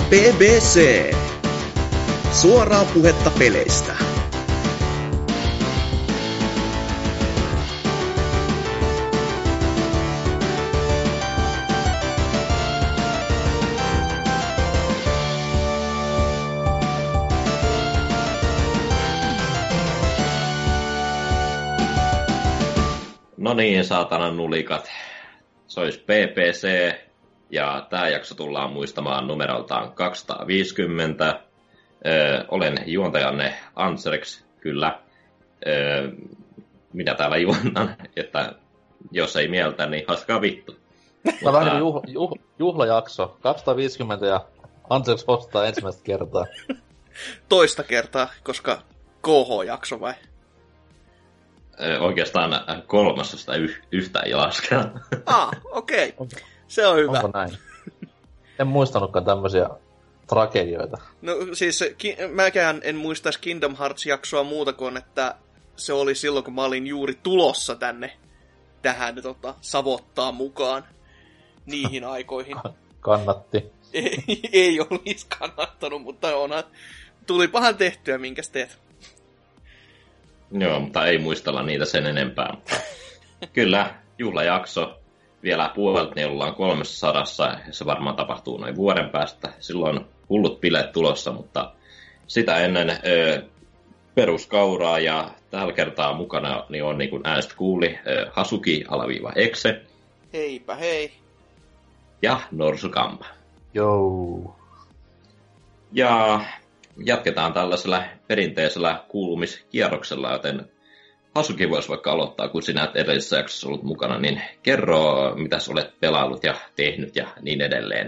BBC. Suoraa puhetta peleistä. No niin, saatanan nulikat. Se olisi BBC, ja tämä jakso tullaan muistamaan numeroltaan 250. Olen juontajanne Anserx, kyllä. Minä täällä juonnan, että jos ei mieltä, niin haskaa vittu. Tämä on vähän niin juhlajakso. 250 ja Anserx hostaa ensimmäistä kertaa. Toista kertaa, koska KH-jakso vai? Oikeastaan kolmasesta yhtään ei lasketa. Okei. Se on hyvä. Onko näin? En muistanutkaan tämmöisiä tragedioita. No siis mäkään en muistaisi Kingdom Hearts-jaksoa muuta kuin, että se oli silloin, kun mä olin juuri tulossa tähän savottaa mukaan niihin aikoihin. Kannatti. Ei olisi kannattanut, mutta tulipahan tehtyä, minkäs teet. Joo, mutta ei muistella niitä sen enempää. Kyllä, juhlajakso. Vielä puolelta niin ollaan 300, ja se varmaan tapahtuu noin vuoden päästä. Silloin hullut bileet tulossa, mutta sitä ennen peruskauraa, ja tällä kertaa mukana niin on, niin kuin äänestä kuuli, Hasuki-Exe. Heipä hei. Ja Norsukampa. Joo. Ja jatketaan tällaisella perinteisellä kuulumiskierroksella, joten Hasuki voisi vaikka aloittaa, kun sinä et edellisessä jaksossa ollut mukana, niin kerro, mitä sä olet pelaillut ja tehnyt ja niin edelleen.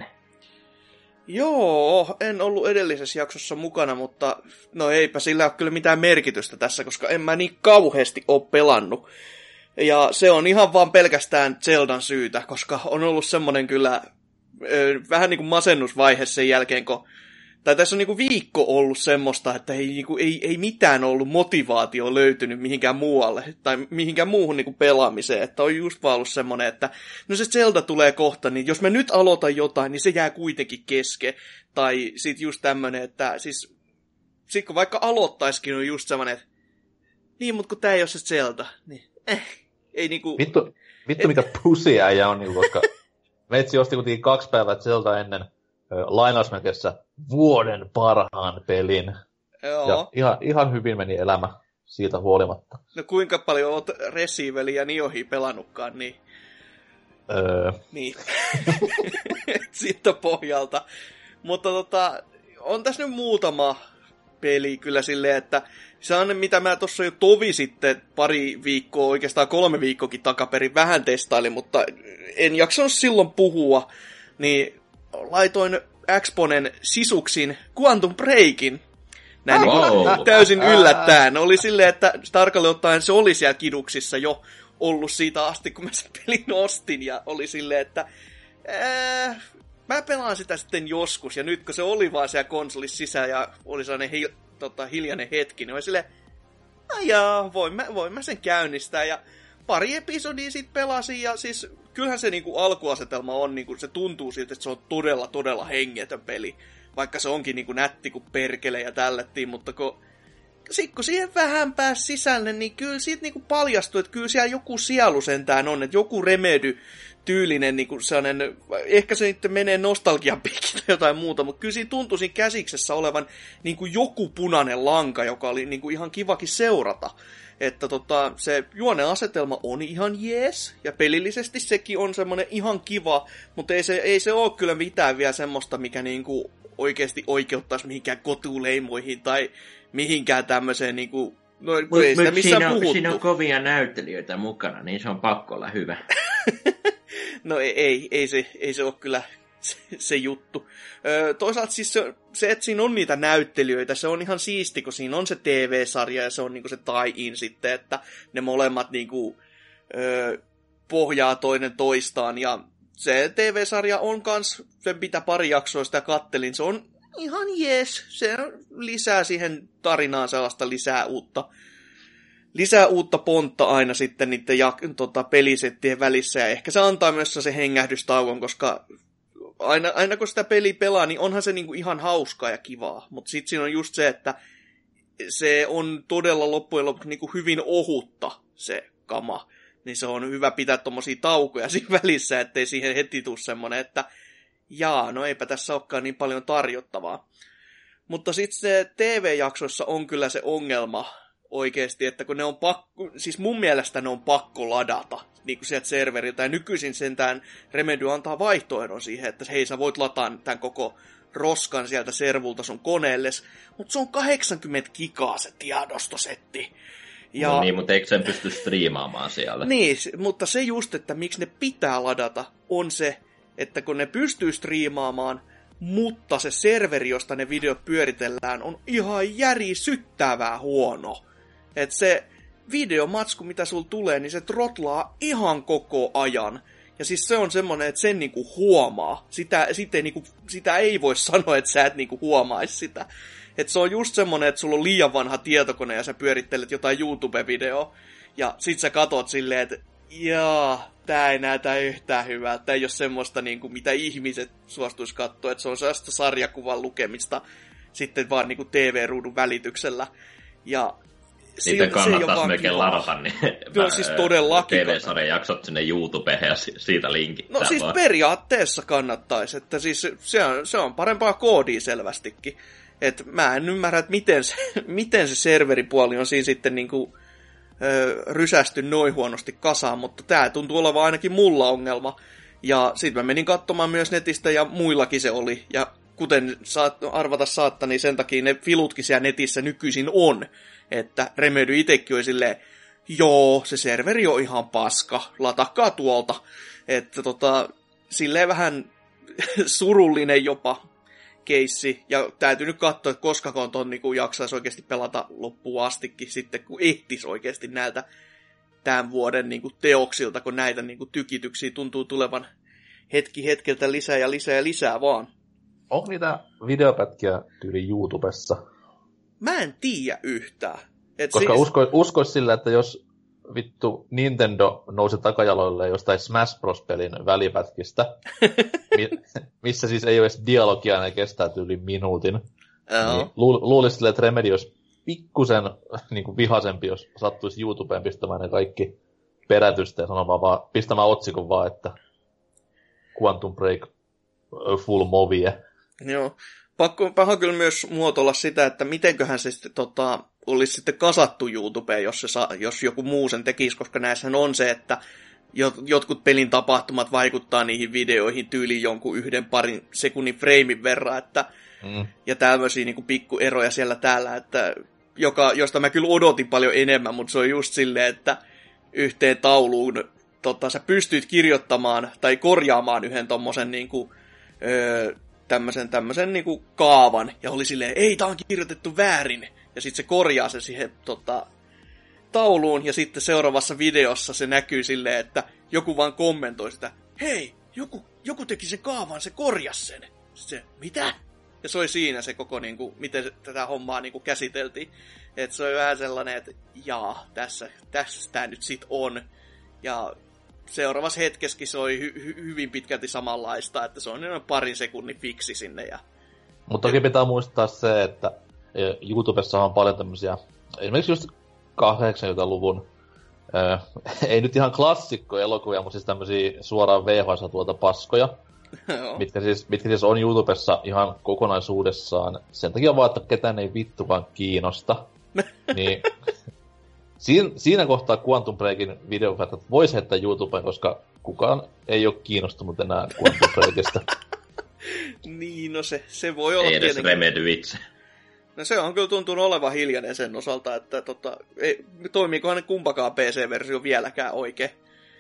Joo, en ollut edellisessä jaksossa mukana, mutta no eipä sillä ole kyllä mitään merkitystä tässä, koska en mä niin kauheasti ole pelannut. Ja se on ihan vaan pelkästään Zeldan syytä, koska on ollut semmonen kyllä vähän niin kuin masennusvaihe sen jälkeen, tai tässä on niinku viikko ollut semmoista, että ei mitään ollut motivaatio löytynyt mihinkään muualle, tai mihinkään muuhun niinku pelaamiseen, että on just vaan ollut semmoinen, että no se Zelda tulee kohta, niin jos mä nyt aloitan jotain, niin se jää kuitenkin kesken, tai sit just tämmönen, että siis sit kun vaikka aloittaisikin, on just semmoinen, että niin, mut kun tää ei ole se Zelda, niin ei niinku... Vittu mikä pusiäijä on, niinku, koska meitsi osti kuitenkin 2 päivää Zelda ennen lainausmerkeissä vuoden parhaan pelin. Joo. Ja ihan hyvin meni elämä siitä huolimatta. No kuinka paljon oot Resident ja Niohia pelannutkaan, niin... Niin. Siitä pohjalta. Mutta on tässä nyt muutama peli kyllä silleen, että se on mitä mä tuossa jo tovi sitten pari viikkoa, oikeastaan 3 viikkoakin takaperin vähän testailin, mutta en jaksanut silloin puhua, niin laitoin Xbonen sisuksin Quantum Breakin. Näin täysin yllättäen. Oli silleen, että tarkalleen ottaen se oli siellä kiduksissa jo ollut siitä asti, kun mä sen pelin ostin. Ja oli silleen, että mä pelaan sitä sitten joskus. Ja nyt kun se oli vaan siellä konsolissa sisään ja oli sellainen hiljainen hetki, niin oli silleen, voin mä sen käynnistää. Ja pari episodia sit pelasin ja siis... Kyllähän se niinku alkuasetelma on, niinku, se tuntuu siltä, että se on todella, todella hengetön peli. Vaikka se onkin niinku nätti kuin perkele ja tällettiin, mutta kun siihen vähän pääsi sisälle, niin kyllä siitä niinku paljastui, että kyllä siellä joku sielu sentään on, että joku Remedy-tyylinen niinku sellainen, ehkä se nyt menee nostalgian piikille jotain muuta, mutta kyllä siinä tuntui siinä käsiksessä olevan niinku joku punainen lanka, joka oli niinku ihan kivakin seurata. Että se juoneasetelma on ihan jees, ja pelillisesti sekin on semmonen ihan kiva, mutta ei se ole kyllä mitään vielä semmoista, mikä niinku oikeasti oikeuttaisi mihinkään kotuleimoihin tai mihinkään tämmöiseen niinku... No ei sitä missään puhuttu. Siinä on kovia näyttelijöitä mukana, niin se on pakko olla hyvä. No ei se ole kyllä se juttu. Toisaalta siis se, että siinä on niitä näyttelijöitä, se on ihan siisti, kun siinä on se TV-sarja ja se on niinku se tie-in sitten, että ne molemmat niinku, pohjaa toinen toistaan. Ja se TV-sarja on kans, sen pitää pari jaksoa sitä kattelin, se on ihan jees. Se lisää siihen tarinaan sellaista lisää uutta pontta aina sitten niiden pelisettien välissä. Ja ehkä se antaa myös se hengähdystauon, koska aina kun sitä peliä pelaa, niin onhan se niinku ihan hauskaa ja kivaa. Mutta sitten siinä on just se, että se on todella loppujen lopuksi niinku hyvin ohutta se kama. Niin se on hyvä pitää tommosia taukoja siinä välissä, ettei siihen heti tule semmonen, että no eipä tässä olekaan niin paljon tarjottavaa. Mutta sitten se TV-jaksoissa on kyllä se ongelma oikeasti, että kun ne on siis mun mielestä ne on pakko ladata niin kuin sieltä serveriltä. Ja nykyisin sentään Remedy antaa vaihtoehdon siihen, että hei, sä voit lataa tämän koko roskan sieltä servulta sun koneelles. Mutta se on 80 gigaa se tiedostosetti. Ja... No niin, mutta eikö sen pysty striimaamaan siellä? Niin, mutta se just, että miksi ne pitää ladata, on se, että kun ne pystyy striimaamaan, mutta se serveri, josta ne videot pyöritellään, on ihan järisyttävää huono. Että se videomatsku, mitä sulla tulee, niin se trotlaa ihan koko ajan. Ja siis se on semmonen, että sen niinku huomaa. Sitä ei voi sanoa, että sä et niinku huomaisi sitä. Että se on just semmonen, että sulla on liian vanha tietokone ja sä pyörittelet jotain YouTube-videoa. Ja sit sä katot silleen, että tää ei näytä yhtään hyvää. Tää ei ole semmoista, niinku, mitä ihmiset suostuis katsoa. Että se on sellaista sarjakuvan lukemista sitten vaan niinku TV-ruudun välityksellä. Ja niitä kannattaisi melkein ladata, niin siis todellakin TV-sarjan jaksot sinne YouTubeen ja siitä linkittää. No siis vaan. Periaatteessa kannattaisi, että siis se on parempaa koodia selvästikin. Et mä en ymmärrä, että miten se serveripuoli on siinä sitten niinku rysästy noin huonosti kasaan, mutta tää tuntuu olevan ainakin mulla ongelma. Ja sit mä menin katsomaan myös netistä ja muillakin se oli. Ja kuten arvata saattaa, niin sen takia ne filutkin siellä netissä nykyisin on. Että Remedy itekin oli silleen, se serveri on ihan paska, latakaa tuolta. Että silleen vähän surullinen jopa keissi. Ja täytyy nyt katsoa, että koska ton niin jaksaisi oikeasti pelata loppuun astikin sitten, kun ehtisi oikeasti näiltä tämän vuoden niin kuin teoksilta, kun näitä niin kuin tykityksiä tuntuu tulevan hetkeltä lisää ja lisää ja lisää vaan. Onko niitä videopätkiä tyyli YouTubessa? Mä en tiedä yhtään. Koska uskois sillä, että jos vittu Nintendo nousi takajaloille jostain Smash Bros-pelin välipätkistä, missä siis ei ole edes dialogia, ne kestää tyyli minuutin, niin luulisin sille, että Remedy olisi pikkusen niin kuin vihasempi, jos sattuisi YouTubeen pistämään ne kaikki perätystä ja pistämään otsikon vaan, että Quantum Break full movie. Joo. Pakko kyllä myös muotoilla sitä, että mitenköhän se sitten olisi sitten kasattu YouTubeen, jos joku muu sen tekisi, koska näissähän on se, että jotkut pelin tapahtumat vaikuttaa niihin videoihin tyyliin jonkun 1-2 sekunnin freimin verran, että, ja tämmöisiä niin kuin pikkueroja siellä täällä, että, josta mä kyllä odotin paljon enemmän, mutta se on just silleen, että yhteen tauluun sä pystyt kirjoittamaan tai korjaamaan yhden tommosen niinku, tämmösen niinku kaavan, ja oli silleen, ei, tää on kirjoitettu väärin, ja sitten se korjaa se siihen tauluun, ja sitten seuraavassa videossa se näkyy silleen, että joku vaan kommentoi sitä, hei, joku teki sen kaavan, se korjasi sen. Se, mitä? Ja se oli siinä se koko, niinku, miten tätä hommaa niinku käsiteltiin. Että se oli vähän sellainen, että tässä tää nyt sit on. Ja seuraavassa hetkessäkin se oli hyvin pitkälti samanlaista, että se on noin parin sekunnin fiksi sinne. Mutta toki pitää muistaa se, että YouTubessa on paljon tämmöisiä, esimerkiksi just 80-luvun, ei nyt ihan klassikkoelokuvia, mutta siis tämmöisiä suoraan VHS-tuolta paskoja, mitkä siis on YouTubessa ihan kokonaisuudessaan. Sen takia vaan, että ketään ei vittukaan kiinnosta. Niin siinä kohtaa Quantum Breakin videopätkät voisi heittää YouTubeen, koska kukaan ei ole kiinnostunut enää Quantum Breakista. Niin, no se voi olla ei edes Remedy itse. No se on kyllä tuntunut olevan hiljainen sen osalta, että toimiikohan kumpakaan PC-versio vieläkään oikein.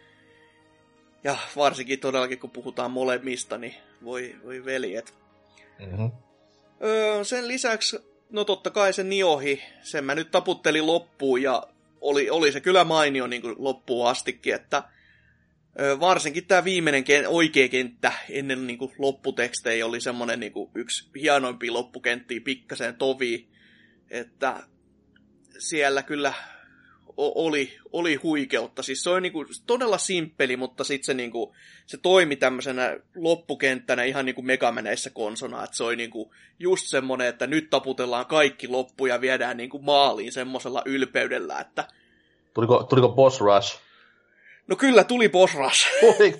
Ja varsinkin todellakin, kun puhutaan molemmista, niin voi veljet. Mm-hmm. Sen lisäksi, no totta kai se Niohi, sen mä nyt taputtelin loppuun, ja oli se kyllä mainio niin kuin loppuun astikin, että varsinkin tämä viimeinen oikea kenttä ennen niin kuin lopputekstejä oli semmoinen niin kuin yksi hienoimpia loppukenttiä pikkasen tovi, että siellä kyllä oli huikeutta. Siis se oli niinku todella simppeli, mutta sitten se, niinku, se toimi tämmöisenä loppukenttänä ihan niinku Megamaneissä konsona. Että se oli niinku just semmonen, että nyt taputellaan kaikki loppu ja viedään niinku maaliin semmosella ylpeydellä, että... Tuliko Boss Rush? No kyllä, tuli Boss Rush.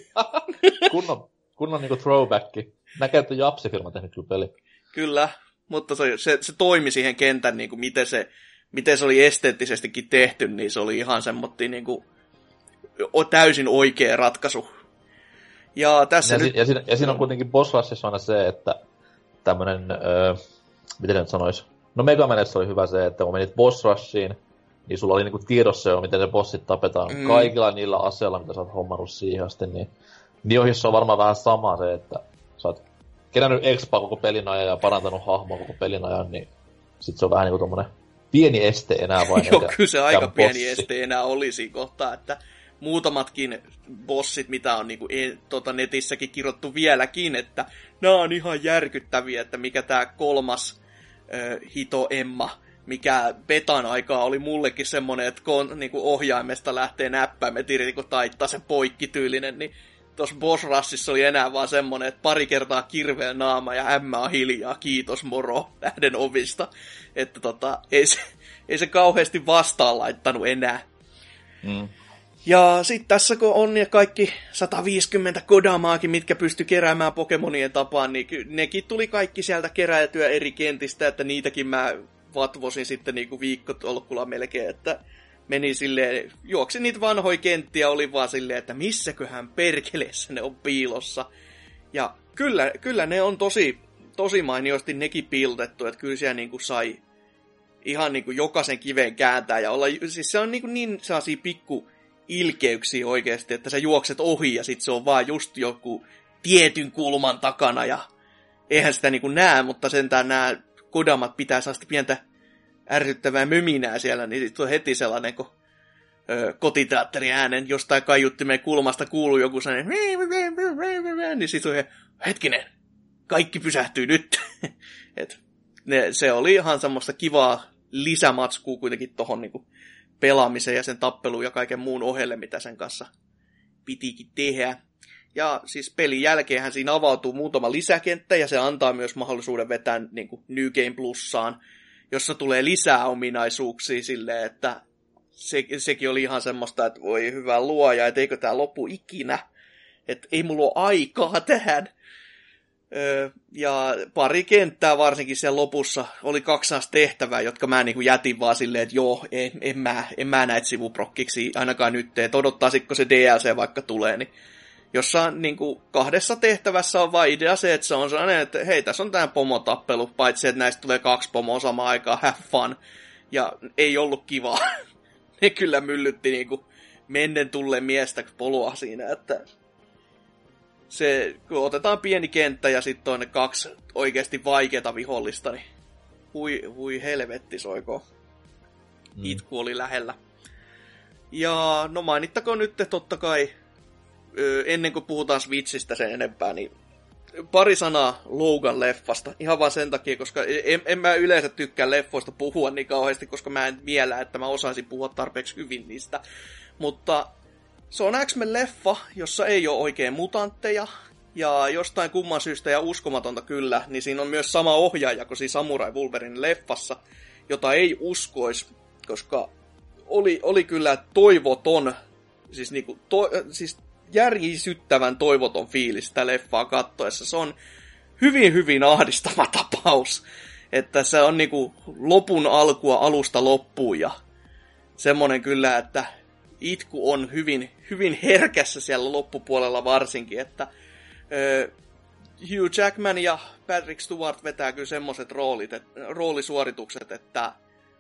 kunnon niinku throwbacki. Näkee, että Japsi-firma tehnyt kyllä peli. Kyllä, mutta se toimi siihen kentän, niinku, miten se oli esteettisestikin tehty, niin se oli ihan semmoinen niinku, täysin oikea ratkaisu. Ja tässä siinä on kuitenkin Boss Rushissa aina se, että tämmönen, miten nyt sanois, no Megamanessa oli hyvä se, että kun menit Boss Rushiin, niin sulla oli niinku tiedossa jo, miten ne bossit tapetaan kaikilla niillä aseilla, mitä sä oot hommannut siihen asti, niin Niohissa on varmaan vähän sama se, että sä oot kerännyt expaa koko pelin ajan ja parantanut hahmoa koko pelin ajan, niin sit se on vähän niinku tommonen pieni este enää vain. Joo, kyllä se aika pieni este enää olisi kohtaa, että muutamatkin bossit, mitä on niinku netissäkin kirjoittu vieläkin, että nämä on ihan järkyttäviä, että mikä tää 3. Hito Emma, mikä betan aikaa oli mullekin semmonen, että kun niinku ohjaimesta lähtee näppäimet irti, kun taittaa se poikkityylinen, niin tuossa Boss Rushissa oli enää vaan semmonen, että pari kertaa kirveen naama ja ämmä on hiljaa, kiitos moro, lähden ovista. Että ei se kauheasti vastaan laittanut enää. Ja sit tässä kun on ne kaikki 150 kodamaakin, mitkä pysty keräämään Pokemonien tapaan, niin nekin tuli kaikki sieltä keräiltyä eri kentistä, että niitäkin mä vatvosin sitten niinku viikkotolkulla melkein, että meni silleen, juoksi niitä vanhoja kenttiä, oli vaan silleen, että missäköhän perkeleessä ne on piilossa. Ja kyllä ne on tosi mainiosti nekin piilotettu, että kyllä siellä niinku sai ihan niinku jokaisen kiven kääntää ja olla, siis se on niinku niin sellaisia pikku ilkeyksiä oikeasti, että sä juokset ohi ja sit se on vaan just joku tietyn kulman takana ja eihän sitä niinku näe, mutta sentään nämä kodamat pitää saada pientä ärsyttävää möminää siellä, niin sit on heti sellainen, kun kotiteatteriäänen jostain kaiuttimeen kulmasta kuuluu joku sellainen, niin sit on hetkinen, kaikki pysähtyy nyt. Se oli ihan semmoista kivaa lisämatskua kuitenkin tohon niinku pelaamiseen ja sen tappeluun ja kaiken muun ohelle, mitä sen kanssa pitikin tehdä. Ja siis pelin jälkeenhän siinä avautuu muutama lisäkenttä ja se antaa myös mahdollisuuden vetää niin kuin New Game Plussaan, jossa tulee lisää ominaisuuksia silleen, että sekin oli ihan semmoista, että voi hyvä luoja, että eikö tää lopu ikinä, että ei mulla ole aikaa tähän. Ja pari kenttää varsinkin siellä lopussa oli 2 tehtävää, jotka mä niin jätin vaan silleen, että joo, en mä näitä sivuprokkiksi ainakaan nyt, että odottaisitko se DLC vaikka tulee, niin jossa niin kuin 2 tehtävässä on vaan idea se, että se on sellainen, että hei, tässä on tää pomotappelu, paitsi että näistä tulee 2 pomoa samaan aikaan, have fun, ja ei ollut kivaa. Ne kyllä myllytti niin kuin mennen tulleen miestä poloa siinä, että se, kun otetaan pieni kenttä ja sitten on ne 2 oikeasti vaikeata vihollista, niin hui helvetti soiko. Itku oli lähellä. Ja no mainittakoon nyt totta kai, ennen kuin puhutaan Switchistä sen enempää, niin pari sanaa Logan-leffasta. Ihan vaan sen takia, koska en mä yleensä tykkää leffoista puhua niin kauheasti, koska mä en miellä, että mä osaisin puhua tarpeeksi hyvin niistä. Mutta se on X-Men-leffa, jossa ei ole oikein mutantteja, ja jostain kumman syystä ja uskomatonta kyllä, niin siinä on myös sama ohjaaja kuin siinä Samurai Wolverine leffassa, jota ei uskoisi, koska oli kyllä toivoton, siis järjisyttävän toivoton fiilis sitä leffaa kattoessa. Se on hyvin, hyvin ahdistava tapaus, että se on niinku lopun alkua alusta loppuun, ja semmonen kyllä, että itku on hyvin, hyvin herkässä siellä loppupuolella varsinkin, että Hugh Jackman ja Patrick Stewart vetää kyllä semmoiset roolisuoritukset, että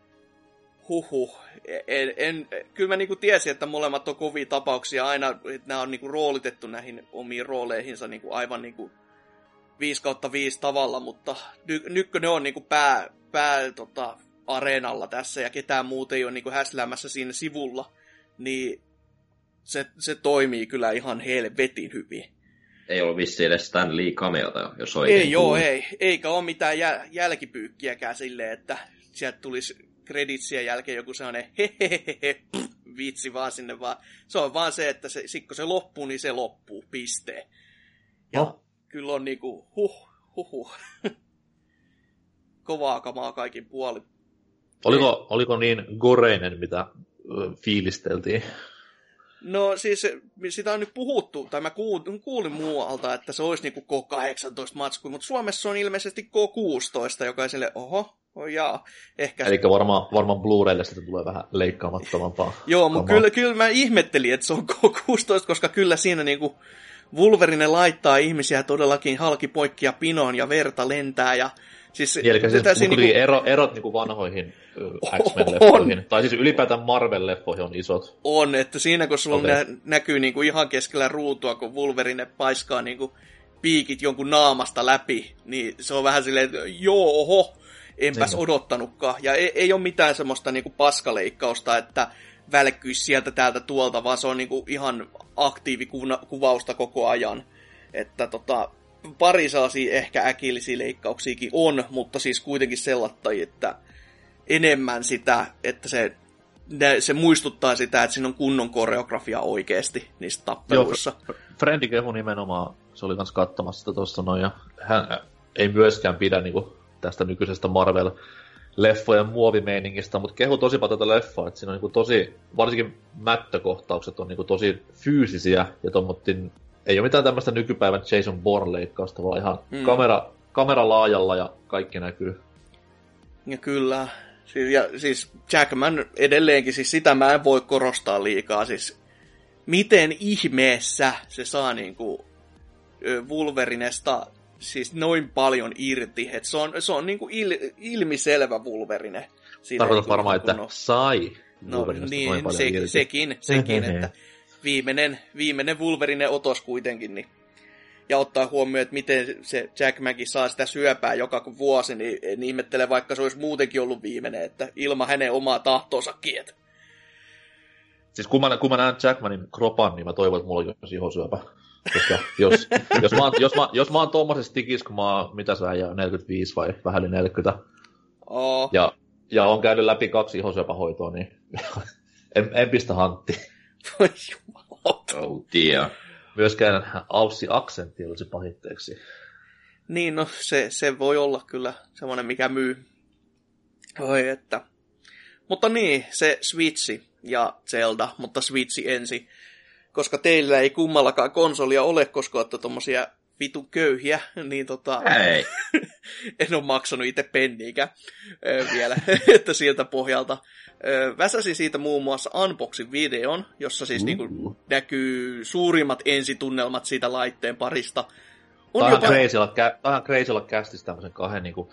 kyllä mä niinku tiesin, että molemmat on kovia tapauksia aina, että nämä on niinku roolitettu näihin omiin rooleihinsa niinku aivan niinku 5/5 tavalla, mutta nyt kun ne on niinku pää areenalla tässä ja ketään muuta ei ole niinku häsläämässä siinä sivulla, niin se toimii kyllä ihan helvetin hyvin. Ei ole vissiin edes Stan Lee cameota, jos oikein eikä ole mitään jälkipyykkiäkään silleen, että sieltä tulisi kreditsien jälkeen joku sellainen hehehehe, vitsi vaan sinne vaan. Se on vaan se, että kun se loppuu, niin se loppuu, piste. Ja kyllä on niinku, kovaa kamaa kaikin puolin. Oliko niin goreinen, mitä fiilisteltiin? No siis sitä on nyt puhuttu, tai mä kuulin muualta, että se olisi niinku K18 matsku, mutta Suomessa on ilmeisesti K16, joka ei sille, jaa, ehkä. Eli varmaan Blu-raylle sitten tulee vähän leikkaamattomampaa. Joo, mutta kyllä mä ihmettelin, että se on K16, koska kyllä siinä niinku Wolverine laittaa ihmisiä todellakin halki poikki ja pinoon ja verta lentää ja siis... Eli siis niinku... erot niinku vanhoihin X-Men-leffoihin, tai siis ylipäätään Marvel-leffoihin on isot. On, että siinä kun sulla näkyy niinku ihan keskellä ruutua, kun Wolverine paiskaa niinku piikit jonkun naamasta läpi, niin se on vähän silleen, että enpäs odottanutkaan. Ja ei ole mitään semmoista niinku paskaleikkausta, että välkkyisi sieltä täältä tuolta, vaan se on niinku ihan aktiivikuvausta koko ajan. Että pari sellaisia ehkä äkillisiä leikkauksiakin on, mutta siis kuitenkin sellaista, että enemmän sitä, että se muistuttaa sitä, että siinä on kunnon koreografia oikeasti niissä tappeluissa. Joo, Frendi kehu nimenomaan, se oli kans katsomassa sitä tuossa noin, ja hän ei myöskään pidä niinku tästä nykyisestä Marvel-leffojen muovimeiningistä, mutta kehu tosi paljon tätä leffaa, että siinä on niinku tosi, varsinkin mättökohtaukset on niinku tosi fyysisiä, ja tommottiin, ei ole mitään tämmöistä nykypäivän Jason Bourne-leikkausta, vaan ihan kamera laajalla ja kaikki näkyy. Ja kyllä. Siis Jackman edelleenkin, siis sitä mä en voi korostaa liikaa. Siis miten ihmeessä se saa niinku Wolverinesta siis noin paljon irti. Et se on niinku ilmiselvä Wolverine. Tarkoitat varmaan, että sai Wolverinesta noin paljon irti. Sekin että viimeinen Wolverine-otos kuitenkin, niin. Ja ottaa huomioon, että miten se Jackmankin saa sitä syöpää joka vuosi, niin en ihmettele, vaikka se olisi muutenkin ollut viimeinen, että ilman hänen omaa tahtoonsakin. Siis kun mä näen Jackmanin kropan, niin mä toivon, että mulla olisi ihosyöpä. Koska jos mä oon tommosessa tikis, kun mä oon, mitä sä jää, 45 vai vähän yli 40, ja on käynyt läpi 2 ihosyöpähoitoa, niin en pistä hanttiin. Voi jumalauta. Oh dear. Myöskään Aussi-aksentti olisi pahitteeksi. Niin, no se voi olla kyllä semmoinen, mikä myy. Oi, että. Mutta niin, se Switchi ja Zelda, mutta Switchi ensin. Koska teillä ei kummallakaan konsolia ole, koska olette tommosia vitun köyhiä, niin Ei. en ole maksanut itse penniikä vielä, että sieltä pohjalta. Väsäsin siitä muun muassa unboxin videon, jossa siis niinku näkyy suurimmat ensitunnelmat siitä laitteen parista. Tähän crazy olla kästis tämmöisen 2 niinku,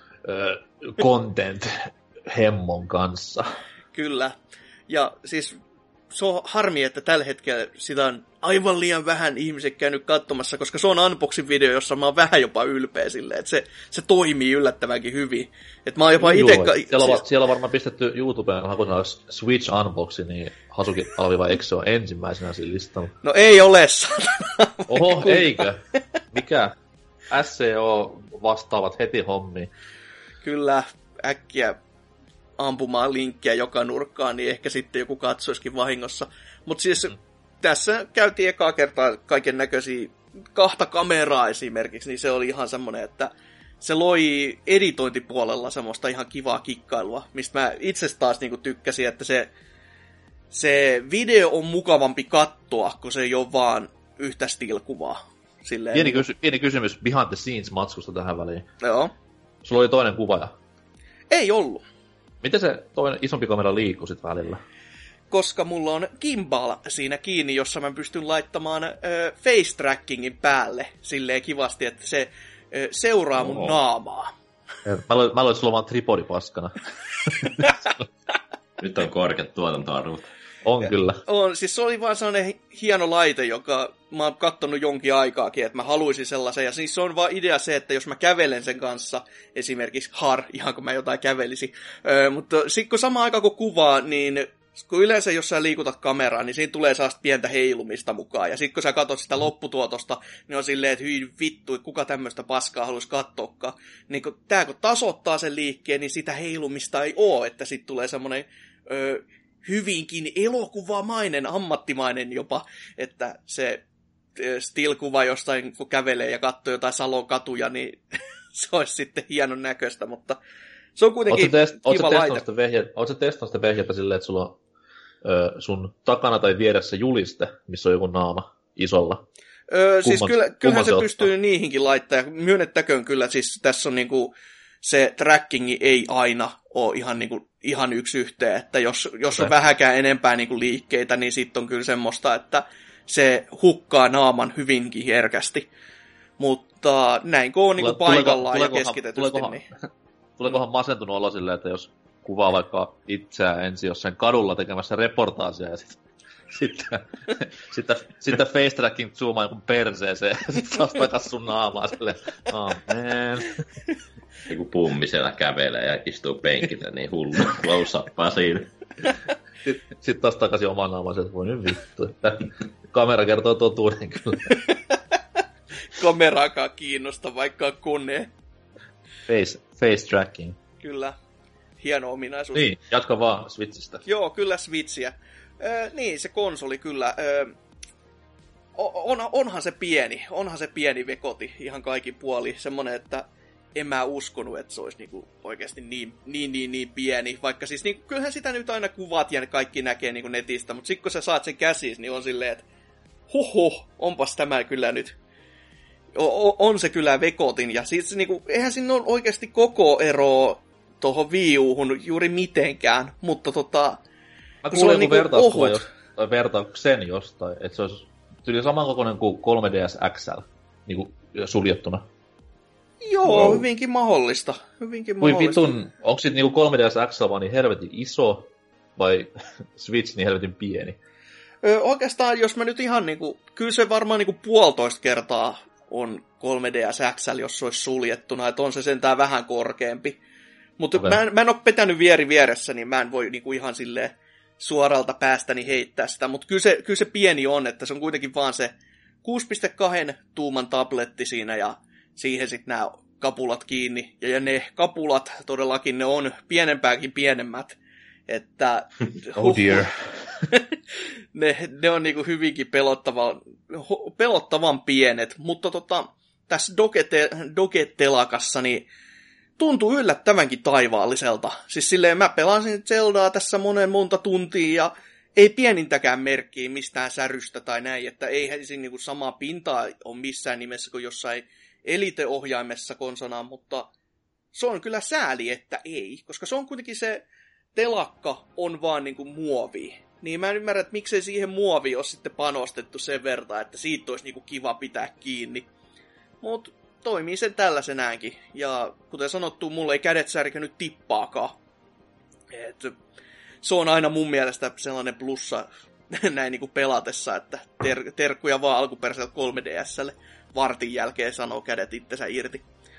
content-hemmon kanssa. Kyllä. Ja siis se on harmi, että tällä hetkellä sitä on aivan liian vähän ihmiset käynyt katsomassa, koska se on unboxing video, jossa mä oon vähän jopa ylpeä silleen, että se toimii yllättävänkin hyvin. Että mä oon jopa itse... Siellä on varmaan pistetty YouTubeen hakusana Switch unboxing, niin Hasuki alviva Exo on ensimmäisenä siinä listalla. No ei ole, satana. Oho, eikö? Mikä? SCO vastaavat heti hommiin. Kyllä, äkkiä ampumaan linkkiä joka nurkkaan, niin ehkä sitten joku katsoisikin vahingossa. Mutta siis tässä käytiin ekaa kertaa kaiken näköisiä 2 kameraa esimerkiksi, niin se oli ihan semmoinen, että se loi editointipuolella semmoista ihan kivaa kikkailua, mistä mä itse taas niinku tykkäsin, että se video on mukavampi katsoa, kun se ei ole vaan yhtä still-kuvaa. Pieni kysymys behind the scenes matskusta tähän väliin. Joo. Sulla oli toinen kuvaaja. Ei ollut. Miten se toinen isompi kamera liikkuu sit välillä? Koska mulla on gimbal siinä kiinni, jossa mä pystyn laittamaan face trackingin päälle silleen kivasti, että se seuraa mun naamaa. Mä luin, sulla vaan tripodi paskana. Nyt on korkeat tuotantoarvot. On kyllä. On, siis se oli vaan sellainen hieno laite, joka mä oon kattonut jonkin aikaakin, että mä haluaisin sellaisen. Ja siis se on vaan idea se, että jos mä kävelen sen kanssa, esimerkiksi ihan kun mä jotain kävelisin. Mutta sitten kun samaan aikaan kun kuvaa, niin kun yleensä jos sä liikutat kameraa, niin siinä tulee sellaista pientä heilumista mukaan. Ja sitten kun sä katsot sitä lopputuotosta, niin on silleen, että hyi vittu, että kuka tämmöistä paskaa haluaisi katsoakaan. Niin kun tää kun tasoittaa sen liikkeen, niin sitä heilumista ei oo, että sitten tulee semmoinen hyvinkin elokuvamainen, ammattimainen jopa, että se still-kuva jostain, kun kävelee ja katsoo jotain Salon katuja, niin se olisi sitten hienon näköistä, mutta se on kuitenkin kiva laite. Oletko testannut sitä vehjettä silleen, että sulla on sun takana tai vieressä juliste, missä on joku naama isolla? Siis kyllähän se pystyy niihinkin laittaa, ja myönnettäköön kyllä, siis tässä on niinku, se trackingi ei aina ole ihan yksi yhteen, että jos on vähäkään enempää niinku liikkeitä, niin sitten on kyllä semmoista, että se hukkaa naaman hyvinkin herkästi. Mutta näin kun on niinku paikallaan ja keskitetysti. Tuleekohan masentunut olo silleen, että jos kuvaa vaikka itseään ensin jossain kadulla tekemässä reportaasia ja sitten face tracking zoomaa jonkun perseeseen ja sitten taas takas sun naamaa silleen, man. Joku pummi siellä kävelee ja istuu penkillä, niin hullu close-uppaa siinä. Sitten taas takaisin oman naamaan, että voi nyt vittu, että kamera kertoo totuuden kyllä. Kameraakaan kiinnosta, vaikka kone. Face tracking. Kyllä. Hieno ominaisuus. Niin, jatka vaan Switchistä. Joo, kyllä Switchiä. Niin, se konsoli kyllä. Onhan se pieni vekoti ihan kaikin puoli. Semmonen, että en mä uskonut, että se olisi niinku oikeasti niin pieni. Vaikka siis niinku, kyllähän sitä nyt aina kuvat ja kaikki näkee niinku netistä. Mutta sitten kun sä saat sen käsissä, niin on silleen, että onpas tämä kyllä nyt. On se kyllä vekotin. Ja siis niinku, eihän siinä ole oikeasti koko eroa tuohon Wii U:hun juuri mitenkään. Mutta mä kuulin joku vertauksen jostain, että se olisi tyyli samankokoinen kuin 3DS XL, niinku suljettuna. Joo, hyvinkin mahdollista. Kuin vitun, onko sit niinku 3DS XL vaan niin helvetin iso, vai Switch niin helvetin pieni? Oikeastaan, jos mä nyt ihan niinku, kyllä se varmaan niinku 1,5 kertaa on 3DS XL, jos se olisi suljettuna, että on se sentään vähän korkeampi. Mutta okay. Mä en ole petänyt vieressä, niin mä en voi niinku ihan silleen suoralta päästäni heittää sitä, mutta kyllä se pieni on, että se on kuitenkin vaan se 6,2 tuuman tabletti siinä ja siihen sitten nämä kapulat kiinni. Ja ne kapulat todellakin ne on pienempääkin pienemmät, että oh dear. ne on niinku hyvinkin pelottavan pienet, mutta tässä Doge-telakassa niin tuntuu yllättävänkin taivaalliselta. Siis silleen mä pelasin Zeldaa tässä monta tuntia ja ei pienintäkään merkkiä mistään särystä tai näin, että eihän siinä niinku samaa pintaa ole missään nimessä kuin jossain Elite-ohjaimessa konsanaan, mutta se on kyllä sääli, että ei, koska se on kuitenkin se telakka on vaan niinku muovi. Niin mä en ymmärrä, että miksei siihen muoviin ole sitten panostettu sen verran, että siitä olisi niinku kiva pitää kiinni. Mut toimii sen tällaisenäänkin. Ja kuten sanottu, mulle ei kädet särkynyt tippaakaan. Et se on aina mun mielestä sellainen plussa näin niinku pelatessa, että terkkuja vaan alkuperäiselle 3DS:lle. Vartin jälkeen sanoo kädet itsensä irti.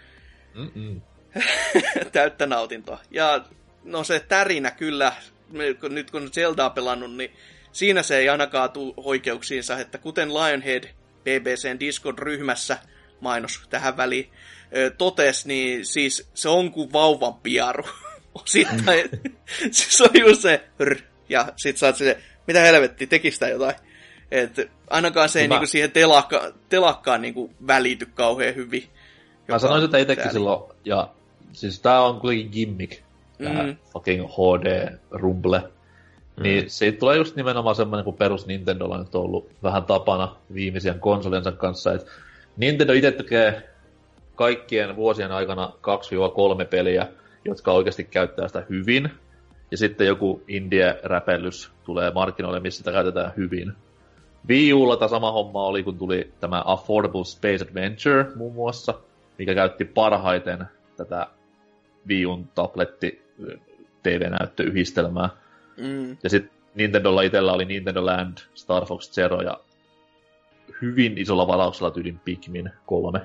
Täyttä nautintoa. Ja no se tärinä kyllä, nyt kun Zeldaa pelannut, niin siinä se ei ainakaan tule oikeuksiinsa, että kuten Lionhead BBCn Discord-ryhmässä mainos tähän väliin totesi, niin siis se on kuin vauvan piaru. Osittain se on just se ja sit sä oot se, mitä helvetti, teki sitä jotain. Et ainakaan se ei niinku siihen telakkaan niinku välity kauhean hyvin. Mä sanoin sitä itekin silloin, ja siis tää on kuitenkin gimmick, tää fucking HD-rumble. Niin siitä tulee just nimenomaan semmoinen, kun perus Nintendolla nyt on ollut vähän tapana viimeisien konsoliensa kanssa, että Nintendo itse tekee kaikkien vuosien aikana 2-3 peliä, jotka oikeasti käyttää sitä hyvin, ja sitten joku indie-räpellys tulee markkinoille, missä sitä käytetään hyvin. Wii Ulla tämä sama homma oli, kun tuli tämä Affordable Space Adventure muun muassa, mikä käytti parhaiten tätä Wii U:n tabletti TV-näyttöyhdistelmää. Ja sitten Nintendolla itsellä oli Nintendo Land, Star Fox Zero ja hyvin isolla valauksella tyylin Pikmin 3.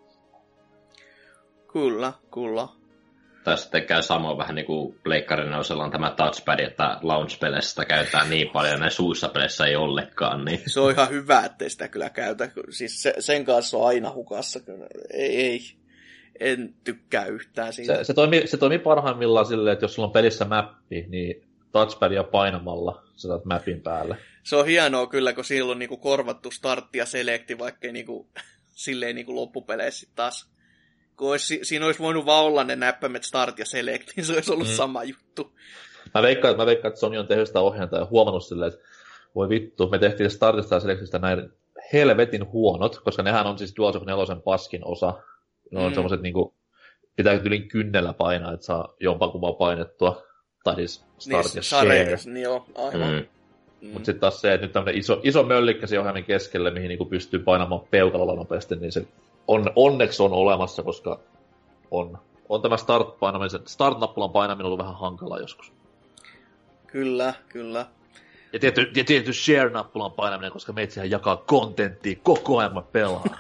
Kyllä. Tai sitten käy samoin vähän niin kuin pleikkarina, jos on tämä touchpad, että launch-peleissä käytetään niin paljon, ja suissa peleissä ei ollenkaan. Niin. Se on ihan hyvä, ettei sitä kyllä käytä. Siis sen kanssa on aina hukassa. Ei. En tykkää yhtään siitä. Se toimii parhaimmillaan silleen, että jos sulla on pelissä mappi, niin touchpadia painamalla sä saat mapin päälle. Se on hienoa kyllä, kun siinä on niinku korvattu startti ja selekti, vaikkei niinku, silleen niinku loppupeleissä taas. Kun siinä olisi voinut vaan olla ne näppäimet start ja select, niin se olisi ollut sama juttu. Mä veikkaan, että Sony on tehnyt sitä ohjainta ja huomannut silleen, että voi vittu, me tehtiin startista ja selectistä näin helvetin huonot, koska nehän on siis DualShock 4 paskin osa. Ne on semmoset niinku, pitää yli kynnellä painaa, että saa jompaa painettua. Tai siis start ja share. Niin joo, aivan. Mutta sitten taas se, että nyt tämmönen iso möllikkä siihen ohjaimen keskelle, mihin niinku pystyy painamaan peukalolla nopeasti, niin se onneksi on olemassa, koska on tämä start-nappulan painaminen ollut vähän hankalaa joskus. Kyllä, kyllä. Ja tietty share-nappulan painaminen, koska meitsihän jakaa kontenttia koko ajan mä pelaan.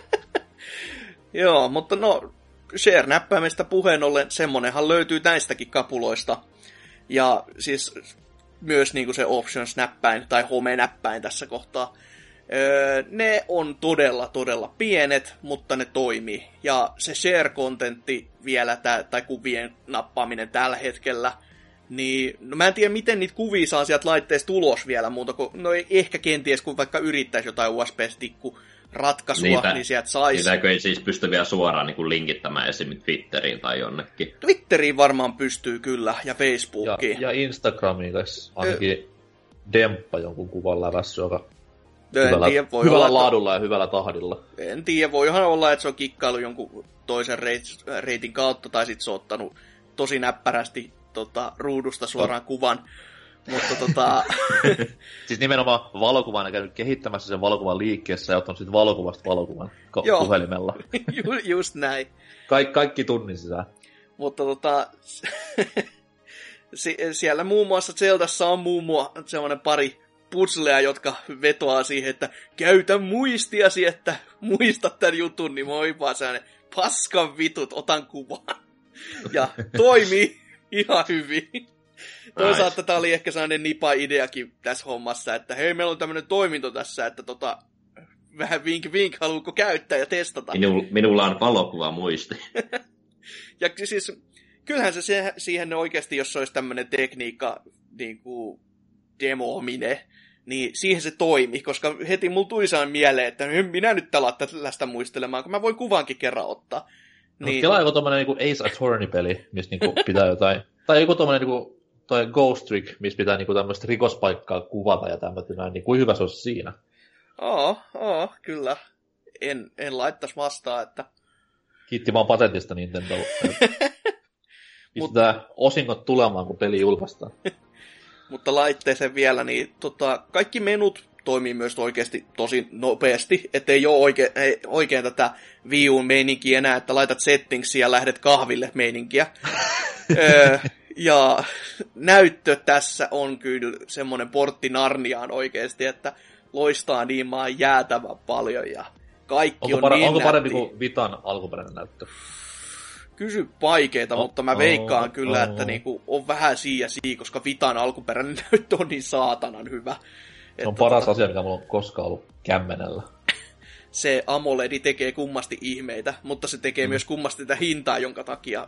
Joo, mutta no, share-näppäimestä puheen ollen, semmonenhan löytyy näistäkin kapuloista. Ja siis myös niinku se options-näppäin tai home-näppäin tässä kohtaa. Ne on todella pienet, mutta ne toimii. Ja se share-kontentti vielä, tai kuvien nappaaminen tällä hetkellä, niin no mä en tiedä, miten niitä kuvia saa sieltä laitteesta ulos vielä muuta kuin, no ehkä kenties, kun vaikka yrittäisi jotain USB-stikku ratkaisua, niin sieltä saisi. Niitäkö ei siis pysty vielä suoraan niin kuin linkittämään esimerkiksi Twitteriin tai jonnekin? Twitteriin varmaan pystyy kyllä, ja Facebookiin. Ja Instagramiin ainakin demppa jonkun kuvan lävässy, joka hyvällä laadulla ja hyvällä tahdilla. En tiedä, voihan olla, että se on kikkailu jonkun toisen reitin kautta, tai sitten se on ottanut tosi näppärästi ruudusta suoraan kuvan. Mutta siis nimenomaan valokuvan on käynyt kehittämässä sen valokuvan liikkeessä ja ottanut sitten valokuvasta valokuvan puhelimella. Just näin. Kaikki tunnin sisään. Mutta siellä muun muassa Zeldassa on semmoinen pari puzzlea, jotka vetoaa siihen, että käytä muistiasi, että muistat tämän jutun, niin moi vaan sellainen paskan vitut, otan kuvan. Ja toimii ihan hyvin. Toisaalta tämä oli ehkä sellainen nipa-ideakin tässä hommassa, että hei, meillä on tämmöinen toiminto tässä, että vähän vink, haluatko käyttää ja testata. Minulla on valokuva muisti. Ja siis, kyllähän se siihen oikeasti, jos se olisi tämmöinen tekniikka, niin kuin demoaminen, niin siihen se toimi, koska heti mulla tuli saan mieleen, että minä nyt pelaa tällaista muistelemaan, kun mä voin kuvankin kerran ottaa. Niin. Kelaa joku tommonen niinku Ace Attorney-peli, missä niinku pitää jotain, tai joku tommonen niinku toi Ghost Trick, missä pitää niinku tämmöistä rikospaikkaa kuvata ja tämmöistä näin, niin kuin hyvä se olisi siinä. Kyllä. En laittaisi vastaan, että... Kiitti vaan patentista Nintendo. Pistetään osingot tulemaan, kun peli julkaistaan. Mutta laitteeseen vielä, niin kaikki menut toimii myös oikeasti tosi nopeasti, ettei ole oikein tätä Wii U-meininkiä enää, että laitat settingsia ja lähdet kahville meininkiä. Ja näyttö tässä on kyllä semmoinen portti Narniaan oikeasti, että loistaa niin maan jäätävän paljon ja kaikki onko parempi kuin Vitan alkuperäinen näyttö? Kysy vaikeeta, mutta mä veikkaan kyllä, että niinku on vähän ja koska Vitan alkuperäinen näyttö on niin saatanan hyvä. Se on paras asia, mikä mulla on koskaan ollut kämmenellä. Se AMOLED tekee kummasti ihmeitä, mutta se tekee myös kummasti tätä hintaa, jonka takia,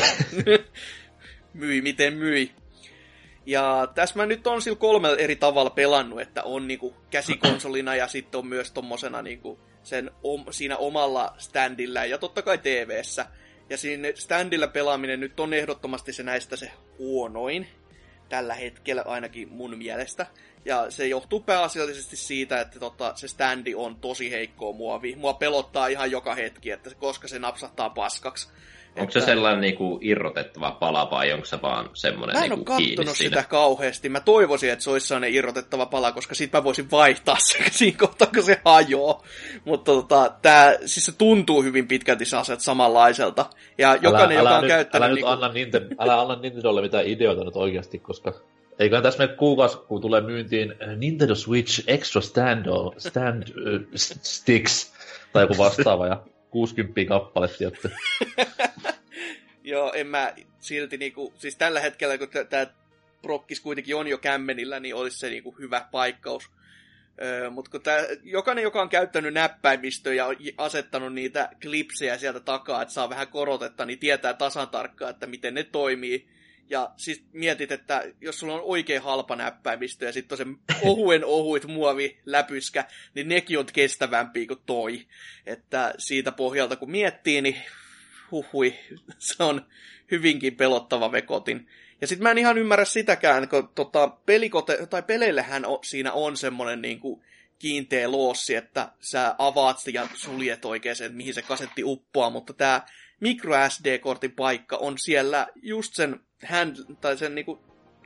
myi miten myi. Ja tässä mä nyt on sillä 3 eri tavalla pelannut, että on niinku käsikonsolina ja sitten on myös tommosena niinku siinä omalla standilla ja totta kai TV:ssä. Ja siinä standilla pelaaminen nyt on ehdottomasti se näistä se huonoin. Tällä hetkellä ainakin mun mielestä. Ja se johtuu pääasiallisesti siitä, että se standi on tosi heikkoa muovia. Mua pelottaa ihan joka hetki, että koska se napsahtaa paskaksi. Onko se sellainen niinku irrotettava pala vai onko se vaan semmoinen kiinni? Mä en ole kattonut sitä kauheasti. Mä toivoisin, että se olisi sellainen irrotettava pala, koska sit mä voisin vaihtaa se siinä kohtaa, kun se hajoaa. Mutta siis se tuntuu hyvin pitkälti sellaiselta samanlaiselta. Ja jokainen, joka on käyttänyt... Älä anna Nintendolle mitään ideoita nyt oikeasti, koska... Eiköhän tässä mene kuukausi, kun tulee myyntiin Nintendo Switch Extra Stand Sticks tai joku vastaava ja 60 kappale, tietty. Joo, en mä silti niinku, siis tällä hetkellä, kun tää prokkis kuitenkin on jo kämmenillä, niin olisi se niinku hyvä paikkaus. Mutta kun jokainen, joka on käyttänyt näppäimistöä ja asettanut niitä klipsejä sieltä takaa, että saa vähän korotetta, niin tietää tasan tarkkaan, että miten ne toimii. Ja siis mietit, että jos sulla on oikein halpa näppäimistö ja sitten on se ohut muoviläpyskä, niin nekin on kestävämpiä kuin toi. Että siitä pohjalta kun miettii, niin se on hyvinkin pelottava vekotin. Ja sitten mä en ihan ymmärrä sitäkään, kun peleillähän siinä on semmoinen niinku kiinteä loossi, että sä avaat ja suljet oikein sen, mihin se kasetti uppoaa, mutta tää micro SD-kortin paikka on siellä just sen sen niinku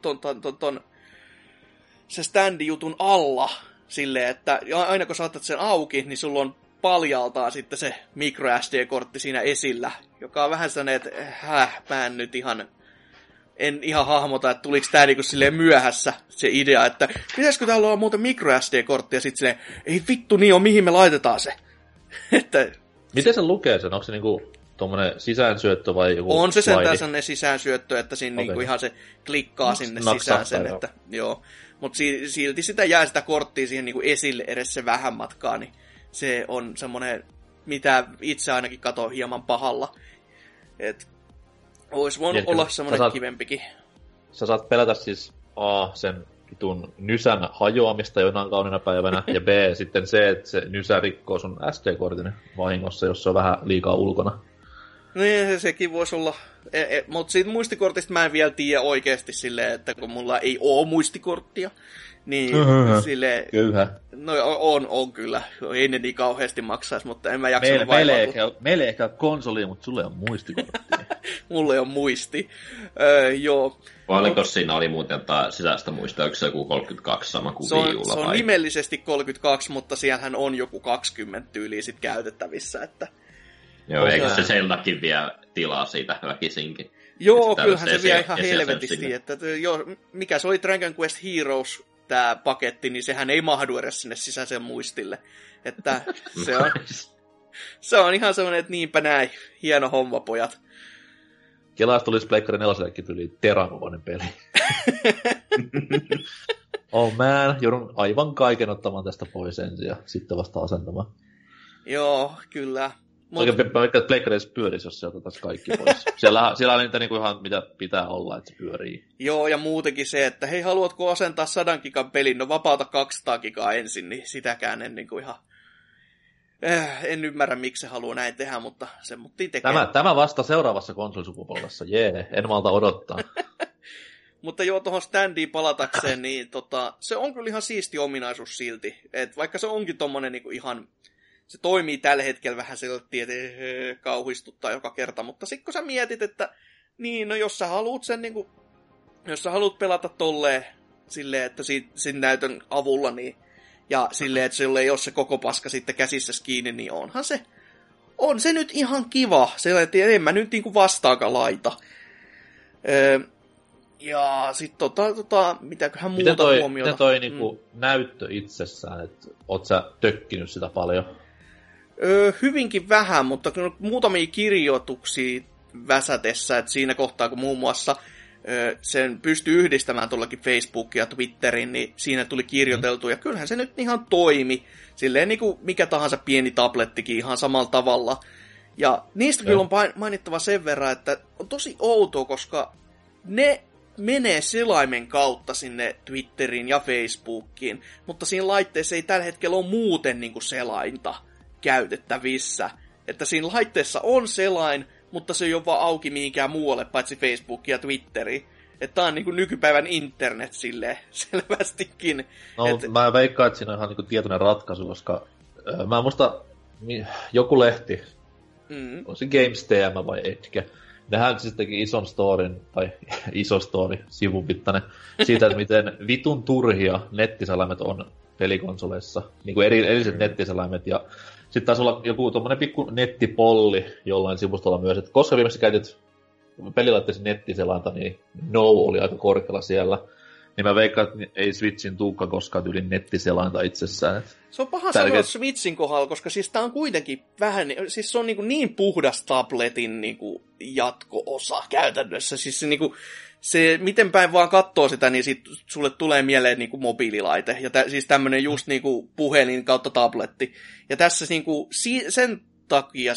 se standi-jutun alla silleen, että aina kun saatat sen auki, niin sulla on paljaltaan sitten se micro SD-kortti siinä esillä, joka on vähän sellainen, että mä en ihan hahmota, että tuliko tää niinku silleen myöhässä se idea, että pitäisikö täällä olla muuten micro SD-kortti, ja sit silleen, ei vittu niin on, mihin me laitetaan se. Että miten se lukee sen? Onko se niinku tommonen sisäänsyöttö vai joku on se sentään sellainen sisäänsyöttö, että siinä niinku ihan se klikkaa sinne sisään sen, että joo. Mutta silti sitä jää sitä korttia siihen niinku esille edes se vähän matkaa, niin se on semmoinen, mitä itse ainakin katon hieman pahalla. Et olisi voinut olla semmoinen kivempikin. Sä saat pelätä siis A, sen vitun nysän hajoamista jonain kaunina päivänä, ja B, sitten se, että se nysä rikkoo sun SD-kortin vahingossa, jos se on vähän liikaa ulkona. Niin, sekin voisi olla. Mutta siitä muistikortista mä en vielä tiedä oikeasti silleen, että kun mulla ei oo muistikorttia, niin silleen... Köyhä. No on kyllä. Ei ne niin kauheasti maksaisi, mutta en mä jaksanut vaivautua. Meille ehkä konsoli, mutta sulle on muistikortti. Mulle on muisti. Joo. Paljonko siinä oli muuten sisäistä muistaa, onko se joku 32 sama kuin Wii Ulla? Se on nimellisesti 32, mutta siellähän on joku 20 tyyliä sit käytettävissä, että... Joo, eikö se Zeldakin vie tilaa siitä väkisinkin? Joo, kyllähän se vie ihan helvetisti. Että, mikä se oli Dragon Quest Heroes, tämä paketti, niin sehän ei mahdu edes sinne sisäiseen muistille. Että se on ihan semmoinen, että niinpä näin. Hieno homma, pojat. Kelaasta tulisi Pleikkari 4:llekin tuli teranomainen peli. Oh man, joudun aivan kaiken ottamaan tästä pois ensin ja sitten vasta asentamaan. Joo, kyllä. Oikein vaikka Pleikkari edes pyörisi, jos se otetaan kaikki pois. Siellä on niitä niinku ihan mitä pitää olla, että se pyörii. Joo, ja muutenkin se, että hei, haluatko asentaa 100 gigan pelin, no vapauta 200 gigaa ensin, niin sitäkään en niinku ihan... en ymmärrä, miksi se haluaa näin tehdä, mutta se muttiin tekee. Tämä vasta seuraavassa konsolisukupolvessa, en malta odottaa. Mutta joo, tuohon standiin palatakseen, niin se on kyllä ihan siisti ominaisuus silti. Et vaikka se onkin tommonen niinku ihan... Se toimii tällä hetkellä vähän sellainen, että kauhistuttaa joka kerta, mutta sitten kun sä mietit, että niin, no jos sä haluut sen niinku, jos sä haluut pelata tolleen silleen, että sen näytön avulla, niin, ja silleen, että sulle ei ole se koko paska sitten käsissä kiinni, niin on se nyt ihan kiva. Sellainen, että en mä nyt niinku vastaakaan laita. Ja sit mitäköhän muuta huomiota. Miten toi niinku näyttö itsessään, että oot sä tökkinyt sitä paljon? Hyvinkin vähän, mutta muutamia kirjoituksia väsätessä, että siinä kohtaa, kun muun muassa sen pystyy yhdistämään tuollakin Facebookin ja Twitterin, niin siinä tuli kirjoiteltu, ja kyllähän se nyt ihan toimi. Silleen niin kuin mikä tahansa pieni tablettikin ihan samalla tavalla. Ja niistä kyllä on mainittava sen verran, että on tosi outoa, koska ne menee selaimen kautta sinne Twitteriin ja Facebookiin, mutta siinä laitteessa ei tällä hetkellä ole muuten niin kuin selainta käytettävissä. Että siinä laitteessa on selain, mutta se ei ole vaan auki mihinkään muualle, paitsi Facebookia ja Twitteriin. Että tää on niin kuin nykypäivän internet silleen selvästikin. No, mä veikkaan, että siinä on ihan niin kuin tietoinen ratkaisu, koska mä muista joku lehti, on se Games TM vai Edge, nehän siis teki ison storyn, tai iso story, sivupittainen, siitä, että miten vitun turhia nettiselaimet on pelikonsoleissa. Niin kuin erilliset nettiselaimet, ja sitten taisi olla joku tommonen pikku nettipolli jollain sivustolla myös, että koska viimeksi käytit pelilaitteisen nettiselainta, niin no oli aika korkealla siellä. Niin mä veikkaan, että ei Switchin tuukka koskaan yli nettiselainta itsessään. Se on paha sanoa Switchin kohdalla, koska siis tää on kuitenkin vähän, siis se on niin puhdas tabletin niinku jatko-osa käytännössä. Siis se miten päin vaan katsoo sitä, niin sit sulle tulee mieleen niinku mobiililaite. Ja siis tämmönen just niinku puhelin kautta tabletti. Ja tässä niinku sen takia se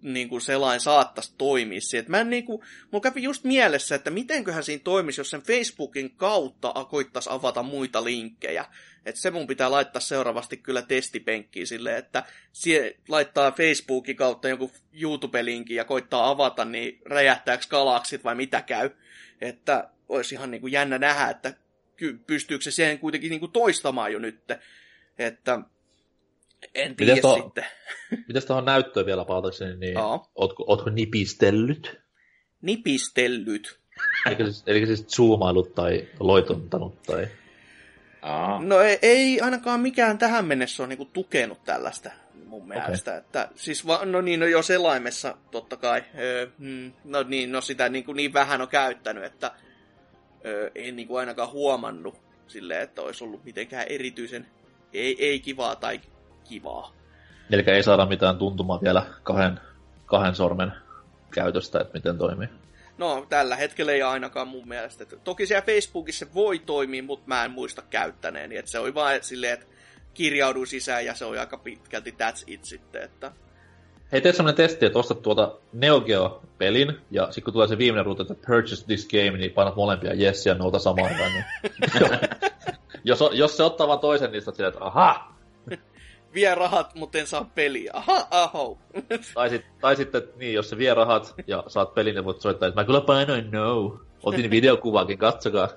niinku selain saattaisi toimia. Et mä en niinku, mulla kävi just mielessä, että mitenköhän siinä toimisi, jos sen Facebookin kautta koittaisi avata muita linkkejä. Että se mun pitää laittaa seuraavasti kyllä testipenkkiin silleen, että laittaa Facebookin kautta joku YouTube-linkin ja koittaa avata, niin räjähtääkö galaksit vai mitä käy. Että olisi ihan niinku jännä nähdä, että pystyykö se siihen kuitenkin niinku toistamaan jo nyt. Että en tiedä sitten. Mites tuohon näyttöön vielä palatakseni, niin ootko nipistellyt? Nipistellyt? Eli siis zoomailut tai loitontanut tai... No ei ainakaan mikään tähän mennessä ole niinku tukenut tällaista mun mielestä. Okay. Että, siis no jo selaimessa totta kai. Sitä niin vähän on käyttänyt, että en niinku ainakaan huomannut silleen, että olisi ollut mitenkään erityisen ei kivaa tai kivaa. Eli ei saada mitään tuntumaa vielä kahden sormen käytöstä, että miten toimii. No, tällä hetkellä ei ainakaan mun mielestä. Että toki siellä Facebookissa se voi toimia, mutta mä en muista käyttäneeni. Että se oli vaan silleen, että kirjaudun sisään ja se oli aika pitkälti that's it sitten. Että... Hei, tee semmonen testi, että ostat tuota Neo Geo-pelin, ja sit kun tulee se viimeinen ruutu, että purchase this game, niin painat molempia yes ja noota samaan aikaan. Niin... jos se ottaa vaan toisen, niin sä silleen, että aha! Vie rahat, mutta en saa peliä. Aha, aho. Tai sitten, niin, jos se vie rahat ja saat pelin, niin voit soittaa, että mä kyllä painoin no. Otin videokuvaakin, katsokaa.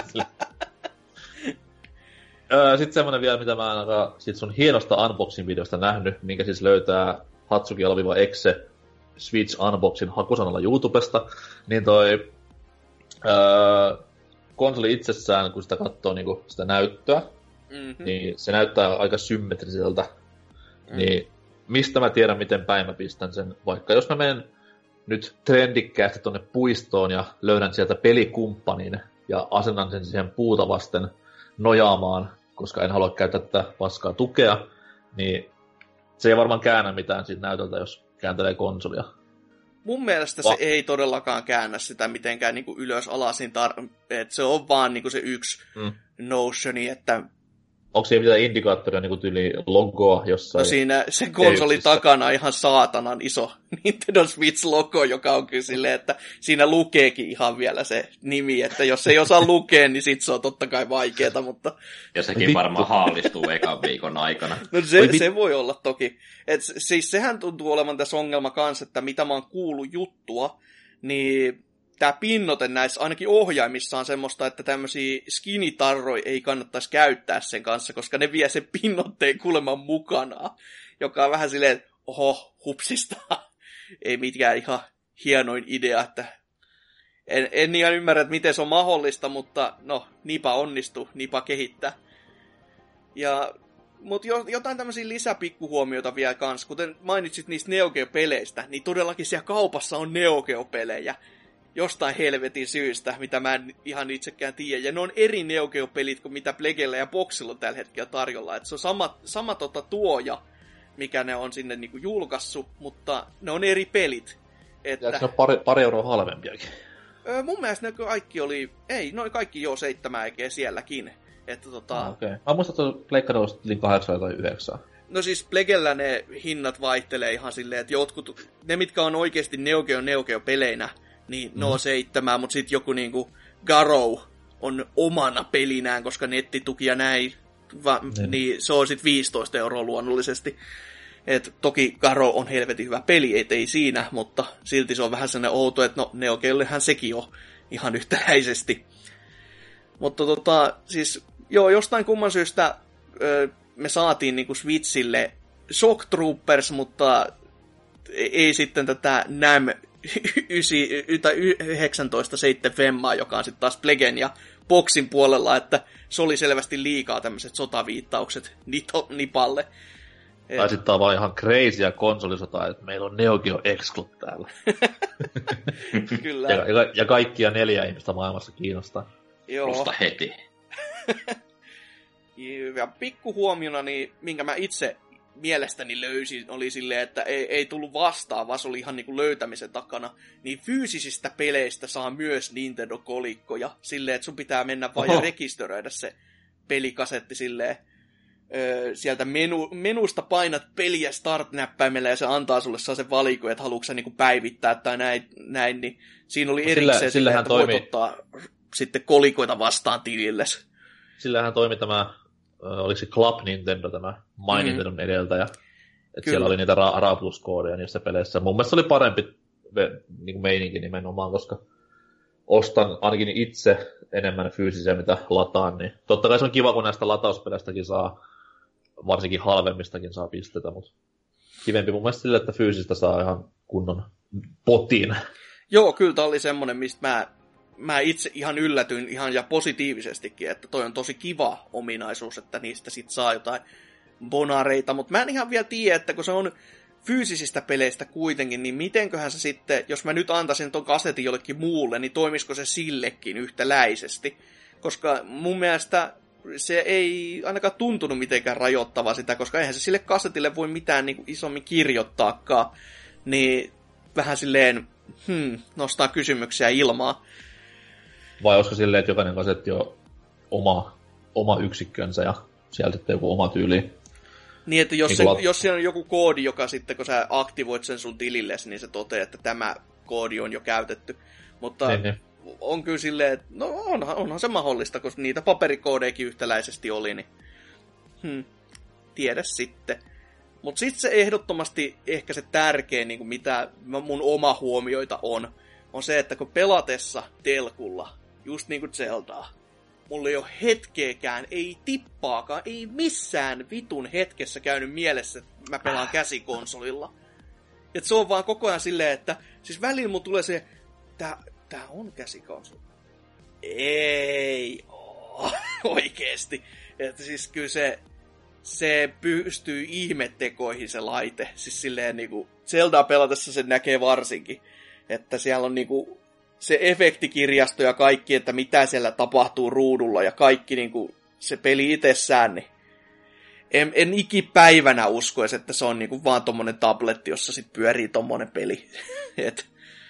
Sitten semmonen vielä, mitä mä en ainakaan sit sun hienosta unboxing-videosta nähnyt, minkä siis löytää Hatsuki-exe Switch Unboxin hakusanalla YouTubesta, niin toi konsoli itsessään, kun sitä katsoo niinku sitä näyttöä, niin se näyttää aika symmetriseltä. Niin mistä mä tiedän, miten päin mä pistän sen, vaikka jos mä menen nyt trendikkäästi tonne puistoon ja löydän sieltä pelikumppanin ja asennan sen siihen puuta vasten nojaamaan, koska en halua käyttää tätä paskaa tukea, niin se ei varmaan käännä mitään siitä näytöltä, jos kääntelee konsolia. Mun mielestä se ei todellakaan käännä sitä mitenkään niin kuin ylös alasin, että se on vaan niin kuin se yksi notioni, että... Onko siinä mitään indikaattoria niin kuin tyyli logoa jossain? No siinä se konsoli takana ihan saatanan iso Nintendo Switch-logo, joka on kyllä silleen, että siinä lukeekin ihan vielä se nimi, että jos ei osaa lukea, niin sit se on totta kai vaikeeta, mutta... Ja sekin varmaan haalistuu ekan viikon aikana. No se voi olla toki. Et siis sehän tuntuu olevan tässä ongelma kanssa, että mitä mä oon kuullut juttua, niin... Tämä pinnote näissä ainakin ohjaimissa on semmoista, että tämmöisiä skinitarroja ei kannattaisi käyttää sen kanssa, koska ne vie sen pinnotteen kuuleman mukanaan, joka on vähän silleen, että oho, hupsista. Ei mitkään ihan hienoin idea, että en ihan ymmärrä, että miten se on mahdollista, mutta no, nipa onnistuu, nipa kehittää. Mutta jotain tämmöisiä lisäpikkuhuomioita vielä kanssa, kuten mainitsit niistä Neo Geo-peleistä, niin todellakin siellä kaupassa on Neo Geo-pelejä. Jostain helvetin syystä, mitä mä en ihan itsekään tiedä. Ja ne on eri Neo Geo-pelit kuin mitä Plegellä ja Boxilla on tällä hetkellä tarjolla. Et se on sama tuoja, mikä ne on sinne niinku julkaissut, mutta ne on eri pelit. Että... Ja se on pari euroa halvempiakin? Mun mielestä ne kaikki oli... Ei, noin kaikki 7 eikä sielläkin. Että okei. Mä muistan, että Pleikka oli 8 tai 9. No siis Plegellä ne hinnat vaihtelee ihan silleen, että jotkut... Ne, mitkä on oikeasti Neo Geo-peleinä, niin no 7, mutta sitten joku niinku Garou on omana pelinään, koska nettituki ja näin, niin se on sitten 15 € luonnollisesti. Et toki Garou on helvetin hyvä peli, ei siinä, mutta silti se on vähän sellainen outo, että no Neo Geollehän sekin on ihan yhtäläisesti. Mutta siis joo, jostain kumman syystä me saatiin niinku Switchille Shock Troopers, mutta ei sitten tätä NAM 19 femmaa, joka on sitten taas Plegen ja Boxin puolella, että se oli selvästi liikaa tämmöiset sotaviittaukset nipalle. Tai sitten on vaan ihan crazyä konsolisota, että meillä on Neo Geo Exclut täällä. Kyllä. Ja kaikkia 4 ihmistä maailmassa kiinnostaa. Joo. Musta heti. Ja pikkuhuomiona, niin, minkä mä itse mielestäni löysin, oli silleen, että ei tullut vastaan, vaan se oli ihan niinku löytämisen takana. Niin fyysisistä peleistä saa myös Nintendo-kolikkoja silleen, että sun pitää mennä vaan ja rekisteröidä se pelikasetti silleen. sieltä menusta painat peliä Start-näppäimellä ja se antaa sulle sen valikon, että haluatko sä niinku päivittää tai näin, niin siinä oli erikseen sillä että voit ottaa sitten kolikoita vastaan tililles. Sillähän toimi tämä, oliko se Club Nintendo, tämä My Nintendon edeltäjä. Että siellä oli niitä Ra+-koodeja niissä peleissä. Mun mielestä se oli parempi niin meininki nimenomaan, koska ostan ainakin itse enemmän fyysisiä, mitä lataan. Niin totta kai se on kiva, kun näistä latauspelestäkin saa, varsinkin halvemmistakin saa pistetä, mutta kivempi mun mielestä sille, että fyysistä saa ihan kunnon potin. Joo, kyllä tämä oli semmoinen, mistä mä itse ihan yllätyin ihan ja positiivisestikin, että toi on tosi kiva ominaisuus, että niistä sit saa jotain bonareita, mutta mä en ihan vielä tiedä, että kun se on fyysisistä peleistä kuitenkin, niin mitenköhän se sitten, jos mä nyt antaisin ton kasetin jollekin muulle, niin toimisiko se sillekin yhtäläisesti? Koska mun mielestä se ei ainakaan tuntunut mitenkään rajoittava sitä, koska eihän se sille kasetille voi mitään niin kuin isommin kirjoittaakaan, niin vähän silleen nostaa kysymyksiä ilmaan. Vai olisiko silleen, että jokainen kasetti on oma yksikkönsä ja sieltä sitten joku oma tyyli? Niin, että jos siellä on joku koodi, joka sitten, kun sä aktivoit sen sun tilillesi, niin se toteaa, että tämä koodi on jo käytetty. Mutta on kyllä silleen, että no onhan se mahdollista, koska niitä paperikoodejakin yhtäläisesti oli, niin tiedä sitten. Mutta sitten se ehdottomasti ehkä se tärkein, niin kuin mitä mun oma huomioita on se, että kun pelatessa telkulla, just niin kuin Zeldaa, mulla ei ole hetkeäkään, ei tippaakaan, ei missään vitun hetkessä käynyt mielessä, että mä pelaan käsikonsolilla. Et se on vaan koko ajan silleen, että siis välillä mun tulee se, tää on käsikonsoli. Ei oo, oikeesti. Että siis kyllä se pystyy ihmettekoihin se laite. Siis silleen niinku, Zeldaa pelatessa se näkee varsinkin, että siellä on niinku se efektikirjasto ja kaikki, että mitä siellä tapahtuu ruudulla ja kaikki niinku se peli itsessään, niin en ikipäivänä uskoisi, että se on niinku vaan tommonen tabletti, jossa sit pyörii tommonen peli. Et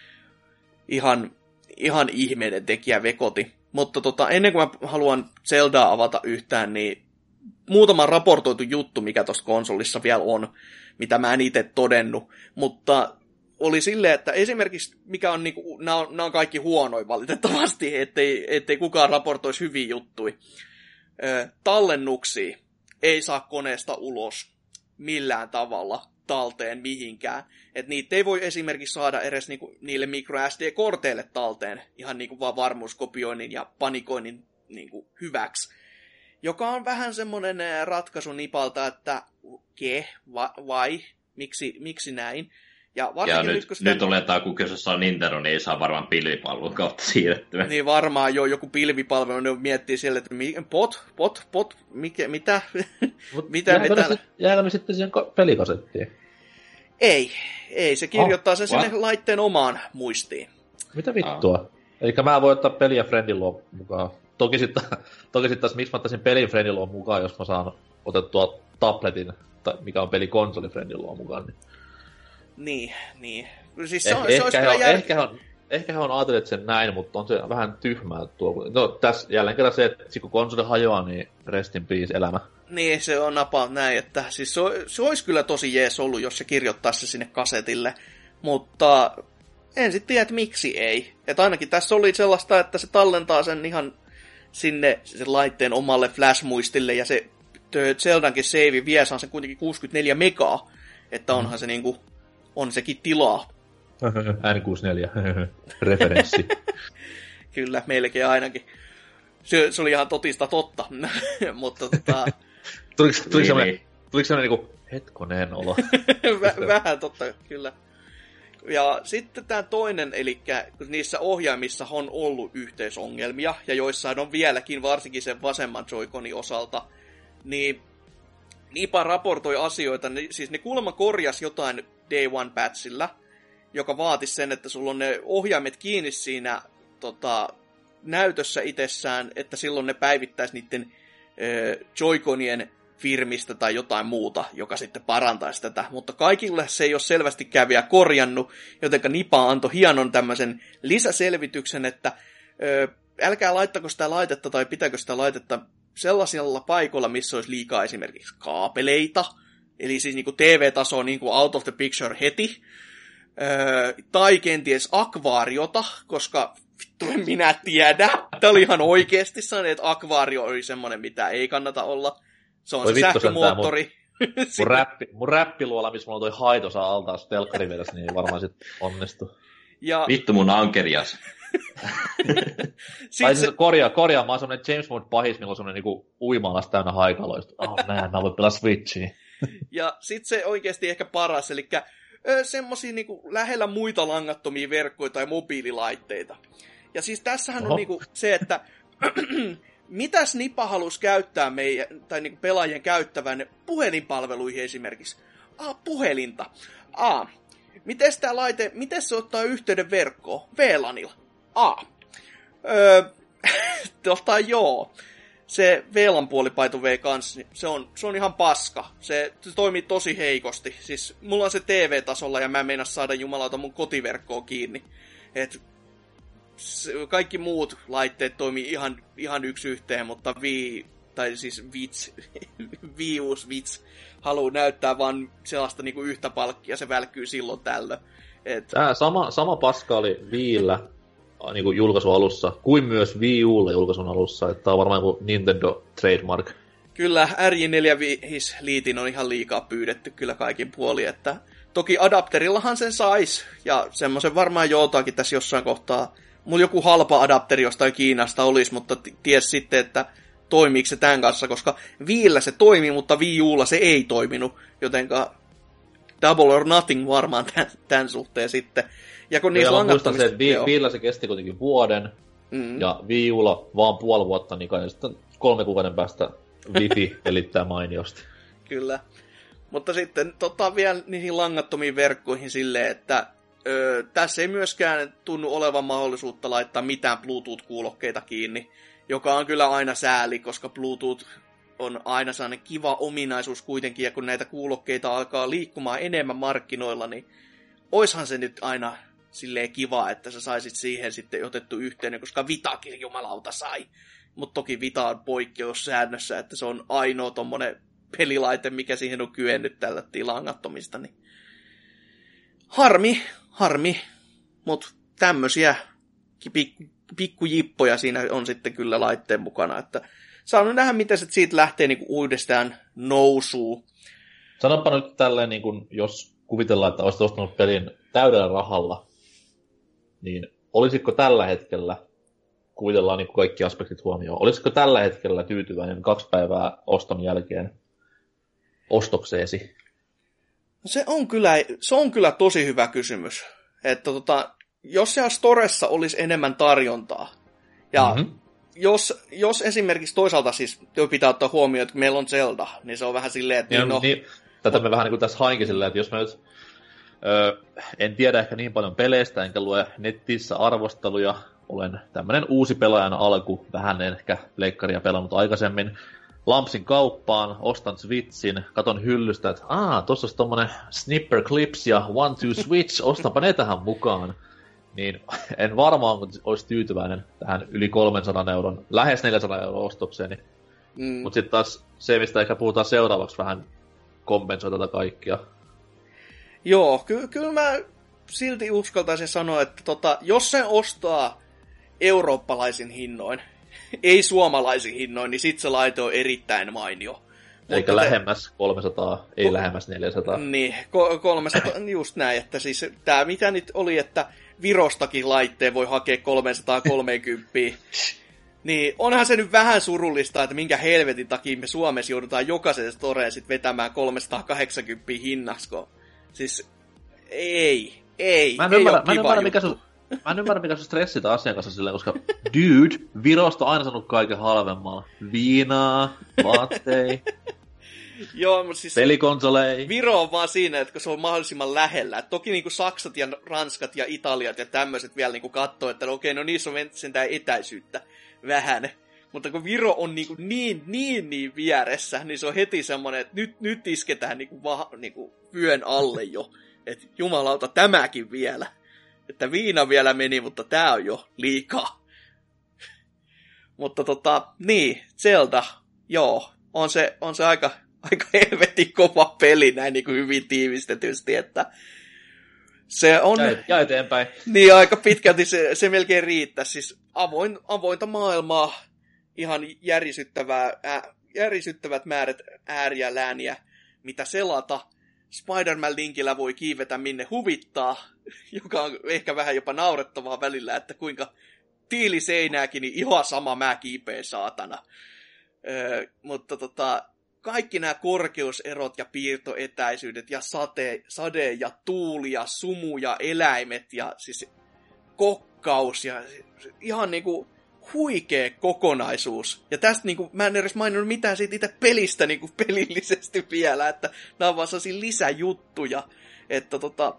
ihan ihmeinen tekijä vekoti. Mutta ennen kuin mä haluan Zeldaa avata yhtään, niin muutama raportoitu juttu, mikä tossa konsolissa vielä on, mitä mä en itse todennut, mutta oli silleen, että esimerkiksi, mikä on niinku, nämä on kaikki huonoja valitettavasti, ettei kukaan raportoisi hyviä juttuja. Tallennuksia ei saa koneesta ulos millään tavalla talteen mihinkään. Että niitä ei voi esimerkiksi saada edes niinku niille microSD-korteille talteen ihan niinku vaan varmuuskopioinnin ja panikoinnin niinku hyväksi. Joka on vähän semmoinen ratkaisu Nipalta, että vai, miksi näin? Ja nyt oletaan, kun kyseessä on Nintendo, niin ei saa varmaan pilvipalvelun kautta siirrettyä. Niin varmaan joku pilvipalvelu, ne miettii siellä, että mitä? Jääkö ne sitten siihen pelikasettiin? Ei, se kirjoittaa sen sinne laitteen omaan muistiin. Mitä vittua? Eli mä voin ottaa peli ja Friendiloon mukaan. Toki sitten taas, miksi mä ottaisin pelin Friendiloon mukaan, jos mä saan otettua tabletin, mikä on peli konsoli Friendiloon mukaan. Niin. Siis ehkä he on ajatelleet sen näin, mutta on se vähän tyhmää tuo. No tässä jälleen kerran se, että kun konsoli hajoaa, niin rest in peace elämä. Niin, se on about näin, että siis se olisi kyllä tosi jees ollut, jos se kirjoittaisi se sinne kasetille, mutta en sitten tiedä, että miksi ei. Että ainakin tässä oli sellaista, että se tallentaa sen ihan sinne sen laitteen omalle flash-muistille, ja se Zeldankin save vie saa sen kuitenkin 64 megaa, että onhan se niinku, on sekin tilaa. N64, referenssi. Kyllä, melkein ainakin. Se oli ihan totista totta, mutta Tuliko sellainen niinku hetkonen olo? Vähän totta, kyllä. Ja sitten tämä toinen, eli kun niissä ohjaimissa on ollut yhteisongelmia, ja joissain on vieläkin, varsinkin sen vasemman Joy-Conin osalta, niin Nipa raportoi asioita, siis ne kuulemma korjasi jotain Day One patchillä, joka vaatisi sen, että sulla on ne ohjaimet kiinni siinä näytössä itsessään, että silloin ne päivittäisi niiden Joy-Conien firmistä tai jotain muuta, joka sitten parantaisi tätä. Mutta kaikille se ei ole selvästikään vielä korjannut, jotenka Nipa antoi hienon tämmöisen lisäselvityksen, että älkää laittako sitä laitetta tai pitäkö sitä laitetta sellaisilla paikoilla, missä olisi liikaa esimerkiksi kaapeleita, eli siis niin kuin TV-taso niin kuin out of the picture heti, tai kenties akvaariota, koska vittu en minä tiedä. Tämä oli ihan oikeasti sellainen, että akvaario oli semmoinen, mitä ei kannata olla. Se on se sähkömoottori. Mun räppiluola, missä mulla on toi haitosa altaas telkkari vedessä, niin varmaan sit onnistu. Ja... Vittu mun ankerias. Tai siis korjaa, mä oon semmonen James Bond pahis, millä on semmonen niinku uima-alas täynnä haikaloista. Mä voin pelaa Switchiä. Ja sit se oikeesti ehkä paras, eli semmosia niinku lähellä muita langattomia verkkoja tai mobiililaitteita. Ja siis tässähän on niinku se, että mitäs Nipa halusi käyttää meidän, tai niinku pelaajien käyttävän puhelinpalveluihin esimerkiksi? Puhelinta. Miten tämä laite, miten se ottaa yhteyden verkkoon? VLANilla. Joo. Se VLAN puoli by the way kans, se on ihan paska. Se toimii tosi heikosti. Siis mulla on se TV-tasolla ja mä en meinaa saada jumalauta mun kotiverkkoon kiinni. Et kaikki muut laitteet toimii ihan yksi yhteen, mutta Vits haluaa näyttää vaan sellaista niinku yhtä palkkia, se välkkyy silloin tällöin. Sama paska oli Viillä niinku julkaisun alussa, kuin myös Wii Ulla julkaisun alussa, että tää on varmaan joku Nintendo trademark. Kyllä, RJ45-liitin on ihan liikaa pyydetty kyllä kaikin puolin, että toki adapterillahan sen sais, ja semmoisen varmaan joutaakin tässä jossain kohtaa. Mulla joku halpa adapteri jostain Kiinasta olisi, mutta ties sitten, että toimiiko se tämän kanssa, koska Viillä se toimii, mutta Wii Ulla se ei toiminut, jotenka double or nothing varmaan tämän suhteen sitten. Ja kun niissä langattomista... Viillä se kesti kuitenkin vuoden, ja Wii Ulla vaan puoli vuotta, niin kai sitten 3 kuukauden päästä Wi-Fi pelittää mainiosti. Kyllä. Mutta sitten vielä niihin langattomiin verkkoihin silleen, että tässä ei myöskään tunnu olevan mahdollisuutta laittaa mitään Bluetooth-kuulokkeita kiinni, joka on kyllä aina sääli, koska Bluetooth on aina sellainen kiva ominaisuus kuitenkin, ja kun näitä kuulokkeita alkaa liikkumaan enemmän markkinoilla, niin oishan se nyt aina silleen kiva, että sä saisit siihen sitten otettu yhteyden, koska Vitakin jumalauta sai. Mutta toki Vita on poikkeussäännössä, että se on ainoa tommonen pelilaite, mikä siihen on kyennyt tällä langattomista. Niin harmi, mutta tämmösiä pikkujippoja siinä on sitten kyllä laitteen mukana, että saa nähdä, miten se siitä lähtee niinku uudestaan nousuun. Sanoppa nyt tälleen, niin kun, jos kuvitellaan, että olisit ostanut pelin täydellä rahalla, niin olisitko tällä hetkellä, kuvitellaan niin kaikki aspektit huomioon, olisitko tällä hetkellä tyytyväinen 2 päivää oston jälkeen ostokseesi? Se on kyllä tosi hyvä kysymys. Että jos siellä Storessa olisi enemmän tarjontaa, ja jos esimerkiksi toisaalta siis pitää ottaa huomioon, että meillä on Zelda, niin se on vähän silleen, että tätä me vähän niin kuin tässä hainkin silleen, että jos mä nyt en tiedä ehkä niin paljon peleistä, enkä lue netissä arvosteluja, olen tämmönen uusi pelaajan alku, vähän ehkä leikkaria pelannut aikaisemmin, lampsin kauppaan, ostan Switchin, katon hyllystä, että tossa on tommonen Snipper Clips ja 1-2 Switch, ostanpa ne tähän mukaan. Niin en varmaan olisi tyytyväinen tähän yli 300 €, lähes 400 € ostokseeni. Mutta sitten taas se, mistä ehkä puhutaan seuraavaksi, vähän kompensoi tätä kaikkia. Joo, kyllä mä silti uskaltaisin sanoa, että jos se ostaa eurooppalaisin hinnoin, ei suomalaisin hinnoin, niin sit se laite on erittäin mainio. Eikä lähemmäs 300, ei lähemmäs 400. Niin, 300, just näin, että siis tää mitä nyt oli, että Virostakin laitteen voi hakea 330. Niin onhan se nyt vähän surullista, että minkä helvetin takia me Suomessa joudutaan jokaisen storeen sit vetämään 380 hinnasko. Siis ei. Mä en ymmärrä, mikä sun stressit asian kanssa silleen, koska dude, Virosta on aina sanonut kaiken halvemmalla. Viinaa, vaatteja, joo, mutta siis pelikonsoleja. Viro on vaan siinä, että se on mahdollisimman lähellä. Et toki niinku Saksat ja Ranskat ja Italiat ja tämmöiset vielä niinku katsoo, että okei, no niissä on sentään etäisyyttä vähän. Mutta kun Viro on niinku niin vieressä, niin se on heti semmoinen, että nyt isketään niinku vyön alle jo. Että jumalauta, tämäkin vielä. Että viina vielä meni, mutta tää on jo liikaa. Mutta niin, Zelda joo, on se aika helvetin kova peli näin niin kuin hyvin tiivistetysti, että se on... Ja eteenpäin. Niin, aika pitkälti se melkein riittää. Siis avointa maailmaa, ihan järisyttävät määrät ääriä lääniä, mitä selata. Spider-Man-linkillä voi kiivetä minne huvittaa, joka on ehkä vähän jopa naurettavaa välillä, että kuinka tiiliseinääkin, niin ihan sama mä kiipeen saatana. Mutta kaikki nämä korkeuserot ja piirtoetäisyydet ja sade ja tuuli ja sumu ja eläimet ja siis kokkaus ja ihan niinku huikea kokonaisuus. Ja tästä niinku, mä en edes maininnut mitään siitä itse pelistä niinku pelillisesti vielä, että nämä on vaan sellaisia lisäjuttuja, että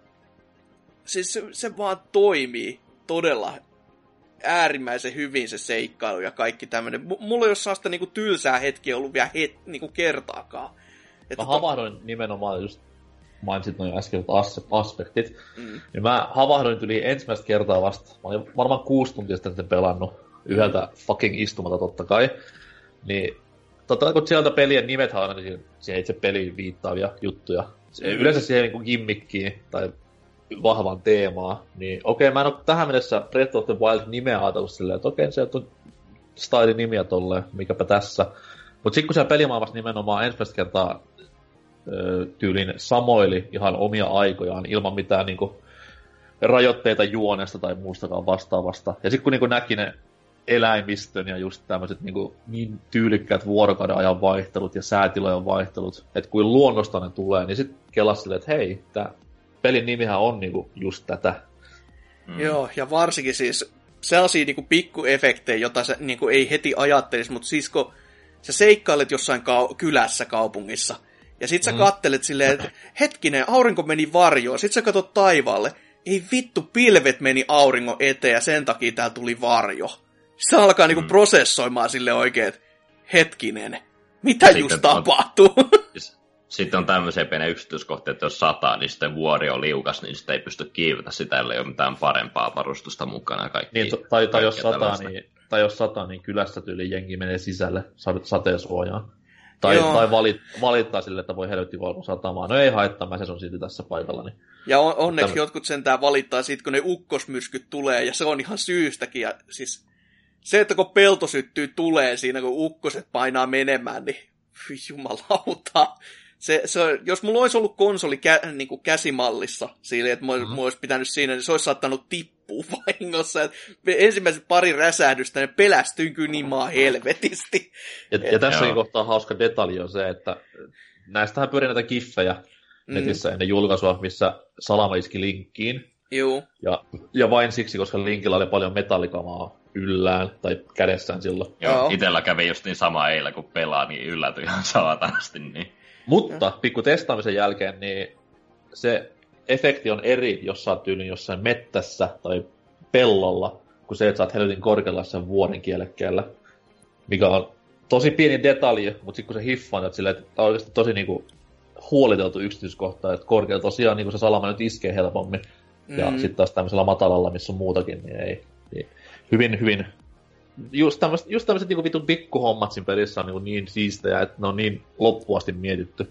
siis se vaan toimii todella äärimmäisen hyvin se seikkailu ja kaikki tämmöinen. Mulla ei ole sellaista niinku tylsää hetkiä ollut vielä niinku kertaakaan. Mä havahdoin nimenomaan, just mainitsit noin äsken aspektit, niin mä havahdoin yli ensimmäistä kertaa vasta. Mä olin varmaan 6 tuntia sitten pelannut yhdeltä fucking istumalta totta kai. Niin totta kai kun sieltä pelien nimet on aina siihen itse peliin viittaavia juttuja. Yleensä siihen niinku gimmickiin tai vahvan teemaa, niin okei, mä en ole tähän mennessä Breath of the Wild-nimeä ajatellut silleen, että okei, sieltä on style-nimiä tolleen, mikäpä tässä. Mut sit kun siellä pelimaailmassa nimenomaan ensimmäistä kertaa tyylin samoili ihan omia aikojaan ilman mitään niinku rajoitteita juonesta tai muustakaan vastaavasta. Ja sit kun niinku näki ne eläimistön ja just tämmöiset niinku niin tyylikkäät vuorokauden ajan vaihtelut ja säätilojen vaihtelut, että kuin luonnosta ne tulee, niin sit kelasi silleen, että hei, tää pelin nimihän on niinku just tätä. Joo, ja varsinkin siis sellaisia niinku pikkuefektejä, jota sä niinku ei heti ajattelisi, mutta siis kun sä seikkailet jossain kylässä, kaupungissa, ja sit sä kattelet silleen, että hetkinen, aurinko meni varjoon, sit sä katot taivaalle, ei vittu, pilvet meni auringon eteen, ja sen takia täällä tuli varjo. Sitten se alkaa niinku prosessoimaan silleen oikein, että hetkinen, mitä sitten just tapahtuu? Sitten on tämmöisiä pieniä yksityiskohtia, että jos sataa, niin sitten vuori on liukas, niin sitten ei pysty kiivetä sitä, ellei ole mitään parempaa varustusta mukana. Kaikki, niin, tai jos sataa, niin kylästä tyyli jengi menee sisälle sateensuojaan. Tai valittaa sille, että voi helvetti valko satamaan. No ei haittaa, mä se on silti tässä paikalla. Niin. Ja onneksi jotkut sentään valittaa siitä, kun ne ukkosmyrskyt tulee, ja se on ihan syystäkin. Ja siis se, että kun pelto syttyy tulee siinä, kun ukkoset painaa menemään, niin jumalauta. Jos mulla olisi ollut konsoli niinku käsimallissa siinä, että mulla olisi pitänyt siinä, niin se olisi saattanut tippua vahingossa. Ensimmäiset pari räsähdystä, ne pelästyin kyllä niin maan helvetisti. Ja tässäkin kohtaa hauska detalji on se, että näistähän pyörii näitä giffejä netissä ennen julkaisua, missä Salama iski Linkkiin. Juu. Ja vain siksi, koska Linkillä oli paljon metallikamaa yllään tai kädessään silloin. Joo, itellä kävi just niin sama eilen, kun pelaa, niin yllätyi ihan saatanasti. Niin. Mutta pikku testaamisen jälkeen, niin se efekti on eri, jos sä oot tyyliin jossain mettässä tai pellolla, kuin se, että sä oot helvetin korkealla sen vuoren kielekkeellä. Mikä on tosi pieni detalji, mutta sitten kun se hiffaa, että silleen, että on oikeasti tosi niinku huoliteltu yksityiskohta, että korkealla tosiaan niinku se salama nyt iskee helpommin. Ja sitten taas tämmöisellä matalalla, missä on muutakin, niin ei. Hyvin. Just tämmöiset niinku vitun pikkuhommat siinä pelissä on niin siistejä, että ne on niin loppuasti mietitty.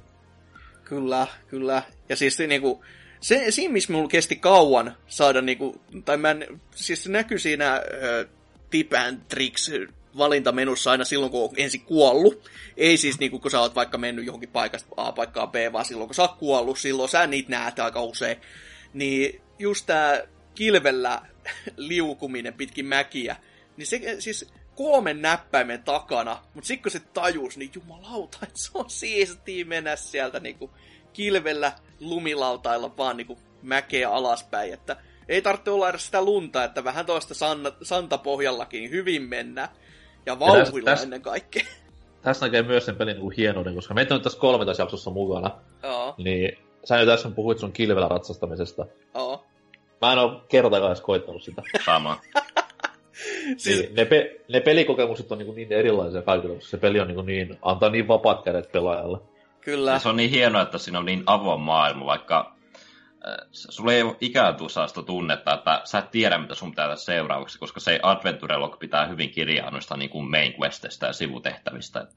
Kyllä. Ja siis niinku, siinä missä mulla kesti kauan saada niinku, tai siis se näkyy siinä tip and tricks valintamenussa aina silloin, kun on ensin kuollut. Ei siis niinku, kun sä oot vaikka mennyt johonkin paikasta A paikkaan B, vaan silloin, kun sä oot kuollut, silloin sä niitä näet aika usein. Niin just tää kilvellä liukuminen pitkin mäkiä, niin se siis 3 näppäimen takana, mutta sitten kun se tajus, niin jumalauta, että se on siistiä mennä sieltä niinku kilvellä lumilautailla vaan niinku mäkeä alaspäin, että ei tarvitse olla edes sitä lunta, että vähän toista santapohjallakin hyvin mennä, ja vauhdilla ennen kaikkea. Tässä näkee myös sen pelin niinku hienouden, koska meitä on tässä 13 jaksossa mukana, niin sä nyt tässä puhuit sun kilvellä ratsastamisesta. Joo. Mä en oo kertaakaan edes koittanut sitä. Sama. Siis... Niin, ne pelikokemukset on niin erilaisia kaikille, koska se peli on niin antaa niin vapaat kädet pelaajalle. Kyllä. Ja se on niin hienoa, että siinä on niin avoin maailma, vaikka sulla ei ole ikään sellaista tunnetta, että sä et tiedä, mitä sun pitää tehdä seuraavaksi, koska se Adventure Log pitää hyvin kirjaa noista niin kuin main questista ja sivutehtävistä, että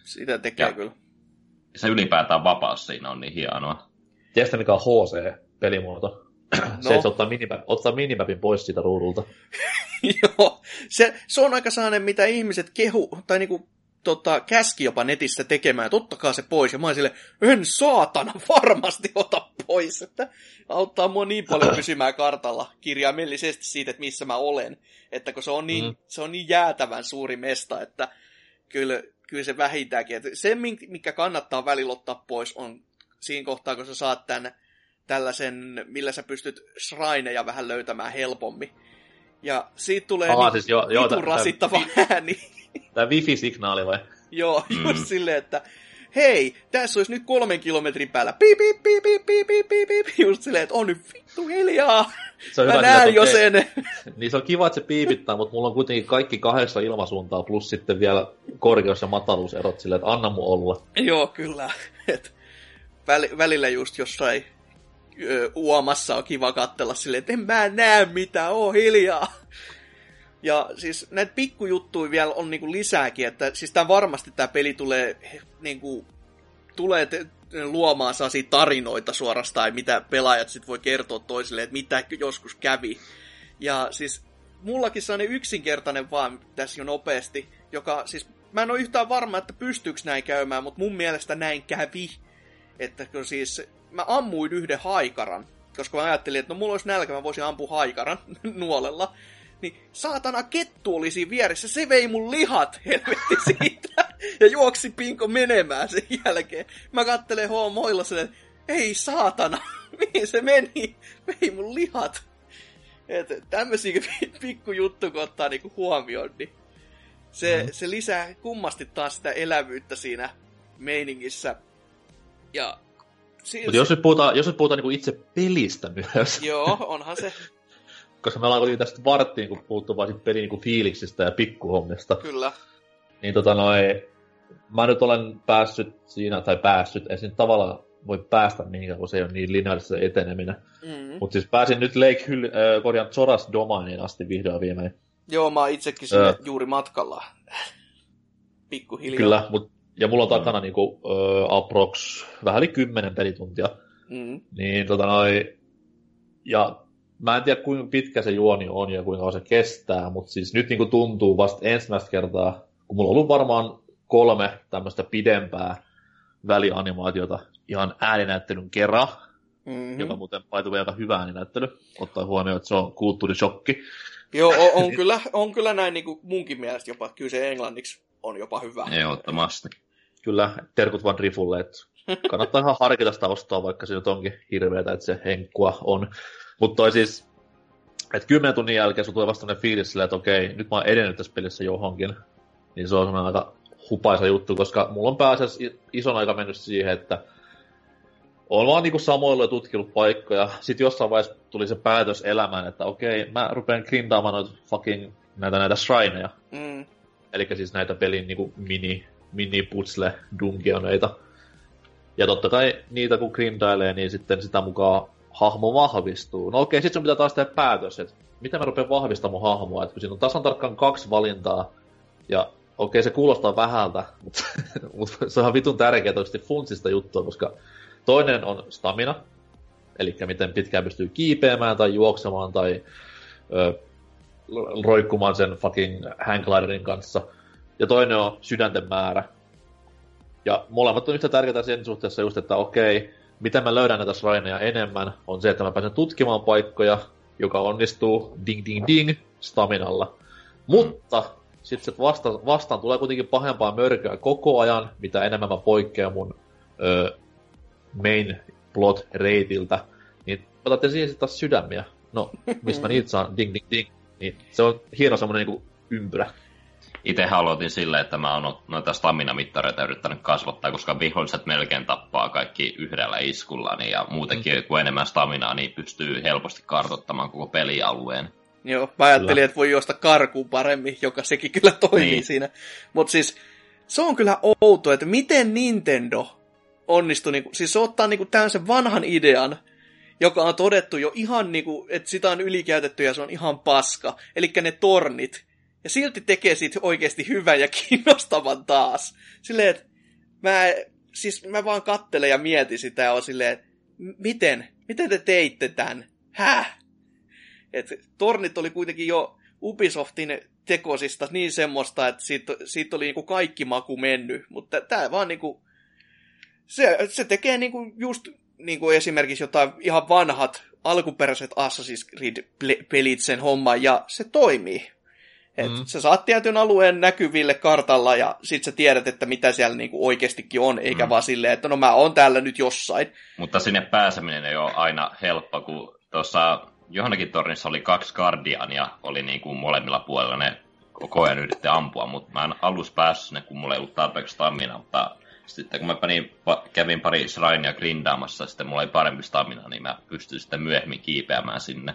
Sitä tekee Ja kyllä. Se ylipäätään vapaus siinä on niin hienoa. Tiedätkö mikä on HC-pelimuoto? No. Se, että ottaa minimapin pois siitä ruudulta. Joo, se on aika sellainen, mitä ihmiset tai niinku, käski jopa netistä tekemään, että ottakaa se pois. Ja mä oon silleen, en saatana varmasti ota pois, että auttaa mua niin paljon pysymään kartalla kirjaimellisesti siitä, että missä mä olen. Että kun se on niin jäätävän suuri mesta, että kyllä se vähintäänkin. Että se, mikä kannattaa välillä ottaa pois, on siinä kohtaa, kun sä saat tällaisen, millä sä pystyt shrineja vähän löytämään helpommin. Ja siitä tulee vitun rasittava ääni. Tää wifi-signaali vai? Joo, just silleen, että hei, tässä olisi nyt 3 kilometrin päällä. Piip, piip, piip, piip, piip, piip, piip, piip. Just silleen, että on nyt vittu hiljaa. Mä näen jo sen. Niin se on kiva, että se piipittää, mutta mulla on kuitenkin kaikki 8 ilmasuuntaa, plus sitten vielä korkeus- ja mataluuserot silleen, että anna mun olla. Joo, kyllä. Et välillä just jossain uomassa on kiva katsella silleen, että en mä näe mitään, oo hiljaa. Ja siis näitä pikkujuttuja vielä on niinku lisääkin, että siis varmasti tää peli tulee niinku, luomaan sellaisia tarinoita suorastaan, mitä pelaajat sit voi kertoa toisille, että mitä joskus kävi. Ja siis mullakin sellainen yksinkertainen vaan tässä jo nopeasti, joka siis mä en ole yhtään varma, että pystyykö näin käymään, mutta mun mielestä näin kävi. Että kun siis mä ammuin yhden haikaran, koska mä ajattelin, että no mulla olisi nälkä, mä voisin ampua haikaran nuolella. Niin saatana kettu oli siinä vieressä, se vei mun lihat helvetti siitä ja juoksi pinko menemään sen jälkeen. Mä kattelen hoomoilla sen, että ei saatana, mihin se meni, vei mun lihat. Että tämmöisiä pikkujuttuja kun ottaa niinku huomioon, niin se lisää kummasti taas sitä elävyyttä siinä meiningissä. Ja mutta jos nyt puhutaan niinku itse pelistä myös. Joo, onhan se. Koska me ollaan tästä varttiin, kun puhuttu vaan pelin niinku fiiliksistä ja pikkuhommista. Kyllä. Niin mä nyt olen päässyt, ei siinä tavallaan voi päästä niinkään, kun se ei ole niin lineaarista eteneminen. Mutta siis pääsin nyt Zoras Domainiin asti vihdoin viimein. Joo, mä oon itsekin sinne juuri matkalla. Pikkuhiljaa. Kyllä, ja mulla on takana niinku approx vähän yli 10 pelituntia. Niin ja mä en tiedä kuinka pitkä se juoni on ja kuinka se kestää, mutta siis nyt niinku tuntuu vasta ensimmäistä kertaa, kun mulla on ollut varmaan 3 tämmöistä pidempää välianimaatiota ihan ääninäyttelyn kerran, joka muuten paitui aika hyvä ääninäyttely, ottaa huomioon, että se on kulttuurishokki. Joo, on kyllä näin niinku munkin mielestä jopa, kyllä se englanniksi on jopa hyvä. Ehdottomasti. Kyllä, terkut vaan Rifulle, että kannattaa ihan harkita sitä ostaa, vaikka se nyt onkin hirveetä, että se henkkua on. Mutta toi siis, että 10 tunnin jälkeen sulla tulee vasta sellainen fiilis silleen, että okei, nyt mä oon edennyt tässä pelissä johonkin. Niin se on sellainen aika hupaisa juttu, koska mulla on pääasiassa ison aika mennyt siihen, että oon vaan niinku samoilla ja tutkinut paikkoja. Sitten jossain vaiheessa tuli se päätös elämään, että okei, mä rupean grindaamaan noita fucking näitä shrineja. Elikkä siis näitä pelin niinku mini-putsle dungeoneita. Ja totta kai niitä kun grindailee, niin sitten sitä mukaan hahmo vahvistuu. No okei, sit sun pitää taas tehdä päätös, että miten mä rupean vahvistamaan mun hahmoa. Että kun siinä on tasan tarkkaan 2 valintaa, ja okei, se kuulostaa vähältä, mutta se on ihan vitun tärkeää oikeasti funtsista juttua, koska toinen on stamina, eli miten pitkään pystyy kiipeämään tai juoksemaan tai roikkumaan sen fucking hanggliderin kanssa. Ja toinen on sydänten määrä. Ja molemmat on yhtä tärkeää sen suhteessa just, että okei, miten mä löydän näitä shrineja enemmän, on se, että mä pääsen tutkimaan paikkoja, joka onnistuu ding ding ding staminalla. Mutta sitten se vastaan tulee kuitenkin pahempaa mörköä koko ajan, mitä enemmän mä poikkean mun main plot reitiltä. Niin otatte siihen sitten taas sydämiä. No, mistä mä niitä saan ding ding ding. Niin se on hieno semmonen niinku ympyrä. Itse aloitin silleen, että mä oon noita stamina-mittareita yrittänyt kasvattaa, koska viholliset melkein tappaa kaikki yhdellä iskulla, niin ja muutenkin kun enemmän staminaa, niin pystyy helposti kartoittamaan koko pelialueen. Joo, mä ajattelin, että voi juosta karkuun paremmin, joka sekin kyllä toimii niin siinä. Mutta siis se on kyllä outo, että miten Nintendo onnistui, siis se ottaa tämmöisen vanhan idean, joka on todettu jo ihan että sitä on ylikäytetty ja se on ihan paska. Elikkä ne tornit. Ja silti tekee siitä oikeasti hyvän ja kiinnostavan taas. Silleen, että mä vaan kattelen ja mietin sitä ja oon silleen, miten te teitte tän? Häh? Et Tornit oli kuitenkin jo Ubisoftin tekosista niin semmoista, että siitä oli niinku kaikki maku mennyt, mutta tää vaan niinku, se tekee niinku just niinku esimerkiksi jotain ihan vanhat alkuperäiset Assassin's Creed-pelit sen homman, ja se toimii. Sä saat tietyn alueen näkyville kartalla, ja sit sä tiedät, että mitä siellä niinku oikeastikin on, eikä vaan silleen, että no mä oon täällä nyt jossain. Mutta sinne pääseminen ei ole aina helppo, kun tuossa johonkin tornissa oli 2 Guardiania, oli niinku molemmilla puolilla, ne koko ajan yritti ampua, mutta mä en alussa päässyt sinne, kun mulla ei ollut tarpeeksi stamina, mutta sitten kun mä kävin pari shrinea grindaamassa, sitten mulla ei parempi stamina, niin mä pystyin sitten myöhemmin kiipeämään sinne.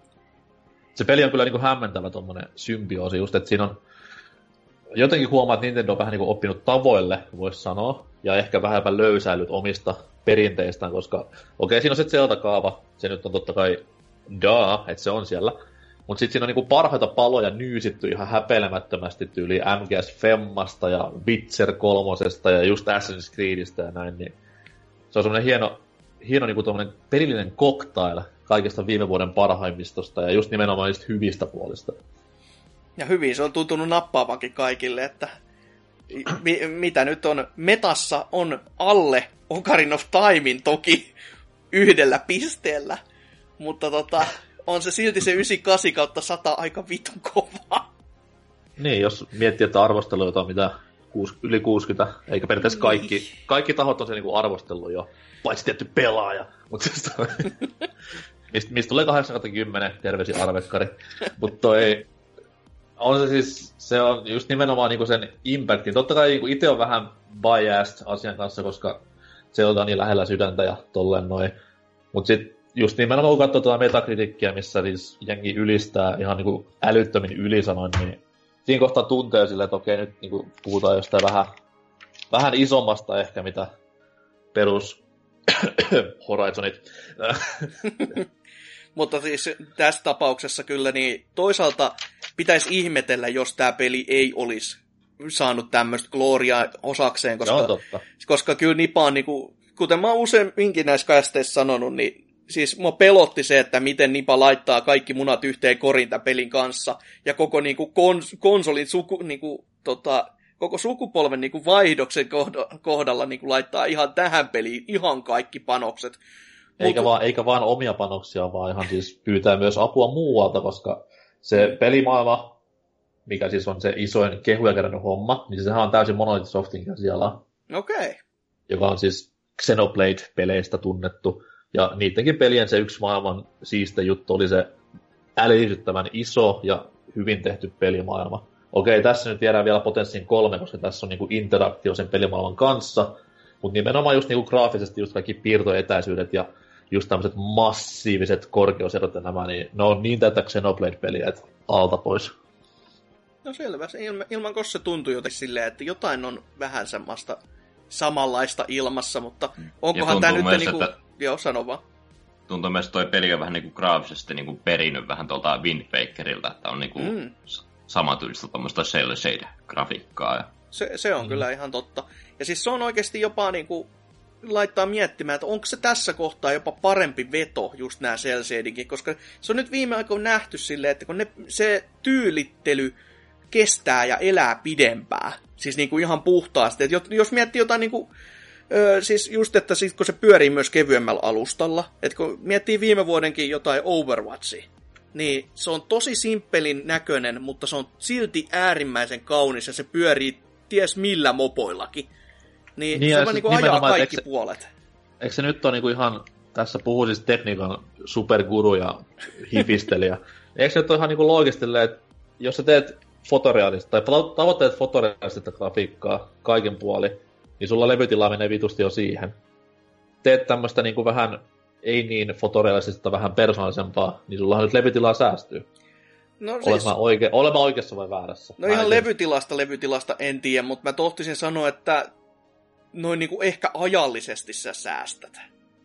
Se peli on kyllä niinku hämmentävä tommonen symbioosi just, että siinä on jotenkin huomaa, että Nintendo on vähän niinku oppinut tavoille, voisi sanoa, ja ehkä vähän löysäillyt omista perinteistään, koska siinä on se Zelda-kaava, se nyt on totta kai että se on siellä, mutta sitten siinä on niinku parhaita paloja nyysitty ihan häpeilemättömästi tyyliin MGS Femmasta ja Witcher 3 ja just Assassin's Creedistä ja näin, niin se on semmoinen hieno niinku tommonen pelillinen cocktail kaikista viime vuoden parhaimmistosta ja just nimenomaan niistä hyvistä puolista. Ja hyvin se on tuntunut nappaavankin kaikille, että mitä nyt on, metassa on alle Ocarina of Timein toki 1 pisteellä, mutta on se silti se 98/100 aika vitun kovaa. Niin, jos miettii, että arvostelu on mitä yli 60, eikä periaatteessa kaikki tahot on se niinku arvostellut jo, paitsi tietty pelaaja. Mutta mistä tulee 8/10, terveisiä arvekkari. Mutta on se siis, se on just nimenomaan niinku sen impactin. Totta kai niinku itse on vähän biased asian kanssa, koska se on niin lähellä sydäntä ja tolleen noin. Mut sit just nimenomaan kun katsoo tuota Metacriticia, missä siis jengi ylistää ihan niinku älyttömin ylisanoin, niin siinä kohtaa tuntee silleen, että okei, nyt niinku puhutaan jostain vähän isommasta ehkä, mitä perus Horizonit. Mutta siis tässä tapauksessa kyllä niin toisaalta pitäisi ihmetellä, jos tämä peli ei olisi saanut tämmöistä gloriaa osakseen, koska kyllä Nipa on, niinku, kuten mä oon useamminkin näissä kästeissä sanonut, niin siis mua pelotti se, että miten Nipa laittaa kaikki munat yhteen korin tämän pelin kanssa, ja koko niinku konsolin koko sukupolven niinku vaihdoksen kohdalla niinku laittaa ihan tähän peliin ihan kaikki panokset. Eikä vaan omia panoksia, vaan ihan siis pyytää myös apua muualta, koska se pelimaailma, mikä siis on se isoin kehuja kerännyt homma, niin sehän on täysin Monolith Softin käsialaa. Okei. Joka on siis Xenoblade-peleistä tunnettu. Ja niidenkin pelien se yksi maailman siiste juttu oli se ällistyttävän iso ja hyvin tehty pelimaailma. Tässä nyt viedään vielä Potenssiin 3, koska tässä on niinku interaktio sen pelimaailman kanssa. Mutta nimenomaan just niinku graafisesti just kaikki piirtoetäisyydet ja just tämmöiset massiiviset korkeuserot ja nämä, niin ne on niin tätä Xenoblade-peliä, että alta pois. No selvä. Ilman koska se tuntui jotenkin silleen, että jotain on vähän semmoista samanlaista ilmassa, mutta onkohan tämä nyt niinku... Että... Joo, sano vaan. Tuntuu myös, että toi peli on vähän niinku graafisesti niinku perinnyt vähän tuolta Wind Wakerilta, että on niinku samantyylistä tuommoista cel shade-grafiikkaa. Se on kyllä ihan totta. Ja siis se on oikeasti jopa niinku laittaa miettimään, että onko se tässä kohtaa jopa parempi veto, just nämä cel shadingin, koska se on nyt viime aikoina nähty silleen, että kun se tyylittely kestää ja elää pidempään, siis niinku ihan puhtaasti. Et jos miettii jotain niinku, siis just, että sit, kun se pyörii myös kevyemmällä alustalla, että kun miettii viime vuodenkin jotain Overwatchia, niin se on tosi simppelin näköinen, mutta se on silti äärimmäisen kaunis ja se pyörii ties millä mopoillakin. Niin se vaan niinku ajaa kaikki puolet. Eikö se nyt ole niinku ihan, tässä puhuu siis tekniikan superguru ja hifistelijä. Eikö se nyt ole ihan niinku loogisesti, että jos sä teet fotorealista, tai tavoitteet fotorealistista grafiikkaa kaiken puoli, niin sulla levytilaa menee vitusti jo siihen. Teet tämmöstä niinku vähän, ei niin fotorealistista, vähän persoonallisempaa, niin sullahan nyt levytilaa säästyy. No siis... Olen mä oikeassa vai väärässä? No ihan levytilasta en tiedä, mutta mä tohtisin sanoa, että noin niinku ehkä ajallisesti sä säästät.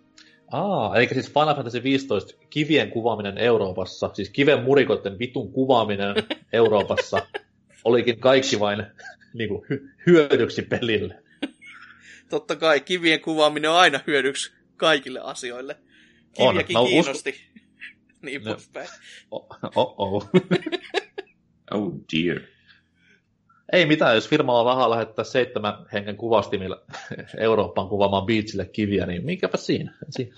Eli siis Final Fantasy 15 kivien kuvaaminen Euroopassa, siis kiven murikoiden vitun kuvaaminen Euroopassa, olikin kaikki vain niinku hyödyksi pelille. Totta kai, kivien kuvaaminen on aina hyödyksi kaikille asioille. Kiviäkin kiinnosti. Niin poispäin. Oh dear. Ei mitään, jos firmalla on rahaa lähettää 7 hengen kuvastimilla Eurooppaan kuvaamaan Beachille kiviä, niin minkäpä siinä?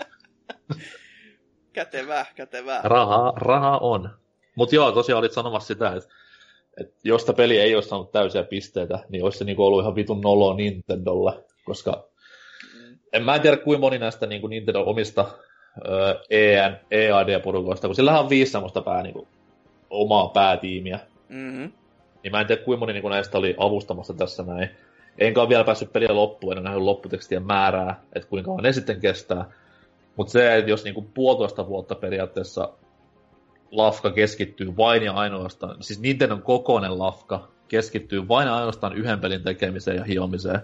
Kätevää. Rahaa on. Mutta joo, tosiaan olit sanomassa sitä, että jos tämä peli ei olisi saanut täysiä pisteitä, niin olisi se niinku ollut ihan vitun nolo Nintendolle, koska en mä tiedä kuinka moni näistä niinku Nintendo omista EAD-porukoista, kun sillähän on 5 semmoista omaa päätiimiä. Mm-hmm. Niin mä en tiedä, kuinka moni niin näistä oli avustamassa tässä näin. Enkä ole vielä päässyt peliä loppuun, en ole nähnyt lopputekstien määrää, että kuinka kauan ne sitten kestää. Mutta se, että jos niin 1,5 vuotta periaatteessa lafka keskittyy vain ja ainoastaan, siis Nintendon kokoinen lafka keskittyy vain ja ainoastaan yhden pelin tekemiseen ja hiomiseen.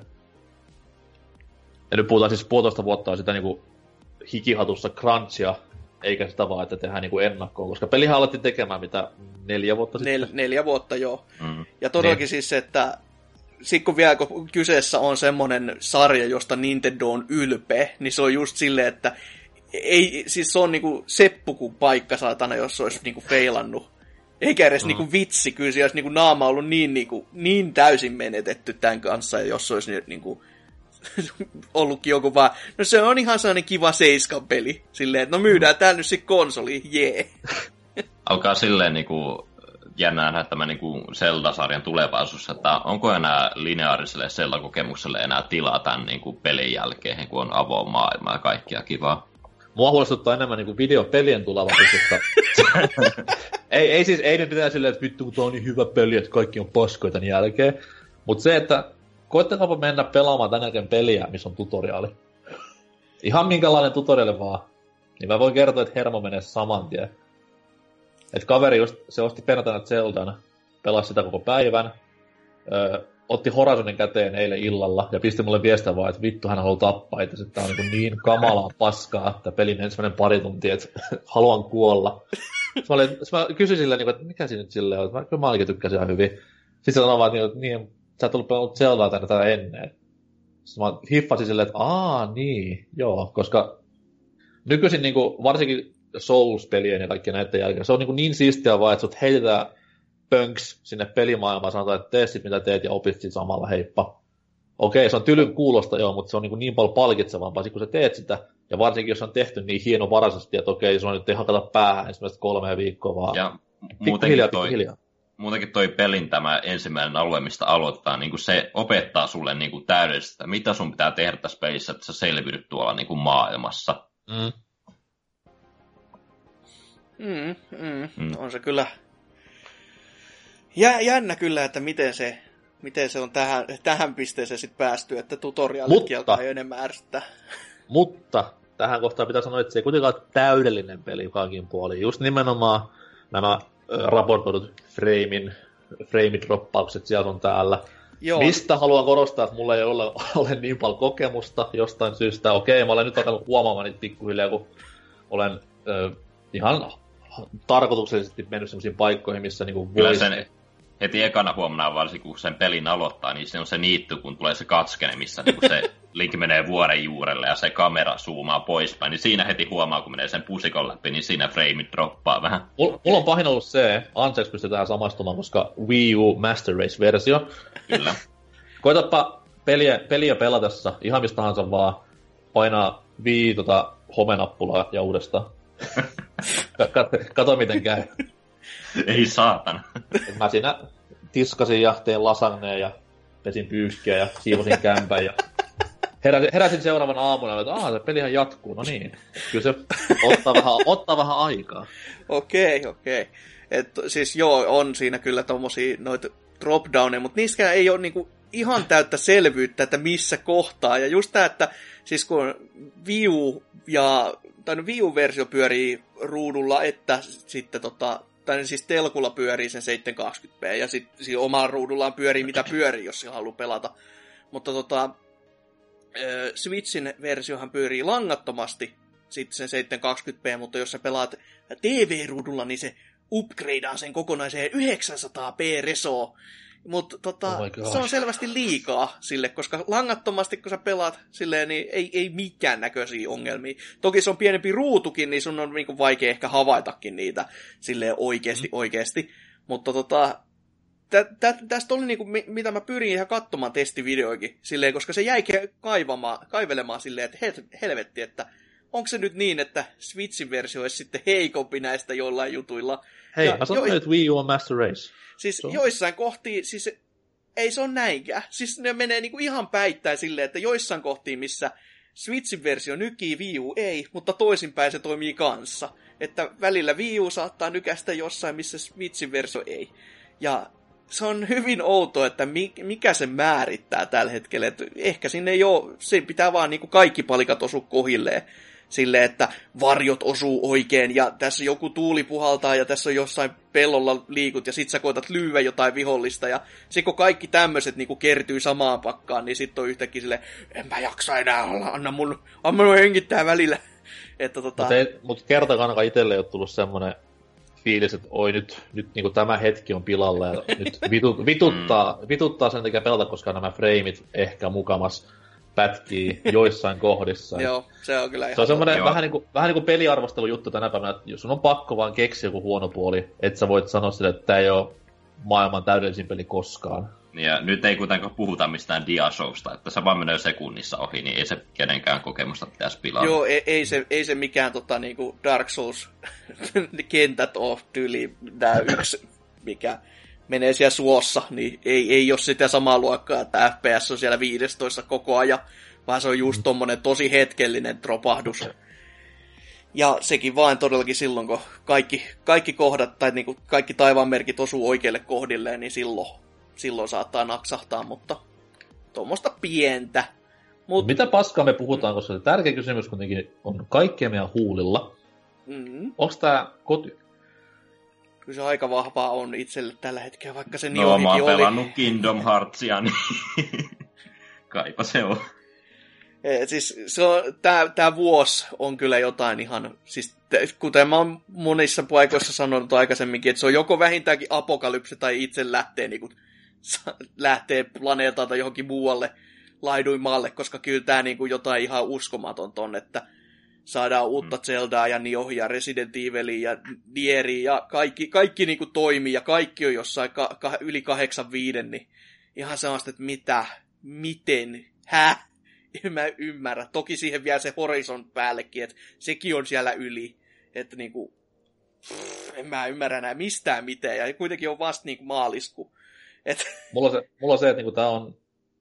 Ja nyt puhutaan siis 1,5 vuotta on sitä niin hikihatussa crunchia, eikä sitä vaan, että tehdään niin ennakkoon, koska pelihän alettiin tekemään mitä 4 vuotta sitten? 4 vuotta, joo. Ja todellakin siis, että sit kun vielä kun kyseessä on semmonen sarja, josta Nintendo on ylpeä, niin se on just silleen, että ei, siis se on niinku seppuku paikka saatana, jos se olisi niinku feilannut. Eikä edes niinku vitsi, kyllä se olisi niinku naama ollut niin täysin menetetty tämän kanssa, jos se olisi niinku ollutkin joku vaan, no se on ihan sellainen kiva 7-peli. Silleen, että no myydään täällä nyt sitten konsoli, jee. Alkaa silleen niinku jännää nähdä tämä niinku Zelda-sarjan tulevaisuus, että onko enää lineaariselle Zelda-kokemukselle enää tilaa tämän niinku pelin jälkeen, kun on avomaailma ja kaikkia kivaa. Mua huolestuttaa enemmän niinku videopelien tulevaisuudesta. ei nyt pitää silleen, että vittu kun tää on niin hyvä peli, että kaikki on paskoja tämän jälkeen. Mutta se, että koittakaapa mennä pelaamaan tänäkin peliä, missä on tutoriaali. Ihan minkälainen tutoriaali vaan. Niin mä voin kertoa, että hermo menee saman tien. Että kaveri just, se osti perjantaina Zeldan, pelasi sitä koko päivän, otti Horizonin käteen eilen illalla ja pisti mulle viestiä vaan, että vittu hän haluaa tappaa itse, että tää on niin kamalaa paskaa, tää pelin ensimmäinen pari tuntia, että haluan kuolla. Sitten mä kysyin silleen, että mikä siinä nyt silleen on, kyllä mä ainakin tykkäsin ihan hyvin. Sitten se sanoi vaan, että niin, sä et ollut pelannut Zeldaa tänne ennen. Sitten mä hiffasin silleen, että niin, joo, koska nykyisin niinku, varsinkin Souls-pelien ja kaikkien näiden jälkeen, se on niin siistiä vaan, että sut heitetään pönks sinne pelimaailmaan, sanotaan, että tee sit mitä teet ja opit sit samalla, heippa. Okei, se on tylyn kuulosta joo, mutta se on niin paljon palkitsevampaa, kun sä teet sitä, ja varsinkin jos on tehty niin hienovaraisesti, että okei, se on nyt ei hakata päähän ensimmäistä 3 viikkoa, vaan ja pikkuhiljaa. Muutenkin toi pelin tämä ensimmäinen alue, mistä aloittaa, niin se opettaa sulle niin täydellistä, mitä sun pitää tehdä tässä pelissä, että sä selviydyt tuolla niin maailmassa. On se kyllä jännä kyllä, että miten se on tähän pisteeseen sitten päästy, että tutorialitkin alkaa enemmän ärsyttää. Mutta tähän kohtaan pitää sanoa, että se ei kuitenkaan ole täydellinen peli kaikin puolin. Just nimenomaan nämä raportoidut frame-droppaukset sieltä on täällä. Joo. Mistä haluan korostaa, että mulla ei ole niin paljon kokemusta jostain syystä. Okei, mä olen nyt alkanut huomaamaan niitä pikkuhiljaa, kun olen ihan tarkoituksellisesti mennyt sellaisiin paikkoihin, missä niinku voisi... Heti ekana huomenaan varsinkin, kun sen pelin aloittaa, niin se on se niitty, kun tulee se katskene, missä niin se Link menee vuoren juurelle ja se kamera zoomaa poispäin. Niin siinä heti huomaa, kun menee sen pusikon läpi, niin siinä frame droppaa vähän. Mulla on pahin ollut se, anteeksi pystytään samastumaan, koska Wii U Master Race-versio. Kyllä. Koitapa peliä pelatessa, ihan mistä tahansa vaan, painaa Wii homenappulaa ja uudestaan. Kato miten käy. Ei saatana. Mä siinä tiskasin ja tein lasagneen ja pesin pyyhkiä ja siivosin kämpän ja heräsin seuraavan aamuna, että se pelihän jatkuu, no niin. Kyllä se ottaa vähän aikaa. Okei. Siis joo, on siinä kyllä tommosia noita drop-downeja, mutta niiskään ei ole niinku ihan täyttä selvyyttä, että missä kohtaa. Ja just tää, että siis kun Wii U-versio pyörii ruudulla, että sitten tai siis telkulla pyörii sen 720p, ja sitten omalla ruudullaan pyörii mitä pyörii, jos se haluaa pelata. Mutta Switchin versiohan pyörii langattomasti sitten sen 720p, mutta jos sä pelaat TV-ruudulla, niin se upgradeaa sen kokonaiseen 900p resoon. Mutta Oh se on selvästi liikaa sille, koska langattomasti kun sä pelaat silleen, niin ei mikään näköisiä ongelmia. Toki se on pienempi ruutukin, niin sun on niinku vaikea ehkä havaitakin niitä silleen oikeesti. Mutta tästä oli niinku, mitä mä pyrin ihan katsomaan testivideoikin, silleen, koska se jäi kaivelemaan silleen, että helvetti, että onko se nyt niin, että Switchin versio olisi sitten heikompi näistä jollain jutuilla. Hei, mä sanoin, että Wii U on Master Race. Siis joissain kohtiin, siis ei se ole näinkään. Siis ne menee niinku ihan päittäin silleen, että joissain kohtiin, missä Switchin versio nykii, Wii U ei, mutta toisinpäin se toimii kanssa. Että välillä Wii U saattaa nykästä jossain, missä Switchin versio ei. Ja se on hyvin outoa, että mikä se määrittää tällä hetkellä. Että ehkä sinne ei ole, se pitää vaan niinku kaikki palikat osua kohilleen. Silleen, että varjot osuu oikein, ja tässä joku tuuli puhaltaa, ja tässä on jossain pellolla liikut, ja sit sä koetat lyödä jotain vihollista, ja sit kun kaikki tämmöset niinku kertyy samaan pakkaan, niin sit on yhtäkkiä silleen, en mä jaksa enää olla, anna mun hengittää välillä. Että Mut kertakaan ainakaan itselle ei ole tullut semmonen fiilis, että oi nyt niinku tämä hetki on pilalla, ja nyt vituttaa sen takia pelata, koska nämä frameit ehkä mukamas pätkii joissain kohdissa. Joo, se on kyllä ihan... Se on semmoinen vähän niin kuin peliarvostelujuttu tänä päivänä, että sun on pakko vaan keksiä joku huono puoli, että sä voit sanoa sille, että tää ei ole maailman täydellisin peli koskaan. Ja nyt ei kuitenkaan puhuta mistään diashowsta, että se vaan menee sekunnissa ohi, niin ei se kenenkään kokemusta pitäisi pilaa. Joo, ei se mikään niinku Dark Souls kentät ole tyyli tää yksi, mikä menee siellä suossa, niin ei ole sitä samaa luokkaa, että FPS on siellä 15 koko ajan, vaan se on just tommonen tosi hetkellinen dropahdus. Ja sekin vain todellakin silloin, kun kaikki kohdat, tai niinku kaikki taivaanmerkit osuu oikeille kohdilleen, niin silloin saattaa naksahtaa, mutta tuommoista pientä. Mitä paskaa me puhutaan, koska se tärkeä kysymys kuitenkin on kaikkea meidän huulilla. Onks tää koti? Kyllä se aika vahvaa on itselle tällä hetkellä, vaikka se Niohikin oli. Mä oon pelannut Kingdom Heartsia, niin kaipa se on. Siis tää vuosi on kyllä jotain ihan, siis kuten mä oon monissa paikoissa sanonut aikaisemminkin, että se on joko vähintäänkin apokalypse tai itse lähtee planeetalta johonkin muualle laiduimaalle, koska kyllä tää niinku jotain ihan uskomatonta on, että saadaan uutta Zeldaa ja Niohia ja Resident Evilia ja Nieria ja kaikki niinku toimii ja kaikki on jossain yli 85, niin ihan sellaista, että miten, en mä ymmärrä. Toki siihen vielä se Horizon päällekin, että sekin on siellä yli, että niinku, en mä ymmärrä enää mistään mitään ja kuitenkin on vasta niinku maalisku. Mulla on se, että niinku tää on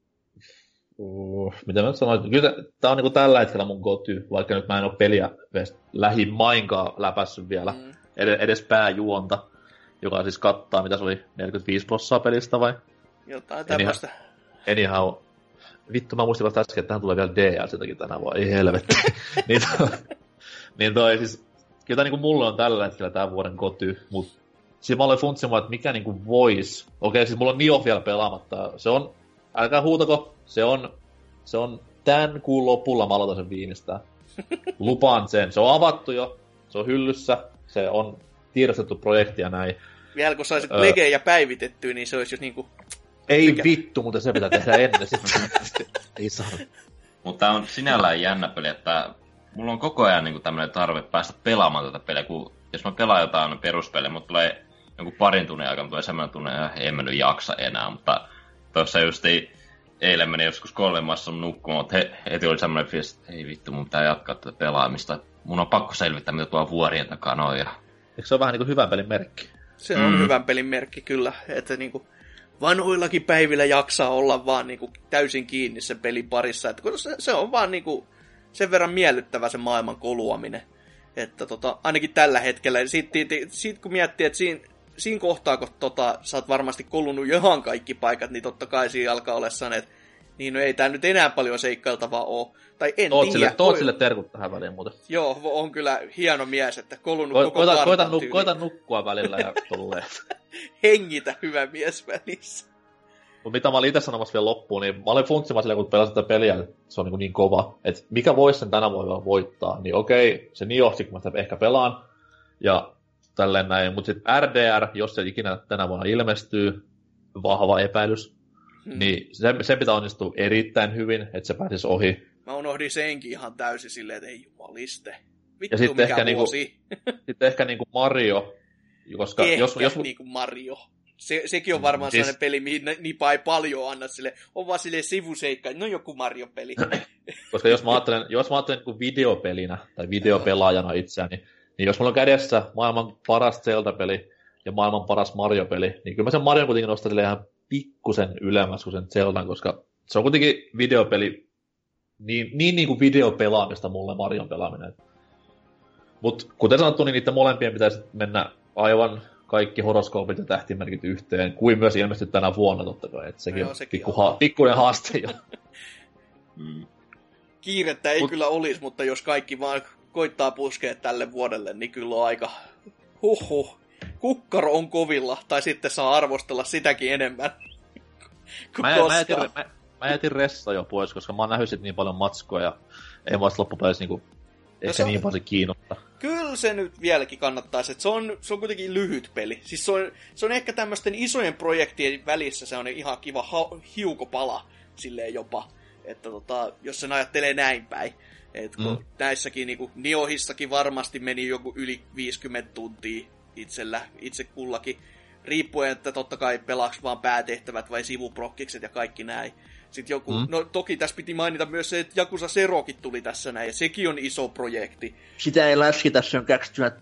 mitä mä nyt sanoin, kyllä tää on niinku tällä hetkellä mun goty, vaikka nyt mä en oo peliä lähimainkaan läpässyt vielä, edes pääjuonta, joka siis kattaa, mitä se oli, 45% pelistä vai? Jotain tämmöstä. Anyhow, vittu mä muistin vasta äsken, että tähän tulee vielä DLCtäkin tänä vuonna, ei helvetti. niin toi siis, kyllä tää niinku mulle on tällä hetkellä tää vuoden goty, mut siis mä olen funtsimaan, että mikä niinku vois. Okei, siis mulla on Nioh vielä pelaamatta, se on, älkää huutako, se on tän kuun lopulla mä aloitan sen viimeistään. Lupaan sen. Se on avattu jo, se on hyllyssä, se on tiedostettu projekti ja näin. Vielä kun saisit legejä päivitettyä, niin se olisi just niinku... Ei vittu, mutta se pitää tehdä ennen. Ei saa. Mutta on sinällään jännä peli, että mulla on koko ajan niinku tämmönen tarve päästä pelaamaan tätä peliä, kun jos mä pelaan jotain peruspeliä, mutta tulee jonkun parin tunnin aikana, tulee semmoinen tunne, että en mä nyt jaksa enää, mutta tuossa justi eilen meni joskus 3 maassa nukkumaan, mutta heti oli semmoinen fiilis, että ei vittu, mun pitää jatkaa tätä pelaamista. Mun on pakko selvittää, mitä tuolla vuorien takana on. Ja... Eikö se ole vähän niin kuin hyvän pelin merkki? Se on hyvän pelin merkki, kyllä. Että niin kuin vanhoillakin päivillä jaksaa olla vaan niin kuin täysin kiinni sen pelin parissa. Että se on vaan niin kuin sen verran miellyttävä se maailman koluaminen. Että ainakin tällä hetkellä. Sitten kun miettii, että siinä kohtaa, kun sä oot varmasti kolunut ihan kaikki paikat, niin totta kai siinä alkaa olla sellainen, että niin no ei tää nyt enää paljon seikkailtavaa oo. Tai en tiedä. Toot sille terkut tähän väliin muuten. Joo, on kyllä hieno mies, että kolunut koko kartan tyyliin. Koita nukkua välillä ja tolleen. Hengitä hyvä mies välissä. Mut mitä mä olin itse sanomassa vielä loppuun, niin mä olin funtsimaan silleen, kun pelasin tätä peliä, että se on niin kova. Että mikä voisi sen tänä vuonna voittaa, niin okei, se Nioh, kun mä sitä ehkä pelaan. Ja tälleen näin, mutta sitten RDR, jos se ikinä tänä vuonna ilmestyy, vahva epäilys. Niin se pitää onnistua erittäin hyvin, että se pääsisi ohi. Mä unohdin senkin ihan täysin silleen, että ei jumaliste. Vittu, ja sitten mikä ehkä, vuosi. Sitten ehkä niinku Mario, koska jos niinku Mario. Sekin on varmaan sellainen peli, mihin nipa ei paljon anna sille. On vaan silleen sivuseikka, no joku Mario-peli. Koska jos mä ajattelen niin videopelinä tai videopelaajana itseäni, niin jos mulla on kädessä maailman paras Zelda-peli ja maailman paras Mario-peli, niin kyllä mä sen Marion kuitenkin nostan ihan pikkusen ylemmäs kuin sen Zeldan, koska se on kuitenkin videopeli, niin kuin videopelaamista mulle Marion pelaaminen. Mutta kuten sanottu, niin niiden molempien pitäisi mennä aivan kaikki horoskoopit ja tähtimerkit yhteen, kuin myös ilmeisesti tänä vuonna totta kai. Että sekin on pikkuinen haaste jo. Kiirettä ei kyllä olisi, mutta jos kaikki vaan koittaa puskea tälle vuodelle, niin kyllä on aika kukkaro on kovilla, tai sitten saa arvostella sitäkin enemmän. Mä jätin Ressa jo pois, koska mä oon nähnyt sit niin paljon matskoa, ja ei mua loppupeleissä niinku ehkä niin paljon kiinnostaa. Kyllä se nyt vieläkin kannattaisi, että se on kuitenkin lyhyt peli. Siis se on ehkä tämmöisten isojen projektien välissä se on ihan kiva hiukopala silleen jopa, että jos sen ajattelee näin päin. Et kun näissäkin niinku Niohissakin varmasti meni joku yli 50 tuntia itse kullakin. Riippuen, että totta kai pelaaks vaan päätehtävät vai sivuprokkikset ja kaikki näin. Sitten joku, no toki tässä piti mainita myös se, että Yakuza Zerokin tuli tässä näin, ja sekin on iso projekti. Sitä ei lasketa, se on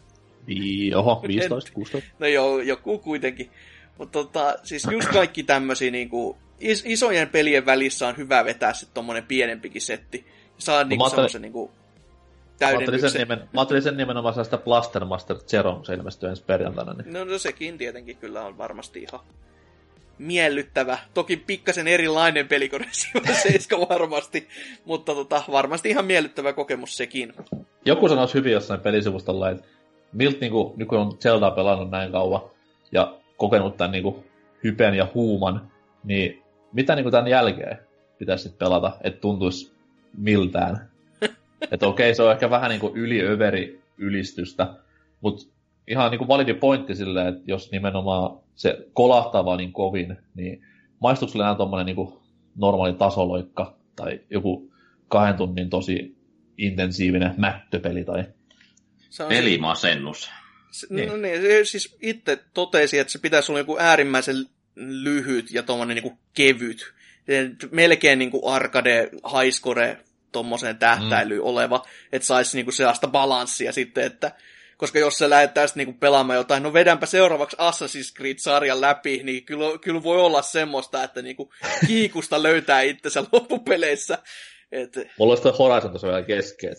15, 16. No joo, joku kuitenkin. Mutta siis just kaikki tämmösiä niinku, isojen pelien välissä on hyvä vetää sitten tommonen pienempikin setti. Saa niinku semmosen niinku täydennyksen. Mä ajattelin sen nimenomaan sellaista Blaster Master Zero, se ilmestyy ensi perjantaina. Niin. No sekin tietenkin kyllä on varmasti ihan miellyttävä. Toki pikkasen erilainen peli kuin Resident 7 varmasti, mutta varmasti ihan miellyttävä kokemus sekin. Joku sanoisi hyvin jossain pelisivustolla, että miltä niinku, nyt kun on Zeldaa pelannut näin kauan ja kokenut tämän niinku hypen ja huuman, niin mitä niinku tämän jälkeen pitäisi sitten pelata, että tuntuisi miltään? Että okei, se on ehkä vähän niinku ylistystä, mutta ihan niinku validi pointti silleen, että jos nimenomaan se kolahtaa vaan niin kovin, niin maistuuko sulle enää tommonen niinku normaali tasoloikka tai joku 2 tunnin tosi intensiivinen mättöpeli tai pelimasennus. Niin. No niin, siis itse totesin, että se pitäisi olla joku äärimmäisen lyhyt ja tommonen niinku kevyt. Melkein niinku arcade, highscore tommoseen tähtäilyyn oleva, että saisi niinku sellaista balanssia sitten, että koska jos se lähdetään sitten niinku pelaamaan jotain, no vedänpä seuraavaksi Assassin's Creed-sarjan läpi, niin kyllä voi olla semmoista, että niinku kiikusta löytää itsensä loppupeleissä. Mulla olisi toi Horizon tuossa vielä kesken.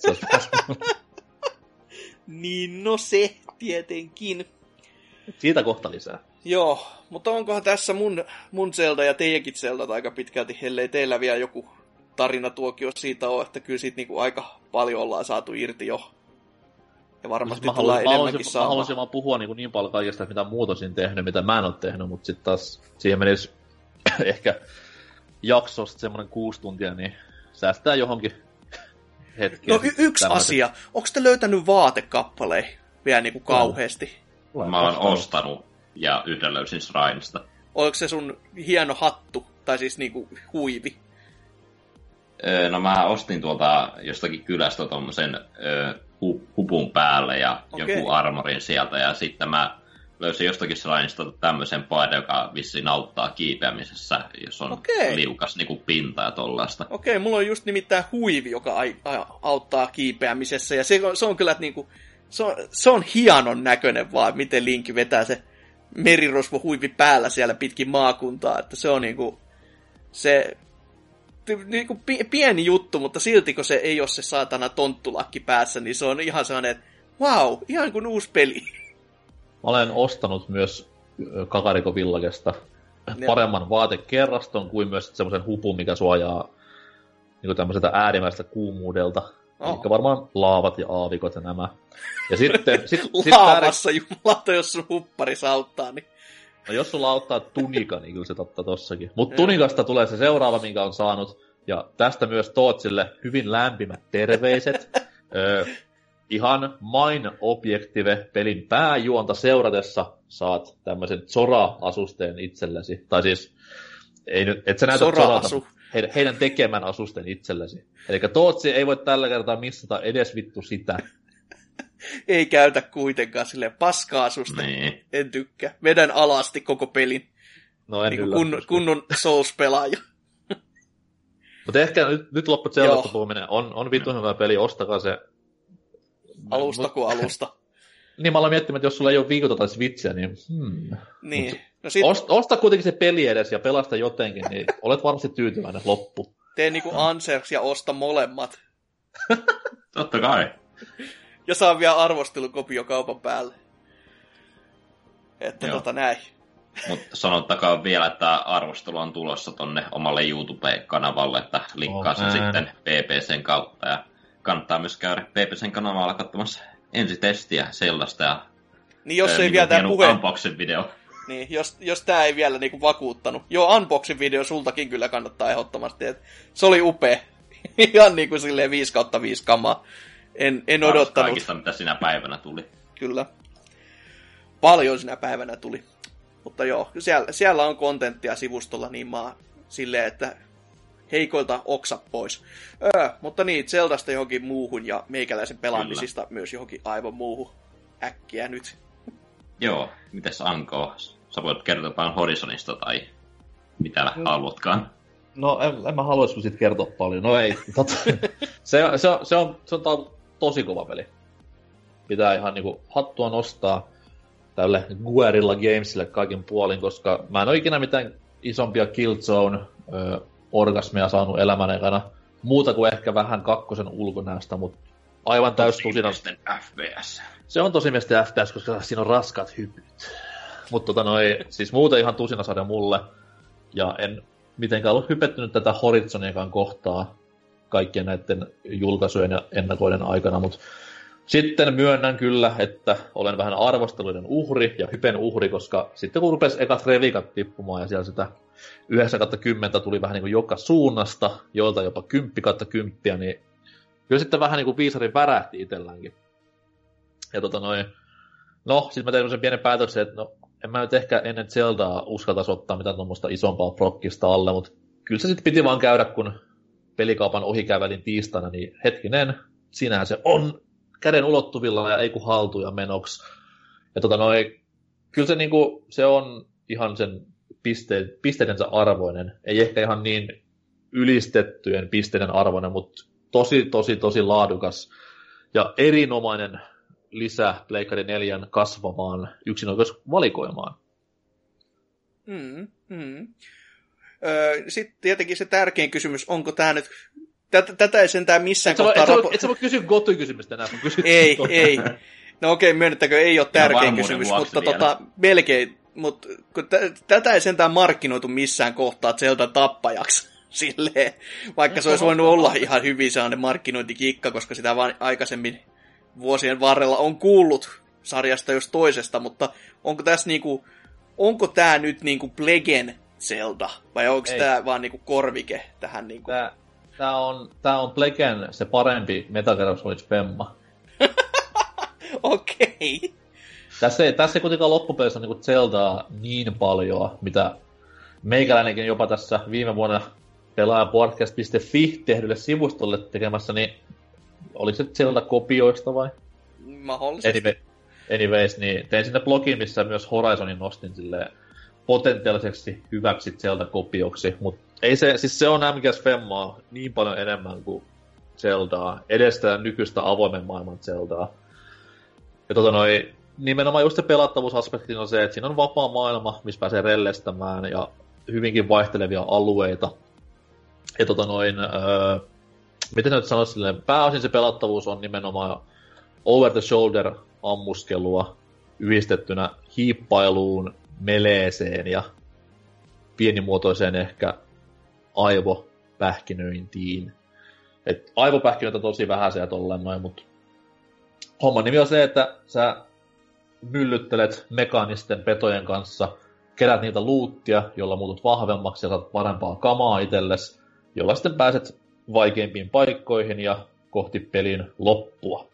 Niin, no se tietenkin. Siitä kohta lisää. Joo, mutta onkohan tässä mun Zelda ja teidänkin Zelda aika pitkälti, ellei teillä vielä joku tarinatuokio siitä ole, että kyllä siitä niinku aika paljon ollaan saatu irti jo. Ja varmasti tulee enemmänkin saamaan. Mä haluaisin vaan puhua niin paljon kaikesta, mitä muut olisin tehnyt, mitä mä en ole tehnyt, mutta sitten taas siihen menisi ehkä jaksosta semmoinen 6 tuntia, niin säästää johonkin hetkeä. No yksi asia, onko te löytänyt vaatekappaleja vielä niinku kauheasti? Mä oon ostanut ja yhden löysin Shrinesta. Oliko se sun hieno hattu, tai siis niinku huivi? No mä ostin tuolta jostakin kylästä tommosen hupun päälle ja joku armorin sieltä. Ja sitten mä löysin jostakin Shrinesta tämmöisen paidan, joka vissiin auttaa kiipeämisessä, jos on liukas niin kuin pinta ja tollaista. Okei, mulla on just nimittäin huivi, joka auttaa kiipeämisessä. Ja se on kyllä, että niinku, se on hienon näköinen vaan, miten Link vetää se merirosvohuivi päällä siellä pitkin maakuntaa. Että se on niinku se niinku pieni juttu, mutta silti kun se ei ole se saatana tonttulakki päässä, niin se on ihan sellainen, että wow, ihan kuin uusi peli. Mä olen ostanut myös Kakariko Villagesta paremman vaatekerraston kuin myös semmoisen hupun, mikä suojaa niin tämmöiseltä äärimmäiseltä kuumuudelta. Eli varmaan laavat ja aavikot ja nämä. Ja sitten laavassa jumalauta, jos sun huppari auttaa, niin no jos sulla auttaa tunika, niin kyllä se totta tossakin. Mutta tunikasta tulee se seuraava, minkä on saanut. Ja tästä myös Tootsille hyvin lämpimät terveiset. ihan main objective pelin pääjuonta seuratessa saat tämmöisen Zora-asusteen itsellesi. Tai siis, ei nyt, et sä näytä Zoralta, heidän tekemän asusten itsellesi. Elikkä Tootsi ei voi tällä kertaa missata edes vittu sitä. Ei käytä kuitenkaan silleen paska-asusta. Niin. En tykkää. Vedän alasti koko pelin. No en niin kunnon Souls-pelaaja. Mutta ehkä nyt loppu Zeldasta puhuminen. On vittu hyvä peli, ostakaa se. Alusta kuin alusta. Niin mä aloin miettimään, että jos sulla ei ole Viikota tai Switchiä, niin Niin. No osta kuitenkin se peli edes ja pelasta jotenkin, niin olet varmasti tyytyväinen loppu. Tee niinku Ansers ja osta molemmat. Totta kai. Ja saa vielä arvostelukopio kaupan päälle. Että näin. Mutta sanottakaa vielä, että arvostelu on tulossa tonne omalle YouTube-kanavalle, että linkkaa sen sitten PPCn kautta. Ja kannattaa myös käydä PPCn kanavalla katsomassa ensitestiä Zeldasta ja niin jos ei vielä tää puhe... unboxing video. Niin, jos tää ei vielä niinku vakuuttanut. Joo, unboxing video sultakin kyllä kannattaa ehdottomasti. Et se oli upea. Ihan niinku silleen 5/5 kamaa. En odottanut. Kaikista, mitä sinä päivänä tuli. Kyllä. Paljon sinä päivänä tuli. Mutta joo, siellä on kontenttia sivustolla niin silleen, että heikoilta oksat pois. Mutta niin, Zeldasta johonkin muuhun ja meikäläisen pelaamisista kyllä. Myös johonkin aivan muuhun äkkiä nyt. Joo, mites Anko? Sä voit kertoa vaan Horizonista tai mitä haluatkaan. No en mä haluaisi siitä kertoa paljon. No ei. Se on tosi kova peli. Pitää ihan niinku hattua nostaa tälle Guerrilla Gamesille kaikin puolin, koska mä en ole ikinä mitään isompia Killzone-orgasmeja saanut elämän aikana. Muuta kuin ehkä vähän kakkosen ulkonäöstä, mutta aivan täys tusinan FPS. Se on tosimiesten FPS, koska siinä on raskaat hypyt. Mutta siis muuten ihan tusinasarja mulle. Ja en mitenkään ole hypettynyt tätä Horizoniakaan kohtaa kaikkien näiden julkaisujen ja ennakoiden aikana, mutta sitten myönnän kyllä, että olen vähän arvosteluiden uhri ja hypen uhri, koska sitten kun rupesi ekat revikat tippumaan ja siellä sitä 9/10 tuli vähän niin kuin joka suunnasta, joilta jopa 10/10, niin kyllä sitten vähän niin kuin viisari värähti itselläänkin. Ja no, sitten mä tein sen pienen päätöksen, että no, en mä nyt ehkä ennen Zeldaa uskaltaisi ottaa mitään tuommoista isompaa prokkista alle, mutta kyllä se sitten piti vaan käydä, kun pelikaupan ohikävelin tiistaina, niin hetkinen, sinähän se on käden ulottuvilla ja ei kun haltuja menoksi. Ja kyllä se, niinku, se on ihan sen pisteidensä arvoinen. Ei ehkä ihan niin ylistettyjen pisteiden arvoinen, mutta tosi laadukas ja erinomainen lisä Pleikkari 4 kasvamaan yksinoikeusvalikoimaan. Sitten tietenkin se tärkein kysymys, onko tämä nyt... Tätä ei sentään missään kohtaa... Et sä voi kysyä Goty-kysymystä enää, kun kysyt... Ei. No okei, myönnettäkö ei ole tärkein kysymys, mutta melkein... Mutta tätä ei sentään markkinoitu missään kohtaa Zeldan tappajaksi. Silleen, vaikka se olisi voinut olla ihan hyvin sellainen markkinointikikka, koska sitä vaan aikaisemmin vuosien varrella on kuullut sarjasta jos toisesta, mutta onko tässä niinku... Onko tää nyt niinku Plegen Zelda, vai onko tää vaan niinku korvike tähän niinku... Tää on Plegen se parempi Metal Gear Solid Femma. Okei. Tässä ei kuitenkaan loppupeleissä niinku Zeldaa niin paljon, mitä meikäläinenkin jopa tässä viime vuonna pelaajapodcast.fi tehdylle sivustolle tekemässä, niin oliko se Zelda-kopioista vai? Mahdollisesti. Anyways, niin tein sinne blogin, missä myös Horizonin nostin silleen potentiaaliseksi hyväksi Zelda-kopioksi, mutta ei se on MGS Femmaa niin paljon enemmän kuin Zeldaa, edestä nykyistä avoimen maailman Zeldaa. Ja nimenomaan just se pelattavuusaspekti on se, että siinä on vapaa maailma, missä pääsee rellestämään ja hyvinkin vaihtelevia alueita. Ja miten nyt sanoisi silleen, pääosin se pelattavuus on nimenomaan over the shoulder ammuskelua yhdistettynä hiippailuun, meleeseen ja pienimuotoiseen ehkä aivopähkinöintiin. Et aivopähkinöitä tosi vähäisiä tolleen noin, mutta homman nimi on se, että sä myllyttelet mekaanisten petojen kanssa, kerät niitä luuttia, jolla muutut vahvemmaksi ja saat parempaa kamaa itsellesi, jolla sitten pääset vaikeimpiin paikkoihin ja kohti pelin loppua.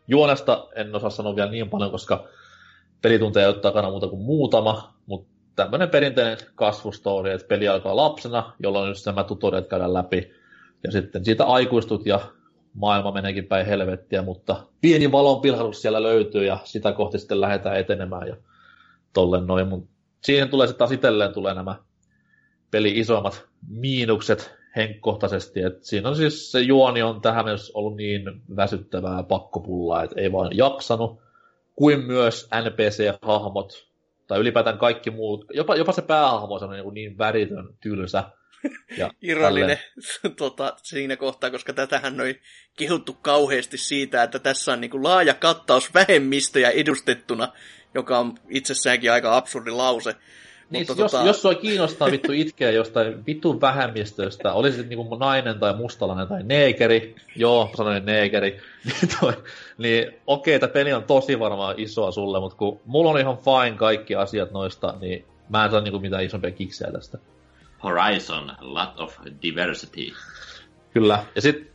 Juonesta en osaa sanoa vielä niin paljon, koska pelitunteja ei ole takana muuta kuin muutama, mutta tämmöinen perinteinen kasvustory, että peli alkaa lapsena, jolloin just nämä tutoriat käydään läpi, ja sitten siitä aikuistut ja maailma meneekin päin helvettiä, mutta pieni valonpilkahdus siellä löytyy, ja sitä kohti sitten lähdetään etenemään, ja tolleen noin. Mut siihen tulee sitten taas itselleen tulee nämä peli isoimmat miinukset henkkohtaisesti, että siinä on siis se juoni on tähän mennessä ollut niin väsyttävää pakkopullaa, että ei vaan jaksanut, kuin myös NPC-hahmot, tai ylipäätään kaikki muut, jopa se päähahmo on niin väritön, tylsä. Ja irrallinen siinä kohtaa, koska tätähän on kehuttu kauheasti siitä, että tässä on niin kuin laaja kattaus vähemmistöjä edustettuna, joka on itsessäänkin aika absurdi lause. Niin, mutta jos sua kiinnostaa vittu itkeä jostain vitun vähemmistöstä, olisi se niinku nainen tai mustalainen tai neekeri, joo, sanoin neekeri, niin okei, tämä peli on tosi varmaan isoa sulle, mutta kun mulla on ihan fine kaikki asiat noista, niin mä en saa niinku mitään isompia kiksejä tästä. Horizon, a lot of diversity. Kyllä, ja sit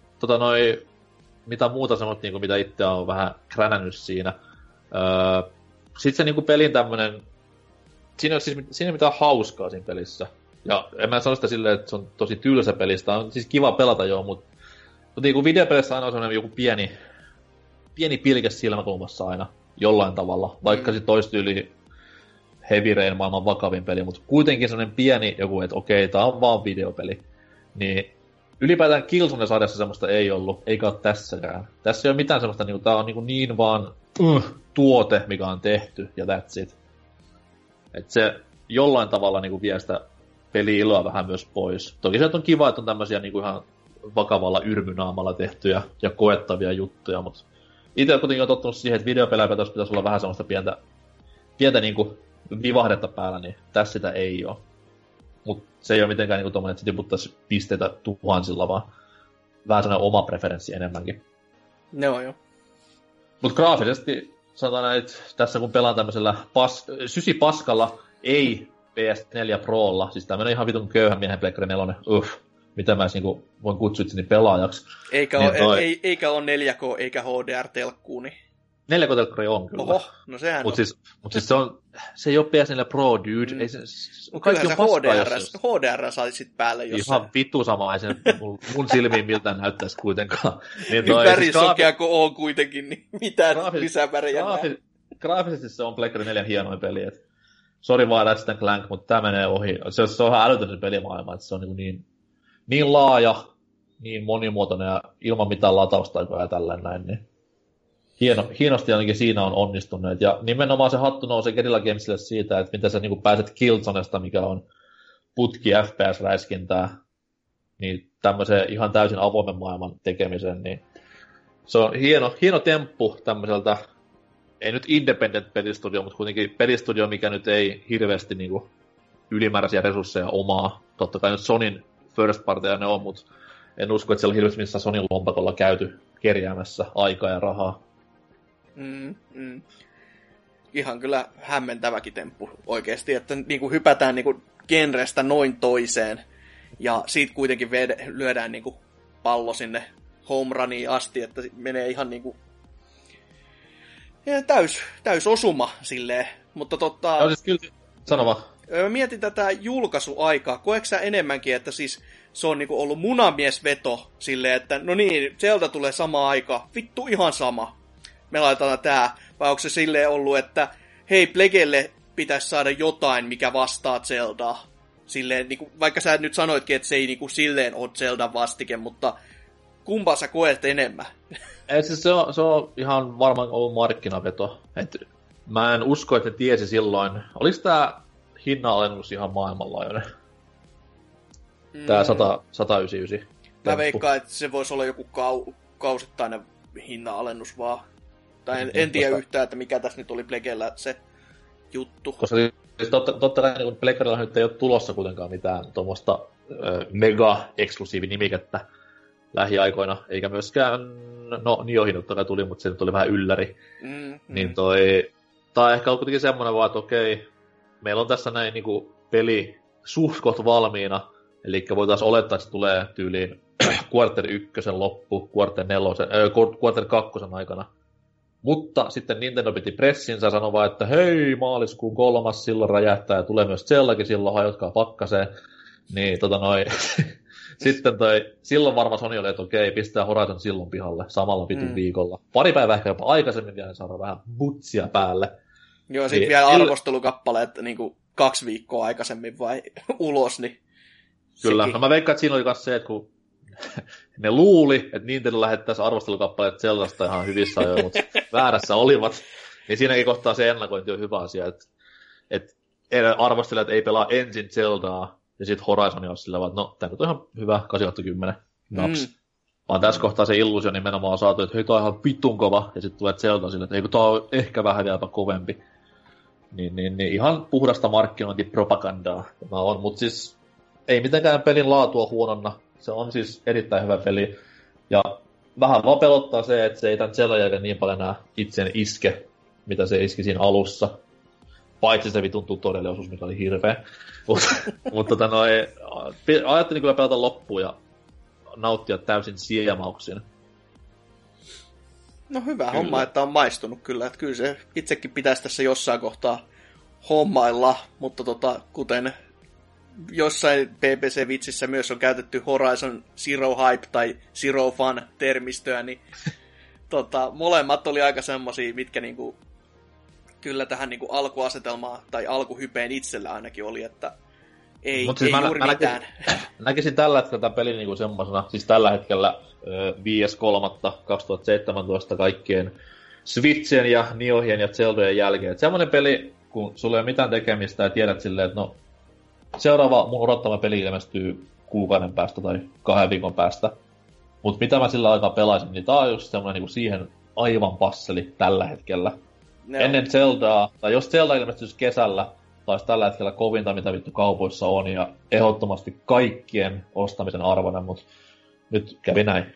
mitä muuta sanot, niinku, mitä itse on vähän kränännyt siinä. Sit se niinku pelin tämmönen siinä ei mitään hauskaa siinä pelissä. Ja en mä sano sitä silleen, että se on tosi tylsä peli. Sitä on siis kiva pelata joo, mutta niin kuin videopelissä aina on sellainen joku pieni pilke silmäkulmassa aina jollain tavalla. Vaikka se toistyyli Heavy Rain maailman vakavin peli, mutta kuitenkin sellainen pieni joku, että okei, tää on vaan videopeli. Niin ylipäätään Killzone-sarjassa semmoista ei ollut, eikä ole tässäkään. Tässä ei ole mitään semmoista, niin tää on niin vaan tuote, mikä on tehty, ja that's it. Että se jollain tavalla niinku vie sitä peli-iloa vähän myös pois. Toki se on kiva, että on tämmöisiä niinku ihan vakavalla yrmynaamalla tehtyjä ja koettavia juttuja, mutta itse kuitenkin on tottunut siihen, että videopelejä pitäisi olla vähän semmoista pientä niinku vivahdetta päällä, niin tässä sitä ei ole. Mutta se ei ole mitenkään niinku tommoinen, että se tiputtaisi pisteitä tuhansilla, vaan vähän sellainen oma preferenssi enemmänkin. No joo. Mutta graafisesti sanotaan näin, että tässä kun pelaan tämmöisellä sysipaskalla, ei PS4 Prolla, siis tämmönen ihan vitun köyhän miehen Pleikkari 4, mitä mä niinku voin kutsua itseni pelaajaksi. Eikä ole 4K eikä HDR-telkkuu, niin 4K-telkkari on kyllä. Oho, no sehän on. Mut siis se ei ole PS4 Pro, dude. Ei se, kyllähän se HDR sait sit päälle jossain. Ihan vittu sama, ei se mun silmiin miltään näyttäisi kuitenkaan. Niin värissokea kun on kuitenkin, niin mitään lisää värejä graafisesti se on Pleikkari 4 hienoin peli. Sori vaan Ratchet & Clank, mutta tää menee ohi. Se on ihan älytön se pelimaailma, että se on niin laaja, niin monimuotoinen ja ilman mitään lataustaikoja ja tällainen näin, niin hienosti ainakin siinä on onnistuneet. Ja nimenomaan se hattu nousee Guerrilla Gamesille siitä, että miten sä niin pääset Killzonesta, mikä on putki FPS-räiskintää, niin tämmöiseen ihan täysin avoimen maailman tekemiseen, niin se on hieno temppu tämmöiseltä, ei nyt independent pelistudio, mutta kuitenkin pelistudio, mikä nyt ei hirveästi niin kuin ylimääräisiä resursseja omaa. Totta kai nyt Sonyn first partyja ne on, mutta en usko, että siellä on hirveästi missään Sonyn lompakolla käyty kerjäämässä aikaa ja rahaa. Ihan kyllä hämmentäväkin temppu oikeasti, että niinku hypätään niinku genrestä noin toiseen ja siitä kuitenkin lyödään niinku pallo sinne home runiin asti, että menee ihan niinku täys osuma silleen, mutta Joo, siis kyllä, sano vaan. Mietin tätä julkaisuaikaa. Koetko sä enemmänkin, että siis se on niinku ollut munamiesveto silleen, että no niin, Zelda tulee sama aika. Vittu ihan sama. Me laitetaan tää. Vai onko se silleen ollut, että hei, Plegelle pitäisi saada jotain, mikä vastaa Zeldaa. Silleen, niinku, vaikka sä nyt sanoitkin, että se ei niinku silleen ole Zeldan vastike, mutta kumpaa sä koet enemmän? Siis se on ihan varmaan ollut markkinaveto. Mä en usko, että ne tiesi silloin. Oliko tää hinnanalennus ihan maailmanlaajuinen? Tää 199. Mä veikkaan, että se voisi olla joku kausittainen hinnanalennus vaan. Tai en tiedä yhtään, että mikä tässä nyt oli Plegellä se juttu. Koska siis totta kai niin Pleggerilla nyt ei ole tulossa kuitenkaan mitään tuommoista mega-eksklusiivinimikettä lähiaikoina, eikä myöskään, no Niohin totta kai tuli, mutta se tuli vähän ylläri. Niin tää ehkä on kuitenkin semmoinen vaan, että okei, meillä on tässä näin niinku peli suhkot valmiina, eli voitaisiin olettaa, että se tulee tyyliin Quarter 1 loppu, Quarter 2 aikana. Mutta sitten Nintendo piti pressinsä ja sanoi vaan, että hei, maaliskuun 3. silloin räjähtää ja tulee myös Zeldakin silloin, hajotkaa pakkaseen. Niin sitten silloin varmaan Sony oli, että okei, pistää Horizon silloin pihalle samalla vitun viikolla. Pari päivää ehkä jopa aikaisemmin vielä saada vähän butsia päälle. Joo, sitten vielä arvostelukappaleet niin 2 viikkoa aikaisemmin vai ulos, niin kyllä, sekin. no mä veikkaan, että siinä oli myös se, että kun ne luuli, että Nintendo lähettäisi arvostelukappaleet Zeldasta ihan hyvissä ajoin, mutta väärässä olivat. Niin siinäkin kohtaa se ennakointi on hyvä asia, että arvostelijat ei pelaa ensin Zeldaa, ja sitten Horizonia on sillä vaan, että no, tämä on ihan hyvä 8/10 naps. Vaan tässä kohtaa se illuusio nimenomaan on saatu, että hei, tää on ihan vitun kova, ja sitten tulee Zelda sille, että eikö tää on ehkä vähän vieläpä kovempi. Niin ihan puhdasta markkinointipropagandaa tämä on, mutta siis ei mitenkään pelin laatua huononna. Se on siis erittäin hyvä peli. Ja vähän vaan pelottaa se, että se ei tämän Zeldan jälkeen niin paljon enää itseen iske, mitä se iski siinä alussa. Paitsi se vitun tutorialiosuus, mikä oli hirveä. Mutta ajattelin kyllä pelata loppuun ja nauttia täysin siemauksin. No hyvä homma, että on maistunut kyllä. Että kyllä se itsekin pitäisi tässä jossain kohtaa hommailla, mutta kuten jossain BBC-vitsissä myös on käytetty Horizon Zero Hype tai Zero Fun -termistöä, niin molemmat oli aika semmosia, mitkä niinku, kyllä tähän niinku alkuasetelmaan tai alkuhypeen itsellä ainakin oli, että ei juuri mitään. Näkisin tällä hetkellä tämän pelin niinku semmosena, siis tällä hetkellä 5.3.2017 kaikkien Switchien ja Niohien ja Zeldojen jälkeen. Et semmonen peli, kun sulla ei ole mitään tekemistä ja tiedät silleen, että no, seuraava mun odottama peli ilmestyy kuukauden päästä tai 2 viikon päästä. Mut mitä mä sillä aikaa pelaisin, niin tää on just semmonen niinku siihen aivan passeli tällä hetkellä. No. Ennen Zeldaa, tai jos Zelda ilmestyisi kesällä, taisi tällä hetkellä kovinta, mitä vittu kaupoissa on, ja ehdottomasti kaikkien ostamisen arvoinen, mut nyt kävi näin.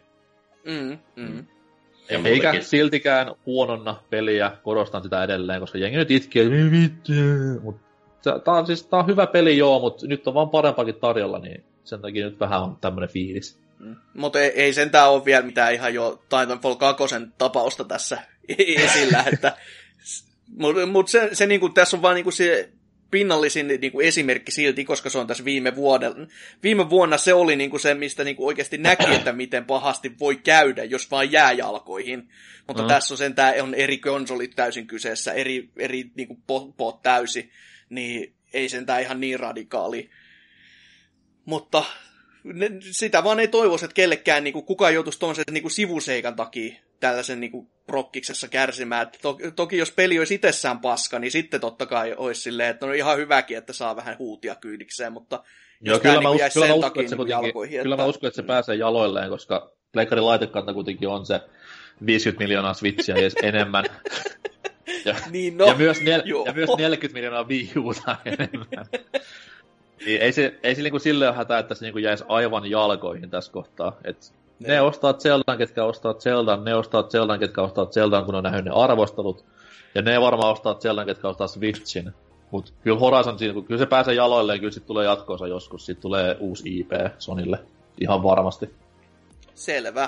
Eikä siltikään huononna peliä, korostan sitä edelleen, koska jengi nyt itkii, mutta tää on hyvä peli joo, mutta nyt on vaan parempakin tarjolla, niin sen takia nyt vähän on tämmönen fiilis. Mutta ei sentään ole vielä mitään ihan jo Titanfall 2 tapausta tässä esillä, että mutta se niinku, tässä on vaan niinku se pinnallisin niinku esimerkki silti, koska se on tässä viime vuonna se oli niinku se, mistä niinku oikeasti näki, että miten pahasti voi käydä, jos vaan jää jalkoihin. Mutta tässä on sentään on eri konsolit täysin kyseessä, eri niinku pot täysi, niin ei sentään ihan niin radikaali. Mutta sitä vaan ei toivoisi, että kellekään niinku, kukaan joutuisi tuollaisen niinku sivuseikan takia tällaisen niinku prokkiksessa kärsimään. Toki jos peli olisi itsessään paska, niin sitten totta kai olisi silleen, että on ihan hyväkin, että saa vähän huutia kyydikseen, mutta jos tämä niinku jäisi sen takia niinku jalkoihin. Kyllä mä uskon, että se pääsee jaloilleen, koska pleikkarin laitekanta kuitenkin on se 50 miljoonaa Switchia ja enemmän. Niin ja myös 40 miljoonaa Wii Uta enemmän. Niin ei se niinku silleen ole hätää, että se niinku jäisi aivan jalkoihin tässä kohtaa. Et ne ostaa Zeldan, ketkä ostaa Zeldan, ne ostaa Zeldan, ketkä ostaa Zeldan, kun on nähnyt ne arvostelut. Ja ne varmaan ostaa Zeldan, ketkä ostaa Switchin. Mut kyllä Horizon, kyllä se pääsee jaloilleen, kyllä sit tulee jatkoosa joskus. Sit tulee uusi IP Sonille. Ihan varmasti. Selvä.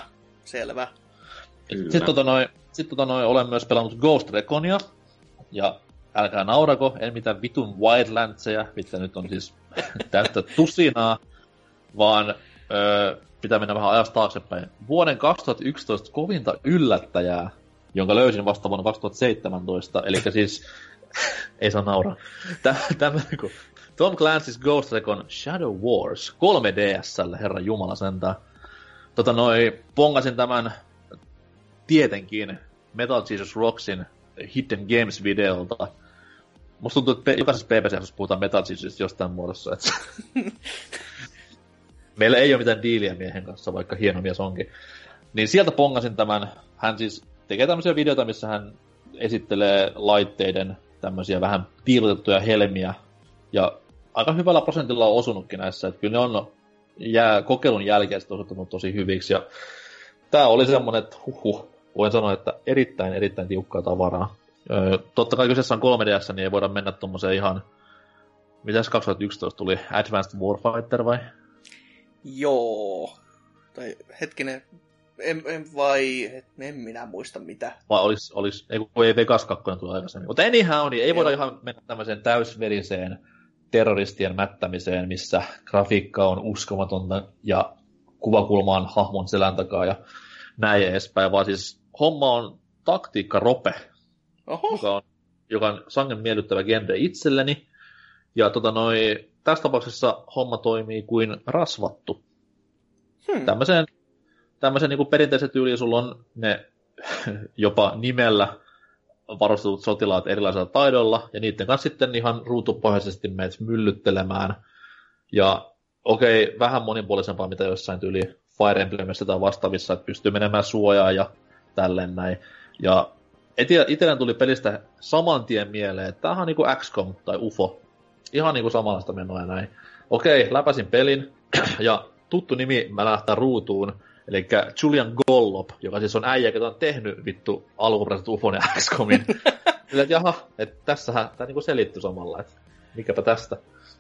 Sitten olen myös pelannut Ghost Reconia. Ja älkää naurako, en mitään vitun Wildlandseja, mitkä nyt on siis täyttä tusinaa, vaan pitää mennä vähän ajasta taaksepäin. Vuoden 2011 kovinta yllättäjää, jonka löysin vasta vuonna 2017, eli siis, ei saa nauraa, tämmönen kuin Tom Clancy's Ghost Recon Shadow Wars 3DS:lle, herran jumala sentään. Pongasin tämän tietenkin Metal Jesus Rocksin Hidden Games-videolta. Musta tuntuu, että jokaisessa PPC-osassa puhutaan Metal Jesusista jostain muodossa. Että meillä ei ole mitään diiliä miehen kanssa, vaikka hieno mies onkin. Niin sieltä pongasin tämän. Hän siis tekee tämmöisiä videoita, missä hän esittelee laitteiden tämmöisiä vähän piilotettuja helmiä. Ja aika hyvällä prosentilla on osunutkin näissä. Että kyllä ne on kokeilun jälkeen osoittanut tosi hyviksi. Ja tää oli semmonen, että voin sanoa, että erittäin tiukkaa tavaraa. Totta kai kyseessä on 3DS, niin ei voida mennä tommoseen ihan... Mitäs 2011 tuli? Advanced Warfighter vai? Joo. Tai hetkinen... En minä muista mitä. Vai ei Vegas 2 tuli aikaisemmin. Mutta anyhow, niin ei voida ihan mennä tämmöiseen täysveriseen terroristien mättämiseen, missä grafiikka on uskomatonta ja kuvakulma on hahmon selän takaa ja näin edespäin, vaan siis homma on taktiikkarope, joka on sangen miellyttävä genre itselleni. Ja tässä tapauksessa homma toimii kuin rasvattu. Tämmöisen niin kuin perinteisen tyyliin sulla on ne jopa nimellä varustetut sotilaat erilaisilla taidoilla, ja niiden kanssa sitten ihan ruutupohjaisesti menet myllyttelemään. Ja okei, vähän monipuolisempaa, mitä jossain tyyli Fire Emblemissä tai vastaavissa, että pystyy menemään suojaan ja tälleen näin. Ja itselleni tuli pelistä saman tien mieleen, että tämähän on niin kuin XCOM tai UFO. Ihan niin kuin samanlaista menoa ja näin. Okei, läpäsin pelin, ja tuttu nimi mä lähtää ruutuun, eli Julian Gollop, joka siis on äijä, joka on tehnyt vittu alkuperäiset UFOn ja XCOMin. Että jaha, että tässähän tämä niinku selittyy samalla, että mikäpä tästä.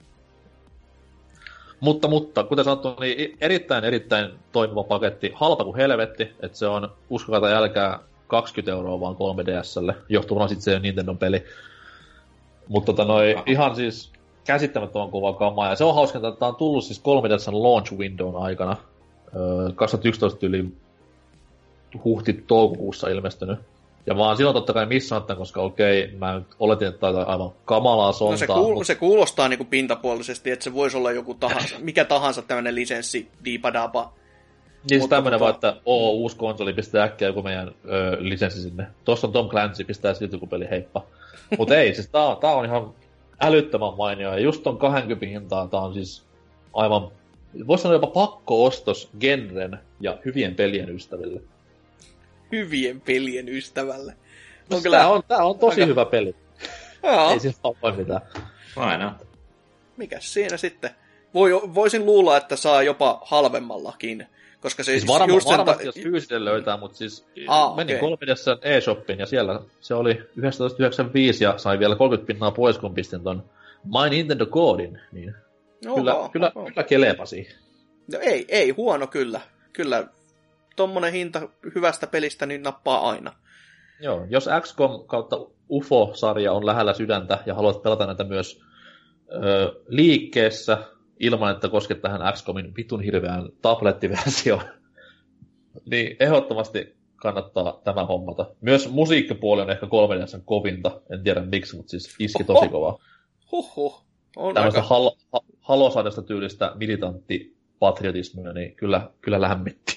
Mutta, kuten sanottu, niin erittäin toimiva paketti, halpa kuin helvetti, että se on, uskokaa tai älkää, 20 € vaan 3DS:lle, johtuvana sitten se Nintendon peli. Mutta ihan siis käsittämättömän kova kamaa, ja se on hauskaa, että tämä on tullut siis 3DS:n launch windown aikana, 2011 yli huhti-toukokuussa ilmestynyt. Ja mä oon silloin totta kai missannut tämän, koska mä oletin, että tämä on aivan kamalaa sontaa. No se kuulostaa niinku pintapuolisesti, että se voisi olla joku mikä tahansa tämmönen lisenssi, diipadapa. Niin siis tämmönen vaan, että uusi konsoli, pistää äkkiä joku meidän lisenssi sinne. Tossa on Tom Clancy, pistää silti joku peli, heippa. Mut ei, siis tää on ihan älyttömän mainio, ja just ton 20 hintaan tää on siis aivan, voisi sanoa jopa pakko-ostos genren ja hyvien pelien ystäville. Hyvien pelien ystävälle. Tää on tosi hyvä peli. Joo. Ei siis voi mitään. Aina. Mikäs siinä sitten? Voisin luulla, että saa jopa halvemmallakin. Koska se siis varmasti jos fyysinen löytää, mutta siis menin 3D:ssä eShopiin ja siellä se oli 19,95 ja sai vielä 30 € pois, kun pistin ton My Nintendo Codin, niin kyllä kelepasi. No ei huono kyllä. Kyllä tommonen hinta hyvästä pelistä niin nappaa aina. Joo, jos XCOM kautta UFO-sarja on lähellä sydäntä ja haluat pelata näitä myös liikkeessä, ilman, että kosket tähän XCOMin vitun hirveään tablettiversioon, niin ehdottomasti kannattaa tämä hommata. Myös musiikkipuoli on ehkä 3D:n kovinta, en tiedä miksi, mutta siis iski tosi kovaa. Tällaista halosaidosta tyylistä militanttipatriotismia, niin kyllä lämmitti.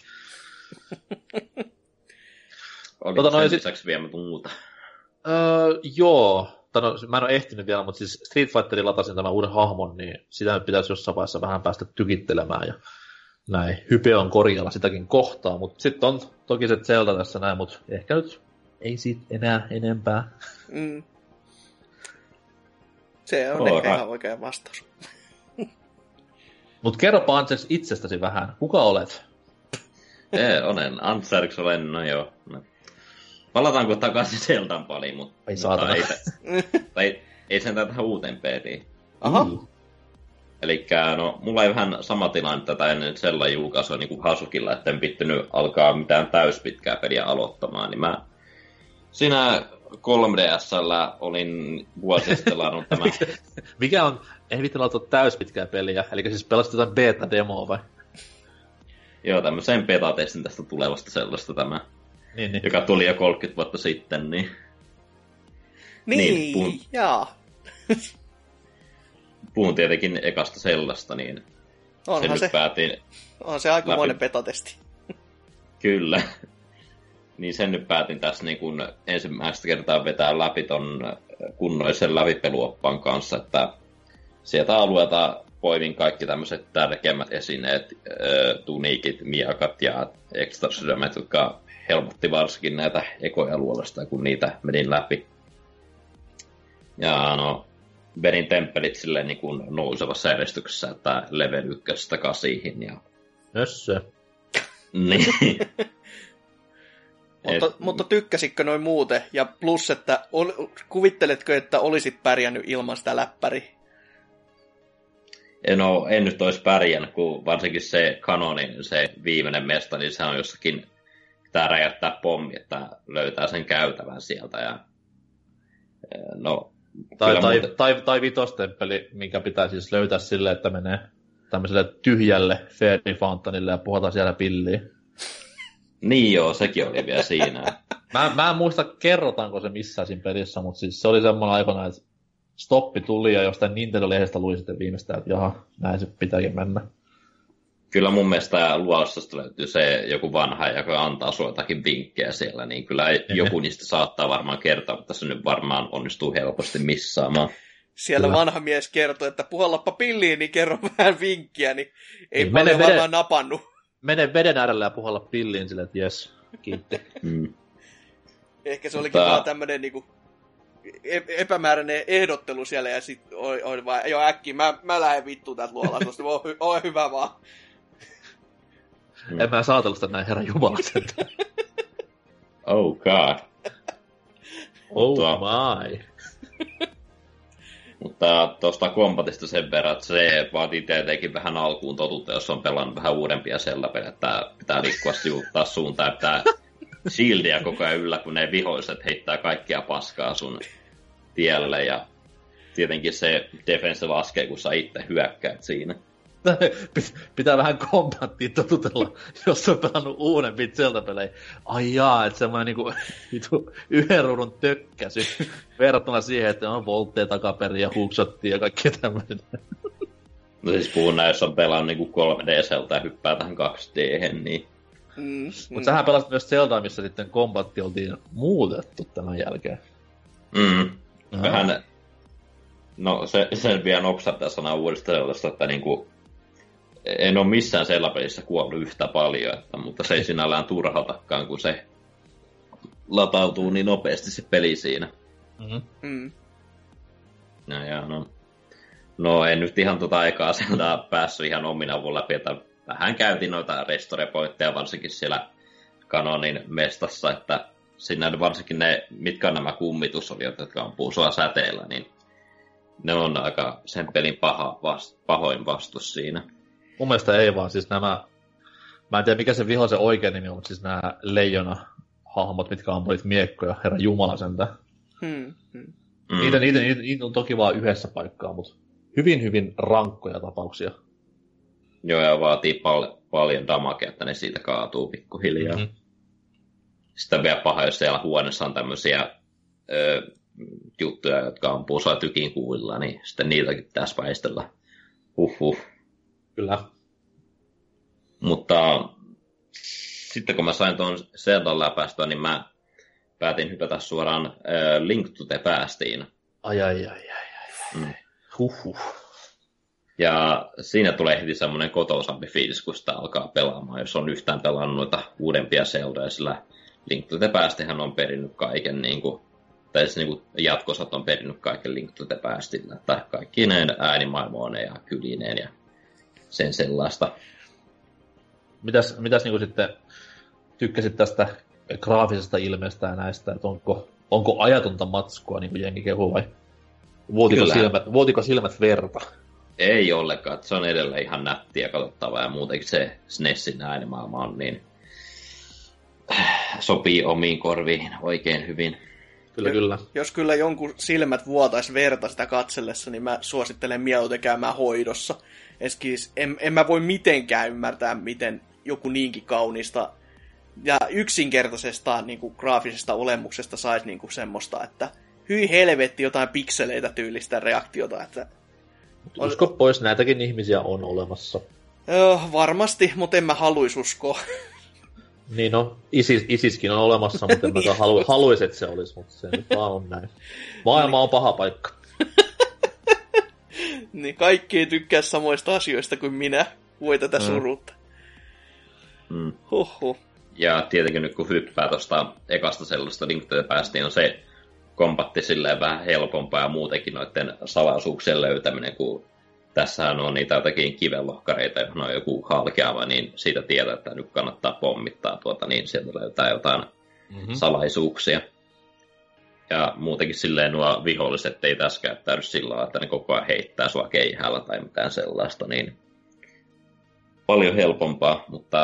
Oliko sen lisäksi vielä muuta? Joo. Mä en ole ehtinyt vielä, mutta siis Street Fighterin latasin tämän uuden hahmon, niin sitä pitäisi jossain vaiheessa vähän päästä tykittelemään ja näin. Hype on korjalla sitäkin kohtaa, mutta sitten on toki se Zelda tässä näin, mutta ehkä nyt ei siitä enää enempää. Se on ehkä ihan oikea vastaus. Mutta kerropa Ansers itsestäsi vähän. Kuka olet? Olen Ansers, olen, no joo. No. Palataanko takaisin Zeldan paliin, mutta ei sentään tähän uuteen peliin. Aha. Elikkä no, mulla ei vähän sama tilanne tätä ennen Zeldan julkaisua niin kuin Hasukilla, että en pittynyt alkaa mitään täyspitkää peliä aloittamaan, niin mä siinä 3DS:llä olin vuosia sitten laadun tämän. Mikä on, ei vittu aloittaa täyspitkää peliä, eli siis pelasit jotain beta-demoa vai? Joo, tämmöisen beta-testin tästä tulevasta Zeldasta tämä. Niin. Joka tuli jo 30 vuotta sitten, niin... jaa. Puhun tietenkin ekasta Zeldasta, niin... Onhan se päätin on se aikamoinen betatesti. Kyllä. Niin sen nyt päätin tässä niin kun ensimmäistä kertaa vetää läpi ton kunnoisen läpipeluoppaan kanssa, että sieltä alueelta poimin kaikki tämmöiset tärkeimmät esineet, tuniikit, miakat ja extra sydämet, jotka helpotti varsinkin näitä ekoja luolasta, kun niitä menin läpi. Ja no, vedin temppelit silleen niin kuin nousevassa järjestyksessä, että level 1-8 ja... Nössö. Niin. Mutta tykkäsitkö noin muuten? Ja plus, että kuvitteletko, että olisit pärjännyt ilman sitä läppäriä? No, en nyt olisi pärjännyt, kun varsinkin se kanonin, se viimeinen mesta, niin se on jossakin pitää räjäyttää pommi, että löytää sen käytävän sieltä. Ja, no, tai vitostemppeli, minkä pitää siis löytää silleen, että menee tämmöiselle tyhjälle Fairy Fountainille ja puhutaan siellä pilliä. Niin joo, sekin oli vielä siinä. Mä en muista, kerrotaanko se missään siinä pelissä, mutta siis se oli semmoinen aikana, että stoppi tuli ja jostain Nintendo-lehdestä luin sitten viimeistään, että jaha, näin se pitääkin mennä. Kyllä mun mielestä luostosta löytyy se joku vanha, joka antaa sulle jotakin vinkkejä siellä, niin kyllä joku niistä saattaa varmaan kertoa, mutta se nyt varmaan onnistuu helposti missaamaan. Siellä vanha mies kertoi, että puhallappa pilliin, niin kerro vähän vinkkiä, niin ei niin paljon varmaan napannut. Mene veden äärellä ja puhalla pilliin silleen, että jes, kiitti. Ehkä se olikin vaan tämmönen niinku epämääräinen ehdottelu siellä, ja sit oli vaan, joo äkkiä, mä lähden vittuun täältä luolasta, ole hyvä vaan. En mä saatellut sitä näin, herra jumala sentään. Oh god. Oh my. Mutta tuosta kombatista sen verran, että se vaatii tietenkin vähän alkuun totuutta, jos on pelannut vähän uudempia Zelda-pelejä, että pitää liikkua sivuuttaa suuntaan, pitää shieldia koko ajan yllä, kun ne vihoiset heittää kaikkia paskaa sun tielle, ja tietenkin se defense laskee, kun sä itse hyökkäät siinä. Pitää vähän kombattia totutella, jos on pelannut uudempia Zelda-pelejä. Ai jaa, että semmoinen niinku yhden ruudun tökkäsy verrattuna siihen, että on voltteja takaperin ja hookshottia ja kaikkea tämmöinen. No siis puhun näin, jos on pelannut niinku 3D-Zelda ja hyppää tähän 2D-hen, niin... Mutta sähän pelasit myös Zeldaa, missä sitten kombatti oltiin muutettu tämän jälkeen. Vähän... No sen vielä nopsattaa sanaa uudesta Zeldasta, että niinku... En ole missään Zelda-pelissä kuollut yhtä paljon, mutta se ei sinällään turhautakaan, kun se latautuu niin nopeasti se peli siinä. No en nyt ihan aikaa sieltä päässyt ihan omin avun läpi, että vähän käytin noita restore-pointteja varsinkin siellä Kanonin mestassa, että siinä varsinkin ne, mitkä on nämä kummitusoliot, jotka ampuu sua säteellä, niin ne on aika sen pelin pahoin vastus siinä. Mun mielestä ei vaan, siis nämä, mä en tiedä mikä se vihollisen oikein nimi on, mutta siis nämä leijona-hahmot, mitkä ampuivat miekkoja, herra jumala sentään. Niitä on toki vaan yhdessä paikkaa, mutta hyvin rankkoja tapauksia. Joo, ja vaatii paljon damagea, että ne siitä kaatuu pikkuhiljaa. Sitten vielä paha, jos siellä huoneessa on tämmöisiä juttuja, jotka ampuu sua tykin kuulilla, niin sitten niitäkin pitäisi väistellä. Kyllä. Mutta sitten kun mä sain tuon Zeldan läpäistyä, niin mä päätin hypätä suoraan Link to the Pastiin. Ai. Ja siinä tulee heti semmoinen kotousampi fiilis, kun sitä alkaa pelaamaan, jos on yhtään pelannut noita uudempia Zeldoja, sillä Link to the Pastihan on perinnyt kaiken, tai siis jatkosat on perinnyt kaiken Link to the Pastilla, että kaikki näin äänimaailmoineen ja kylineen ja sen sellaista. Mitäs sitten tykkäsit tästä graafisesta ilmeestä ja näistä, että onko ajatonta matskua, niin kuin jengi kehuu, vai vuotiko silmät verta? Ei ollenkaan, se on edelleen ihan nättiä katsottavaa, ja muutenkin se SNESin äänimaailma on niin sopii omiin korviin oikein hyvin. Kyllä. Jos kyllä jonkun silmät vuotais verta sitä katsellessa, niin mä suosittelen mieluiten käymään hoidossa. En mä voi mitenkään ymmärtää, miten joku niinkin kaunista ja yksinkertaisesta niin kuin graafisesta olemuksesta saisi niin kuin semmoista, että hyi helvetti jotain pikseleitä tyylistä reaktiota. Että usko pois, näitäkin ihmisiä on olemassa. Varmasti, mutta en mä haluis uskoa. Niin no, ISISkin on olemassa, mutta en mä haluaisi, että se olisi, mutta se nyt vaan on näin. Maailma on paha paikka. Niin kaikki ei tykkää samoista asioista kuin minä. Voi tätä surutta. Ja tietenkin nyt kun hyppää tuosta ekasta sellaista Link to the Pastiin, on se kombatti silleen vähän helpompaa ja muutenkin noiden salaisuuksien löytäminen, kun tässähän on niitä jotakin kivenlohkareita, johon on joku halkeava, niin siitä tietää, että nyt kannattaa pommittaa niin sieltä löytää jotain salaisuuksia. Ja muutenkin silleen nuo viholliset ei tässä käyttäydy sillä lailla, että ne koko ajan heittää sua keihäällä tai mitään sellaista, niin paljon helpompaa, mutta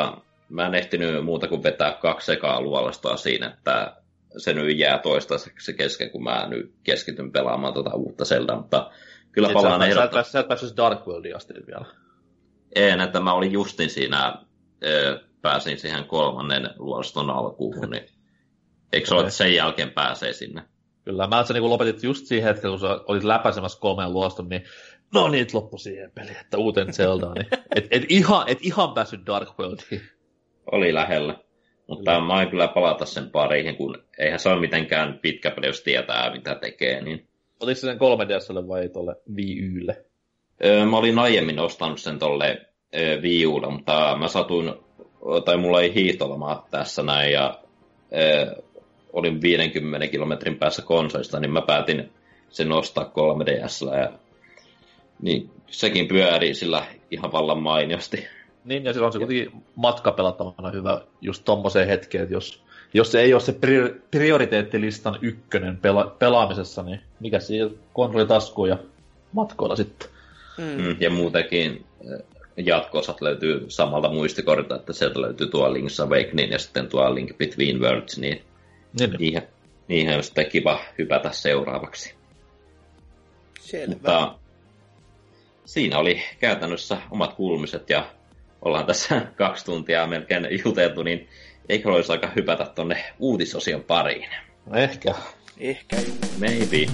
mä en ehtinyt muuta kuin vetää 2 ekaa luolastoa siinä, että se nyt jää toistaiseksi kesken, kun mä nyt keskityn pelaamaan uutta Zeldaa, mutta kyllä palaan ehdottomasti. Sä et päässyt Dark Worldiin asti vielä. En, että mä olin justin siinä, pääsin siihen 3. luolaston alkuun, niin eikö se ole, että sen jälkeen pääsee sinne? Kyllä, mä niin lopetit just siihen hetkellä, kun sä olit läpäisemässä 3 luoston, niin no niin, loppu siihen peliin, että uuteen Zeldaan, niin et ihan päässyt Dark Worldiin. Oli lähellä. Mutta mä oon kyllä palata sen pariin, kun eihän se ole mitenkään pitkä peli, jos tietää, mitä tekee. Niin... Oliko se sen 3DS:lle vai tuolle Wii U:lle? Mä olin aiemmin ostanut sen tolle Wii U:lle, mutta mä satuin, tai mulla ei hiihtolomaa tässä näin, ja olin 50 kilometrin päässä konsolista, niin mä päätin sen ostaa 3DS:llä, ja niin sekin pyörii sillä ihan vallan mainiosti. Niin, ja silloin on se kuitenkin matkapelattavana hyvä just tommoseen hetkeen, että jos se ei ole se prioriteettilistan ykkönen pelaamisessa, niin mikä siinä konsolitaskuun ja matkoilla sitten. Ja muutenkin jatko-osat löytyy samalta muistikortilta, että sieltä löytyy tuo Link's Awakening ja sitten tuo Link Between Worlds, niin. Niihin on sitten kiva hypätä seuraavaksi. Selvä. Mutta siinä oli käytännössä omat kuulumiset ja ollaan tässä 2 tuntia melkein juteltu, niin eikö olisi aika hypätä tonne uutisosion pariin? Ehkä. Maybe.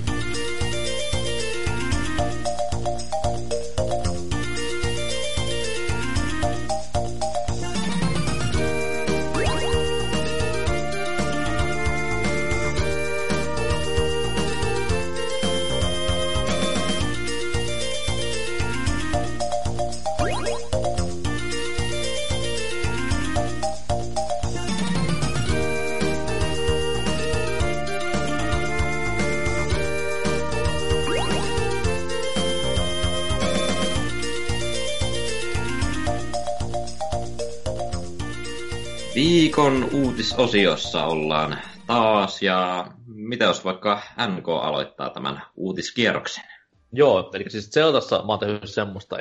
Viikon uutisosiossa ollaan taas, ja mitä jos vaikka NK aloittaa tämän uutiskierroksen? Joo, eli siis Zeldassa mä oon tehnyt semmoista,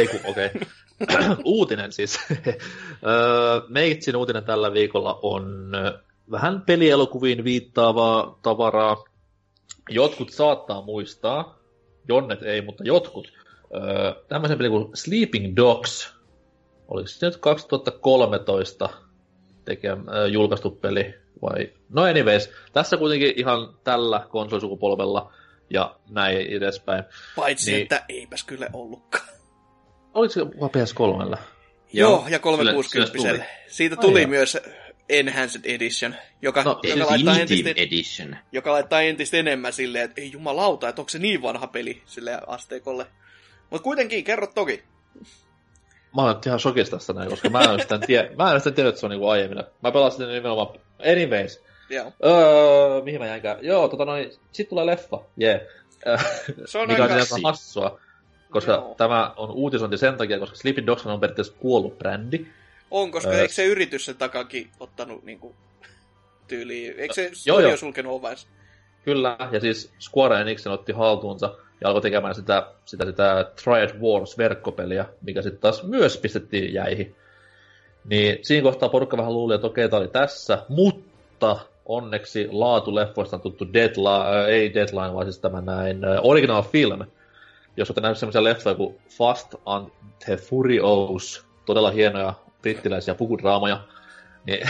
uutinen siis. Meitsin uutinen tällä viikolla on vähän pelielokuviin viittaavaa tavaraa. Jotkut saattaa muistaa, jonnet ei, mutta jotkut. Tämmöisen pelin kuin Sleeping Dogs. Oliko se nyt 2013 julkaistu peli vai? No anyways, tässä kuitenkin ihan tällä konsolisukupolvella ja näin edespäin. Paitsi, niin, että eipäs kyllä ollutkaan. Oliko se PS3:llä? Joo, ja 360. Siitä tuli myös Enhanced Edition, joka laittaa entistä enemmän silleen, että ei jumalauta, että onko se niin vanha peli silleen asteikolle. Mutta kuitenkin, kerro toki. Mä olen ihan shokissa tässä näin, koska mä en sitä tiedä, että se on niinku aiemmin. Mä pelasin sitä nimenomaan. Anyways. Joo. Mihin mä jäinkään? Joo, sit tulee leffa. Yeah. Se on mikä aika on hassua. Koska tämä on uutisointi sen takia, koska Sleeping Dogs on periaatteessa kuollut brändi. On, koska eikö se yritys sen takakin ottanut niinku tyyliin? Eikö se studio sulkenut ovensa? Kyllä, ja siis Square Enix otti haltuunsa ja alkoi tekemään sitä Triad Wars-verkkopeliä, mikä sitten taas myös pistettiin jäihin. Niin siinä kohtaa porukka vähän luuli, että okei, tää oli tässä, mutta onneksi laatuleffoista on tuttu ei Deadline, vaan siis tämä Original Film. Jos olette nähnyt semmoisia leffoja kuin Fast and the Furious, todella hienoja brittiläisiä pukudraamoja, niin,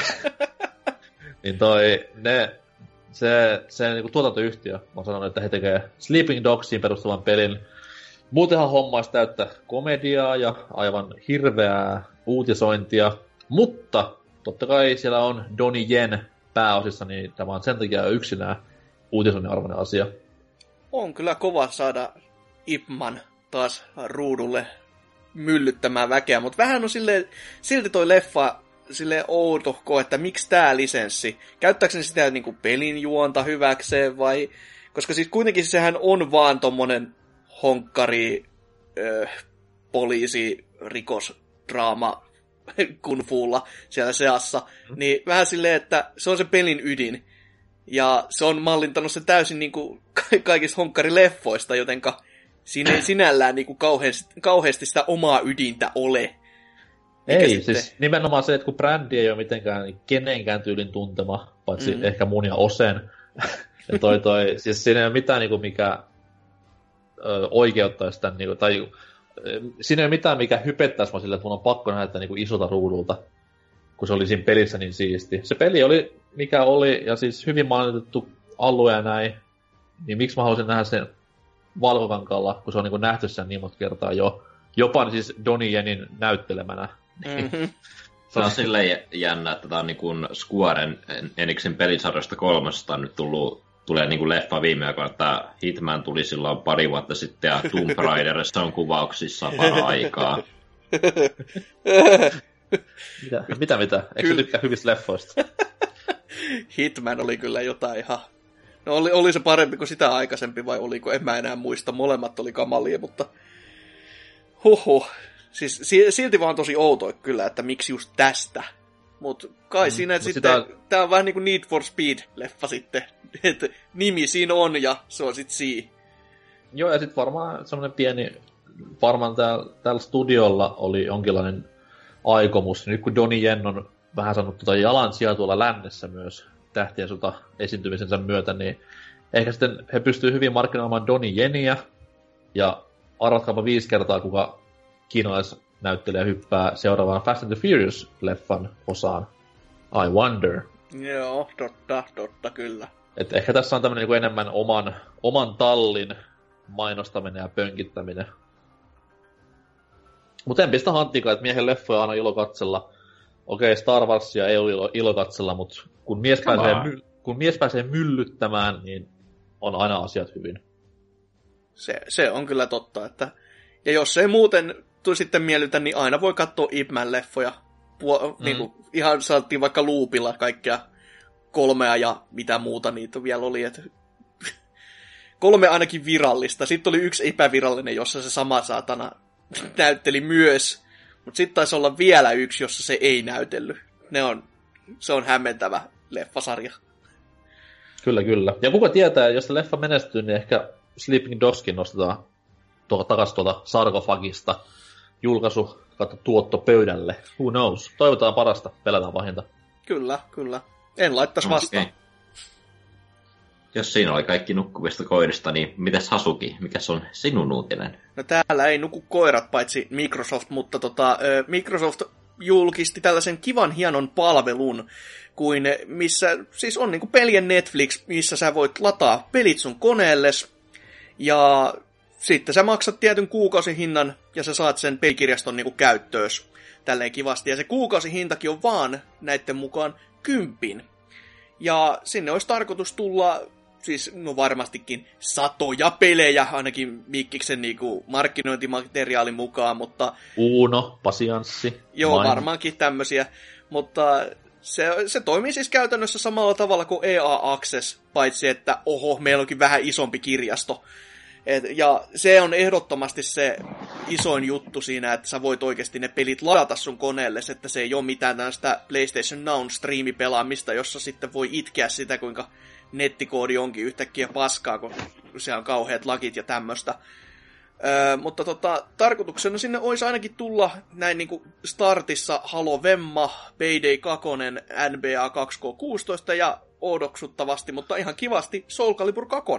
se niinku tuotantoyhtiö on sanonut, että he tekee Sleeping Dogsiin perustuvan pelin. Muutenhan homma olisi täyttä komediaa ja aivan hirveää uutisointia, mutta totta kai siellä on Donnie Yen pääosissa, niin tämä on sen takia yksinään uutisoinnin arvoinen asia. On kyllä kova saada Ip Man taas ruudulle myllyttämään väkeä, mutta vähän on silti toi leffa silleen outohko, että miksi tää lisenssi? Käyttääkö ne sitä niinku pelin juonta hyväkseen vai? Koska siis kuitenkin sehän on vaan tommonen honkkari poliisi rikosdraama kunfuulla siellä seassa. Niin vähän silleen, että se on se pelin ydin. Ja se on mallintanut se täysin niinku kaikista honkkarileffoista, jotenka siinä ei sinällään niinku kauheasti sitä omaa ydintä ole. Ei, sitten? Siis nimenomaan se, että kun brändi ei ole mitenkään kenenkään tyylin tuntema, paitsi ehkä mun ja Osen. Ja siis siinä ei ole mitään niinku, mikä oikeuttaisi tämän, niinku, tai siinä ei ole mitään, mikä hypettäisi vaan sille, että mun on pakko nähdä niinku isolta ruudulta, kun se oli siinä pelissä niin siisti. Se peli oli, mikä oli, ja siis hyvin mainitettu alue ja näin, niin miksi mä haluaisin nähdä sen valkokankaalla, kun se on niinku nähty sen niin monta kertaa jo. Jopa siis Donnie Yenin näyttelemänä. Mm-hmm. Se on silleen jännä, että tää on niinku Squaren Enixin pelisarjasta 300 nyt tulee niinku leffa viime aikoina, että Hitman tuli silloin pari vuotta sitten ja Tomb Raiderissa on kuvauksissa para-aikaa. Mitä? Eikö sä tykkää hyvistä leffoista? Hitman oli kyllä jotain ihan... No oli se parempi kuin sitä aikaisempi vai oliko? En mä enää muista. Molemmat oli kamalia, mutta... Siis silti vaan tosi outoa kyllä, että miksi just tästä. Mut kai siinä sitten... Tää on vähän niinku Need for Speed-leffa sitten. Että nimi siinä on ja se on sit siinä. Joo, ja sit varmaan semmonen pieni... Varmaan täällä studiolla oli jonkinlainen aikomus. Nyt kun Donnie Yen on vähän saanut jalansijaa tuolla lännessä myös Tähtien sota esiintymisensä myötä, niin ehkä sitten he pystyy hyvin markkinoimaan Donnie Yeniä. Ja arvatkaapa 5 kertaa, kuka kiinalaisnäyttelijä hyppää seuraavaan Fast and the Furious-leffan osaan. I wonder. Joo, totta, kyllä. Et ehkä tässä on tämmönen niin enemmän oman tallin mainostaminen ja pönkittäminen. Mutta en pistä hanttikaan, että miehen leffoja aina ilo katsella. Okei, Star Warsia ei ole ilo katsella, mutta kun mies pääsee myllyttämään, niin on aina asiat hyvin. Se on kyllä totta, että... Ja jos ei muuten sitten miellytä, niin aina voi katsoa Ip Man-leffoja. Niin ihan saattiin vaikka loopilla kaikkea 3 ja mitä muuta niitä vielä oli. Että 3 ainakin virallista. Sitten oli 1 epävirallinen, jossa se sama saatana näytteli myös. Mutta sitten taisi olla vielä 1, jossa se ei näytellyt. Se on hämmentävä leffasarja. Kyllä. Ja kuka tietää, jos se leffa menestyy, niin ehkä Sleeping Dogskin nostetaan takaisin tuolta sarkofagista. Julkaisu, tuotto pöydälle. Who knows? Toivotaan parasta, pelätään pahinta. Kyllä. En laittaisi vastaan. Okay. Jos siinä oli kaikki nukkuvista koirista, niin mitäs Hasuki? Mikäs on sinun uutinen? No täällä ei nuku koirat, paitsi Microsoft, mutta Microsoft julkisti tällaisen kivan hienon palvelun, missä siis on niinku pelien Netflix, missä sä voit lataa pelit sun koneelles, ja sitten sä maksat tietyn kuukausihinnan, ja sä saat sen pelikirjaston niinku käyttöös tälleen kivasti, ja se kuukausihintakin on vaan näitten mukaan 10. Ja sinne olisi tarkoitus tulla, siis no varmastikin satoja pelejä, ainakin Mikkiksen niinku markkinointimateriaalin mukaan, mutta... Uno, pasianssi. Joo, varmaankin tämmösiä, mutta se toimii siis käytännössä samalla tavalla kuin EA Access, paitsi että meillä onkin vähän isompi kirjasto. Ja se on ehdottomasti se isoin juttu siinä, että sä voit oikeasti ne pelit ladata sun koneelle, että se ei ole mitään tällaista PlayStation Now striimipelaamista, jossa sitten voi itkeä sitä, kuinka nettikoodi onkin yhtäkkiä paskaa, kun siellä on kauheat lagit ja tämmöstä. Mutta tarkoituksena sinne olisi ainakin tulla näin niin kuin startissa Halo Vemma, Payday 2, NBA 2K16 ja oudoksuttavasti, mutta ihan kivasti Soul Calibur 2.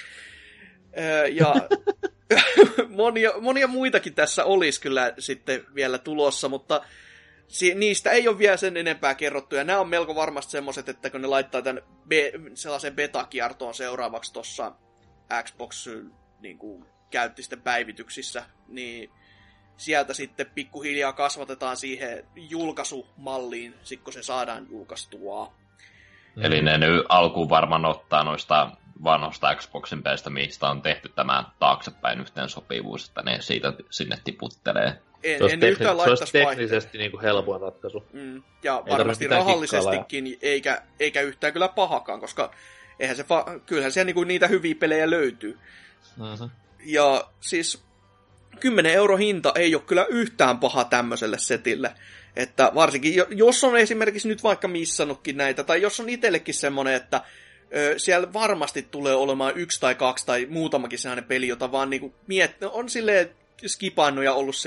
Ja monia muitakin tässä olisi kyllä sitten vielä tulossa, mutta niistä ei ole vielä sen enempää kerrottu. Ja nämä on melko varmasti semmoiset, että kun ne laittaa tämän sellaisen beta-kiertoon seuraavaksi tuossa Xbox niin kuin käyttisten päivityksissä, niin sieltä sitten pikkuhiljaa kasvatetaan siihen julkaisumalliin, sit kun se saadaan julkaistua. Eli ne nyt alkuun varmaan ottaa noista vanhoista Xboxin pelistä, mistä on tehty tämä taaksepäin yhteensopivuus, että ne siitä sinne tiputtelee. En yhtään laittaisi se olisi teknisesti niin kuin helpoin ratkaisu. Ja ei varmasti rahallisestikin, eikä yhtään kyllä pahakaan, koska kyllähän siellä niinku niitä hyviä pelejä löytyy. Mm-hmm. Ja siis 10 € hinta ei ole kyllä yhtään paha tämmöiselle setille. Että varsinkin, jos on esimerkiksi nyt vaikka missannutkin näitä, tai jos on itsellekin semmoinen, että siellä varmasti tulee olemaan 1 tai 2 tai muutamakin sellainen peli, jota vaan niinku on silleen skipannut ja ollut silleen,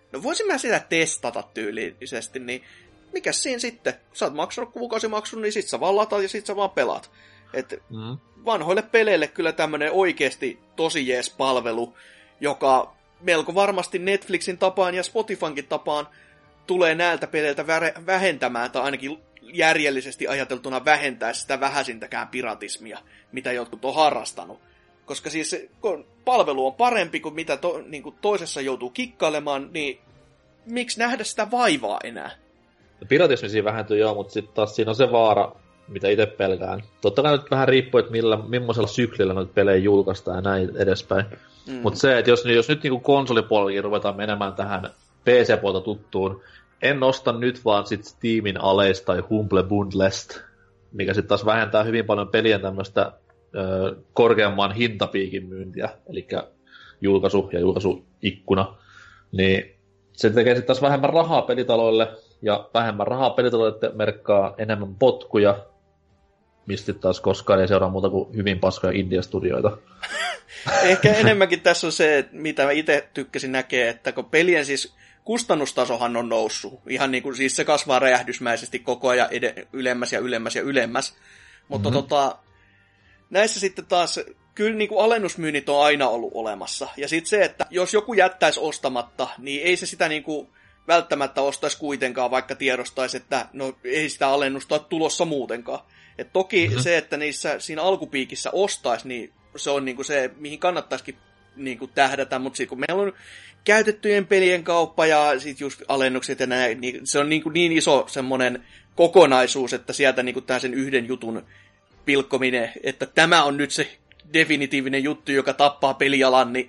no voisin mä sitä testata tyylisesti, niin mikäs siinä sitten? Sä oot maksanut kuukausimaksun, niin sit sä vaan lataat ja sit sä vaan pelaat. Et vanhoille peleille kyllä tämmönen oikeesti tosi jees palvelu, joka melko varmasti Netflixin tapaan ja Spotifynkin tapaan tulee näiltä peleiltä vähentämään, tai ainakin järjellisesti ajateltuna vähentää sitä vähäisintäkään piratismia, mitä jotkut on harrastanut. Koska siis kun palvelu on parempi kuin mitä niin kuin toisessa joutuu kikkailemaan, niin miksi nähdä sitä vaivaa enää? Piratismi siinä vähentyy joo, mutta sitten taas siinä on se vaara, mitä itse pelkään. Totta kai nyt vähän riippuu, että millaisella syklillä noita pelejä julkaistaan ja näin edespäin. Mutta se, että jos nyt niinku konsolipuolellakin ruvetaan menemään tähän PC-puolta tuttuun, en osta nyt vaan sit Steamin aleista tai Humble Bundlesta, mikä sitten taas vähentää hyvin paljon pelien tämmöistä korkeamman hintapiikin myyntiä, eli julkaisu ja julkaisuikkuna, niin se tekee sitten taas vähemmän rahaa pelitaloille, ja vähemmän rahaa pelitaloille merkkaa enemmän potkuja, mistä taas koskaan ei seuraa muuta kuin hyvin paskoja India-studioita. Ehkä enemmänkin tässä on se, mitä mä itse tykkäsin näkee, että kun pelien siis kustannustasohan on noussut, ihan niin kuin siis se kasvaa räjähdysmäisesti koko ajan ylemmäs ja ylemmäs ja ylemmäs, mutta näissä sitten taas kyllä niin kuin alennusmyynnit on aina ollut olemassa. Ja sitten se, että jos joku jättäisi ostamatta, niin ei se sitä niin kuin välttämättä ostaisi kuitenkaan, vaikka tiedostaisi, että no ei sitä alennusta ole tulossa muutenkaan. Et toki se, että siinä alkupiikissä ostaisi, niin se on niin kuin se, mihin kannattaisikin niin kuin tähdätä. Mutta sitten kun meillä on käytettyjen pelien kauppa ja sitten just alennukset ja näin, niin se on niin iso semmoinen kokonaisuus, että sieltä niin kuin sen yhden jutun pilkkominen, että tämä on nyt se definitiivinen juttu, joka tappaa pelialan, niin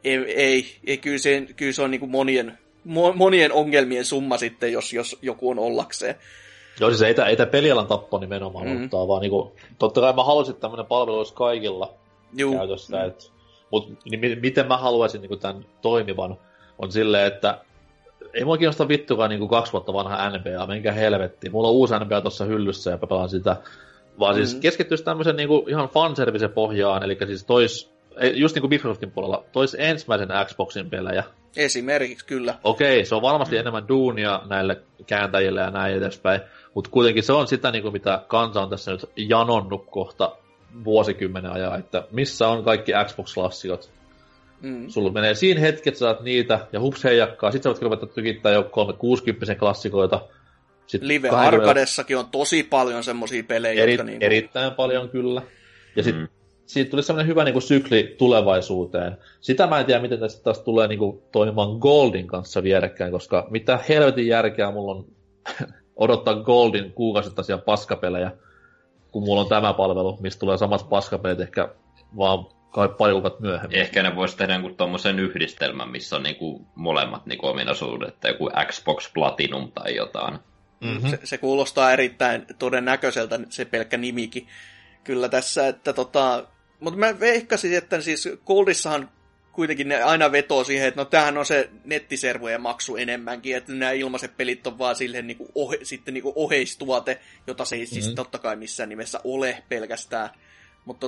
ei kyllä se on niin kuin monien ongelmien summa sitten, jos joku on ollakseen. Joo, siis ei tämä pelialan tappo nimenomaan ottaa, vaan niinku, totta kai mä haluaisin, että tämmöinen palvelu olisi kaikilla käytössä. Mutta miten mä haluaisin niinku tämän toimivan, on silleen, että ei mua kiinnosta vittukaan niinku 2 vuotta vanha NBA, menkää helvettiin. Mulla on uusi NBA tuossa hyllyssä ja pelaan sitä. Vaan siis keskittyisi tämmöisen niinku ihan fanservice-pohjaan, eli siis just niin kuin Microsoftin puolella, ensimmäisen Xboxin pelejä. Esimerkiksi, kyllä. Okei, se on varmasti enemmän duunia näille kääntäjille ja näin edespäin, mutta kuitenkin se on sitä, niin kuin mitä kansa on tässä nyt janonnut kohta vuosikymmenen ajan, että missä on kaikki Xbox-klassikot. Sulla menee siinä hetki, että saat niitä, ja hups heijakkaa, sit sä voit ruveta tykittää jo 360 klassikoita. Live Arcadessakin on tosi paljon semmosia pelejä, jotka niinku... Erittäin paljon kyllä. Ja sit siitä tuli semmoinen hyvä niinku sykli tulevaisuuteen. Sitä mä en tiedä, miten tästä taas tulee niinku toimimaan Goldin kanssa vierekkäin, koska mitä helvetin järkeä mulla on odottaa Goldin kuukausittaisia paskapelejä, kun mulla on tämä palvelu, mistä tulee samat paskapelit ehkä vaan paljon kuukautta myöhemmin. Ehkä ne vois tehdä jonkun tommosen yhdistelmän, missä on niinku molemmat niinku ominaisuudet, joku Xbox Platinum tai jotain. Se kuulostaa erittäin todennäköiseltä, se pelkkä nimikin. Kyllä tässä, että mutta mä veikkasin, että siis Goldissahan kuitenkin ne aina vetoo siihen, että no tämähän on se nettiservojen maksu enemmänkin, että nämä ilmaiset pelit on vaan silleen sitten niinku oheistuote, jota se ei siis totta kai missään nimessä ole pelkästään. Mutta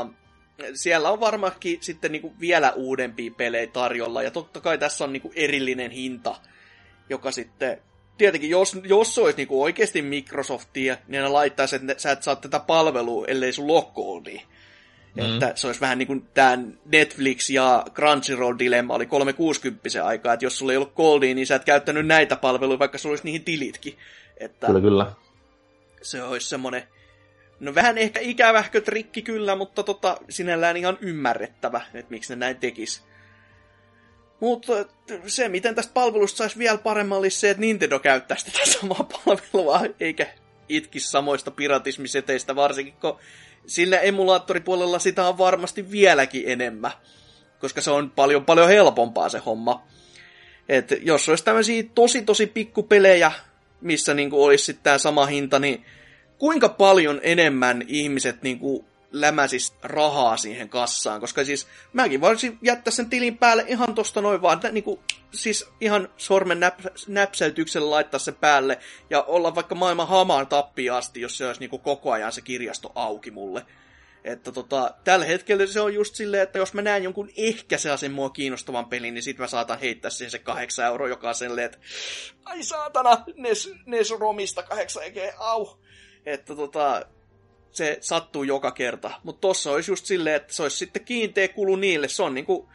siellä on varmaankin sitten niinku vielä uudempia pelejä tarjolla, ja totta kai tässä on niinku erillinen hinta, joka sitten... Tietenkin, jos se olisi niinku oikeasti Microsoftia, niin ne laittaisi, että sä et saa tätä palvelua, ellei sun ole Goldia. Että se olisi vähän niin kuin tämä Netflix ja Crunchyroll-dilemma oli 360 aikaa, että jos sulla ei ollut Goldia, niin sä et käyttänyt näitä palveluja, vaikka sulla olisi niihin tilitkin. Että kyllä. Se olisi semmoinen, no vähän ehkä ikävähkö trikki kyllä, mutta sinällään ihan ymmärrettävä, että miksi ne näin tekisi. Mutta se, miten tästä palvelusta saisi vielä paremmin, olisi se, että Nintendo käyttäisi tätä samaa palvelua, eikä itkisi samoista piratismiseteistä, varsinkin kun sillä emulaattoripuolella sitä on varmasti vieläkin enemmän, koska se on paljon paljon helpompaa se homma. Et jos olisi tämmöisiä tosi pikkupelejä, missä niinku olisi sitten tämä sama hinta, niin kuinka paljon enemmän ihmiset niinku lämäsis rahaa siihen kassaan, koska siis mäkin voisin jättää sen tilin päälle ihan tosta noin vaan, niinku, siis ihan sormen näpsäytyksellä laittaa se päälle ja olla vaikka maailman hamaan tappiin asti, jos se olisi niinku koko ajan se kirjasto auki mulle. Että tällä hetkellä se on just silleen, että jos mä näen jonkun ehkä sellaisen mua kiinnostavan pelin, niin sit mä saatan heittää siihen se 8 €, joka on silleen, että ai saatana, NES Romista 8 EG, au. Että se sattuu joka kerta. Mutta tossa olisi just silleen, että se olisi sitten kiinteä kulu niille. Se on niinku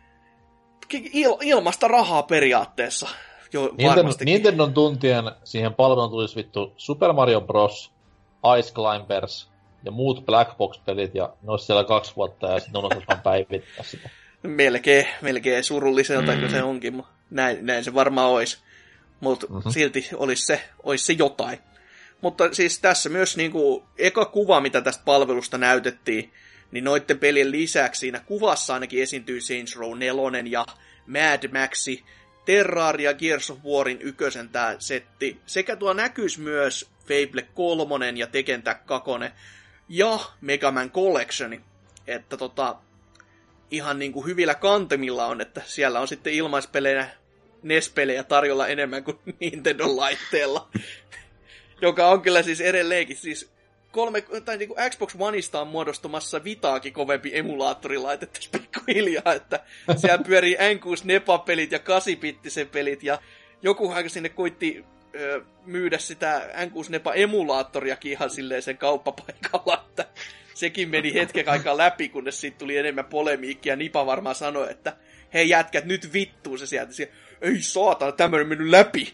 ilmasta rahaa periaatteessa. Nintendon tuntien siihen palveluun tulisi vittu Super Mario Bros, Ice Climbers ja muut Black Box-pelit, ja ne olisi siellä 2 vuotta, ja sitten ne on vaan päivittää sitä. Melkein surulliselta, kun se onkin, mutta näin se varmaan olisi. Mutta silti olisi se jotain. Mutta siis tässä myös niinku, eka kuva, mitä tästä palvelusta näytettiin, niin noitten pelien lisäksi siinä kuvassa ainakin esiintyy Saints Row 4 ja Mad Maxi, Terraria, Gears of Warin ykkösen tää setti, sekä tuo näkyisi myös Fable 3 ja Tekken Tag 2 ja Mega Man Collection, että ihan niinku hyvillä kantemilla on, että siellä on sitten ilmaispelejä, NES-pelejä tarjolla enemmän kuin Nintendon laitteella, joka on kyllä siis edelleenkin siis niinku Xbox Oneista on muodostumassa Vitaakin kovempi emulaattorilaite tässä pikkuhiljaa, että siellä pyörii N6 Nepa-pelit ja 8-bittisen pelit, ja jokuhan sinne koitti myydä sitä N6 Nepa-emulaattoriakin ihan silleen sen kauppapaikalla, että sekin meni hetken aikaa läpi, kunnes siitä tuli enemmän polemiikkia. Nipa varmaan sanoi, että hei jätkät, nyt vittuu se sieltä. Ei saatana, tämmöinen mennyt läpi.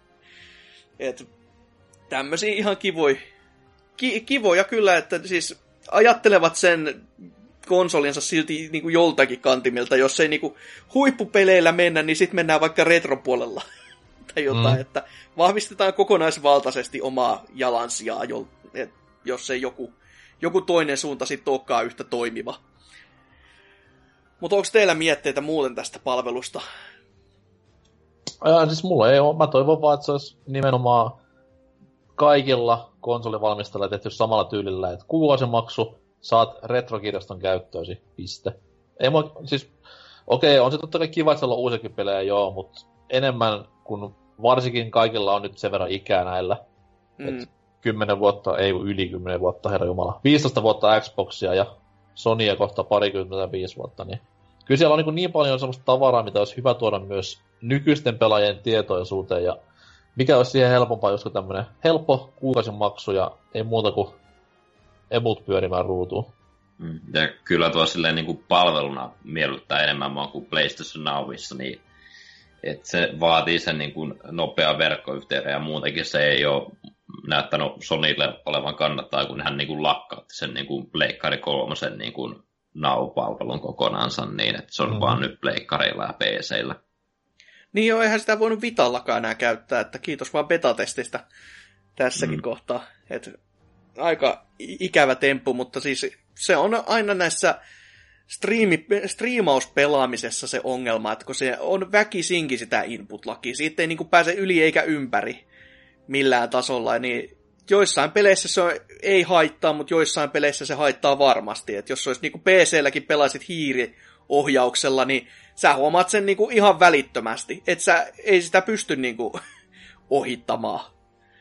Et tämmöisiä ihan kivoja kyllä, että siis ajattelevat sen konsolinsa silti niin kuin joltakin kantimilta. Jos ei niin kuin huippupeleillä mennä, niin sitten mennään vaikka retropuolella tai jotain, että vahvistetaan kokonaisvaltaisesti omaa jalansijaa, jos ei joku toinen suunta sitten olekaan yhtä toimiva. Mutta onko teillä mietteitä muuten tästä palvelusta? Siis mulla ei ole. Mä toivon vaan, että se olisi nimenomaan kaikilla konsolivalmistajilla tehty samalla tyylillä, että kuukausimaksu, saat retrokirjaston käyttöösi, piste. Ei mua, siis, okei, on se totta kai kiva, että siellä on uusiakin pelejä, joo, mutta enemmän, kun varsinkin kaikilla on nyt sen verran ikää näillä. 10 vuotta, ei yli 10 vuotta, herra jumala. 15 vuotta Xboxia ja Sonya kohta 25 vuotta, niin kyllä siellä on niin paljon semmoista tavaraa, mitä olisi hyvä tuoda myös nykyisten pelaajien tietoisuuteen, ja mikä olisi siihen helpompaa, josko tämmönen helppo kuukausimaksu ja ei muuta kuin emut pyörimään ruutuun. Ja kyllä tuo silleen niin kuin palveluna miellyttää enemmän mua kuin PlayStation Nowissa, niin että se vaatii sen niin kuin nopean verkkoyhteyden ja muutenkin se ei ole näyttänyt Sonylle olevan kannattaa, kun hän niin kuin lakkautti sen niin kuin Pleikkari 3 niin kuin Now-palvelun kokonaansa niin, että se on vaan nyt Pleikkarilla ja PC:llä. Niin joo, eihän sitä voinut Vitallakaan enää käyttää, että kiitos vaan betatestistä tässäkin kohtaa. Et aika ikävä temppu, mutta siis se on aina näissä striimauspelaamisessa se ongelma, että kun se on väkisinkin sitä input-lakia, siitä ei niinku pääse yli eikä ympäri millään tasolla, niin joissain peleissä se ei haittaa, mutta joissain peleissä se haittaa varmasti. Et jos olisi niinku PC-lläkin pelaisit hiiriohjauksella, niin sä huomaat sen niinku ihan välittömästi, että sä ei sitä pysty niinku ohittamaan.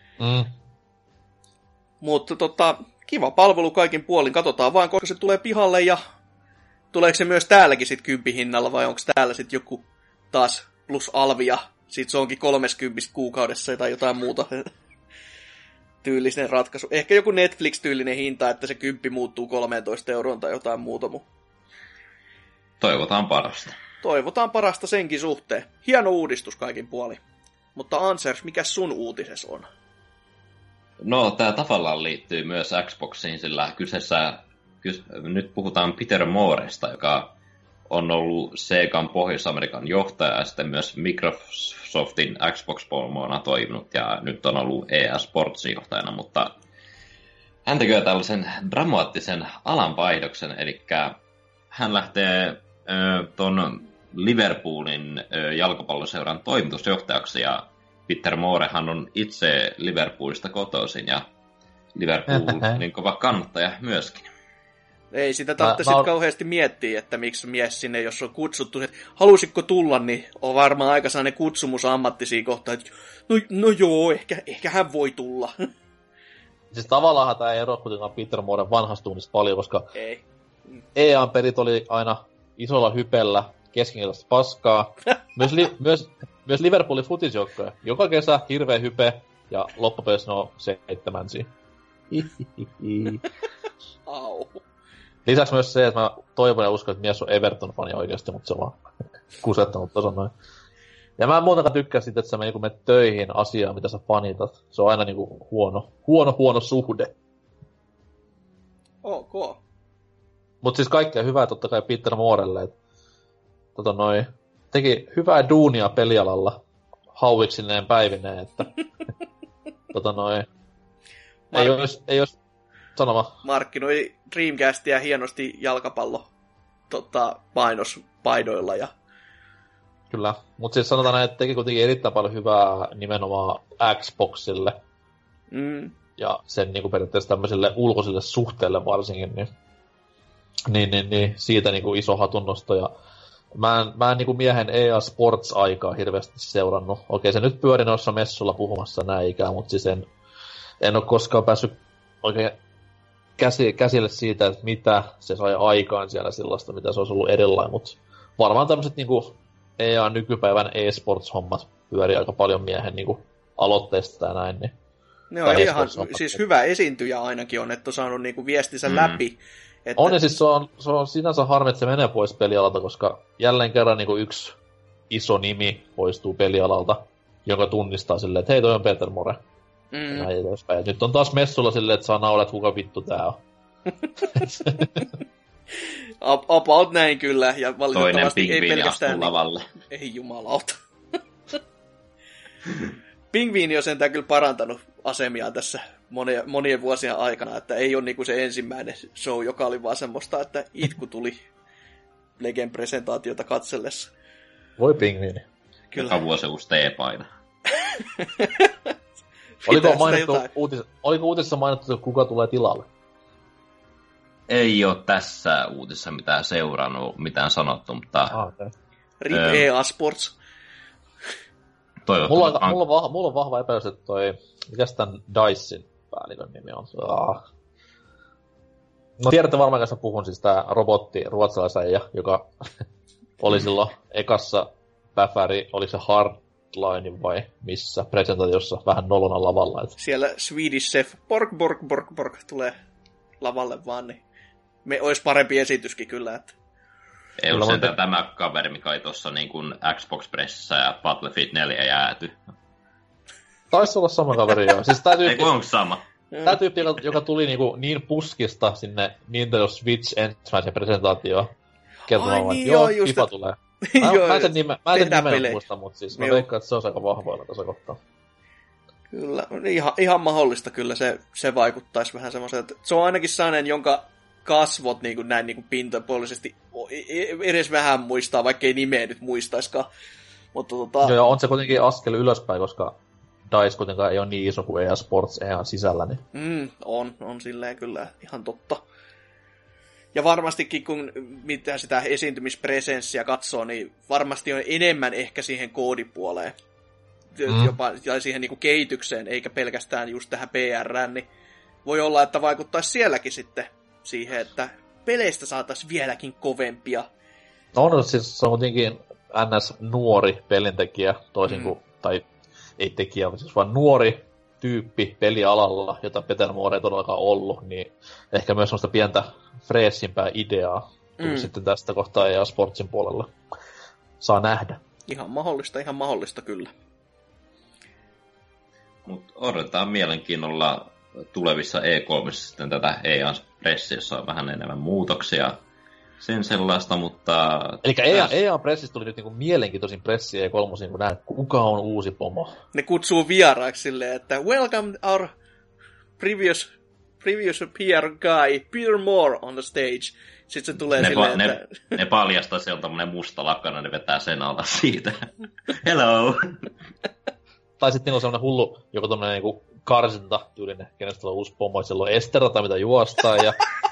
Mutta kiva palvelu kaikin puolin. Katsotaan vaan, koska se tulee pihalle ja tuleeko se myös täälläkin sit 10 hinnalla vai onko täällä sit joku taas plus alvia. Sit se onkin 30 kuukaudessa tai jotain muuta tyylinen ratkaisu. Ehkä joku Netflix-tyylinen hinta, että se 10 muuttuu 13 € tai jotain muuta. Toivotaan parasta. Toivotaan parasta senkin suhteen. Hieno uudistus kaikin puolin. Mutta Ansers, mikä sun uutises on? No, tää tavallaan liittyy myös Xboxiin, sillä nyt puhutaan Peter Mooresta, joka on ollut Segan Pohjois-Amerikan johtaja ja sitten myös Microsoftin Xbox-polmoona toiminut ja nyt on ollut EA Sportsin johtajana, mutta hän tekee tällaisen dramaattisen alanvaihdoksen, eli hän lähtee ton Liverpoolin jalkapalloseuran toimitusjohtajaksi ja Peter Moorehan on itse Liverpoolista kotoisin ja Liverpool niin kova kannattaja myöskin. Ei sitä tarvitse kauheasti miettiä, että miksi mies sinne, jos on kutsuttu, että halusitko tulla, niin on varmaan aika sellainen kutsumus ammattisia kohtaan, että no joo, ehkä hän voi tulla. Siis tavallaan tää ei ero kuitenkaan Peter Mooren vanhasta tunnista paljon, koska Ei. EA-pelit oli aina isolla hypellä keskinkertaista paskaa. Myös Liverpoolin futisjoukkoja. Joka kesä hirveä hype ja loppupeleissä no 7. Au. Lisäksi myös se, että mä toivon ja uskon, että mies on Everton-fani oikeasti, mutta se on vaan kusettanut tason noin. Ja mä en muutenkaan tykkää siitä, että sä menet töihin asiaan, mitä sä fanitat. Se on aina niinku huono suhde. Ok. Mut siis kaikkea hyvää totta kai Peter Moorelle, että teki hyvää duunia pelialalla hauiksineen päivineen, että ei ois sanoma. Markkinoi Dreamcastia hienosti jalkapallo mainospaidoilla ja... Kyllä, mutta siis sanotaan näin, että teki kuitenkin erittäin paljon hyvää nimenomaan Xboxille. Ja sen niinku periaatteessa tämmöiselle ulkoiselle suhteelle varsinkin, niin siitä niinku iso hatunnosto. Ja mä en niinku miehen EA Sports-aikaa hirveästi seurannut. Okei, se nyt pyöri noissa messulla puhumassa näin ikään, mutta siis en ole koskaan päässyt oikein käsille siitä, että mitä se sai aikaan siellä sellaista, mitä se olisi ollut erilainen, mutta varmaan tämmöiset niinku EA nykypäivän e-sports-hommat pyörii aika paljon miehen niinku aloitteista ja näin. Niin, ne on ihan, siis hyvä esiintyjä ainakin on, että on saanut niinku viestinsä läpi. Että... On, ja siis se on sinänsä harmi, että se menee pois pelialalta, koska jälleen kerran niinku yksi iso nimi poistuu pelialalta, jonka tunnistaa silleen, että hei, toi on Peter More. Nyt on taas messulla silleen, että saa naulaa, että kuka vittu tää on. About näin kyllä, ja valitettavasti ei pelkästään... lavalle. Ei jumalauta. Pingviini on sentään kyllä parantanut asemiaan tässä monien vuosien aikana, että ei ole niinku se ensimmäinen show, joka oli vaan semmoista, että itku tuli Legen presentaatiota katsellessa. Voi pingviini. Kyllä. Joka vuosi uusi teepaita. Oliko uutisessa mainittu, että kuka tulee tilalle? Ei ole tässä uutisessa mitään seurannut, mitään sanottu, mutta... Okay. RIP EA Sports. Mulla on vahva epäilys, että mikäs tän DICEin päällikön nimi on? No tiedätte varmaan, kanssa puhun siis tää robotti ruotsalaisäijä, joka oli silloin ekassa päfäri, oliko se Hardline vai missä presentaatiossa vähän nolona lavalla. Et... Siellä Swedish Chef Borg tulee lavalle vaan, niin me ois parempi esityskin kyllä, että... Ei ole sentään tämä kaveri, mikä oli tuossa niin kuin Xbox-pressissä ja Battlefield 4 jääty. Taisi olla sama kaveri, joo. Siis ei onko sama? Tämä tyyppi, joka tuli niin puskista sinne Nintendo Switch ensimmäiseen presentaatioon. Kertomaan niin, joo, FIFA tulee. Mä en sen nimen muista, mutta siis mä veikkaan, että se on aika vahvoilla tässä kohtaa. Kyllä, ihan mahdollista kyllä se vaikuttaisi vähän semmoiselta. Se on ainakin sellainen, jonka kasvot niin kuin näin niin kuin pintapuolisesti edes vähän muistaa, vaikka ei nimeä nyt muistaiskaan. Mutta Joo, on se kuitenkin askel ylöspäin, koska DICE kuitenkaan ei ole niin iso kuin EA Sports EA sisällä. Niin... On silleen kyllä ihan totta. Ja varmastikin, kun mitä sitä esiintymispresenssiä katsoo, niin varmasti on enemmän ehkä siihen koodipuoleen. Jopa ja siihen niin kuin kehitykseen, eikä pelkästään just tähän PR:ään, niin voi olla, että vaikuttaisi sielläkin sitten siihen, että peleistä saataisiin vieläkin kovempia. No siis se on kuitenkin NS-nuori pelintekijä, toisin kuin, tai ei tekijä, siis vaan nuori tyyppi pelialalla, jota Peter Moore ei todellakaan ollut, niin ehkä myös sellaista pientä freesimpää ideaa tuli sitten tästä kohtaa EA Sportsin puolella. Saa nähdä. Ihan mahdollista kyllä. Mutta odotetaan mielenkiinnolla tulevissa E3 sitten tätä EA-pressi, jossa on vähän enemmän muutoksia. Sen sellaista, mutta... Eli EA-pressistä tuli nyt niinku mielenkiintoisin pressi E3, kun näet, kuka on uusi pomo. Ne kutsuu vieraiksi silleen, että welcome our previous PR guy, Peter Moore on the stage. Sitten se tulee silleen, että... Ne paljastaa, siellä on tämmönen musta lakana, ne vetää sen alla siitä. Hello! Tai sitten on semmonen hullu, joku tommonen niinku karsinta-tyylinen, kenestä on uusi pomo, siellä on esterata, mitä juostaa, ja...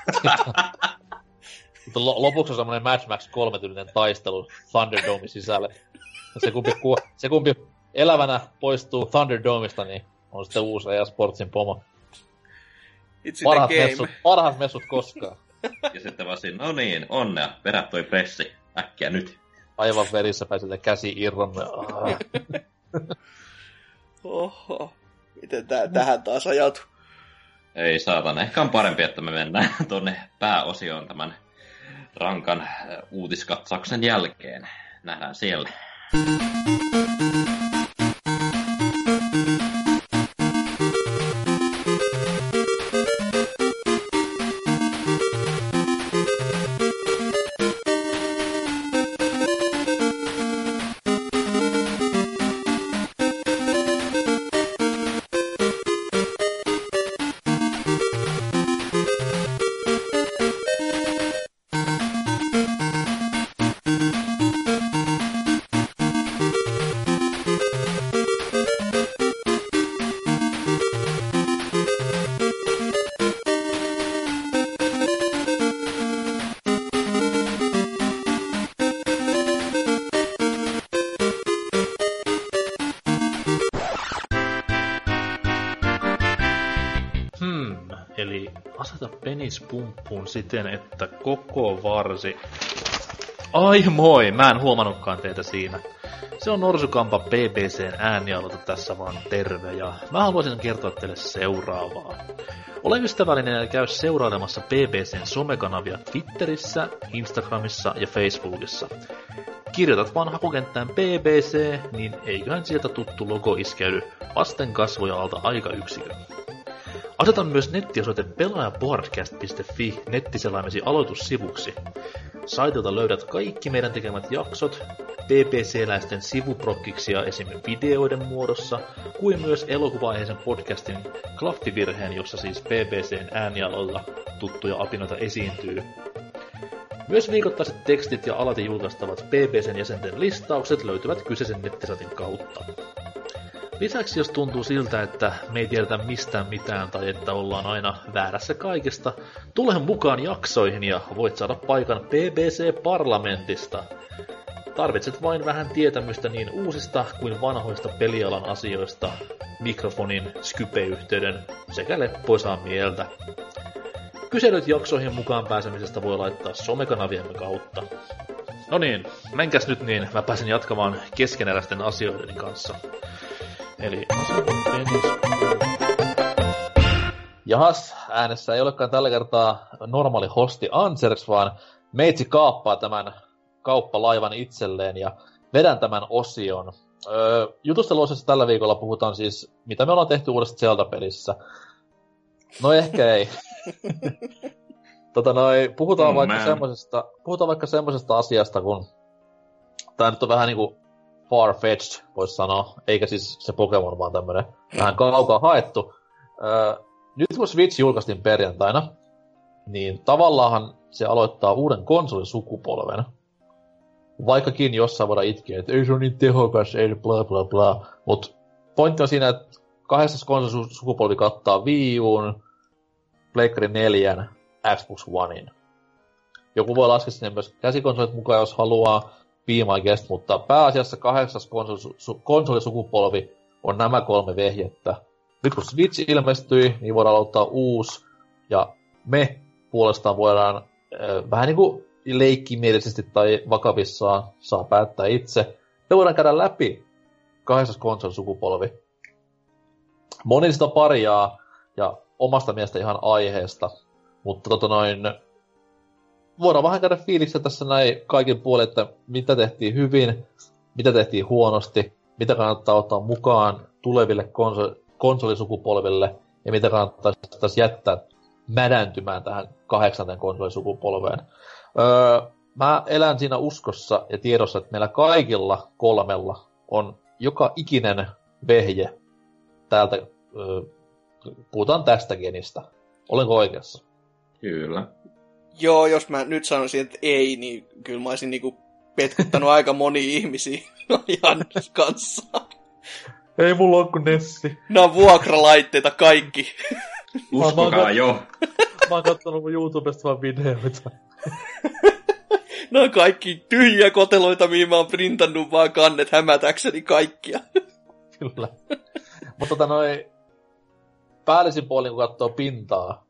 Mutta lopuksi on semmoinen Mad Max 3-tyylinen taistelu Thunderdomein sisälle. Se kumpi elävänä poistuu Thunderdomesta, niin on sitten uusi EA Sportsin pomo. It's in the game. Parhaat messut koskaan. Ja sitten vaan siinä, no niin, onnea, vedä toi pressi, äkkiä nyt. Aivan verissä pääsee käsi irronne. Oho, miten tähän taas ajatu? Ei saatana, ehkä on parempi, että me mennään tonne pääosioon tämän rankan uutiskatsauksen jälkeen. Nähdään siellä. Eli aseta penis pumppuun siten, että koko varsi... Ai moi, mä en huomannutkaan teitä siinä. Se on Norsukampa BBCn äänialoite tässä vaan terve, ja mä haluaisin kertoa teille seuraavaa. Ole ystävällinen ja käy seurailemassa BBCn somekanavia Twitterissä, Instagramissa ja Facebookissa. Kirjoitat vaan hakukenttään BBC, niin eiköhän sieltä tuttu logo iskeydy vasten kasvoja alta aikayksikön. Aseta myös nettiosoite pelaajapodcast.fi nettiselaimesi aloitussivuksi. Saitilta löydät kaikki meidän tekemät jaksot, BBC-läisten sivuprokkiksia esim. Videoiden muodossa, kuin myös elokuva-aiheisen podcastin klaffivirheen, jossa siis BBCn äänialoilla tuttuja apinoita esiintyy. Myös viikoittaiset tekstit ja alati julkaistavat BBCn jäsenten listaukset löytyvät kyseisen nettisatin kautta. Lisäksi jos tuntuu siltä, että me ei tiedetä mistään mitään tai että ollaan aina väärässä kaikesta, tule mukaan jaksoihin ja voit saada paikan BBC-parlamentista. Tarvitset vain vähän tietämystä niin uusista kuin vanhoista pelialan asioista, mikrofonin, Skype-yhteyden sekä leppoisaa mieltä. Kyselyt jaksoihin mukaan pääsemisestä voi laittaa somekanaviemme kautta. No niin, menkäs nyt niin, mä pääsen jatkamaan keskeneräisten asioiden kanssa. Eli Jahas, äänessä ei olekaan tällä kertaa normaali hosti Ansers, vaan meitsi kaappaa tämän kauppalaivan itselleen ja vedän tämän osion. Jutusteluosassa tällä viikolla puhutaan siis, mitä me ollaan tehty uudesta Zelda-pelissä. No ehkä ei. Puhutaan vaikka semmosesta asiasta, kun tää nyt on vähän niinku far-fetched, vois sanoa, eikä siis se Pokemon, vaan tämmönen vähän kaukaa haettu. Nyt kun Switch julkaistiin perjantaina, niin tavallaan se aloittaa uuden konsolisukupolven. Vaikkakin jossain voidaan itkeä, että ei se ole niin tehokas, ei bla bla bla. Mut pointti on siinä, että 8. konsolisukupolvi kattaa Wii U:n, Pleikkari 4, Xbox Onein. Joku voi laskea sinne myös käsikonsolit mukaan, jos haluaa, viimaikestä, mutta pääasiassa 8. konsolisukupolvi on nämä 3 vehjettä. Nyt kun Switch ilmestyi, niin voidaan aloittaa uusi, ja me puolestaan voidaan vähän niin kuin leikkimielisesti tai vakavissaan saa päättää itse. Me voidaan käydä läpi 8. konsolisukupolvi. Moni sitä parjaa, ja omasta mielestä ihan aiheesta, mutta voidaan vähän käydä fiiliksiä tässä näin kaikin puolin, että mitä tehtiin hyvin, mitä tehtiin huonosti, mitä kannattaa ottaa mukaan tuleville konsolisukupolville ja mitä kannattaa jättää mädäntymään tähän 8. konsolisukupolveen. Mä elän siinä uskossa ja tiedossa, että meillä kaikilla 3 on joka ikinen vehje täältä, puhutaan tästä genistä. Olenko oikeassa? Kyllä. Joo, jos mä nyt sanoisin, että ei, niin kyllä mä olisin niinku petkuttanut aika monia ihmisiä Jannes kanssa. Ei mulla ole kuin Nessi. Nää on vuokralaitteita kaikki. Uskokaa jo. Mä oon kattonut mun YouTubesta vaan videoita. Nää on kaikki tyhjiä koteloita, mihin mä oon printannut vaan kannet hämätäkseni kaikkia. Kyllä. Mutta päällisin puolin kun katsoo pintaa,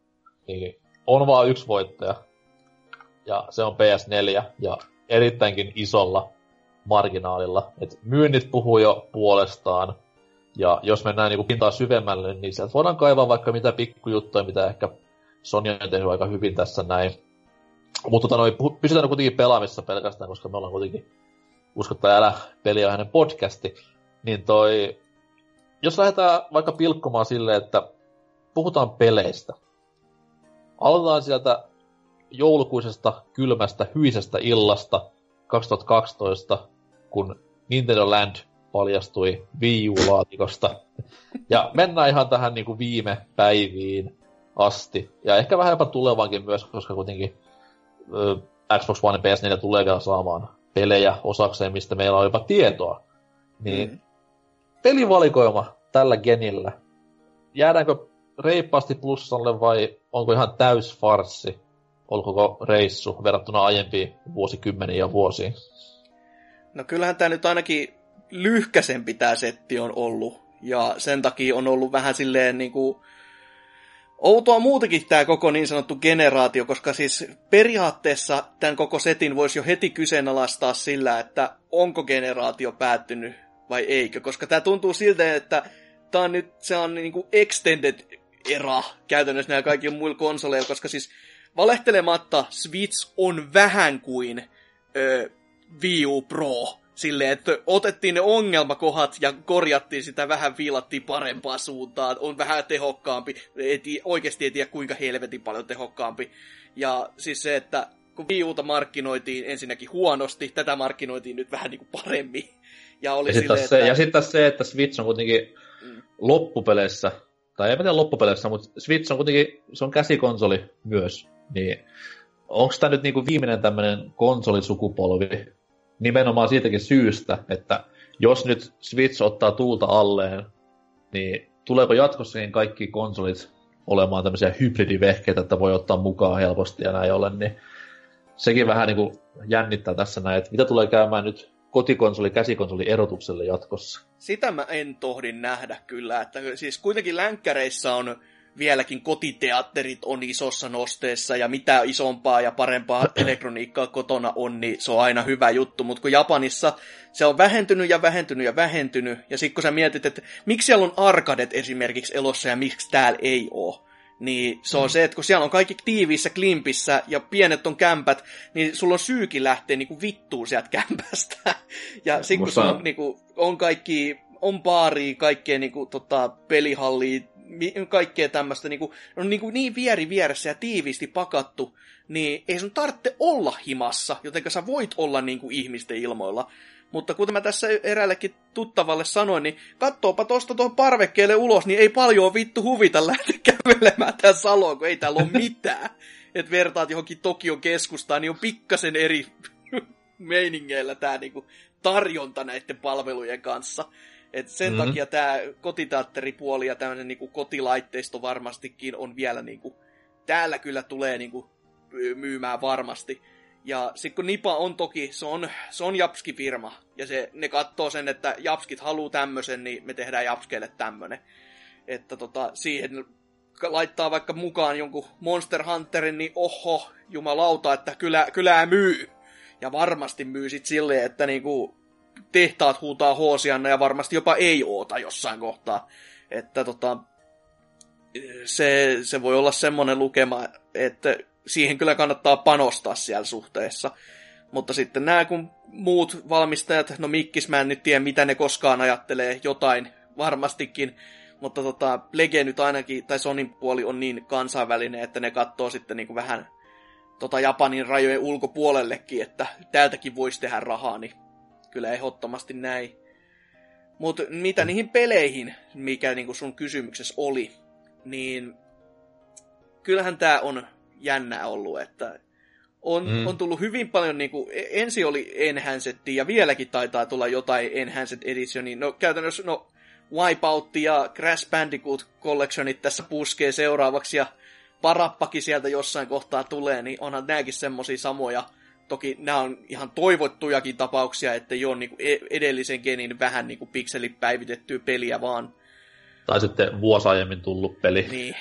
niin on vaan yksi voittaja. Ja se on PS4, ja erittäinkin isolla marginaalilla. Et myynnit puhuu jo puolestaan. Ja jos mennään niinku pintaa syvemmälle, niin sieltä voidaan kaivaa vaikka mitä pikkujuttuja, mitä ehkä Sony on tehnyt aika hyvin tässä näin. Mutta pysytään kuitenkin pelaamissa pelkästään, koska me ollaan kuitenkin uskottaa älä peli on hänen podcasti. Niin jos lähdetään vaikka pilkkomaan silleen, että puhutaan peleistä. Aloitetaan sieltä joulukuisesta, kylmästä, hyisestä illasta 2012, kun Nintendo Land paljastui Wii U-laatikosta. Ja mennään ihan tähän niinku viime päiviin asti. Ja ehkä vähän jopa tulevaankin myös, koska kuitenkin Xbox One ja PS4 tulee vielä saamaan pelejä osakseen, mistä meillä on jopa tietoa. Niin pelivalikoima tällä genillä. Jäädäänkö reippaasti plussalle vai onko ihan täys farssi? Olkoon reissu verrattuna aiempiin vuosikymmeniin ja vuosiin? No kyllähän tämä nyt ainakin lyhkäsempi tämä setti on ollut. Ja sen takia on ollut vähän silleen niinku outoa muutenkin tämä koko niin sanottu generaatio, koska siis periaatteessa tämän koko setin voisi jo heti kyseenalaistaa sillä, että onko generaatio päättynyt vai eikö. Koska tämä tuntuu siltä, että tämä on nyt se on niinku extended era käytännössä näillä kaikilla muilla konsoleilla, koska siis valehtelematta Switch on vähän kuin Wii U Pro. Silleen, että otettiin ne ongelmakohdat ja korjattiin sitä vähän, viilattiin parempaan suuntaan. On vähän tehokkaampi. Oikeasti ei tiedä kuinka helvetin paljon tehokkaampi. Ja siis se, että kun Wii Uta markkinoitiin ensinnäkin huonosti, tätä markkinoitiin nyt vähän niin kuin paremmin. Ja sitten se, että Switch on kuitenkin loppupeleissä, tai ei tiedä loppupeleissä, mutta Switch on kuitenkin, se on käsikonsoli myös. Niin onko tämä nyt niinku viimeinen tämmöinen konsolisukupolvi? Nimenomaan siitäkin syystä, että jos nyt Switch ottaa tuulta alleen, niin tuleeko jatkossakin kaikki konsolit olemaan tämmöisiä hybridivehkeitä, että voi ottaa mukaan helposti ja näin ollen, niin sekin vähän niin kuin jännittää tässä näin, että mitä tulee käymään nyt kotikonsoli-käsikonsoli erotukselle jatkossa. Sitä mä en tohdin nähdä kyllä, että siis kuitenkin länkkäreissä on vieläkin kotiteatterit on isossa nosteessa, ja mitä isompaa ja parempaa elektroniikkaa kotona on, niin se on aina hyvä juttu. Mutta kun Japanissa se on vähentynyt ja vähentynyt ja vähentynyt, ja sitten kun sä mietit, että miksi siellä on arkadet esimerkiksi elossa ja miksi täällä ei ole, niin se on se, että kun siellä on kaikki tiiviissä klimpissä ja pienet on kämpät, niin sulla on syykin lähteä niinku vittuun sieltä kämpästä. Ja sitten kun se on, niinku, on kaikki, on baaria, kaikkea niinku, pelihallia, kaikkea tämmöistä niinku, on niinku niin vieressä ja tiiviisti pakattu, niin ei sun tarvitse olla himassa, jotenka sä voit olla niinku ihmisten ilmoilla. Mutta kuten mä tässä eräällekin tuttavalle sanoin, niin kattoopa tosta tuohon parvekkeelle ulos, niin ei paljon vittu huvita lähteä kävelemään tän saloon, kun ei täällä ole mitään. Et vertaat johonkin Tokion keskustaan, niin on pikkasen eri meiningeillä tää niinku tarjonta näiden palvelujen kanssa. Et sen takia tää kotiteatteripuoli ja tämmönen niinku kotilaitteisto varmastikin on vielä niinku, täällä kyllä tulee niinku myymään varmasti. Ja sit kun Nipa on toki, se on Japski-firma, ja ne kattoo sen, että Japskit haluu tämmösen, niin me tehdään Japskeille tämmönen. Että siihen laittaa vaikka mukaan jonkun Monster Hunterin, niin oho, jumalauta, että kyllä myy. Ja varmasti myy sit silleen, että niinku tehtaat huutaa hoosianna ja varmasti jopa ei oota jossain kohtaa. Että se voi olla semmonen lukema, että siihen kyllä kannattaa panostaa siellä suhteessa. Mutta sitten nämä kun muut valmistajat, no Mikkis mä en nyt tiedä mitä ne koskaan ajattelee, jotain varmastikin. Mutta Plege nyt ainakin, tai Sonin puoli on niin kansainvälinen, että ne katsoo sitten niin kuin vähän Japanin rajojen ulkopuolellekin, että täältäkin voisi tehdä rahaa, niin kyllä ehdottomasti näin. Mutta mitä niihin peleihin, mikä niin kuin sun kysymyksessä oli, niin kyllähän tää on jännää ollut, että on tullut hyvin paljon, niin kuin, ensin oli Enhanced, ja vieläkin taitaa tulla jotain Enhanced Editionia. No käytännössä, Wipeout ja Crash Bandicoot Collectionit tässä puskee seuraavaksi, ja Parappakin sieltä jossain kohtaa tulee, niin onhan nääkin semmosia samoja. Toki nämä on ihan toivottujakin tapauksia, että ei ole niin kuin edellisen genin vähän niin kuin pikselipäivitettyä peliä vaan. Tai sitten vuosi aiemmin tullut peli. Niin.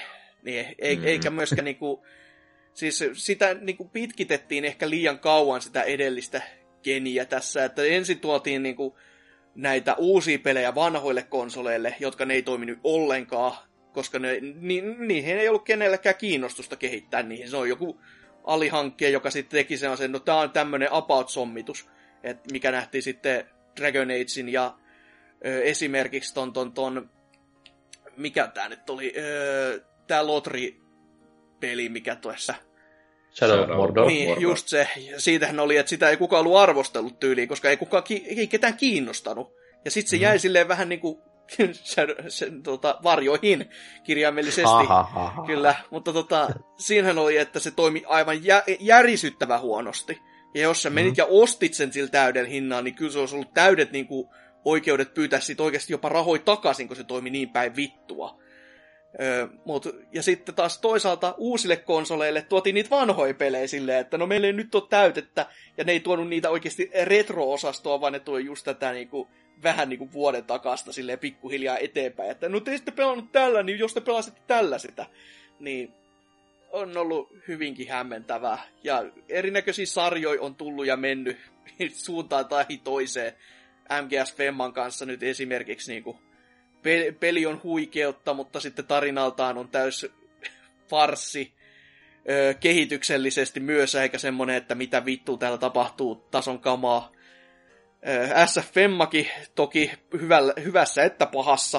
Niin, eikä myöskään niinku, siis sitä niinku pitkitettiin ehkä liian kauan sitä edellistä geniä tässä, että ensin tuotiin niinku näitä uusia pelejä vanhoille konsoleille, jotka ne ei toiminut ollenkaan, koska niihin ei ollut kenelläkään kiinnostusta kehittää niihin. Se on joku alihankkija, joka sitten teki sen, no tää on tämmönen about-sommitus, mikä nähtiin sitten Dragon Agein ja esimerkiksi ton mikä tää nyt oli, tää Lotri-peli, mikä tuossa Shadow of Mordor. Niin, just se. Siitähän oli, että sitä ei kukaan ollut arvostellut tyyliin, koska ei kukaan ei ketään kiinnostanut. Ja sitten se jäi silleen vähän niinku varjoihin kirjaimellisesti. Kyllä, mutta siinähän oli, että se toimi aivan järisyttävän huonosti. Ja jos sä menit ja ostit sen sillä täydellä hinnalla, niin kyllä se olisi ollut täydet niinku oikeudet pyytää siitä oikeasti jopa rahoja takaisin, kun se toimi niin päin vittua. Ja sitten taas toisaalta uusille konsoleille tuotiin niitä vanhoja pelejä silleen, että no meillä ei nyt ole täytettä, ja ne ei tuonut niitä oikeasti retro-osastoa, vaan ne tuo just tätä niinku, vähän niinku vuoden takasta silleen pikkuhiljaa eteenpäin, että no te ette pelannut tällä, niin jos te pelasitte tällä sitä, niin on ollut hyvinkin hämmentävää. Ja erinäköisiä sarjoja on tullut ja mennyt suuntaan tai toiseen. MGS Femman kanssa nyt esimerkiksi niinku peli on huikeutta, mutta sitten tarinaltaan on täys farssi kehityksellisesti myös, eikä semmonen, että mitä vittua täällä tapahtuu tason kamaa. SF Femmakin toki hyvässä että pahassa.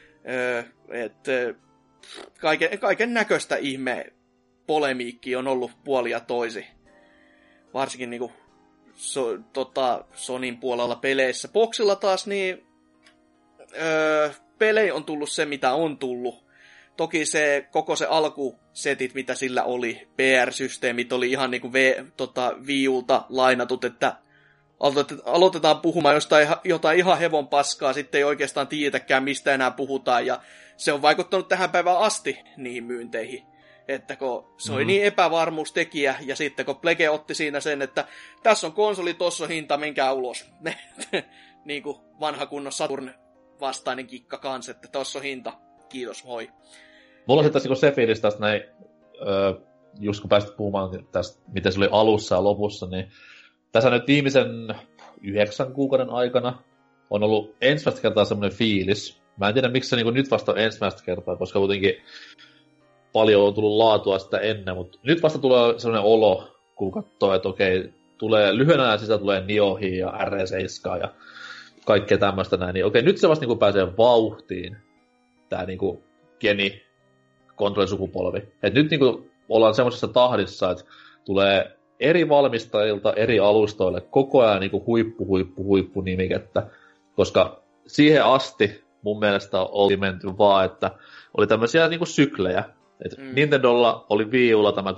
Kaiken näköistä ihme polemiikki on ollut puoli ja toisi. Varsinkin niinku Sonin puolella peleissä. Boxilla taas niin pelejä on tullut se, mitä on tullut. Toki koko se alkusetit, mitä sillä oli, PR-systeemit oli ihan niinku Wii Ulta lainatut, että aloitetaan puhumaan jotain ihan hevon paskaa, sitten ei oikeastaan tiedetäkään, mistä enää puhutaan, ja se on vaikuttanut tähän päivään asti niihin myynteihin. Että kun se oli niin epävarmuustekijä, ja sitten kun Plege otti siinä sen, että tässä on konsoli, tossa on hinta, menkää ulos. Niin kuin vanha kunnon Saturn vastainen kikka kans, että tossa on hinta, kiitos, moi. Mulla on sitten tässä se fiilis tästä näin, just kun pääsit puhumaan tästä, miten se oli alussa ja lopussa, niin tässä nyt viimeisen 9 kuukauden aikana on ollut ensimmäistä kertaa semmoinen fiilis. Mä en tiedä, miksi se niin nyt vasta on ensimmäistä kertaa, koska kuitenkin paljon on tullut laatua sitä ennen, mutta nyt vasta tulee semmoinen olo, kun katsoo, että okei, tulee lyhyen ajan sisään tulee Niohi ja RE7 ja kaikkea tämmöistä näin, niin okei, nyt se vasta niin pääsee vauhtiin, tää niin geni kontrollisukupolvi. Et nyt niin ollaan semmoisessa tahdissa, että tulee eri valmistajilta, eri alustoille koko ajan niin huippu nimikettä, koska siihen asti mun mielestä oli menty vaan, että oli tämmöisiä niin syklejä. Nintendolla oli Wii Ulla tämä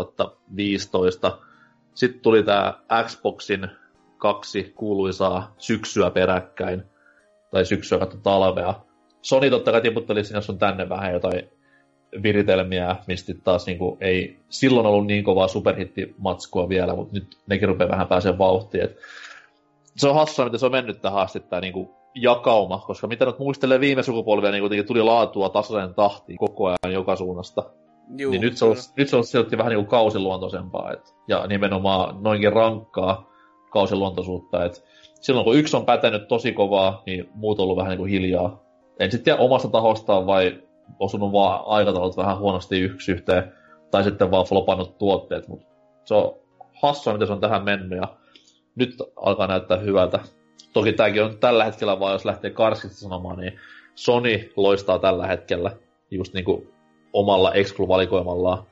2015, sitten tuli tää Xboxin 2 kuuluisaa syksyä peräkkäin, tai syksyä kautta talvea. Sony totta kai tiputteli sinne sun tänne vähän jotain viritelmiä, mistä taas niinku ei silloin ollut niin kovaa superhittimatskua vielä, mutta nyt nekin rupeaa vähän pääsemään vauhtiin. Se on hassua, miten se on mennyt tähän asti tää niinku jakauma, koska mitä nyt muistelee viime sukupolvia, niin kuitenkin tuli laatua tasaisen tahtiin koko ajan joka suunnasta. Juu, niin nyt se on silti vähän niinku kausiluontoisempaa, ja nimenomaan noinkin rankkaa kausiluontoisuutta, että silloin kun yksi on pätenyt tosi kovaa, niin muut on ollut vähän niinku hiljaa. En sitten tiedä omasta tahostaan vai osunut vaan aikataulut vähän huonosti yksi yhteen, tai sitten vaan flopannut tuotteet, mutta se on hassua, miten se on tähän mennyt, ja nyt alkaa näyttää hyvältä. Toki tämäkin on tällä hetkellä vaan, jos lähtee karskista sanomaan, niin Sony loistaa tällä hetkellä just niinku omalla Exclu-valikoimallaan.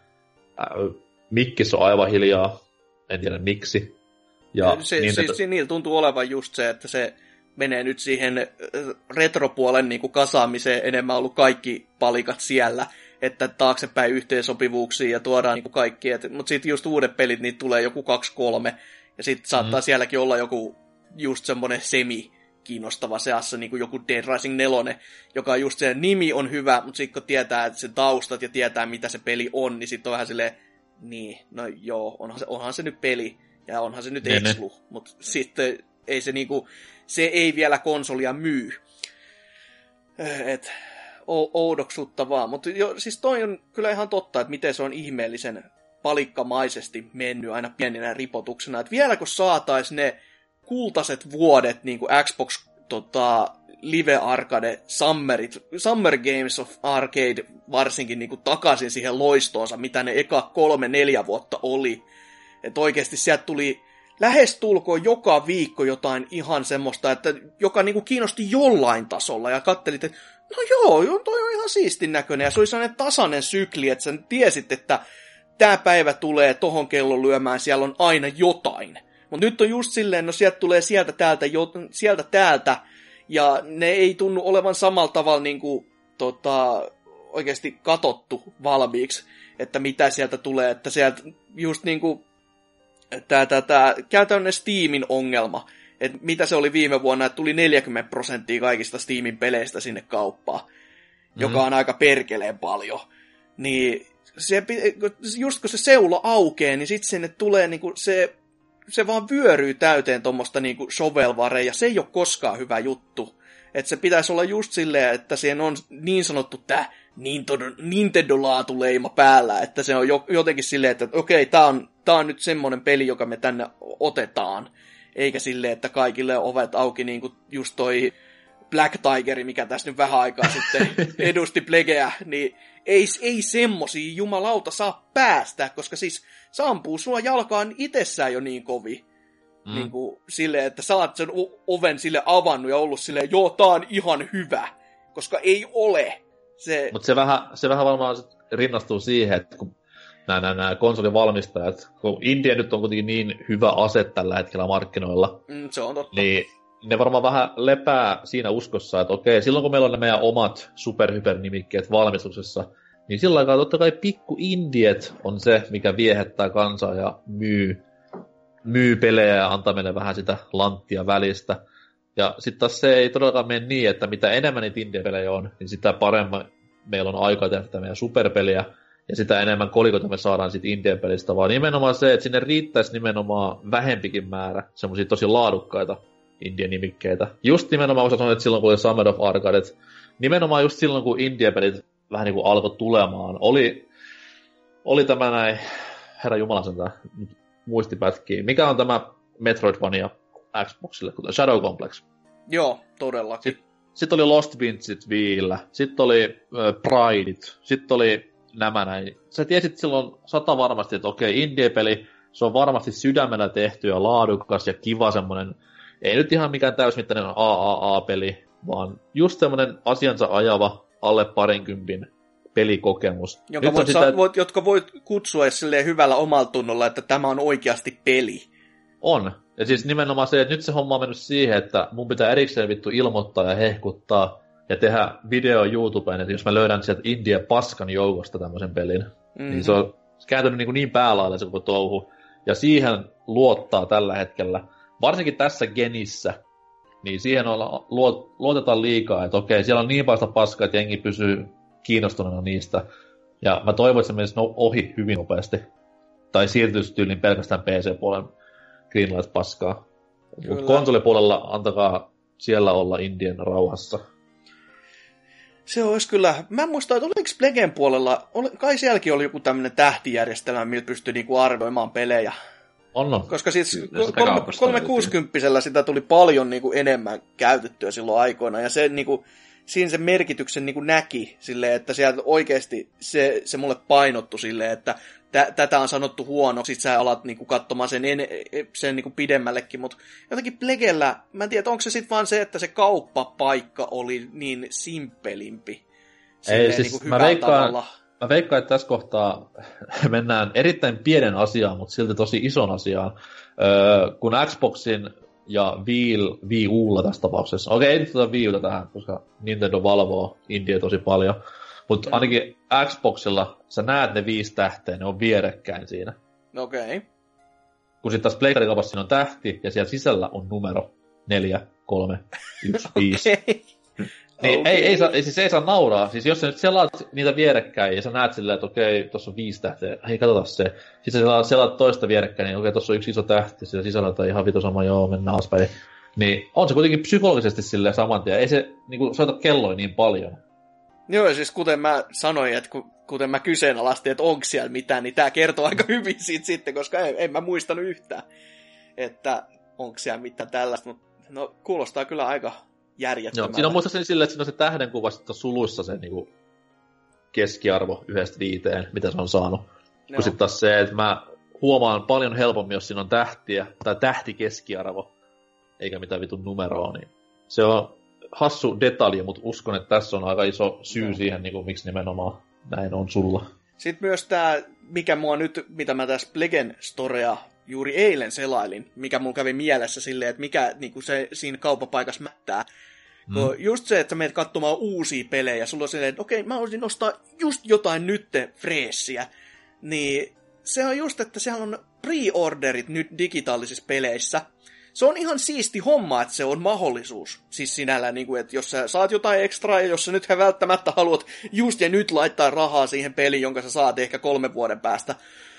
Mikkis on aivan hiljaa, en tiedä miksi. Ja niillä tuntuu olevan just se, että se menee nyt siihen retropuolen niinku kasaamiseen, enemmän ollut kaikki palikat siellä, että taaksepäin yhteensopivuuksia ja tuodaan niinku kaikki. Mutta sitten just uudet pelit, niitä tulee joku 2-3, ja sitten saattaa sielläkin olla joku just semmoinen semi-kiinnostava seassa, niin kuin joku Dead Rising 4, joka just se nimi on hyvä, mutta sitten kun tietää että se taustat ja tietää, mitä se peli on, niin sitten on vähän silleen, niin, no joo, onhan se nyt peli, ja onhan se nyt Exclu, mutta sitten ei se niinku, se ei vielä konsolia myy. oudoksuttavaa, mutta siis toi on kyllä ihan totta, että miten se on ihmeellisen palikkamaisesti mennyt aina pieninä ripotuksena. Että vielä kun saatais ne kultaiset vuodet, niin kuin Xbox Live Arcade Summer Games of Arcade varsinkin niin kuin takaisin siihen loistoonsa, mitä ne eka 3-4 vuotta oli. Että oikeasti sieltä tuli lähestulkoon joka viikko jotain ihan semmoista, että joka niinku kiinnosti jollain tasolla, ja kattelit, että no joo, toi on ihan siistin näköinen, ja se oli sellainen tasainen sykli, että sä tiesit, että tää päivä tulee tohon kellon lyömään, siellä on aina jotain. Mutta nyt on just silleen, no sieltä tulee sieltä täältä, ja ne ei tunnu olevan samalla tavalla niinku, oikeasti katottu valmiiksi, että mitä sieltä tulee, että sieltä just niinku tämä käytännön Steamin ongelma, että mitä se oli viime vuonna, että tuli 40% kaikista Steamin peleistä sinne kauppaan, joka on aika perkeleen paljon. Niin just kun se seula aukeaa, niin sitten sinne tulee niinku se vaan vyöryy täyteen tuommoista niinku shovelwarea, ja se ei ole koskaan hyvä juttu. Että se pitäisi olla just silleen, että siihen on niin sanottu tää Nintendo-laatuleima päällä, että se on jotenkin silleen, että okei, tää on nyt semmonen peli, joka me tänne otetaan. Eikä silleen, että kaikille ovet auki, niin kuin just toi Black Tigeri, mikä tässä nyt vähän aikaa sitten edusti Plegeä, niin ei semmosia jumalauta saa päästä, koska siis se ampuu sua jalkaan itsessään jo niin kovin. Niin kuin silleen, että sä oot sen oven sille avannut ja ollut silleen, joo, tää on ihan hyvä, koska ei ole. Mutta se vähän varmaan rinnastuu siihen, että kun nämä konsolivalmistajat, kun Indie nyt on kuitenkin niin hyvä ase tällä hetkellä markkinoilla, se on totta. Niin ne varmaan vähän lepää siinä uskossa, että okei, silloin kun meillä on ne meidän omat superhypernimikkeet valmistuksessa, niin silloin aikaa totta kai pikku indiet on se, mikä viehättää kansaa ja myy pelejä ja antaa meille vähän sitä lanttia välistä. Ja sitten taas se ei todellakaan mene niin, että mitä enemmän niitä indie-pelejä on, niin sitä paremmin meillä on aikaa tehdä meidän superpeliä, ja sitä enemmän kolikoita me saadaan siitä indie-pelistä, vaan nimenomaan se, että sinne riittäisi nimenomaan vähempikin määrä semmoisia tosi laadukkaita indie-nimikkeitä. Just nimenomaan, kun sä sanoit, että silloin kun oli Summer of Arcade, nimenomaan just silloin, kun indie-pelit vähän niin kuin alkoi tulemaan, oli tämä näin, herra jumala sentään, nyt muistipätkiä. Mikä on tämä Metroidvania Xboxille, kuten Shadow Complex? Joo, todellakin. Sitten oli Lost Windsit Viillä, sitten oli Prideit, sitten oli nämä näin. Sä tiesit silloin varmasti, että okei, indie-peli, se on varmasti sydämellä tehty ja laadukas ja kiva semmonen, ei nyt ihan mikään täysmittainen AAA-peli, vaan just semmonen asiansa ajava alle 20 pelikokemus. Jotka voit kutsua silleen hyvällä omaltunnolla, että tämä on oikeasti peli. On. Ja siis nimenomaan se, että nyt se homma on mennyt siihen, että mun pitää erikseen vittu ilmoittaa ja hehkuttaa ja tehdä video YouTubeen, että jos mä löydän sieltä Indie paskan joukosta tämmöisen pelin, niin se on kääntynyt niin päälailla se koko touhu. Ja siihen luottaa tällä hetkellä, varsinkin tässä genissä, niin siihen luotetaan liikaa, että okei, siellä on niin paljon paskaa, että jengi pysyy kiinnostuneena niistä. Ja mä toivon, että se menisi ohi hyvin nopeasti. Tai siirtyisi tyyliin pelkästään PC-puolen greenlight-paskaa. Mutta konsolipuolella antakaa siellä olla Indien rauhassa. Se olisi kyllä. Mä en muista, että oliko Plegen puolella, kai sielläkin oli joku tämmöinen tähtijärjestelmä, millä pystyi niinku arvioimaan pelejä. On. Koska siis 360 sitä tuli paljon niinku enemmän käytettyä silloin aikoina, ja se niinku siinä se merkityksen niin kuin näki silleen, että sieltä oikeasti se mulle painottu silleen, että tätä on sanottu huonoksi, sit sä alat niin kuin katsomaan sen niin kuin pidemmällekin, mutta jotenkin Plegellä, mä en tiedä, onko se sitten vaan se, että se kauppapaikka oli niin simppelimpi. Ei, siis mä veikkaan, että tässä kohtaa mennään erittäin pienen asiaan, mutta silti tosi ison asiaan. Kun Xboxin ja Wii Ulla tässä tapauksessa. Okei, ei nyt Wii Uta tähän, koska Nintendo valvoo Indie tosi paljon. Mutta ainakin Xboxilla sä näet ne 5 tähteä, ne on vierekkäin siinä. Okei. Kun sitten taas Pleikarikaupassa siinä on tähti, ja siellä sisällä on numero 4, 3, 1, 5. Niin ei saa nauraa. Siis jos sä nyt selaat niitä vierekkäin, ja sä näet silleen, että okei, tossa on 5 tähteä, hei katsotaan se. Sitten sä selaat toista vierekkäin, niin okei, tossa on yksi iso tähti, sillä sisällä tai ihan vito sama, joo, mennään alaspäin. Niin on se kuitenkin psykologisesti silleen saman tien. Ei se niinku soita kelloja niin paljon. Joo, siis kuten mä sanoin, että kuten mä kyseenalaistin, että onko siellä mitään, niin tää kertoo aika hyvin siitä sitten, koska en mä muistanut yhtään, että onko siellä mitään tällaista, mutta no kuulostaa kyllä aika järjettömältä. Joo, siinä on muistaakseni silleen, että siinä on se tähdenkuva sitten suluissa se niinku keskiarvo 1-5, mitä se on saanut. No. Kun sitten taas se, että mä huomaan paljon helpommin, jos siinä on tähtiä, tai tähtikeskiarvo, eikä mitään vitun numeroa, niin se on hassu detalji, mutta uskon, että tässä on aika iso syy siihen, niin kuin, miksi nimenomaan näin on sulla. Sitten myös tämä, mikä mua nyt, mitä mä tässä Plegen Storea juuri eilen selailin, mikä mun kävi mielessä silleen, että mikä niin kuin se siinä kauppapaikassa mättää. Just se, että menet katsomaan uusia pelejä, sulla on silleen, että okei, mä voisin nostaa just jotain nytte freessiä, niin se on just, että siellä on pre-orderit nyt digitaalisissa peleissä. Se on ihan siisti homma, että se on mahdollisuus. Siis sinällään, niin kuin, että jos sä saat jotain ekstraa, ja jos sä nyt välttämättä haluat just ja nyt laittaa rahaa siihen peliin, jonka sä saat ehkä 3 vuoden päästä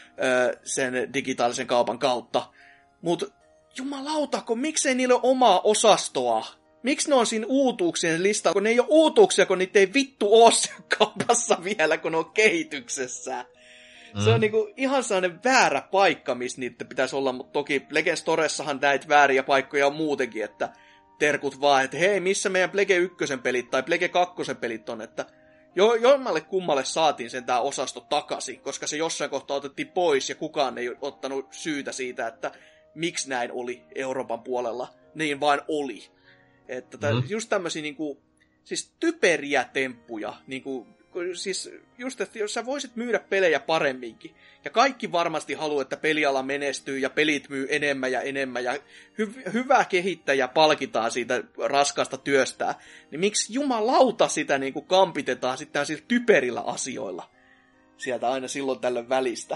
sen digitaalisen kaupan kautta. Mutta jumalauta, miksei niillä ole omaa osastoa? Miksi ne on siinä uutuuksien listalla, kun ne ei ole uutuuksia, kun niitä ei vittu ole siellä kaupassa vielä, kun ne on kehityksessä? Se on niinku ihan sellainen väärä paikka, missä niitä pitäisi olla, mutta toki Plegen Storessahan näitä vääriä paikkoja on muutenkin, että terkut vaan, että hei, missä meidän Plege 1 pelit tai Plege 2 pelit on, että jommalle kummalle saatiin sen tää osasto takaisin, koska se jossain kohtaa otettiin pois ja kukaan ei ottanut syytä siitä, että miksi näin oli Euroopan puolella, niin vain oli. Että just tämmöisiä niinku, siis typeriä temppuja, niinku, siis just, että jos sä voisit myydä pelejä paremminkin, ja kaikki varmasti haluaa, että peliala menestyy, ja pelit myy enemmän ja enemmän, ja hyvä kehittäjä palkitaan siitä raskaasta työstään, niin miksi jumalauta sitä niin kuin kampitetaan sitten typerillä asioilla sieltä aina silloin tällöin välistä.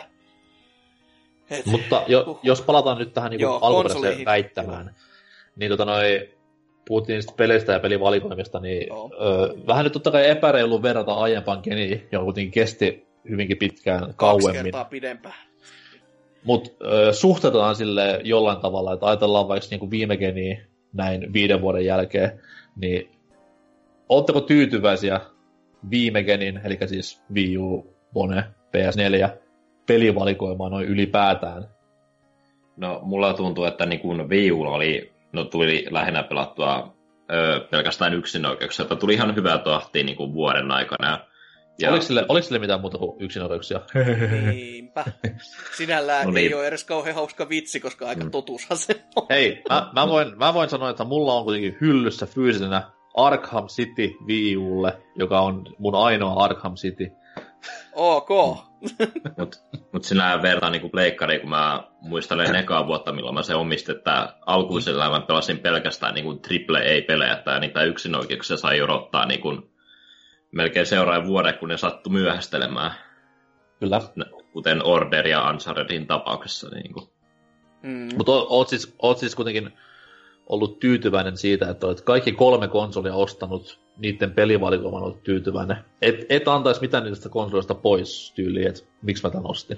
Mutta jos palataan nyt tähän niin alkuperäiseen väittämään, niin puhuttiin niistä peleistä ja pelivalikoimista, niin vähän nyt totta kai epäreilu verrata aiempaan geniin, joka kuitenkin kesti hyvinkin pitkään, kauemmin. 2 kertaa pidempään. Mutta suhteutetaan sille jollain tavalla, että ajatellaan vaikka niin kuin viime geniin näin 5 vuoden jälkeen, niin ootteko tyytyväisiä viime genin, eli siis Wii U, Bone, PS4, pelivalikoimaan noin ylipäätään? No, mulla tuntuu, että niin kuin Wii U tuli lähinnä pelattua pelkästään yksinoikeuksia, että tuli ihan hyvää tahtia niin kuin vuoden aikana. Ja oliko sille mitään muuta kuin yksinoikeuksia? Niinpä. Sinällään ei ole edes kauhean hauska vitsi, koska aika totuushan se on. Hei, mä voin sanoa, että mulla on kuitenkin hyllyssä fyysisenä Arkham City Wii Ulle, joka on mun ainoa Arkham City. Ok. Mut sinä vertaan niinku pleikkariin, kun mä muistelen ekaa vuotta, milloin mä se omistin, että alkuisella mä pelasin pelkästään niinku AAA-pelejä, että niitä yksinoikeuksia sai odottaa niinku melkein seuraavan vuoden, kun ne sattui myöhästelemään. Kyllä. Kuten Order ja Unchartedin tapauksessa. Niinku. Mutta oot siis kuitenkin ollut tyytyväinen siitä, että olet kaikki 3 konsolia ostanut, niiden pelivalikoiman olet tyytyväinen. Et antaisi mitään niistä konsolista pois tyyliin, että miksi mä tän ostin.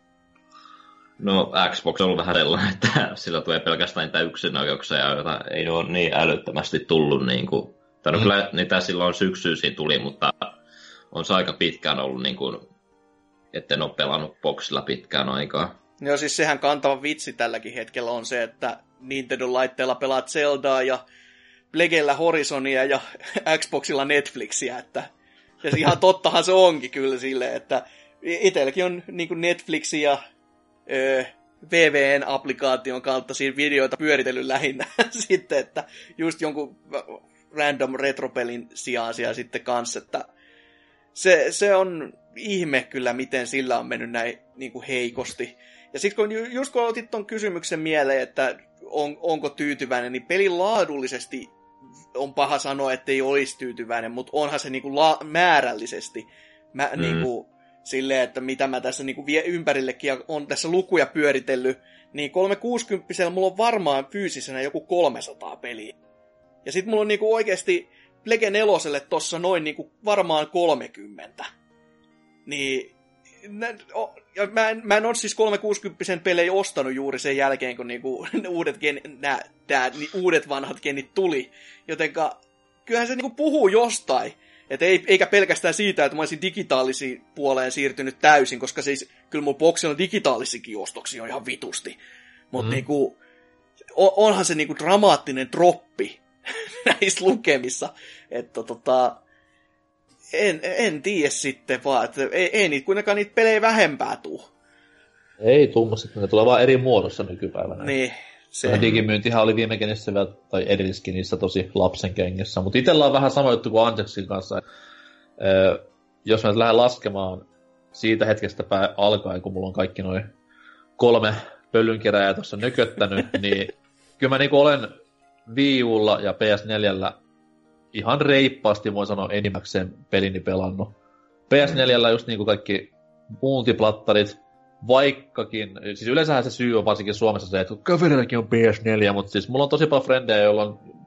No Xbox on ollut vähän sellainen, että sillä tulee pelkästään niitä yksinoikeuksia, joita ei ole niin älyttömästi tullut. Niin kuin, kyllä niitä silloin syksyisin tuli, mutta on se aika pitkään ollut, niin kuin, etten ole pelannut boxilla pitkään aikaa. Joo, siis sehän kantava vitsi tälläkin hetkellä on se, että Nintendo-laitteella pelaat Zeldaa ja Plegellä Horizonia ja Xboxilla Netflixiä, että ja ihan tottahan se onkin kyllä silleen, että itselläkin on niin Netflixin ja VVN-applikaation kautta siinä videoita pyöritellyt lähinnä sitten, että just jonkun random retropelin sijaan siellä sitten kanssa, että se on ihme kyllä, miten sillä on mennyt näin niin kuin heikosti. Ja sitten kun otit ton kysymyksen mieleen, että onko tyytyväinen, niin pelin laadullisesti on paha sanoa, että ei olisi tyytyväinen, mutta onhan se niinku määrällisesti niinku, silleen, että mitä mä tässä niinku vie ympärillekin ja on tässä lukuja pyöritellyt, niin 360 mulla on varmaan fyysisenä joku 300 peliä. Ja sit mulla on niinku oikeesti Plege 4 tossa noin niinku varmaan 30. Niin mä en ole siis 360 pelejä ostanut juuri sen jälkeen, kun niinku uudet vanhat genit tuli. Jotenka kyllähän se niinku puhuu jostain, Eikä pelkästään siitä, että mä olisin digitaalisiin puoleen siirtynyt täysin, koska siis kyllä mun boksilla digitaalisikin ostoksia on ihan vitusti. Mutta niinku, onhan se niinku dramaattinen droppi näissä lukemissa. Että en tiedä sitten vaan, että ei niitä kuitenkaan niitä pelejä vähempää tuu. Ei tuu, sitten ne tulee vaan eri muodossa nykypäivänä. Niin. Se. Digimyyntihän oli viime genissä tai edelliskin niissä tosi lapsen kengessä. Mutta itsellä on vähän sama juttu kuin Anjeksin kanssa. Jos mä nyt lähden laskemaan siitä hetkestä alkaen, kun mulla on kaikki noin 3 pöllynkeräjää tuossa nököttänyt, niin kyllä mä niinku olen Wii Ulla ja PS4 ihan reippaasti, voin sanoa, enimmäkseen pelini pelannut. PS4 just niinku kaikki multiplattarit, vaikkakin, siis yleensähän se syy on varsinkin Suomessa se, että kaverillakin on PS4, mutta siis mulla on tosi paljon frendejä, joilla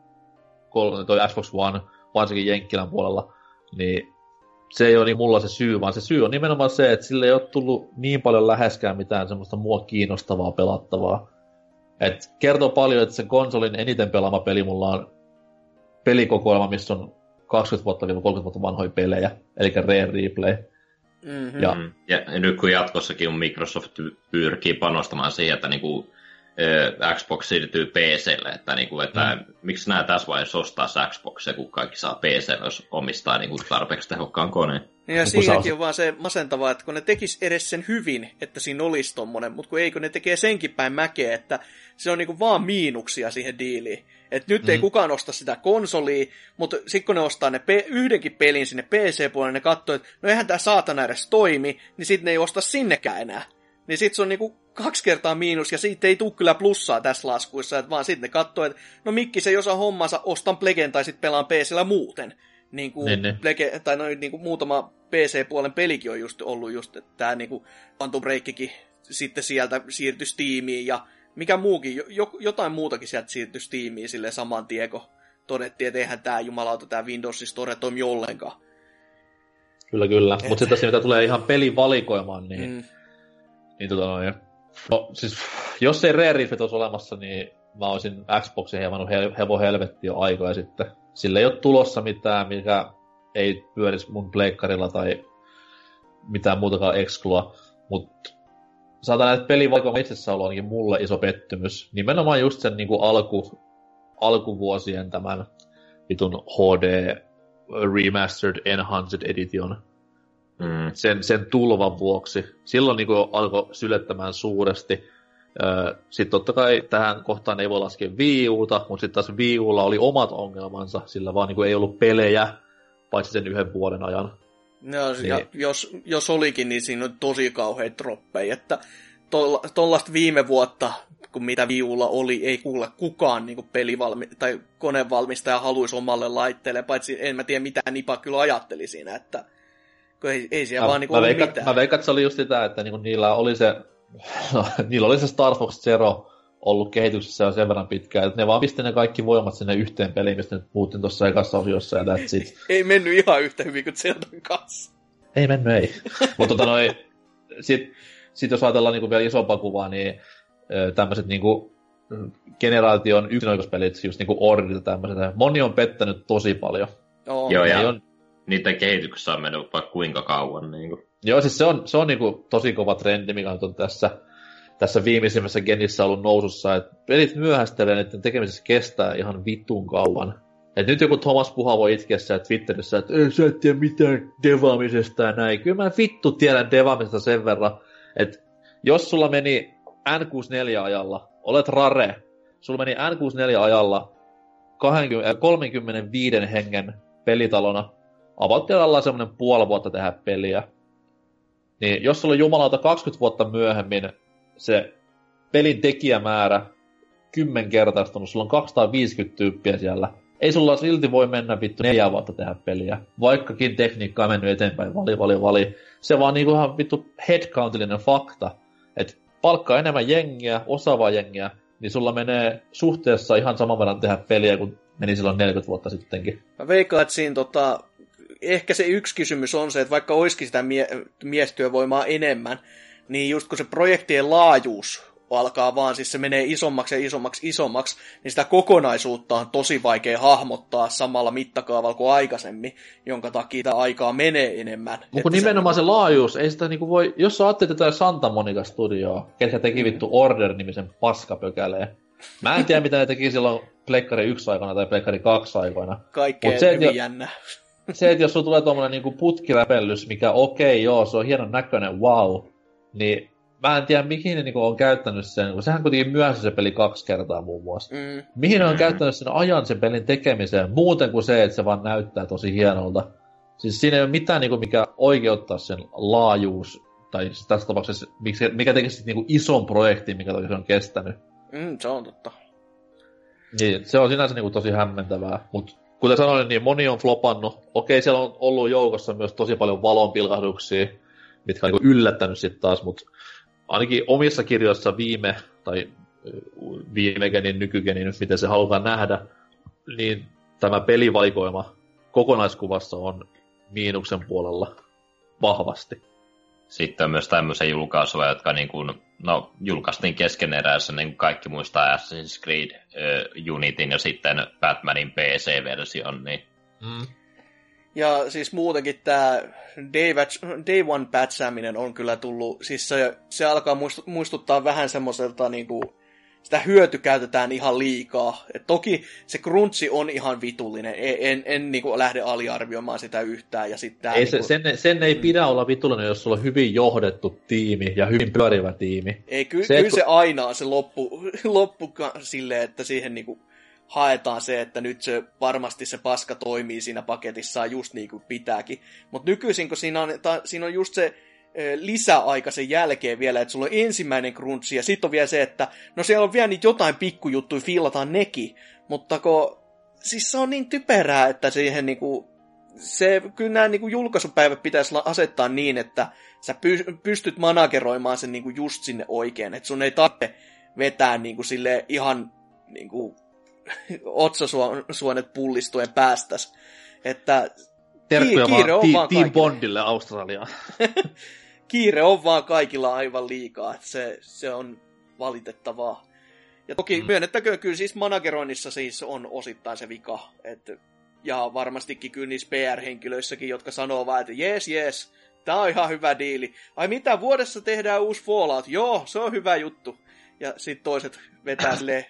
on toi Xbox One, varsinkin Jenkkilän puolella, niin se ei ole niin mulla se syy, vaan se syy on nimenomaan se, että sille ei ole tullut niin paljon läheskään mitään semmoista mua kiinnostavaa pelattavaa. Et kertoo paljon, että sen konsolin eniten pelaama peli mulla on pelikokoelma, missä on 20 vuotta-30 vuotta vanhoja pelejä, eli Rare Replay. Mm-hmm. Ja nyt kun jatkossakin on Microsoft pyrkii panostamaan siihen, että niinku, Xbox siirtyy PC:lle, että, niinku, että miksi nää tässä vaiheessa ostaa Xboxia, kun kaikki saa PC:lle, jos omistaa niinku, tarpeeksi tehokkaan koneen. Ja siinäkin on vaan se masentavaa, että kun ne tekis edes sen hyvin, että siinä olisi tommonen, mutta kun eikö ne tekee senkin päin mäkeä, että se on niinku vaan miinuksia siihen diiliin. Että nyt ei kukaan osta sitä konsolia, mutta sitten kun ne ostaa ne yhdenkin pelin sinne PC-puolelle, ne katsoo, että no eihän tää saatana edes toimi, niin sitten ne ei osta sinnekään enää. Niin sitten se on niinku 2 kertaa miinus, ja siitä ei tule kyllä plussaa tässä laskuissa, että vaan sitten ne katsoo, että no mikki se ei osaa hommansa, ostan Plegen tai sitten pelaan PC:llä muuten. Niinku Plege, tai noin niinku muutama PC-puolen pelikin on just ollut just, että tää niinku Quantum Breakikin sitten sieltä siirtyi Steamiin, ja mikä muukin, jotain muutakin sieltä siirtyi Steamiin silleen saman tien, kun todettiin, että eihän tää jumalauta, tää Windows Store toimi ollenkaan. Kyllä. Mutta sitten tässä mitä tulee ihan pelivalikoimaan, niin no siis, jos ei Rare Replay olisi olemassa, niin mä olisin Xboxin hevannut hevo helvetti jo aikoja sitten. Sillä ei ole tulossa mitään, mikä ei pyörisi mun pleikkarilla tai mitään muutakaan exclua, mutta saatan näitä pelivalikoima itsessään olla ainakin mulle iso pettymys. Nimenomaan just sen niin kuin alkuvuosien tämän vitun HD Remastered Enhanced Edition. Sen tulvan vuoksi. Silloin niin kuin alkoi sylettämään suuresti. Sitten totta kai tähän kohtaan ei voi laskea Wii Uta, mutta sitten taas Wii Ulla oli omat ongelmansa, sillä vaan niin kuin ei ollut pelejä, paitsi sen 1 vuoden ajan. No, niin. Ja jos olikin, niin siinä on tosi kauheita droppeja, että tollaista viime vuotta, kun mitä Wii Ulla oli, ei kuule kukaan niin tai konevalmistaja haluaisi omalle laitteelle, paitsi en mä tiedä mitä Nipa kyllä ajatteli siinä, että ei siellä vaan niinku ollut mitään. Mä veikkaan, että se oli just sitä, että niinku niillä oli se Star Fox Zero ollut kehityksessä jo sen verran pitkään, että ne vaan pisti ne kaikki voimat sinne yhteen peliin, mistä nyt puhuttiin tuossa ekassa osiossa ja that's it. Ei mennyt ihan yhtä hyvin kuin Zeldan kanssa. Ei mennyt, ei. Mutta sit jos ajatellaan niinku vielä isompaa kuvaa, niin tämmöiset niinku generaation yksinoikeuspelit, just niinku Order tämmöiset, moni on pettänyt tosi paljon. Joo, ja niiden kehityksessä on mennyt vaikka kuinka kauan. Niinku. Joo, siis se on niinku tosi kova trendi, mikä on tässä viimeisimmässä genissä ollut nousussa, että pelit myöhästelee, niiden tekemisessä kestää ihan vitun kauan. Et nyt joku Thomas Puha voi itkeä Twitterissä, että ei sä et tiedä mitään devaamisesta ja näin. Kyllä mä vittu tiedän devaamisesta sen verran, että jos sulla meni N64-ajalla, olet Rare, sulla meni N64-ajalla 35 hengen pelitalona, avautteella semmoinen puoli vuotta tehdä peliä, niin jos sulla on jumalauta 20 vuotta myöhemmin se pelin tekijämäärä 10-kertaistunut, sulla on 250 tyyppiä siellä, ei sulla silti voi mennä vittu 4 vuotta tehdä peliä, vaikkakin tekniikka on mennyt eteenpäin, vali. Se vaan niinku ihan vittu headcountillinen fakta, että palkkaa enemmän jengiä, osaavaa jengiä, niin sulla menee suhteessa ihan saman verran tehdä peliä, kun meni silloin 40 vuotta sittenkin. Mä veikkaan, että siinä ehkä se yksi kysymys on se, että vaikka olisikin sitä miestyövoimaa enemmän, niin just kun se projektien laajuus alkaa vaan, siis se menee isommaksi ja isommaksi, niin sitä kokonaisuutta on tosi vaikea hahmottaa samalla mittakaavalla kuin aikaisemmin, jonka takia tämä aikaa menee enemmän. Mutta nimenomaan se laajuus, ei sitä niinku voi, jos sä ajattelet jotain Santa Monica Studioa, ketkä teki vittu Order-nimisen paskapökäleen. Mä en tiedä, mitä ne teki silloin Pleikkari 1 aikana tai Pleikkari 2 aikana. Kaikkea hyvin jännä. Se, että jos sulla tulee tommonen niinku putkiräpellys, mikä okei, joo, se on hienon näköinen, wow, niin mä en tiedä, mihin ne niinku on käyttänyt sen, sehän kuitenkin myöhässä se peli 2 kertaa muun muassa. Mihin ne on käyttänyt sen ajan sen pelin tekemiseen, muuten kuin se, että se vaan näyttää tosi hienolta. Siis siinä ei ole mitään, niinku, mikä oikeuttaa sen laajuus, tai siis tässä tapauksessa, mikä tekisi niinku ison projektin, mikä toki se on kestänyt. Se on totta. Niin, se on sinänsä niinku tosi hämmentävää, mutta kuten sanoin, niin moni on flopannut. Okei, siellä on ollut joukossa myös tosi paljon valonpilkahduksia, mitkä on niinku yllättänyt sitten taas, mutta ainakin omissa kirjoissa viime genin, nykygenin, nyt miten se halutaan nähdä, niin tämä pelivalikoima kokonaiskuvassa on miinuksen puolella vahvasti. Sitten on myös tämmöisiä julkaisuja, jotka niin kuin, julkaistiin keskeneräisessä, niin kuin kaikki muistaa Assassin's Creed Unitin ja sitten Batmanin PC-version. Niin. Ja siis muutenkin tämä Day One patchaaminen on kyllä tullut, siis se alkaa muistuttaa vähän semmoiselta niinku, sitä hyöty käytetään ihan liikaa. Et toki se crunchi on ihan vitullinen, en niinku lähde aliarvioimaan sitä yhtään. Ja sit ei, niinku, sen ei pidä olla vitullinen, jos sulla on hyvin johdettu tiimi ja hyvin pyörivä tiimi. Ei, kyllä se aina on se loppu silleen, että siihen niinku haetaan se, että nyt se varmasti se paska toimii siinä paketissaan just niin kuin pitääkin. Mutta nykyisin, kun siinä on just se lisäaika sen jälkeen vielä, että sulla on ensimmäinen crunchi, ja sitten on vielä se, että no siellä on vielä niitä jotain pikkujuttuja, fiilataan nekin, mutta siis se on niin typerää, että siihen niinku, kyllä nämä niinku julkaisupäivät pitäisi asettaa niin, että sä pystyt manageroimaan sen niinku just sinne oikein, että sun ei tarvitse vetää niinku sille ihan niinku otsasuonet pullistuen päästäs. Että terkkuja kiire on vaan Team Bondille Australiaan. Kiire on vaan kaikilla aivan liikaa, että se on valitettavaa. Ja toki myönnettäköön, kyllä siis manageroinnissa siis on osittain se vika. Ja varmastikin kyllä niissä PR-henkilöissäkin, jotka sanoo vaan, että jes, tää on ihan hyvä diili. Ai mitä, vuodessa tehdään uusi Fallout? Joo, se on hyvä juttu. Ja sit toiset vetää silleen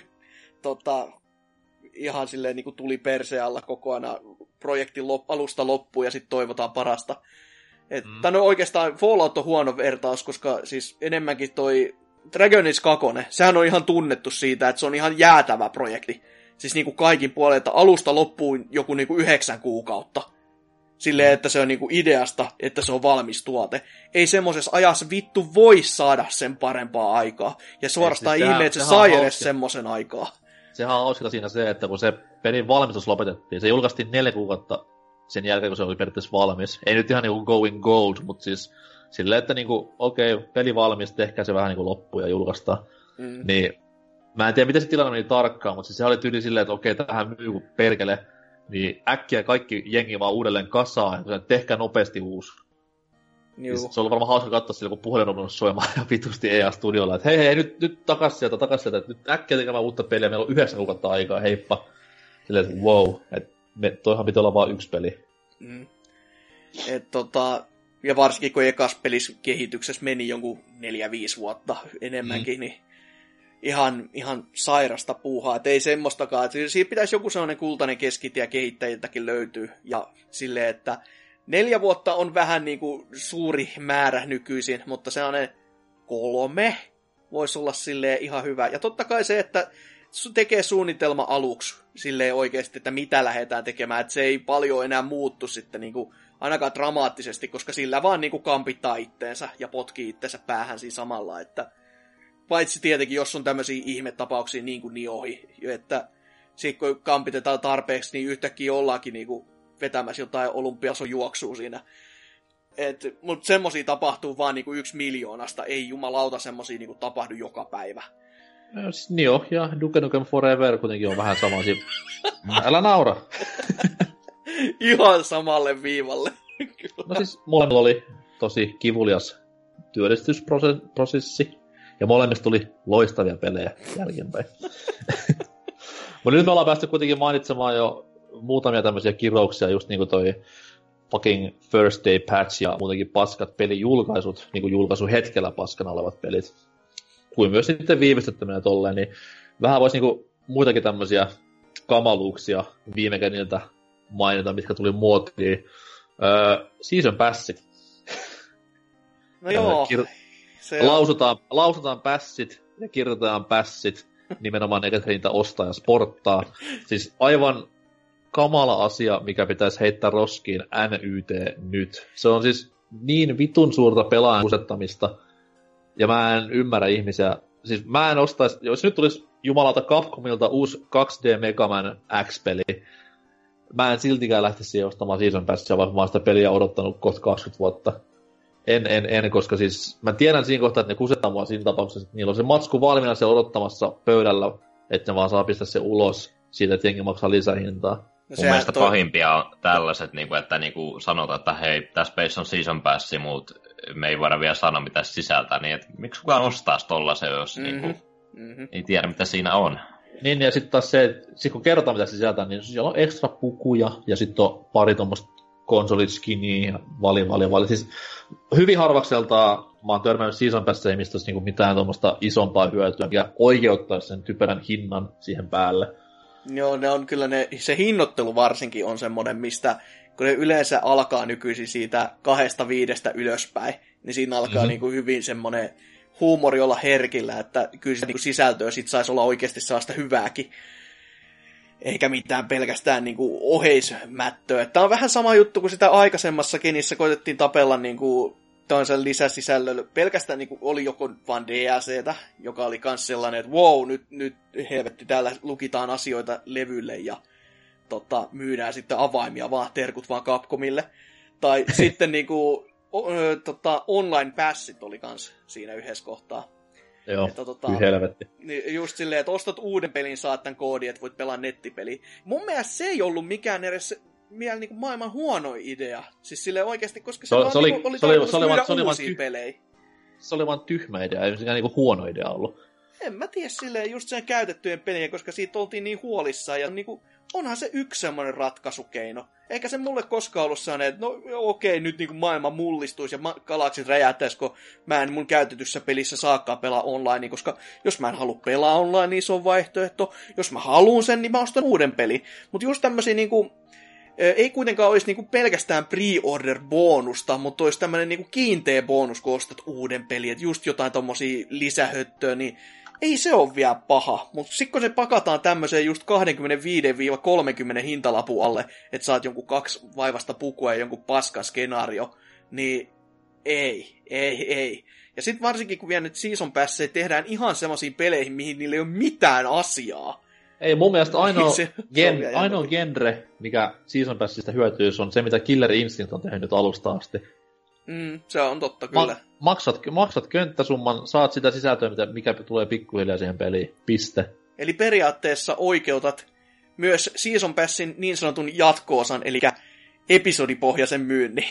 ihan silleen niin kuin tuli perseen alla kokonaan projektin alusta loppuun ja sitten toivotaan parasta. No oikeastaan Fallout on huono vertaus, koska siis enemmänkin toi Dragon Age 2, sehän on ihan tunnettu siitä, että se on ihan jäätävä projekti. Siis niin kuin kaikin puolelta alusta loppuun joku niin kuin 9 kuukautta. Silleen, että se on niin kuin ideasta, että se on valmis tuote. Ei semmosessa ajassa vittu voi saada sen parempaa aikaa. Ja suorastaan ihme, että se sai edes semmosen aikaa. Sehän on hauska siinä se, että kun se pelin valmistus lopetettiin, se julkaistiin 4 kuukautta sen jälkeen, kun se oli periaatteessa valmis. Ei nyt ihan niinku going gold, mutta siis silleen, että niinku, okei, peli valmis, tehkää se vähän niinku loppuun ja julkaistaan. Niin, mä en tiedä, miten se tilanne meni tarkkaan, mutta siis se oli tyyli silleen, että okei, tähän myy kuin perkele. Niin äkkiä kaikki jengi vaan uudelleen kasaan, ja tehkää nopeasti uusi. Siis se on ollut varmaan hauska katsoa sillä, kun puhelin on soimaan ja vitusti EA-studiolla, että hei, nyt takas sieltä, että nyt äkkiä tekemään uutta peliä, meillä on 9 kuukautta aikaa, heippa. Silleen, että wow, että toihan pitää olla vaan yksi peli. Ja varsinkin kun ekas pelis kehityksessä meni jonkun 4-5 vuotta enemmänkin, niin ihan sairasta puuhaa, että ei semmoistakaan, että siinä pitäisi joku sellainen kultainen keskitie kehittäjiltäkin löytyy, ja silleen, että 4 vuotta on vähän niin kuin suuri määrä nykyisin, mutta sellainen 3 voisi olla silleen ihan hyvä. Ja totta kai se, että tekee suunnitelma aluksi silleen oikeasti, että mitä lähdetään tekemään, että se ei paljon enää muuttu sitten niin kuin, ainakaan dramaattisesti, koska sillä vaan niin kuin kampittaa itteensä ja potkii itteensä päähän siinä samalla, että paitsi tietenkin, jos on tämmöisiä ihmetapauksia niin kuin Niohi, että sitten kun kampitetaan tarpeeksi, niin yhtäkkiä ollaankin niin kuin vetämässä jotain olympiason juoksua siinä. Mutta semmosia tapahtuu vaan niinku 1 miljoonasta. Ei jumalauta semmosia niinku tapahdu joka päivä. Nio ja Duke Nukem Forever kuitenkin on vähän samaisia. Älä naura. Ihan samalle viivalle. No siis molemmilla oli tosi kivulias työllistysprosessi. Ja molemmista tuli loistavia pelejä jälkeenpäin. Mutta nyt me ollaan päästy kuitenkin mainitsemaan jo muutamia tämmöisiä kirouksia, just niinku toi fucking First Day Patch ja muutenkin paskat pelijulkaisut, niinku julkaisuhetkellä paskana olevat pelit. Kuin myös sitten viivästyttäminen tolleen, niin vähän vois niinku muitakin tämmöisiä kamaluuksia viime kädiltä mainita, mitkä tuli muotiin. Season Passit. No joo. Lausutaan passit ja kirjoitetaan passit nimenomaan eikä niitä ostaa ja sporttaa. Siis aivan kamala asia, mikä pitäisi heittää roskiin NYT nyt. Se on siis niin vitun suurta pelaajan kusettamista. Ja mä en ymmärrä ihmisiä. Siis mä en ostaisi, jos nyt tulisi jumalauta Capcomilta uusi 2D Mega Man X-peli, mä en siltikään lähtisi siihen ostamaan Season Passia, vaikka mä oon sitä peliä odottanut kohta 20 vuotta. En, koska siis mä tiedän siinä kohtaa, että ne kusettaa mua siinä tapauksessa, että niillä on se matsku valmiina siellä odottamassa pöydällä, että ne vaan saa pistää se ulos siitä, että jengi maksaa lisähintaa. Mun mielestä pahimpia on tällaiset, että sanotaan, että hei, tässä pelissä on Season Passi, mutta me ei voida vielä sanoa, mitä se sisältää, niin että miksi kukaan ostaisi tollasen, jos ei tiedä, mitä siinä on. Niin, ja sitten taas se, että kun kerrotaan, mitä se sisältää, niin siellä on ekstra pukuja, ja sitten on pari tommoista konsolitskiniä, vali. Siis hyvin harvakseltaan mä oon törmännyt Season Passeihin, mistä olisi mitään tuommoista isompaa hyötyä, mikä oikeuttaisi sen typerän hinnan siihen päälle. Joo, ne on kyllä se hinnoittelu varsinkin on semmoinen, mistä kun ne yleensä alkaa nykyisin siitä 2-5 ylöspäin, niin siinä alkaa hyvin semmoinen huumori olla herkillä, että kyllä se sisältöä sit saisi olla oikeasti sellaista hyvääkin. Eikä mitään pelkästään oheismättöä. Tämä on vähän sama juttu kuin sitä aikaisemmassa Kenissä koitettiin tapella tällaisen lisäsisällöllä. Pelkästään oli joko vaan DLCtä, joka oli kans sellainen, että wow, nyt helvetti, täällä lukitaan asioita levylle ja myydään sitten avaimia vaan, terkut vaan Capcomille. Tai sitten online passit oli kans siinä yhdessä kohtaa. Joo, kyllä helvetti. Niin just silleen, että ostat uuden pelin, saat tämän koodin, että voit pelaa nettipeliä. Mun mielestä se ei ollut mikään edes vielä maailman huono idea. Siis silleen oikeasti, koska se oli tarkoitus myydä uusia pelejä. Se oli vaan tyhmä idea, ei mikään huono idea ollut. En mä tiedä silleen just sen käytettyjen pelien, koska siitä oltiin niin huolissaan. Ja onhan se yksi semmoinen ratkaisukeino. Eikä se mulle koskaan ollut sellainen, että no okei, nyt maailma mullistuisi ja galaksit räjähtäisi, kun mä en mun käytetyssä pelissä saakaan pelaa online, koska jos mä en halua pelaa online, niin se on vaihtoehto. Jos mä haluun sen, niin mä ostan uuden pelin. Mutta just tämmösiä ei kuitenkaan olisi pelkästään pre-order-bonusta, mutta olisi tämmöinen kiinteä bonus, kun ostat uuden pelin. Että just jotain tommosia lisähöttöä, niin ei se ole vielä paha, mutta sitten kun se pakataan tämmöiseen just 25-30 hintalapun alle, että saat jonkun 2 vaivasta pukua ja jonkun paskan skenaario, niin ei. Ja sitten varsinkin kun vielä nyt Season Passeja tehdään ihan semmoisiin peleihin, mihin niillä ei ole mitään asiaa. Ei, mun mielestä ainoa genre, mikä Season Passista hyötyy, on se, mitä Killer Instinct on tehnyt alusta asti. Se on totta, kyllä. Maksat könttäsumman, saat sitä sisältöä, mikä tulee pikkuhiljaa siihen peliin. Piste. Eli periaatteessa oikeutat myös Season Passin niin sanotun jatko-osan, eli episodipohjaisen myynnin.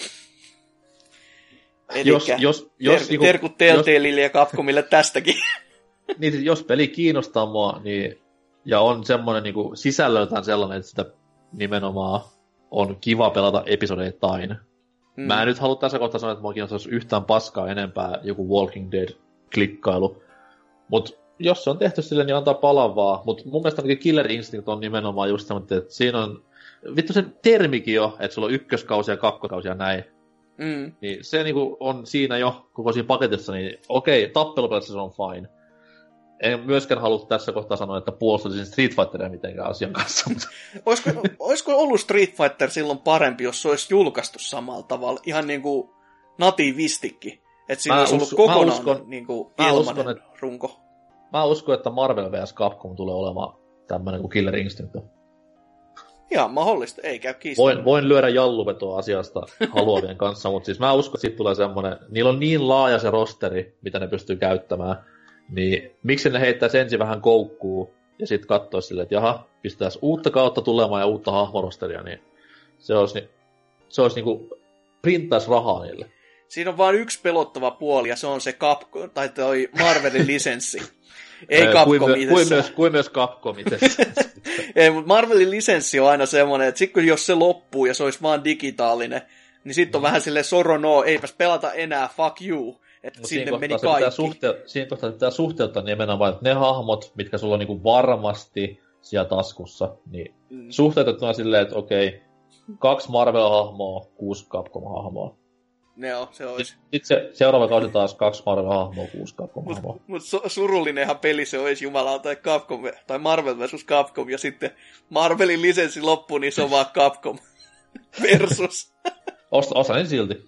Eli terkut Telltaleille ja Capcomille tästäkin. Niin, jos peli kiinnostaa mua, niin, ja on semmoinen sisällöltään sellainen, että sitä nimenomaan on kiva pelata episodeittain. Mä en nyt halua tässä kohtaa sanoa, että mua kiinnostaisi yhtään paskaa enempää joku Walking Dead-klikkailu. Mut jos se on tehty silleen, niin antaa palavaa. Mut mun mielestä Killer Instinct on nimenomaan just semmoinen, että siinä on vittu sen termikin jo, että sulla on ykköskausi ja kakkokausi ja näin. Niin se on siinä jo koko siinä paketissa, niin okei, tappelupelissä se on fine. En myöskään halua tässä kohtaa sanoa, että puolustaisin Street Fighteria mitenkään asian kanssa. Olisiko ollut Street Fighter silloin parempi, jos se olisi julkaistu samalla tavalla? Ihan natiivistikin. Että siinä olisi ollut kokonaan ilmainen runko. Mä uskon, että Marvel vs. Capcom tulee olemaan tämmönen kuin Killer Instinct. Ihan mahdollista, ei käy kiistämään. Voin lyödä jalluvetoa asiasta haluavien kanssa, mutta siis mä uskon, että siitä tulee semmonen, niillä on niin laaja se rosteri, mitä ne pystyy käyttämään, niin miksi ne heittäisi ensin vähän koukkuu ja sitten katsoisi silleen, että jaha, pistäisi uutta kautta tulemaan ja uutta hahmorosteria, niin se olisi niinku printtaisi rahaa niille. siinä on vain yksi pelottava puoli, ja se on se Capcom, tai toi Marvelin lisenssi. Ei Capcom itsessään. Kuin myös Capcom itsessään. Ei, mutta Marvelin lisenssi on aina semmoinen, että sitten jos se loppuu ja se olisi vaan digitaalinen, niin sitten on vähän silleen soro eipäs pelata enää, fuck you. Että sinne meni kaikki. Siinä kohtaa pitää suhteuttaa nimenomaan, että ne hahmot, mitkä sulla on niinku varmasti siellä taskussa, niin suhteutettuna silleen, että okei, 2 Marvel-hahmoa, 6 Capcom-hahmoa. Joo, se olisi. Sitten seuraava kausi taas 2 Marvel-hahmoa, 6 Capcom-hahmoa. Mutta surullinenhan peli se olisi jumalaa tai Capcom, tai Marvel vs. Capcom, ja sitten Marvelin lisenssi loppuu, niin se on vaan Capcom versus. Osasin silti.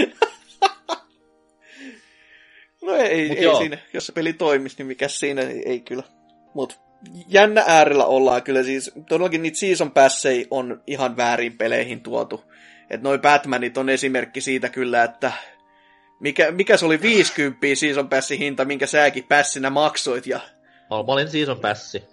No ei siinä, jos se peli toimisi, niin mikä siinä, ei kyllä. Mut jännä äärellä ollaan kyllä, siis todellakin niitä season passei on ihan väärin peleihin tuotu. Että noi Batmanit on esimerkki siitä kyllä, että mikä se oli 50 season passin hinta, minkä säkin passinä maksoit. Ja... Mä olin season passi.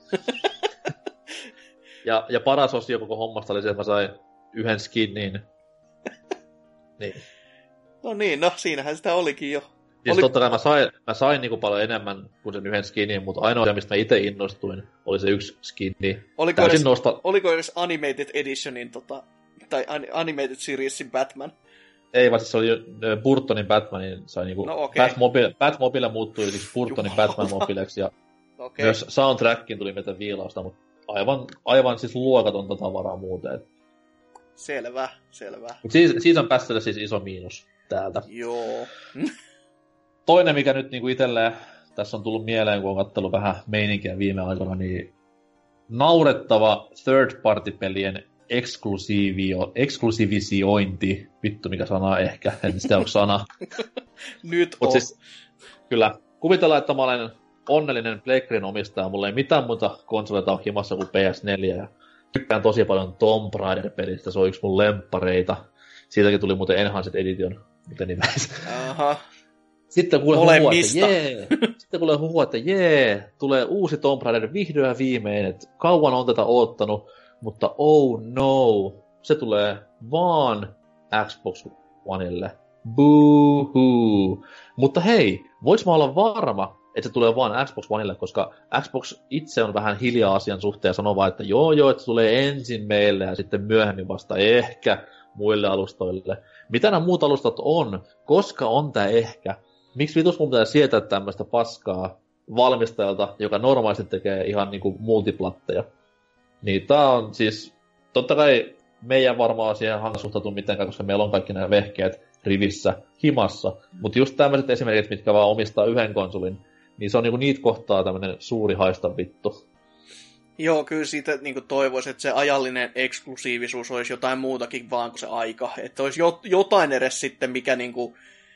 ja paras osio koko hommasta oli se, että mä sain yhden skinin. Niin. No niin, siinähän sitä olikin jo. Siis totta kai mä sain niinku paljon enemmän kuin sen yhden skinin, mutta ainoa mistä mä itse innostuin, oli se yksi skini. Oliko edes Animated Editionin, tai Animated Seriesin Batman? Ei, vaan siis se oli Burtonin Batmanin, sai niinku, Batmobile muuttui yksi Burtonin Batman-mobileksi, ja myös soundtrackiin tuli meitä viilausta, mutta aivan siis luokatonta tavaraa muuten. Selvä. Mut season passille siis iso miinus täältä. Joo. Toinen, mikä nyt niinku itselleen tässä on tullut mieleen, kun on katsellut vähän meininkiä viime aikoina, niin naurettava third-party-pelien eksklusivisiointi. Vittu, mikä sana ehkä, en sitä ole sana. Nyt on. Siis, kyllä, kuvitellaan, että mä olen onnellinen Pleikkarin omistaja, mulla ei mitään muuta konsoleita ole himassa kuin PS4, ja tykkään tosi paljon Tomb Raider-pelistä, se on yksi mun lemppareita. Siitäkin tuli muuten Enhanced Edition, mutta niin väis. Aha. Sitten kuulee huhua, että tulee uusi Tomb Raider vihdoin ja viimein, että kauan on tätä oottanut, mutta oh no, se tulee vaan Xbox Oneille. Boo-hoo. Mutta hei, vois mä olla varma, että se tulee vaan Xbox Oneille, koska Xbox itse on vähän hiljaa asian suhteen ja sanoo vaan, että joo, että se tulee ensin meille ja sitten myöhemmin vasta ehkä muille alustoille. Mitä nämä muut alustat on? Koska on tää ehkä? Miksi vitus mun pitää sietää tämmöistä paskaa valmistajalta, joka normaalisti tekee ihan niinku multiplatteja? Niin tää on siis, totta kai meidän varmaan siihen hanka suhtautuu mitenkään, koska meillä on kaikki nämä vehkeet rivissä, himassa. Mutta just tämmöiset esimerkit, mitkä vaan omistaa yhden konsolin, niin se on niinku niitä kohtaa tämmönen suuri haista vittu. Joo, kyllä siitä niin toivoisin, että se ajallinen eksklusiivisuus olisi jotain muutakin vaan kuin se aika. Että olisi jotain edes sitten, mikä niin kuin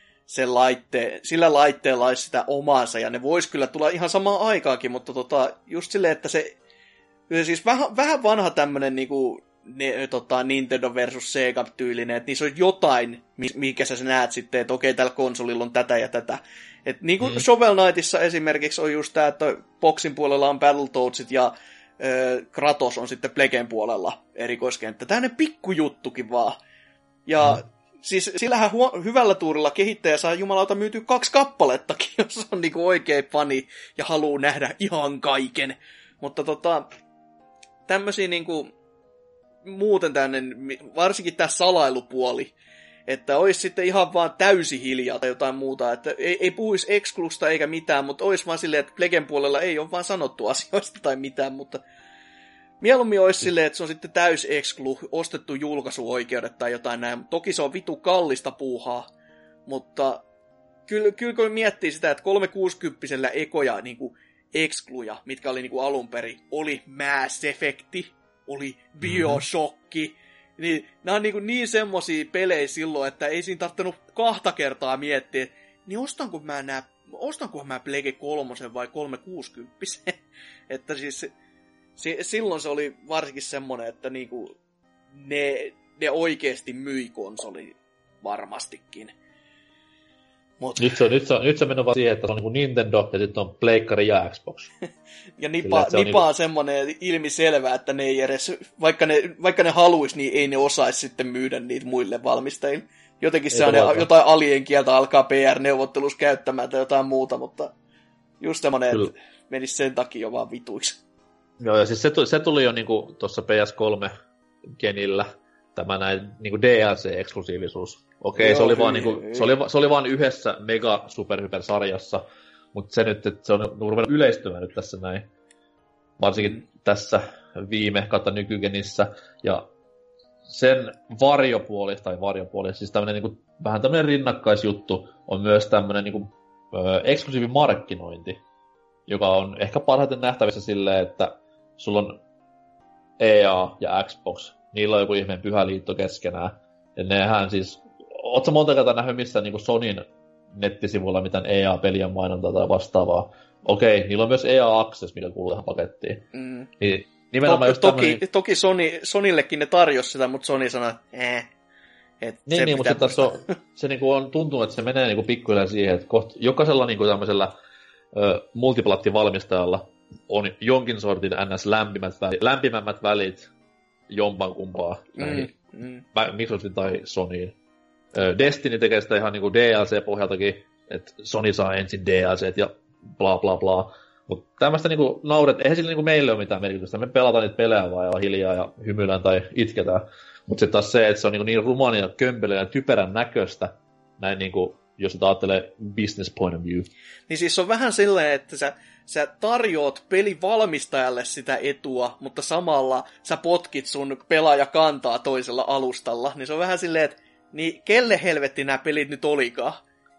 sillä laitteella olisi sitä omaansa. Ja ne voisi kyllä tulla ihan samaan aikaakin, mutta just silleen, että se siis vähän vanha tämmöinen niin kuin, Nintendo versus Sega-tyylinen, että niissä on jotain, mikä sä näet sitten, että okei, tällä konsolilla on tätä ja tätä. Et niin kuin Shovel Knightissa esimerkiksi on just tämä, että Boxin puolella on Battletoadsit ja Kratos on sitten Plegen puolella erikoiskenttä. Tällainen pikkujuttukin vaan. Ja siis sillähän hyvällä tuurilla kehittäjä saa jumalauta myytyä 2 kappalettakin, jos on niinku oikein fani ja haluaa nähdä ihan kaiken. Mutta tämmösiä niinku muuten tämmönen, varsinkin tää salailupuoli, että olisi sitten ihan vaan täysi hiljaa tai jotain muuta, että ei puhuisi eksklusta eikä mitään, mutta olisi vaan silleen, että Plegen puolella ei ole vaan sanottu asioista tai mitään, mutta mieluummin olisi silleen, että se on sitten täys eksklu, ostettu julkaisuoikeudet tai jotain näin. Toki se on vitu kallista puuhaa, mutta kyllä kun miettii sitä, että 360-sellä ekoja niin kuin ekskluja, mitkä oli niin kuin alun perin, oli Mass Effecti, oli Bioshock, niin nämä on niin semmosia pelejä silloin, että ei siinä tarttunut 2 kertaa miettiä, niin ostankohan mä Plege 3 vai 360? Että siis silloin se oli varsinkin semmonen, että niinku ne oikeesti myi konsoli varmastikin. Mut. Nyt se menee vaan siihen, että se on niinku Nintendo ja sitten on Pleikkari ja Xbox. Ja Nipa on semmonen ilmiselvä, että ne ei edes, vaikka ne haluis, niin ei ne osais sitten myydä niitä muille valmistajille. jotenkin jotain alien kieltä alkaa PR-neuvottelussa käyttämään tai jotain muuta, mutta just semmoinen, että menisi sen takia jo vaan vituiksi. Joo, ja siis se tuli jo niinku tuossa PS3-genillä, tämä näin niinku DLC-eksklusiivisuus. Okei, joo, se oli vaan yhdessä Mega Super-Hyper-sarjassa, mutta se nyt, että se on ruvennut yleistymään nyt tässä näin. Varsinkin tässä nykygenissä. Ja sen varjopuoli, siis tämmönen niinku, vähän tämmönen rinnakkaisjuttu, on myös tämmönen niinku, eksklusiivimarkkinointi, joka on ehkä parhaiten nähtävissä silleen, että sulla on EA ja Xbox, niillä on joku ihmeen pyhä liitto keskenään. Ja nehän siis, ootko monta kertaa nähnyt missään niinku Sonyn nettisivuilla mitään EA-pelien mainontaa tai vastaavaa? Okei, niillä on myös EA Access, mikä kuuluu tähän pakettiin. Niin, nimenomaan just toki Sonillekin ne tarjosi sitä, mutta Sony sanoi, että niin, mutta se niinku on tuntunut, että se menee niinku pikkuhiljaa siihen, että jokaisella niinku tämmöisellä multiplattivalmistajalla on jonkin sortin ns. Lämpimämmät välit jompan kumpaa näihin Microsoftin tai Sonyin. Destiny tekee sitä ihan niinku DLC-pohjaltakin, että Sony saa ensin DLCt ja bla bla bla. Mutta tämmöistä niinku nauret, eihän sillä niinku meille ole mitään merkitystä. Me pelataan niitä pelejä vaan ja hiljaa ja hymyillään tai itketään. Mutta sitten taas se, että se on niin rumaania ja kömpelöä ja typerän näköistä, näin niinku, jos sitä ajattelee business point of view. Niin siis on vähän silleen, että sä tarjoat pelivalmistajalle sitä etua, mutta samalla sä potkit sun pelaajakantaa toisella alustalla. Niin se on vähän silleen, että niin kelle helvetti nämä pelit nyt olikaan?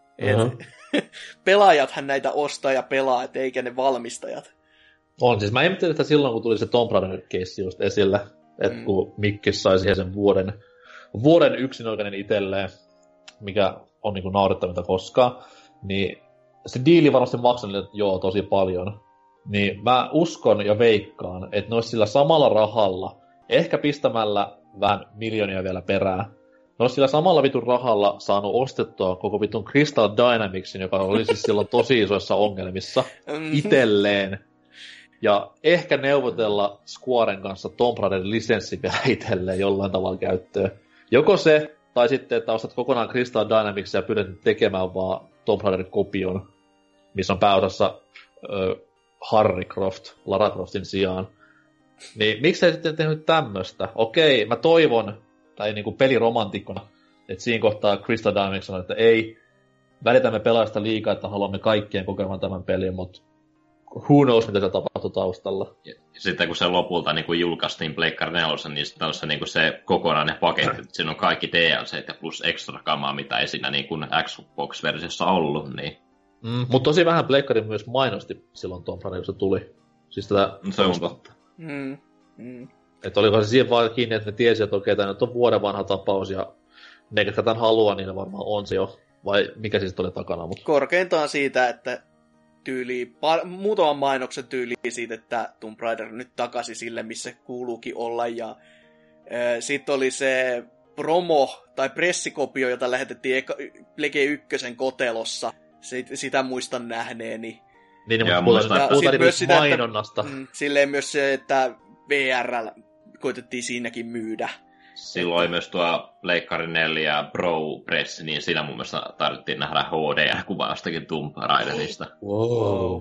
Pelaajathan näitä ostaa ja pelaa, et eikä ne valmistajat. On, siis mä ihmettelin, että silloin kun tuli se Tomb Raider-keissi just esille, että kun Mikkis sai siihen sen vuoden yksinoikainen itselleen, mikä on niinku naurettavinta koskaan, niin se diili varmasti maksaa niille, joo, tosi paljon. Niin mä uskon ja veikkaan, että ne olisi sillä samalla rahalla, ehkä pistämällä vähän miljoonia vielä perään, ne olisi sillä samalla vitun rahalla saanut ostettua koko vitun Crystal Dynamicsin, joka oli siis silloin tosi isoissa ongelmissa, itselleen. Ja ehkä neuvotella Squaren kanssa Tomb Raiderin lisenssi vielä itselleen jollain tavalla käyttöön. Joko se, tai sitten, että ostat kokonaan Crystal Dynamicsia ja pyydät tekemään vaan Tomb Raiderin kopion, missä on pääosassa Harry Croft, Lara Croftin sijaan. Niin miksei sitten tehnyt tämmöstä? Okei, mä toivon, tai niinku peliromantikkona, että siinä kohtaa Crystal Dynamics sanoi, että ei, välitämme pelaajasta liikaa, että haluamme kaikkien kokemaan tämän pelin, mutta who knows, mitä se tapahtui taustalla. Ja sitten kun se lopulta niin kun julkaistiin Pleikkari 4, niin sitten on se, niin se kokonainen paketti, että siinä on kaikki DLC ja plus extra kamaa, mitä ei siinä niin Xbox-versiossa ollut. Niin. Mutta tosi vähän Pleikkari myös mainosti silloin Tomb Raider, kun se tuli. Siis tätä se on totta. Että oliko se siihen vaan kiinni, että ne tiesi, että okei, tämä nyt on vuoden vanha tapaus, ja ne, jotka tämän haluaa, niin ne varmaan on se jo. Vai mikä siis oli takana? Mutta korkeintaan siitä, että muutaman mainoksen tyyli siitä, että Tomb Raider nyt takaisin sille, missä kuuluukin olla. Ja sitten oli se promo tai pressikopio, jota lähetettiin Plege 1 kotelossa. Sitä muistan nähneeni. Niin, mutta puhutaan myös sitä, mainonnasta. Silleen myös se, että VR koitettiin siinäkin myydä. Silloin oli myös tuo Pleikkari 4 Pro Press, niin siinä mun mielestä tarvittiin nähdä HDR-kuvaustakin Tomb Raiderista. Wow.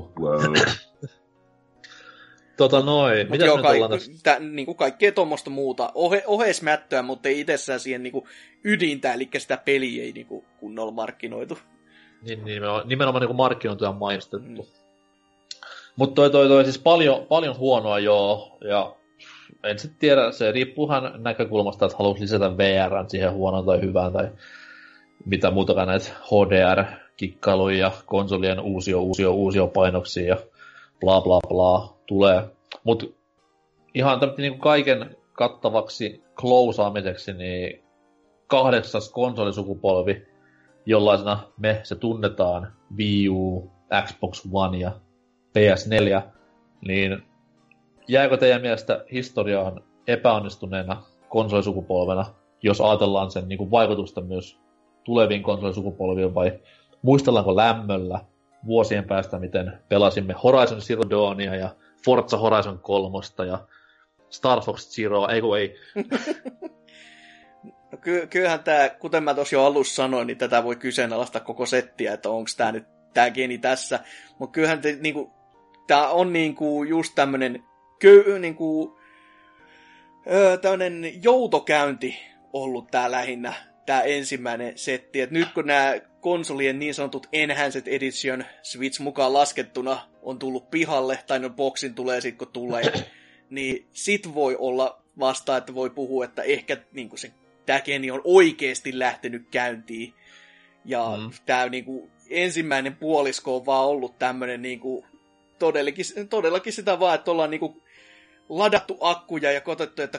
Mitäs joo, nyt ollaan tässä? Niinku kaikkea tuommoista muuta. Oheismättöä, mutta ei itsessään siihen niinku ydintä, eli sitä peliä ei niinku kunnolla markkinoitu. Niin, nimenomaan niinku markkinoitu ja mainostettu. Mutta toi siis paljon huonoa joo, ja en sitten tiedä, se riippuuhan näkökulmasta, että haluaisi lisätä VR siihen huonoon tai hyvään, tai mitä muutakaan näitä HDR-kikkailuja ja konsolien uusio painoksia ja bla bla bla tulee. Mutta ihan niinku kaiken kattavaksi closeaamiseksi, niin 8. konsolisukupolvi, jollaisena me se tunnetaan, Wii U, Xbox One ja PS4, niin jääkö teidän mielestä historiaan epäonnistuneena konsolisukupolvena, jos ajatellaan sen niin kuin vaikutusta myös tuleviin konsolisukupolviin, vai muistellaanko lämmöllä vuosien päästä, miten pelasimme Horizon Zero Dawnia ja Forza Horizon 3 ja Star Fox Zero, ei. No kyllähän tämä, kuten mä tuossa jo alussa sanoin, niin tätä voi kyseenalaistaa koko settiä, että onko tämä nyt tämä geni tässä. Mutta kyllähän niinku, tämä on niinku just tämmöinen niinku, tämmöinen joutokäynti ollut tämä lähinnä, tämä ensimmäinen setti. Et nyt kun nämä konsolien niin sanotut Enhanced Edition Switch mukaan laskettuna on tullut pihalle, tai no boxin tulee sitten kun tulee, niin sit voi olla vasta, että voi puhua, että ehkä niinku tämä geni on oikeasti lähtenyt käyntiin. Ja tämä niinku, ensimmäinen puolisko on vaan ollut tämmöinen niinku, todellakin sitä vaan, että ollaan niinku ladattu akkuja ja kotettu, että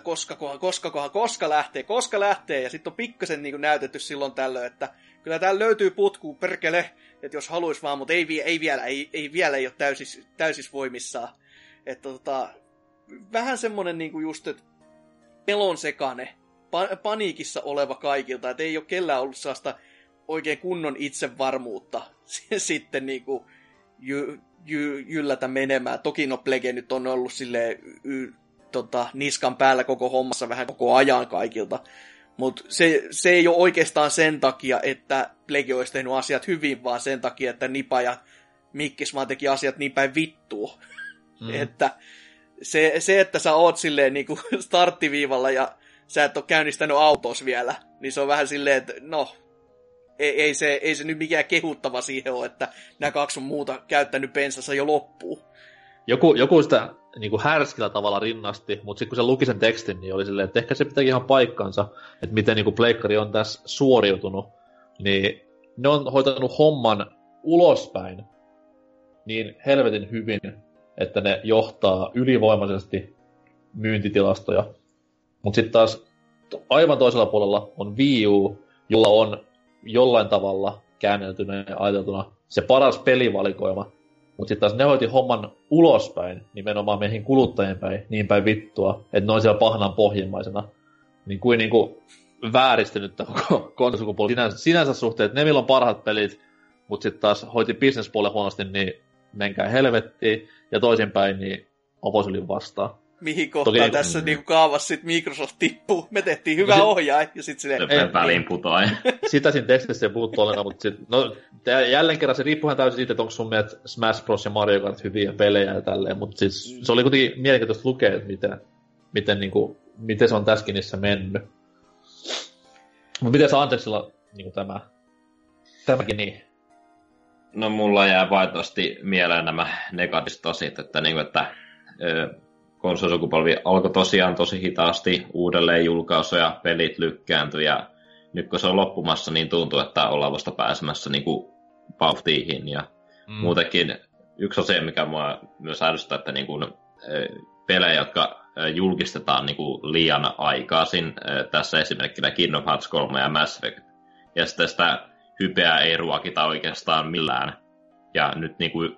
koska lähtee, ja sitten on pikkasen niin näytetty silloin tällöin, että kyllä täällä löytyy putku, perkele, että jos haluaisi vaan, mutta ei vielä ei ole täysis voimissaan. Että vähän semmonen niinku just, että pelon sekane, paniikissa oleva kaikilta, että ei ole kellään ollut sellaista oikein kunnon itsevarmuutta sitten niinku jyllätä menemään. Toki no Plege nyt on ollut silleen niskan päällä koko hommassa vähän koko ajan kaikilta. Mutta se ei ole oikeastaan sen takia, että Plege olisi tehnyt asiat hyvin, vaan sen takia, että Nipa ja Mikkis vaan teki asiat niin päin vittua. Että se, että sä oot silleen niinku starttiviivalla ja sä et ole käynnistänyt autos vielä, niin se on vähän silleen, että no, ei se nyt mikään kehuttava siihen ole, että nämä kaksi on muuta käyttänyt bensansa jo loppuun. Joku sitä niin kuin härskillä tavalla rinnasti, mutta sitten kun se luki sen tekstin, niin oli silleen, että ehkä se pitääkin ihan paikkansa, että miten niin kuin pleikkari on tässä suoriutunut, niin ne on hoitanut homman ulospäin niin helvetin hyvin, että ne johtaa ylivoimaisesti myyntitilastoja. Mutta sitten taas aivan toisella puolella on Wii U, jolla on jollain tavalla käänneltynä ja ajateltuna se paras pelivalikoima. Mutta sitten taas ne hoiti homman ulospäin, nimenomaan meihin kuluttajien päin, niin päin vittua, että ne on siellä pahnan pohjimmaisena. Niin kuin niinku vääristynyt koko konsolisukupuoli sinänsä suhteen, että ne millä on parhaat pelit, mutta sitten taas hoiti business-puolen huonosti, niin menkää helvettiin, ja toisinpäin, niin opos vastaan. Mihin kohtaan tässä niinku kaavassa sit Microsoft tippuu? Me tehtiin hyvä ohjaaja, ja sit silleen... Väliin putoaa. Sitä siinä tekstissä ei puhuttu ollenkaan, mutta sit, no, jälleen kerran se riippuuhan täysin siitä, että onko sun mielestä Smash Bros. Ja Mario Kart hyviä pelejä ja tälleen, mutta siis se oli kuitenkin mielenkiintoista lukea, että miten se on tässäkin niissä mennyt. Mutta miten se Andreksilla niin tämäkin niin? No mulla jää vaitosti mieleen nämä negatiiviset asiat, että konsolisukupolvi alkoi tosiaan tosi hitaasti, uudelleen julkaisuja, pelit lykkääntyi, ja nyt kun se on loppumassa, niin tuntuu, että ollaan vasta pääsemässä niin kuin vauhtiin. Ja muutenkin yksi asia, mikä mua myös ärsyttää, että niin kuin, pelejä, jotka julkistetaan niin kuin liian aikaisin, tässä esimerkkinä Kingdom Hearts 3 ja Mass Effect, ja sitten sitä hypeä ei ruokita oikeastaan millään. Ja nyt niin kuin,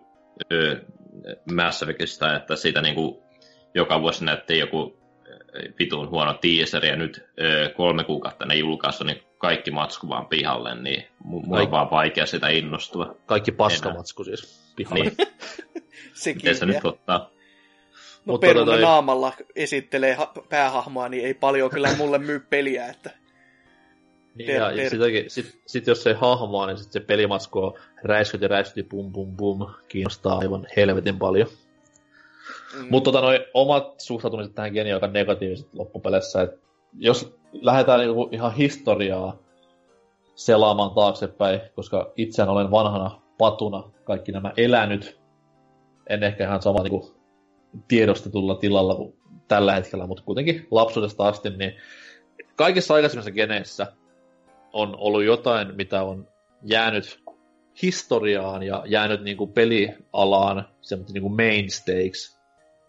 Mass Effectistä, että siitä niin kuin, joka vuosi näytti joku vitun huono teaseri, ja nyt 3 kuukautta ne julkaisu, niin kaikki matsku vaan pihalle, niin mulla on vaan vaikea sitä innostua. Kaikki paskamatsku siis pihalle. Niin. Miten se nyt ottaa? No peruna naamalla esittelee päähahmoa, niin ei paljon kyllä mulle myy peliä, että... Niin, ja sit jos ei hahmoa, niin sit se pelimatsku on räiskyt, bum bum bum, kiinnostaa aivan helvetin paljon. Mutta omat suhtautumiset tähän geniin aika negatiiviset loppupeleissä, että jos lähdetään niinku ihan historiaa selaamaan taaksepäin, koska itseään olen vanhana patuna kaikki nämä elänyt, en ehkä ihan sama niinku tiedostetulla tilalla kuin tällä hetkellä, mutta kuitenkin lapsuudesta asti, niin kaikissa aikaisemmissa geneissä on ollut jotain, mitä on jäänyt historiaan ja jäänyt niinku pelialaan semmoinen niinku mainstays.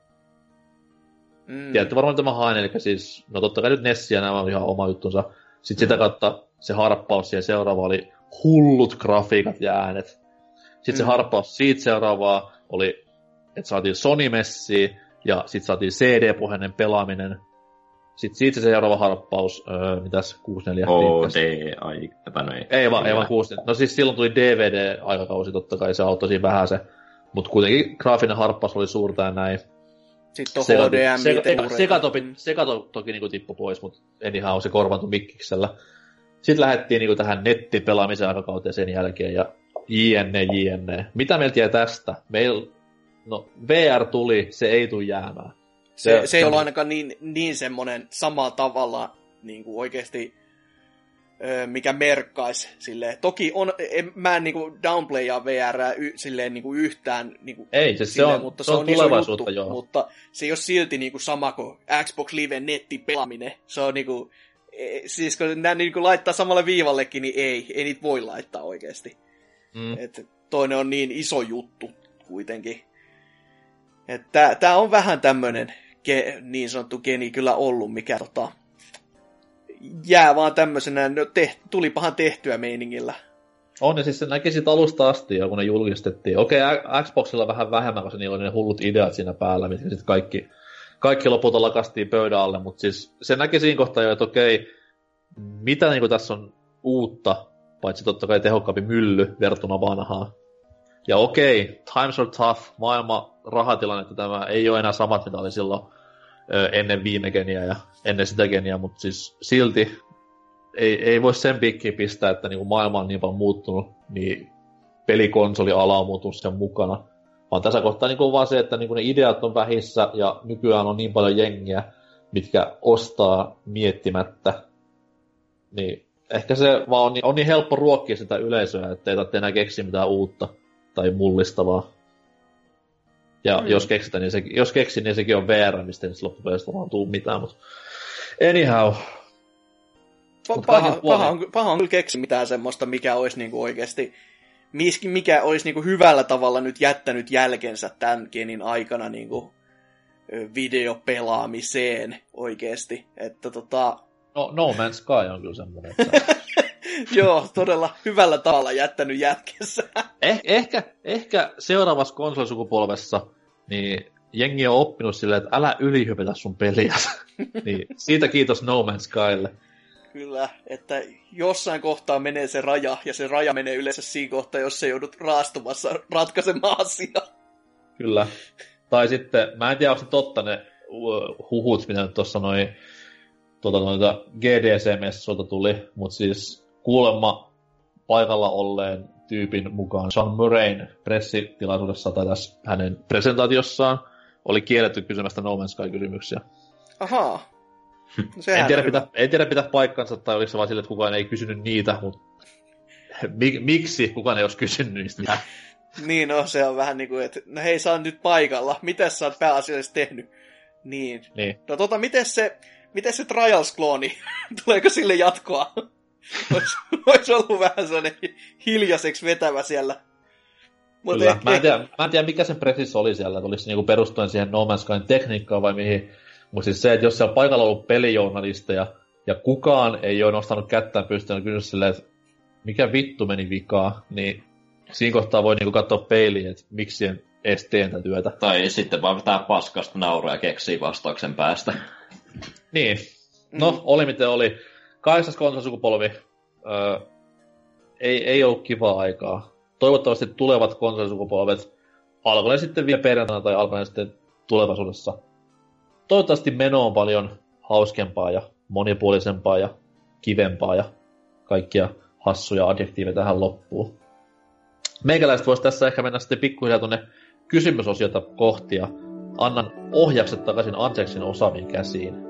Tiedätte varmaan tämä haen, eli siis, no totta kai nyt Nessi ja nämä on ihan oma juttunsa. Sitten sitä kautta se harppaus siihen seuraava oli hullut grafiikat ja äänet. Sitten se harppaus siitä seuraavaa oli, että saatiin Sony-messiä ja sitten saatiin CD-pohjainen pelaaminen. Sitten siitä se seuraava harppaus, mitäs 64? HD-aika, no ei vaan 64. No siis silloin tuli DVD-aikakausi, totta kai se auttoi siinä vähän se. Mutta kuitenkin graafinen harppaus oli suurta ja näin. Sitten on HDMI. Sega toki niinku tippui pois, mutta anyhow se korvantui Mikkiksellä. Sitten lähdettiin niinku tähän nettipelaamisen aikakauteen sen jälkeen ja jne. Mitä meiltä jäi tästä? No VR tuli, se ei tule jäämään. Se ei ollut ainakaan niin semmoinen samalla tavalla niin kuin oikeasti, mikä merkkaisi silleen. Toki mä en niinku downplayaa VR silleen niinku yhtään niinku ei, se on, mutta se on tulevaisuutta, juttu, mutta se ei ole silti niinku sama kuin Xbox Live nettipelaaminen. Se on niinku, siis kun nämä niinku laittaa samalle viivallekin, niin ei niitä voi laittaa oikeasti. Et toinen on niin iso juttu kuitenkin. Tää on vähän tämmönen niin sanottu geni kyllä ollut, mikä jää vaan tämmöisenä, no tulipahan tehtyä meiningillä. On, ja siis se näki sit alusta asti jo, kun ne julkistettiin. Okei, Xboxilla vähän vähemmän, koska niillä oli ne hullut ideat siinä päällä, mitkä sitten kaikki lopulta lakastiin pöydän alle, mutta siis se näki siinä kohtaa jo, että okei, mitä niinku tässä on uutta, paitsi totta kai tehokkaampi mylly verrattuna vanhaan. Ja okei, times are tough, maailma, rahatilanne, tämä ei ole enää samat, mitä oli silloin ennen viime geniä ja ennen sitä geniä, mutta siis silti ei voi sen pikkiä pistää, että niinku maailma on niin paljon muuttunut, niin pelikonsoliala on muuttunut sen mukana. Vaan tässä kohtaa niinku vaan se, että niinku ne ideat on vähissä ja nykyään on niin paljon jengiä, mitkä ostaa miettimättä. Niin ehkä se vaan on niin helppo ruokkia sitä yleisöä, että ei tarvitse enää keksiä mitään uutta tai mullistavaa. Ja jos keksin, niin sekin on VR, mistä ei nyt loppupeleissä vaan tuu mitään, mutta anyhow. Paha on kyllä keksi mitään semmoista, mikä olisi niinku oikeasti, mikä olisi niinku hyvällä tavalla nyt jättänyt jälkensä tämän genin aikana niinku videopelaamiseen oikeasti. Että No Man's Sky on kyllä semmoinen. Että... Joo, todella hyvällä tavalla jättänyt jätkensä. Ehkä seuraavassa konsolisukupolvessa niin jengi on oppinut silleen, että älä ylihypetä sun peliä. Niin, siitä kiitos No Man's Skylle. Kyllä, että jossain kohtaa menee se raja, ja se raja menee yleensä siinä kohtaa, jos se joudut raastumassa ratkaisemaan asiaa. Kyllä. Tai sitten, mä en tiedä, onko se totta ne huhut, mitä nyt tuossa noita GDC-messuilta tuli, mutta siis kuulemma paikalla olleen tyypin mukaan Sean Murrayn pressitilaisuudessa tai tässä hänen presentaatiossaan oli kielletty kysymästä No Man's Sky-kysymyksiä. Ahaa. En tiedä pitää paikkansa, tai oliko se vaan sille, että kukaan ei kysynyt niitä, mutta miksi kukaan ei olisi kysynyt niistä? Niin, no se on vähän niin kuin, että no hei, sä oot nyt paikalla, mitäs sä oot pääasiallisesti tehnyt? Niin. No miten se Trials-klooni? Tuleeko sille jatkoa? Olisi ollut vähän sellainen hiljaiseksi vetävä siellä. Kyllä. Mä en tiedä, mikä sen pressissä oli siellä, että oliko se niinku perustuen siihen No Man's Skyn tekniikkaan vai mihin. Mutta siis se, että jos siellä on paikalla ollut pelijournalisteja ja kukaan ei ole nostanut kättään pystynyt kysyä silleen, että mikä vittu meni vikaan, niin siinä kohtaa voi niinku katsoa peiliin, että miksi en edes tee tätä työtä. Tai sitten vaan vetää paskasta nauraa ja keksii vastauksen päästä. Niin. No, oli miten oli. 8. konsolisukupolvi ei ollut kivaa aikaa. Toivottavasti tulevat konsolisukupolvet alkaen sitten vielä perjantaina tai alkaen sitten tulevaisuudessa. Toivottavasti meno on paljon hauskempaa ja monipuolisempaa ja kivempaa ja kaikkia hassuja adjektiiveja tähän loppuun. Meikäläiset voisi tässä ehkä mennä sitten pikkuhiljaa tuonne kysymysosiota kohti ja annan ohjakset takaisin Anseksin osaaviin käsiin.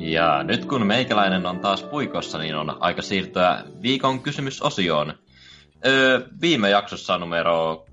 Ja nyt kun meikäläinen on taas puikossa, niin on aika siirtyä viikon kysymysosioon. Viime jaksossa numero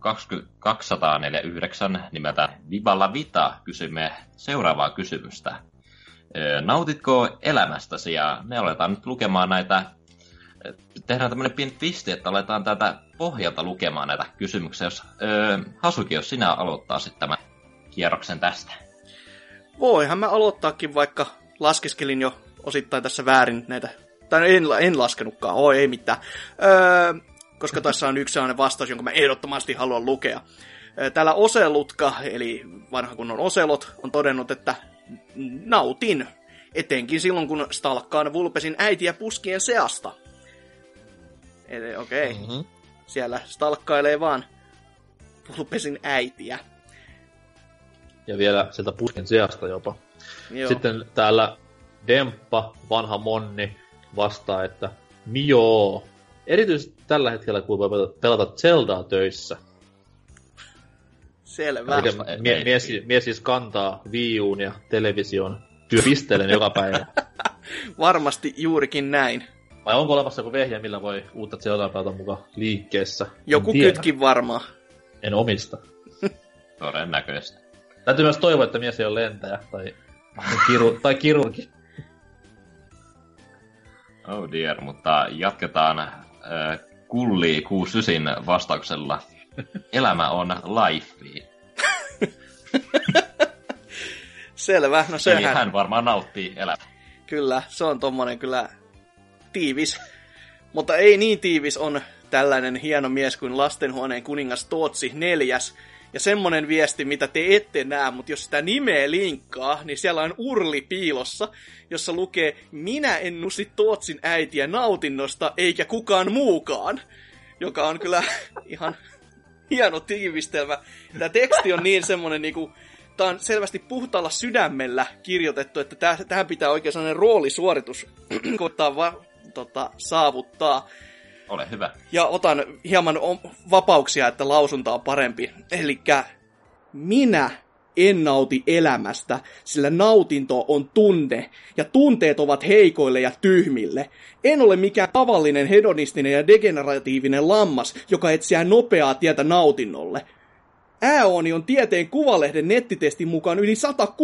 249 nimeltä Vivalla Vita kysymme seuraavaa kysymystä. Nautitko elämästäsi? Ja me aletaan nyt lukemaan näitä, tehdään tämmönen pieni twisti, että aletaan täältä pohjalta lukemaan näitä kysymyksiä. Hasuki, jos sinä aloittaisit tämän kierroksen tästä. Voihan mä aloittaakin, vaikka laskeskelin jo osittain tässä väärin näitä. Tai en laskenutkaan, ei mitään. Koska tässä on yksi sellainen vastaus, jonka mä ehdottomasti haluan lukea. Täällä Oselutka, eli vanha kunnon Oselot, on todennut, että nautin. Etenkin silloin, kun stalkkaan Vulpesin äitiä puskien seasta. Eli okei. Mm-hmm. Siellä stalkkailee vaan Vulpesin äitiä. Ja vielä sieltä puskien seasta jopa. Joo. Sitten täällä Demppa, vanha Monni, vastaa, että Mio. Erityisesti tällä hetkellä, kun voi pelata Zeldaa töissä. Selvä. Mies siis kantaa Wii U:n ja television työpisteellen joka päivä. Varmasti juurikin näin. Vai onko olemassa joku vehje, millä voi uutta Zeldaa pelata mukaan liikkeessä? Joku kytkin varmaan. En omista. Todennäköisesti. Täytyy myös toivoa, että mies ei ole lentäjä tai kirurgi. Oh dear, mutta jatketaan Kulli 69 vastauksella. Elämä on life. Selvä, no sehän. Eli hän varmaan nauttii elämää. Kyllä, se on tommonen kyllä tiivis. Mutta ei niin tiivis on tällainen hieno mies kuin lastenhuoneen kuningas Tootsi 4. Ja semmonen viesti, mitä te ette näe, mutta jos sitä nimeä linkkaa, niin siellä on urli piilossa, jossa lukee, minä en nusi Tootsin äitiä nautinnosta, eikä kukaan muukaan. Joka on kyllä ihan hieno tiivistelmä. Tämä teksti on niin semmonen niinku, tää on selvästi puhtaalla sydämellä kirjoitettu, että tähän pitää oikein sellainen roolisuoritus koittaa saavuttaa. Ole hyvä. Ja otan hieman vapauksia, että lausunta on parempi. Elikkä minä en nauti elämästä, sillä nautinto on tunne, ja tunteet ovat heikoille ja tyhmille. En ole mikään tavallinen hedonistinen ja degeneratiivinen lammas, joka etsiää nopeaa tietä nautinnolle. Ääoni on tieteen kuvalehden nettitestin mukaan yli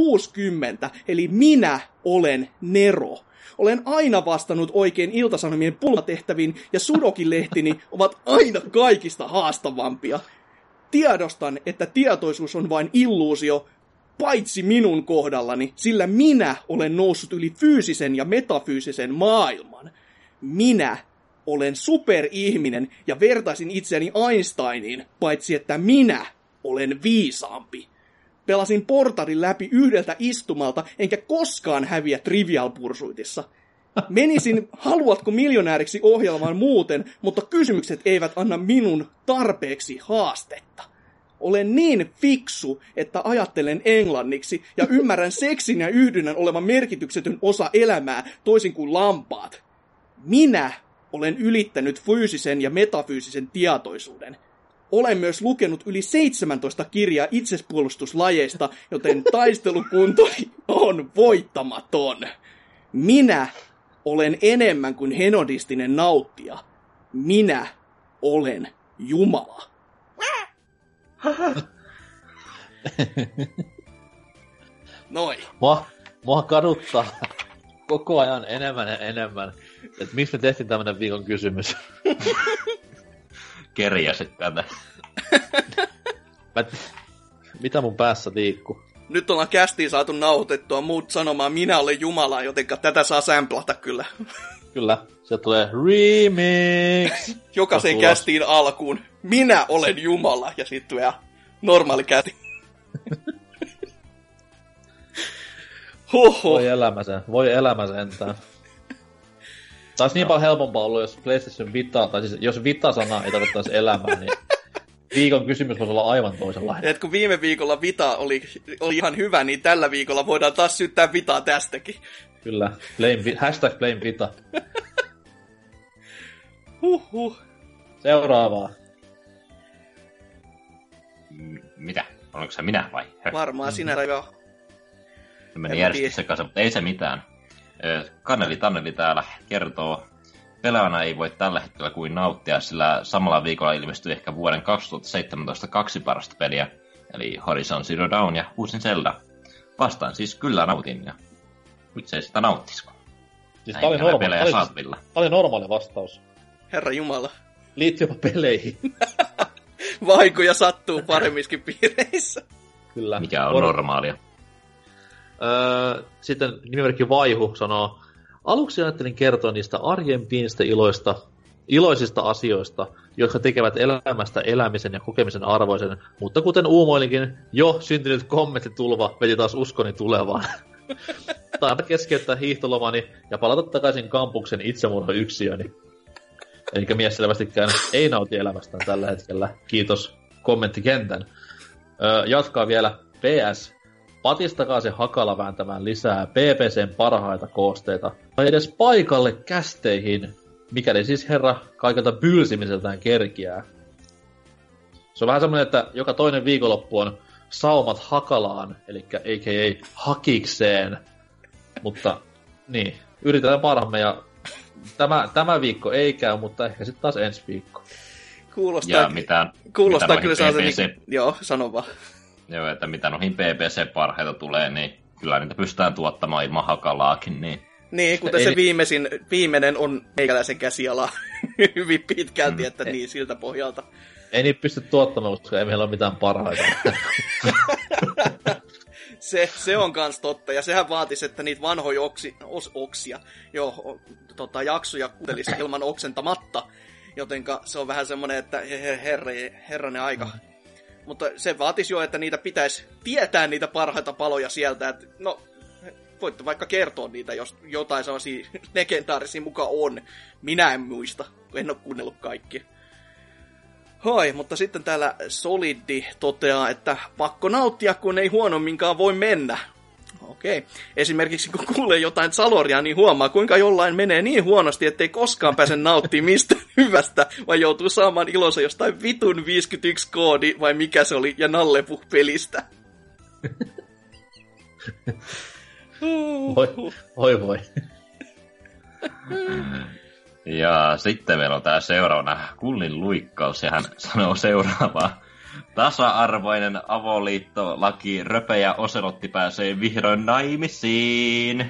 160, eli minä olen Nero. Olen aina vastannut oikein Ilta-Sanomien pulmatehtäviin, ja Sudokin-lehtini ovat aina kaikista haastavampia. Tiedostan, että tietoisuus on vain illuusio, paitsi minun kohdallani, sillä minä olen noussut yli fyysisen ja metafyysisen maailman. Minä olen superihminen ja vertaisin itseäni Einsteiniin, paitsi että minä olen viisaampi. Pelasin portarin läpi yhdeltä istumalta, enkä koskaan häviä Trivial Pursuitissa. Menisin Haluatko miljonääriksi -ohjelmaan muuten, mutta kysymykset eivät anna minun tarpeeksi haastetta. Olen niin fiksu, että ajattelen englanniksi ja ymmärrän seksin ja yhdynnän olevan merkityksetön osa elämää toisin kuin lampaat. Minä olen ylittänyt fyysisen ja metafyysisen tietoisuuden. Olen myös lukenut yli 17 kirjaa itsepuolustuslajeista, joten taistelukuntoni on voittamaton. Minä olen enemmän kuin hedonistinen nauttija. Minä olen Jumala. Noin. Mua kaduttaa koko ajan enemmän ja enemmän, että miksi me tehtiin tämmönen viikon kysymys. Kerjäsit tänne. Mitä mun päässä liikkuu? Nyt ollaan kästiin saatu nauhoitettua muut sanomaan minä olen Jumala, jotenka tätä saa sämplata kyllä. Kyllä, se tulee remix. Jokaisen kästiin alkuun. Minä olen Jumala ja sitten vielä normaali käti. Huhhuh. Voi elämä sentään. Taisi niin paljon helpompaa ollut, jos PlayStation Vita, tai siis jos Vita-sana ei tarvittaisi elämää, niin viikon kysymys voisi olla aivan toisenlainen. Et kun viime viikolla Vita oli ihan hyvä, niin tällä viikolla voidaan taas syyttää Vitaa tästäkin. Kyllä, #blame Vita. Huhhuh. Seuraavaa. Mitä? Oliko se minä vai? Varmaan sinä, Raivo. Se meni järjestys sekaisin, mutta ei se mitään. Kanneli Tanneli täällä kertoo, pelaajana ei voi tällä hetkellä kuin nauttia, sillä samalla viikolla ilmestyi ehkä vuoden 2017 kaksi parasta peliä, eli Horizon Zero Dawn ja uusin Zelda. Vastaan siis kyllä nautin, ja miksei sitä nauttisiko. Siis tää oli normaali vastaus. Herra Jumala. Liittyy jopa peleihin. Vaikuja sattuu paremmiskin piireissä. Kyllä. Mikä on normaalia. Sitten nimimerkki Vaihu sanoo, aluksi ajattelin kertoa niistä arjen pienistä iloisista asioista, jotka tekevät elämästä elämisen ja kokemisen arvoisen, mutta kuten uumoilinkin, jo syntynyt kommenttitulva veti taas uskoni tulevaan. Taita keskeyttää hiihtolomani ja palata takaisin kampuksen itsemurhayksiöni. Eli mies selvästikään ei nauti elämästään tällä hetkellä. Kiitos kommenttikentän. Jatkaa vielä PS. Patistakaa se Hakala vääntämään lisää PPCn parhaita koosteita. Tai edes paikalle kästeihin, mikäli siis herra kaikelta bylsimiseltään kerkiää. Se on vähän semmoinen, että joka toinen viikonloppu on saumat Hakalaan, eli a.k.a. Hakikseen. Mutta niin, yritetään parhaamme ja tämä viikko ei käy, mutta ehkä sitten taas ensi viikko. Kuulostaa kyllä sellaisen, joo, sano vaan. Joo, että mitä noihin PPC-parhaita tulee, niin kyllä niitä pystytään tuottamaan ilman Hakalaakin, niin... Niin, kuten se viimeinen on meikäläisen käsiala hyvin pitkälti, että niin siltä pohjalta. Ei niitä pysty tuottamaan, koska ei meillä ole mitään parhaita. Se on kans totta, ja sehän vaatisi, että niitä vanhoja jaksoja kuuntelisi ilman oksentamatta, jotenka se on vähän semmoinen, että herranen aika. Mutta se vaatisi jo, että niitä pitäisi tietää niitä parhaita paloja sieltä, että no, voitte vaikka kertoa niitä, jos jotain sellaisia legendaarisia mukaan on. Minä en muista, kun en ole kuunnellut kaikkia. Hoi, mutta sitten täällä Solidi toteaa, että pakko nauttia, kun ei huonomminkaan voi mennä. Okei. Esimerkiksi kun kuulee jotain Saloria, niin huomaa, kuinka jollain menee niin huonosti, ettei koskaan pääse nauttimaan mistä hyvästä, vai joutuu saamaan ilonsa jostain vitun 51 koodi, vai mikä se oli, ja nallepu pelistä. Voi. Ja sitten meillä on tää seuraavana Kullin luikkaus, ja hän sanoo seuraavaa. Tasa-arvoinen avoliittolaki, Röpe ja Oselotti pääsee vihdoin naimisiin.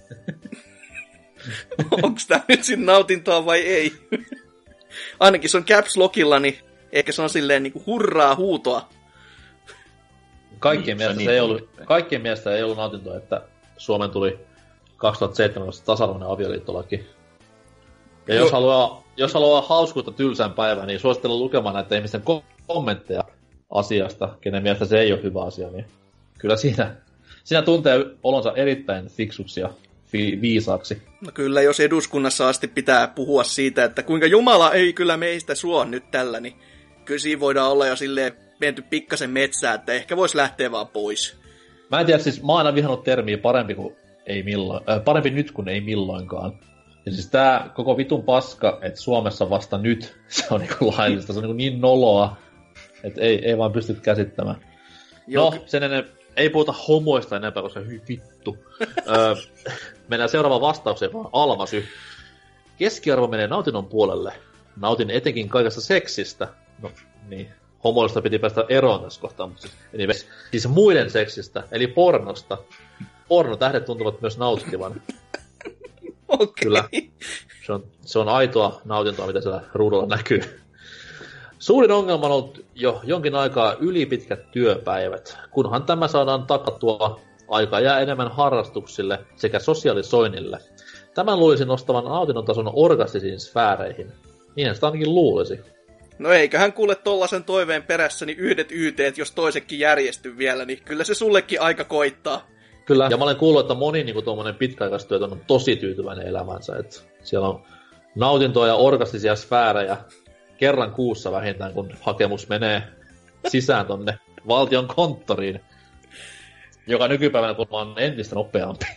Onks tää nyt sin nautintoa vai ei? Ainakin se on caps lockilla, niin ehkä se on silleen niinku hurraa huutoa. Kaikkien mielestä ei ollut nautintoa, että Suomen tuli 2017 tasa-arvoinen avioliittolaki. Ja jos haluaa hauskuutta tylsään päivään, niin suosittelen lukemaan näitä ihmisten kommentteja asiasta, kenen mielestä se ei ole hyvä asia, niin kyllä siinä tuntee olonsa erittäin fiksuksi ja viisaaksi. No kyllä, jos eduskunnassa asti pitää puhua siitä, että kuinka Jumala ei kyllä meistä suo nyt tällä, niin kyllä siinä voidaan olla jo silleen menty pikkasen metsään, että ehkä voisi lähteä vaan pois. Mä en tiedä, siis mä oon aina vihannut termiä parempi nyt kuin ei milloinkaan. Ja siis tää koko vitun paska, että Suomessa vasta nyt se on niinku laillista, se on niin noloa, että ei vaan pysty käsittämään. No, sen ennen ei puhuta homoista enempää, koska vittu. Mennään seuraavaan vastaukseen, vaan Almasy. Keskiarvo menee nautinnon puolelle. Nautin etenkin kaikesta seksistä. No, niin. Homoista piti päästä eroon tässä kohtaa, mutta siis muiden seksistä, eli pornosta. Pornotähdet tuntuvat myös nauttivan. Okay. Kyllä. Se on aitoa nautintoa, mitä siellä ruudulla näkyy. Suurin ongelma on ollut jo jonkin aikaa ylipitkät työpäivät. Kunhan tämä saadaan takattua, aikaa jää enemmän harrastuksille sekä sosiaalisoinnille. Tämän luulisi nostavan nautinnon tason orgastisiin sfääreihin. Niinhän sitä ainakin luulisi. No eiköhän kuule tollasen toiveen perässä niin yhdet YT:t, jos toisekin järjesty vielä, niin kyllä se sullekin aika koittaa. Kyllä, ja mä olen kuullut, että moni niin tuommoinen pitkäaikaistyötön on tosi tyytyväinen elämänsä. Että siellä on nautintoa ja orgastisia sfäärejä kerran kuussa vähintään, kun hakemus menee sisään tonne valtion konttoriin, joka nykypäivänä on entistä nopeampi.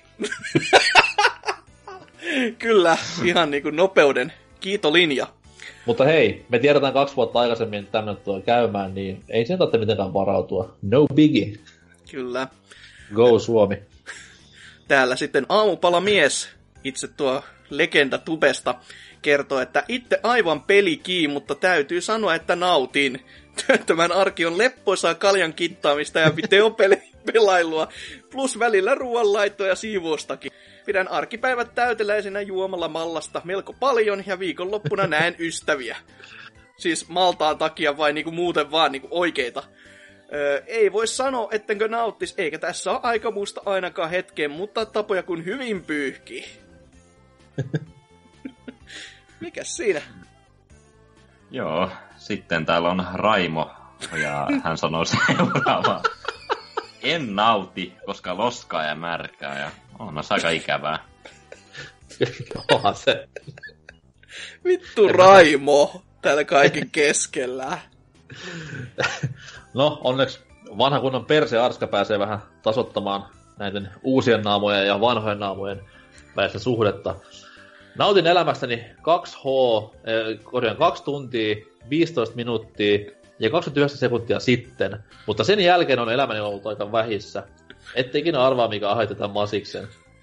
Kyllä, ihan niin kuin nopeuden kiitolinja. Mutta hei, me tiedetään 2 vuotta aikaisemmin, että tämmöinen tulee käymään, niin ei sen tarvitse mitenkään varautua. No biggie. Kyllä. Go Suomi. Täällä sitten aamupalamies itse tuo legenda tubesta kertoo, että itse aivan pelikii, mutta täytyy sanoa, että nautin. Työttömän arki on leppoisaa kaljan kittaamista ja videopelailua, plus välillä ruoanlaittoa ja siivoustakin. Pidän arkipäivät täyteläisenä juomalla mallasta melko paljon ja viikonloppuna näen ystäviä. Siis maltaan takia vai niinku muuten vaan niinku oikeita. Ei voi sanoa, ettenkö nauttis, eikä tässä ole aika muista ainakaan hetkeen, mutta tapoja kun hyvin pyyhkii. Mikäs siinä? Joo, sitten täällä on Raimo, ja hän sanoo seuraavaa. En nauti, koska loskaa ja märkää, ja on se aika ikävää. Onhan se. Vittu Raimo, täällä kaiken keskellä. No, onneksi vanha kunnon persearska pääsee vähän tasoittamaan näiden uusien naamojen ja vanhojen naamojen välistä suhdetta. Nautin elämästäni 2 tuntia, 15 minuuttia ja 29 sekuntia sitten, mutta sen jälkeen on elämäni ollut aika vähissä. Ette ikinä arvaa, mikä aiheutetaan masiksen.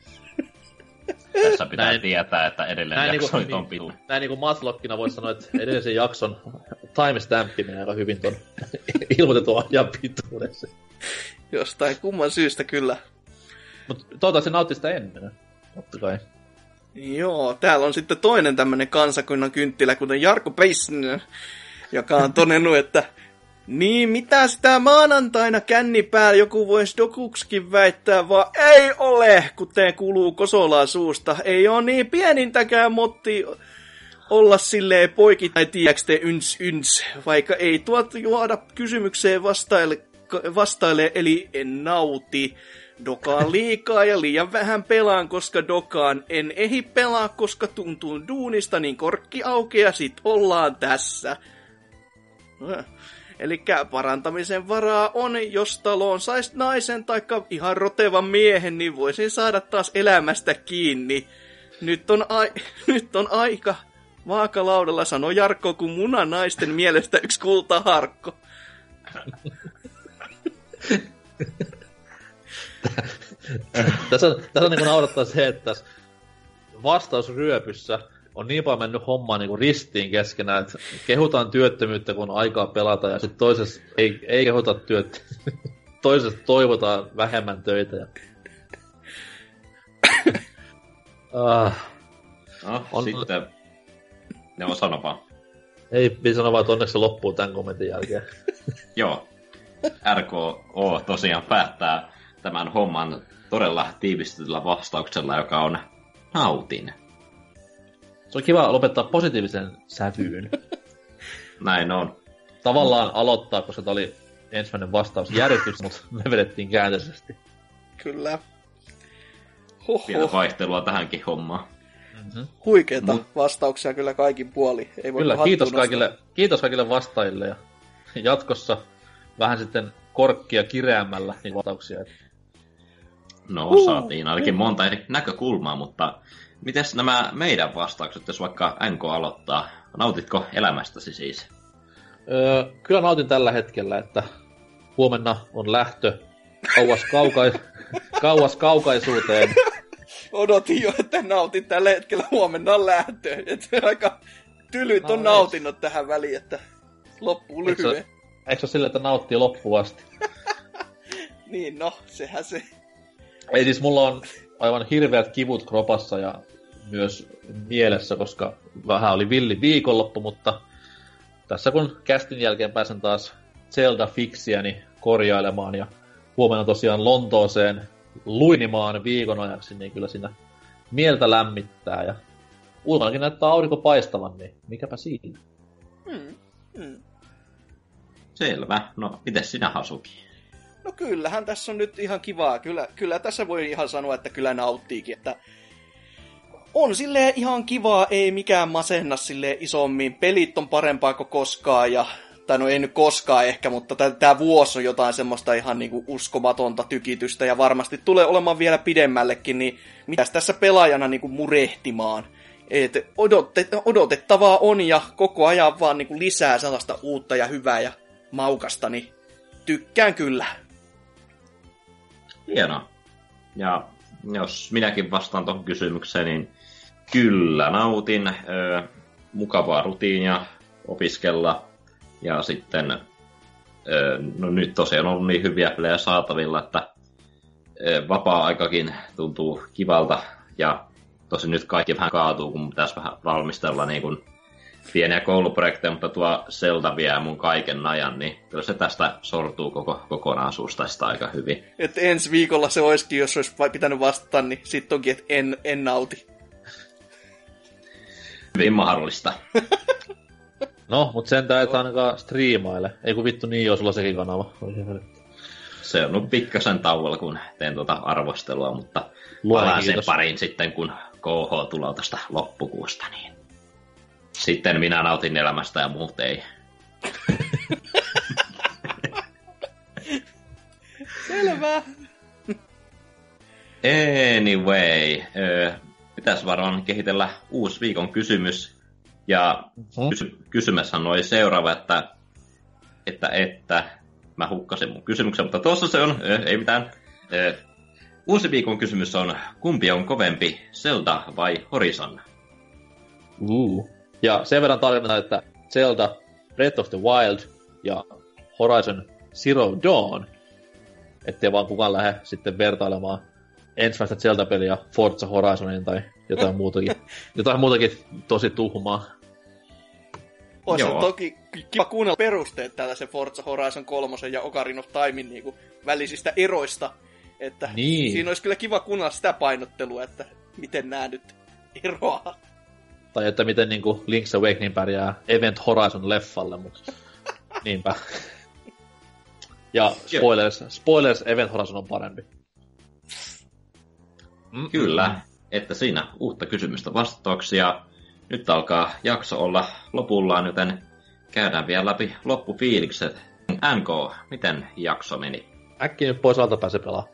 Tässä pitää tietää, että edelleen jaksoit on pitkä. Näin niin kuin Matlockina voisi sanoa, että edellisen jakson timestampi menee aika hyvin ton ilmoitetun ajan pituudessa. Jostain kumman syystä kyllä. Mutta toivottavasti nautti sitä ennen, totta kai. Joo, täällä on sitten toinen tämmönen kansakunnan kynttilä, kuten Jarkko Peissinen, joka on todennut, että niin, mitä sitä maanantaina känni päällä joku voisi dokuksikin väittää, vaan ei ole, kuten kuuluu Kosolaa suusta. Ei oo niin pienintäkään motti olla silleen poikit tai tiiäks te yns, vaikka ei tuot juoda kysymykseen vastaile, eli en nauti. Dokaan liikaa ja liian vähän pelaan, koska dokaan en ehi pelaa, koska tuntuu duunista, niin korkki aukeaa, sit ollaan tässä. Elikkä parantamisen varaa on, jos taloon sais naisen taikka ihan rotevan miehen, niin voisin saada taas elämästä kiinni. Nyt on aika vaakalaudalla, sanoi Jarkko, kun munan naisten mielestä yksi kultaharkko. Tässä on niin naurattaa se, että tässä vastausryöpyssä on niin paljon mennyt hommaa niin ristiin keskenään, että kehutaan työttömyyttä, kun on aikaa pelata, ja sitten toisessa ei kehuta työttömyyttä. Toisessa toivotaan vähemmän töitä. Ja... Sitten... Ne on sano vaan. Ei sano vaan, että onneksi se loppuu tämän kommentin jälkeen. Joo. RKO tosiaan päättää tämän homman todella tiivistetyllä vastauksella, joka on nautin. Se on kiva lopettaa positiivisen sävyyn. Näin on. Tavallaan aloittaa, koska tämä oli ensimmäinen vastausjärjestys, mutta me vedettiin käänteisesti. Kyllä. Pientä vaihtelua tähänkin hommaan. Mm-hmm. Huikeeta vastauksia kyllä kaikin puoli. Ei voi kyllä, kiitos kaikille vastaajille. Ja jatkossa vähän sitten korkkia kireämmällä niin vastauksia. No, saatiin ainakin monta eri näkökulmaa, mutta mites nämä meidän vastaukset, jos vaikka NK aloittaa? Nautitko elämästäsi siis? Kyllä nautin tällä hetkellä, että huomenna on lähtö kauas kaukaisuuteen. Odotin jo, että nautin tällä hetkellä, huomenna on lähtö. Että aika tylyt on nautinnut tähän väliin, että loppuu lyhyen. Eikö se ole sille, että nauttii loppuun asti? Niin, no, sehän se. Ei siis, mulla on aivan hirveät kivut kropassa ja myös mielessä, koska vähän oli villi viikonloppu, mutta tässä kun kästin jälkeen pääsen taas Zelda-fiksiäni korjailemaan ja huomenna tosiaan Lontooseen luinimaan viikon ajaksi, niin kyllä siinä mieltä lämmittää ja ulkonakin näyttää aurinko paistavan, niin mikäpä siinä. Selvä. No, mites sinä, Hasuki? No kyllähän tässä on nyt ihan kivaa. Kyllä tässä voi ihan sanoa, että kyllä nauttiikin. Että on silleen ihan kivaa, ei mikään masenna silleen isommin. Pelit on parempaa kuin koskaan. Tai no ei nyt koskaan ehkä, mutta tää vuosi on jotain semmoista ihan niinku uskomatonta tykitystä. Ja varmasti tulee olemaan vielä pidemmällekin, niin mitäs tässä pelaajana niinku murehtimaan. Et odotettavaa on ja koko ajan vaan niinku lisää sellaista uutta ja hyvää ja maukasta, niin tykkään kyllä. Hienoa. Ja jos minäkin vastaan tuohon kysymykseen, niin kyllä nautin. Mukavaa rutiinia opiskella. Ja sitten, no nyt tosiaan on ollut niin hyviä pelejä saatavilla, että vapaa-aikakin tuntuu kivalta. Ja tosi nyt kaikki vähän kaatuu, kun pitäisi vähän valmistella niin kuin pieniä kouluprojekteja, mutta tuo Zelda vie mun kaiken ajan, niin kyllä se tästä sortuu koko kokonaisuus tästä aika hyvin. Että ensi viikolla se olisikin, jos olisi pitänyt vastata, niin sitten onkin, että en nauti. Hyvin mahdollista. No, mutta sentään et ainakaan striimaile. Ei kun vittu niin, jos sulla sekin kanava. Se on nyt pikkasen tauolla, kun teen tuota arvostelua, mutta palaan sen pariin sitten, kun KH tulee tästä loppukuusta, niin sitten minä nautin elämästä ja muut ei. Selvä. Anyway, pitäisi varmaan kehitellä uusi viikon kysymys. Ja kysymyshän oli seuraava, että mä hukkasin mun kysymyksen, mutta tuossa se on, ei mitään. Uusi viikon kysymys on, kumpi on kovempi, Zelda vai Horizon? Ja sen verran tarkennetaan, että Zelda Breath of the Wild ja Horizon Zero Dawn, ettei vaan kukaan lähde sitten vertailemaan ensimmäistä Zelda-peliä Forza Horizonin tai jotain muutakin tosi tuhmaa. Olisi toki kiva kuunnella perusteet tällaisen Forza Horizon 3 ja Ocarina of Timein niin välisistä eroista. Että niin. Siinä olisi kyllä kiva kuunnella sitä painottelua, että miten nämä nyt eroaa. Tai että miten niin kuin Link's Awakening pärjää Event Horizon-leffalle, mutta niinpä. Ja spoilers, Event Horizon on parempi. Kyllä, että siinä uutta kysymystä vastauksia. Nyt alkaa jakso olla lopullaan, joten käydään vielä läpi loppufiilikset. NK, miten jakso meni? Äkkiä nyt pois alta pääse pelaa.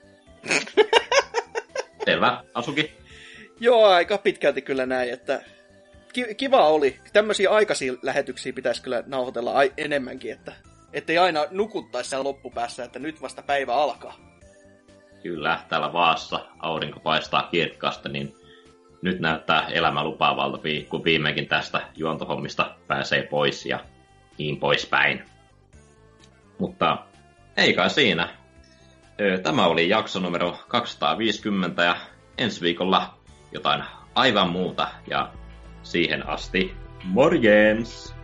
Selvä, Asuki? Joo, aika pitkälti kyllä näin, että kiva oli. Tämmöisiä aikaisia lähetyksiä pitäisi kyllä nauhoitella enemmänkin, että ettei aina nukuttaisi siellä loppupäässä, että nyt vasta päivä alkaa. Kyllä, täällä Vaassa aurinko paistaa kirkkaasti, niin nyt näyttää elämä lupaavalta, kun viimeinkin tästä juontohommista pääsee pois ja niin poispäin. Mutta ei kai siinä. Tämä oli jakso numero 250 ja ensi viikolla jotain aivan muuta ja siihen asti morjens!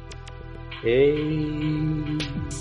Hei!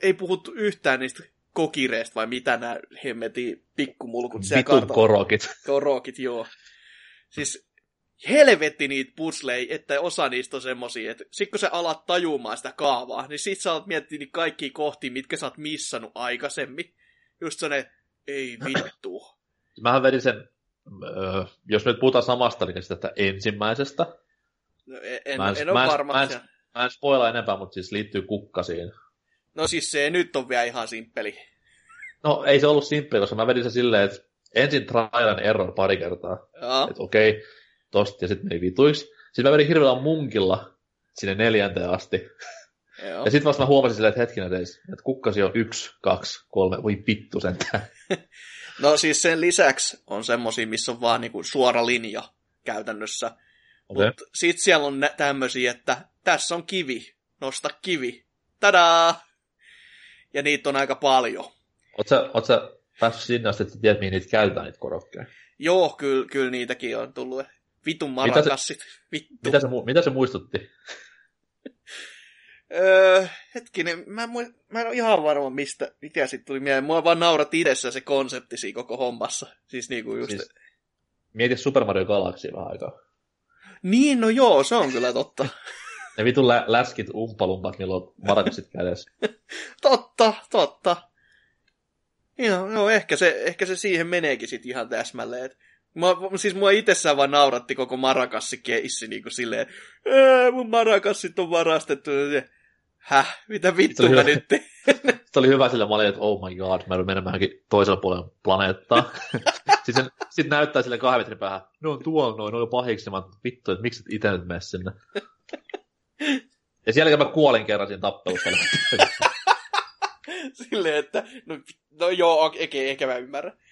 ei puhuttu yhtään niistä kokireista, vai mitä nämä hemmetin pikkumulkut siellä Vitun korokit. Korokit, joo. Siis helvetti niitä puzzleja, että osa niistä on semmosia, että sit kun sä alat tajumaan sitä kaavaa, niin sit sä alat miettiä niitä kaikkia kohtia, mitkä sä oot missannut aikaisemmin. Just sellainen, ei vittu. Mähän vedin sen, jos nyt puhutaan samasta, niin sitä ensimmäisestä. No, en ole varma. Mä en spoila enempää, mutta siis liittyy kukkasiin. No siis se nyt on vielä ihan simppeli. No ei se ollut simppeli, koska mä vedin se silleen, että ensin trial and error pari kertaa. Että okei, tosta ja sitten meni vituiksi. Sitten mä vedin hirveellä munkilla sinne 4. asti. Joo. Ja sitten vasta mä huomasin silleen, että hetkinen teis, että kukkasi on 1, 2, 3, voi vittu sentään. No siis sen lisäksi on semmosia, missä on vaan niinku suora linja käytännössä. Okay. Mutta sit siellä on tämmösiä, että tässä on kivi, nosta kivi. Tadaa! Ja niitä on aika paljon. Oot sä päässyt sinne asti, että tiedät, mihin niitä käytetään, niitä korokkeja? Joo, kyllä niitäkin on tullut. Vitun marakassit. Vittu. Mitä se muistutti? Hetkinen, mä en ole ihan varma, mikä sit tuli mieleen. Mua vaan nauratti idessä se konsepti siinä koko hommassa. Siis niinku just... Siis, mieti Super Mario Galaxy vähän aikaa. Niin, no joo, se on kyllä totta. Ne vitun läskit umpalumpat, millä on marakassit kädessä. Totta. Joo, ehkä se siihen meneekin sit ihan täsmälleen. Siis mua itsessään vaan nauratti koko marakassi-keissi niinku silleen, mun marakassit on varastettu. Häh, mitä vittua mä nyt teen? Sitten oli hyvä sille, mä olin, että oh my god, mä joudun menemään toisella puolella planeettaa. Sitten näyttää sille 2 metrin päähän, ne on tuolla noin, ne on pahiksi, mä vittu, että miksi et ite nyt mene sinne? Ja sen jälkeen mä kuolin kerran siinä tappelussa. Silleen, että no joo, ehkä mä ymmärrän.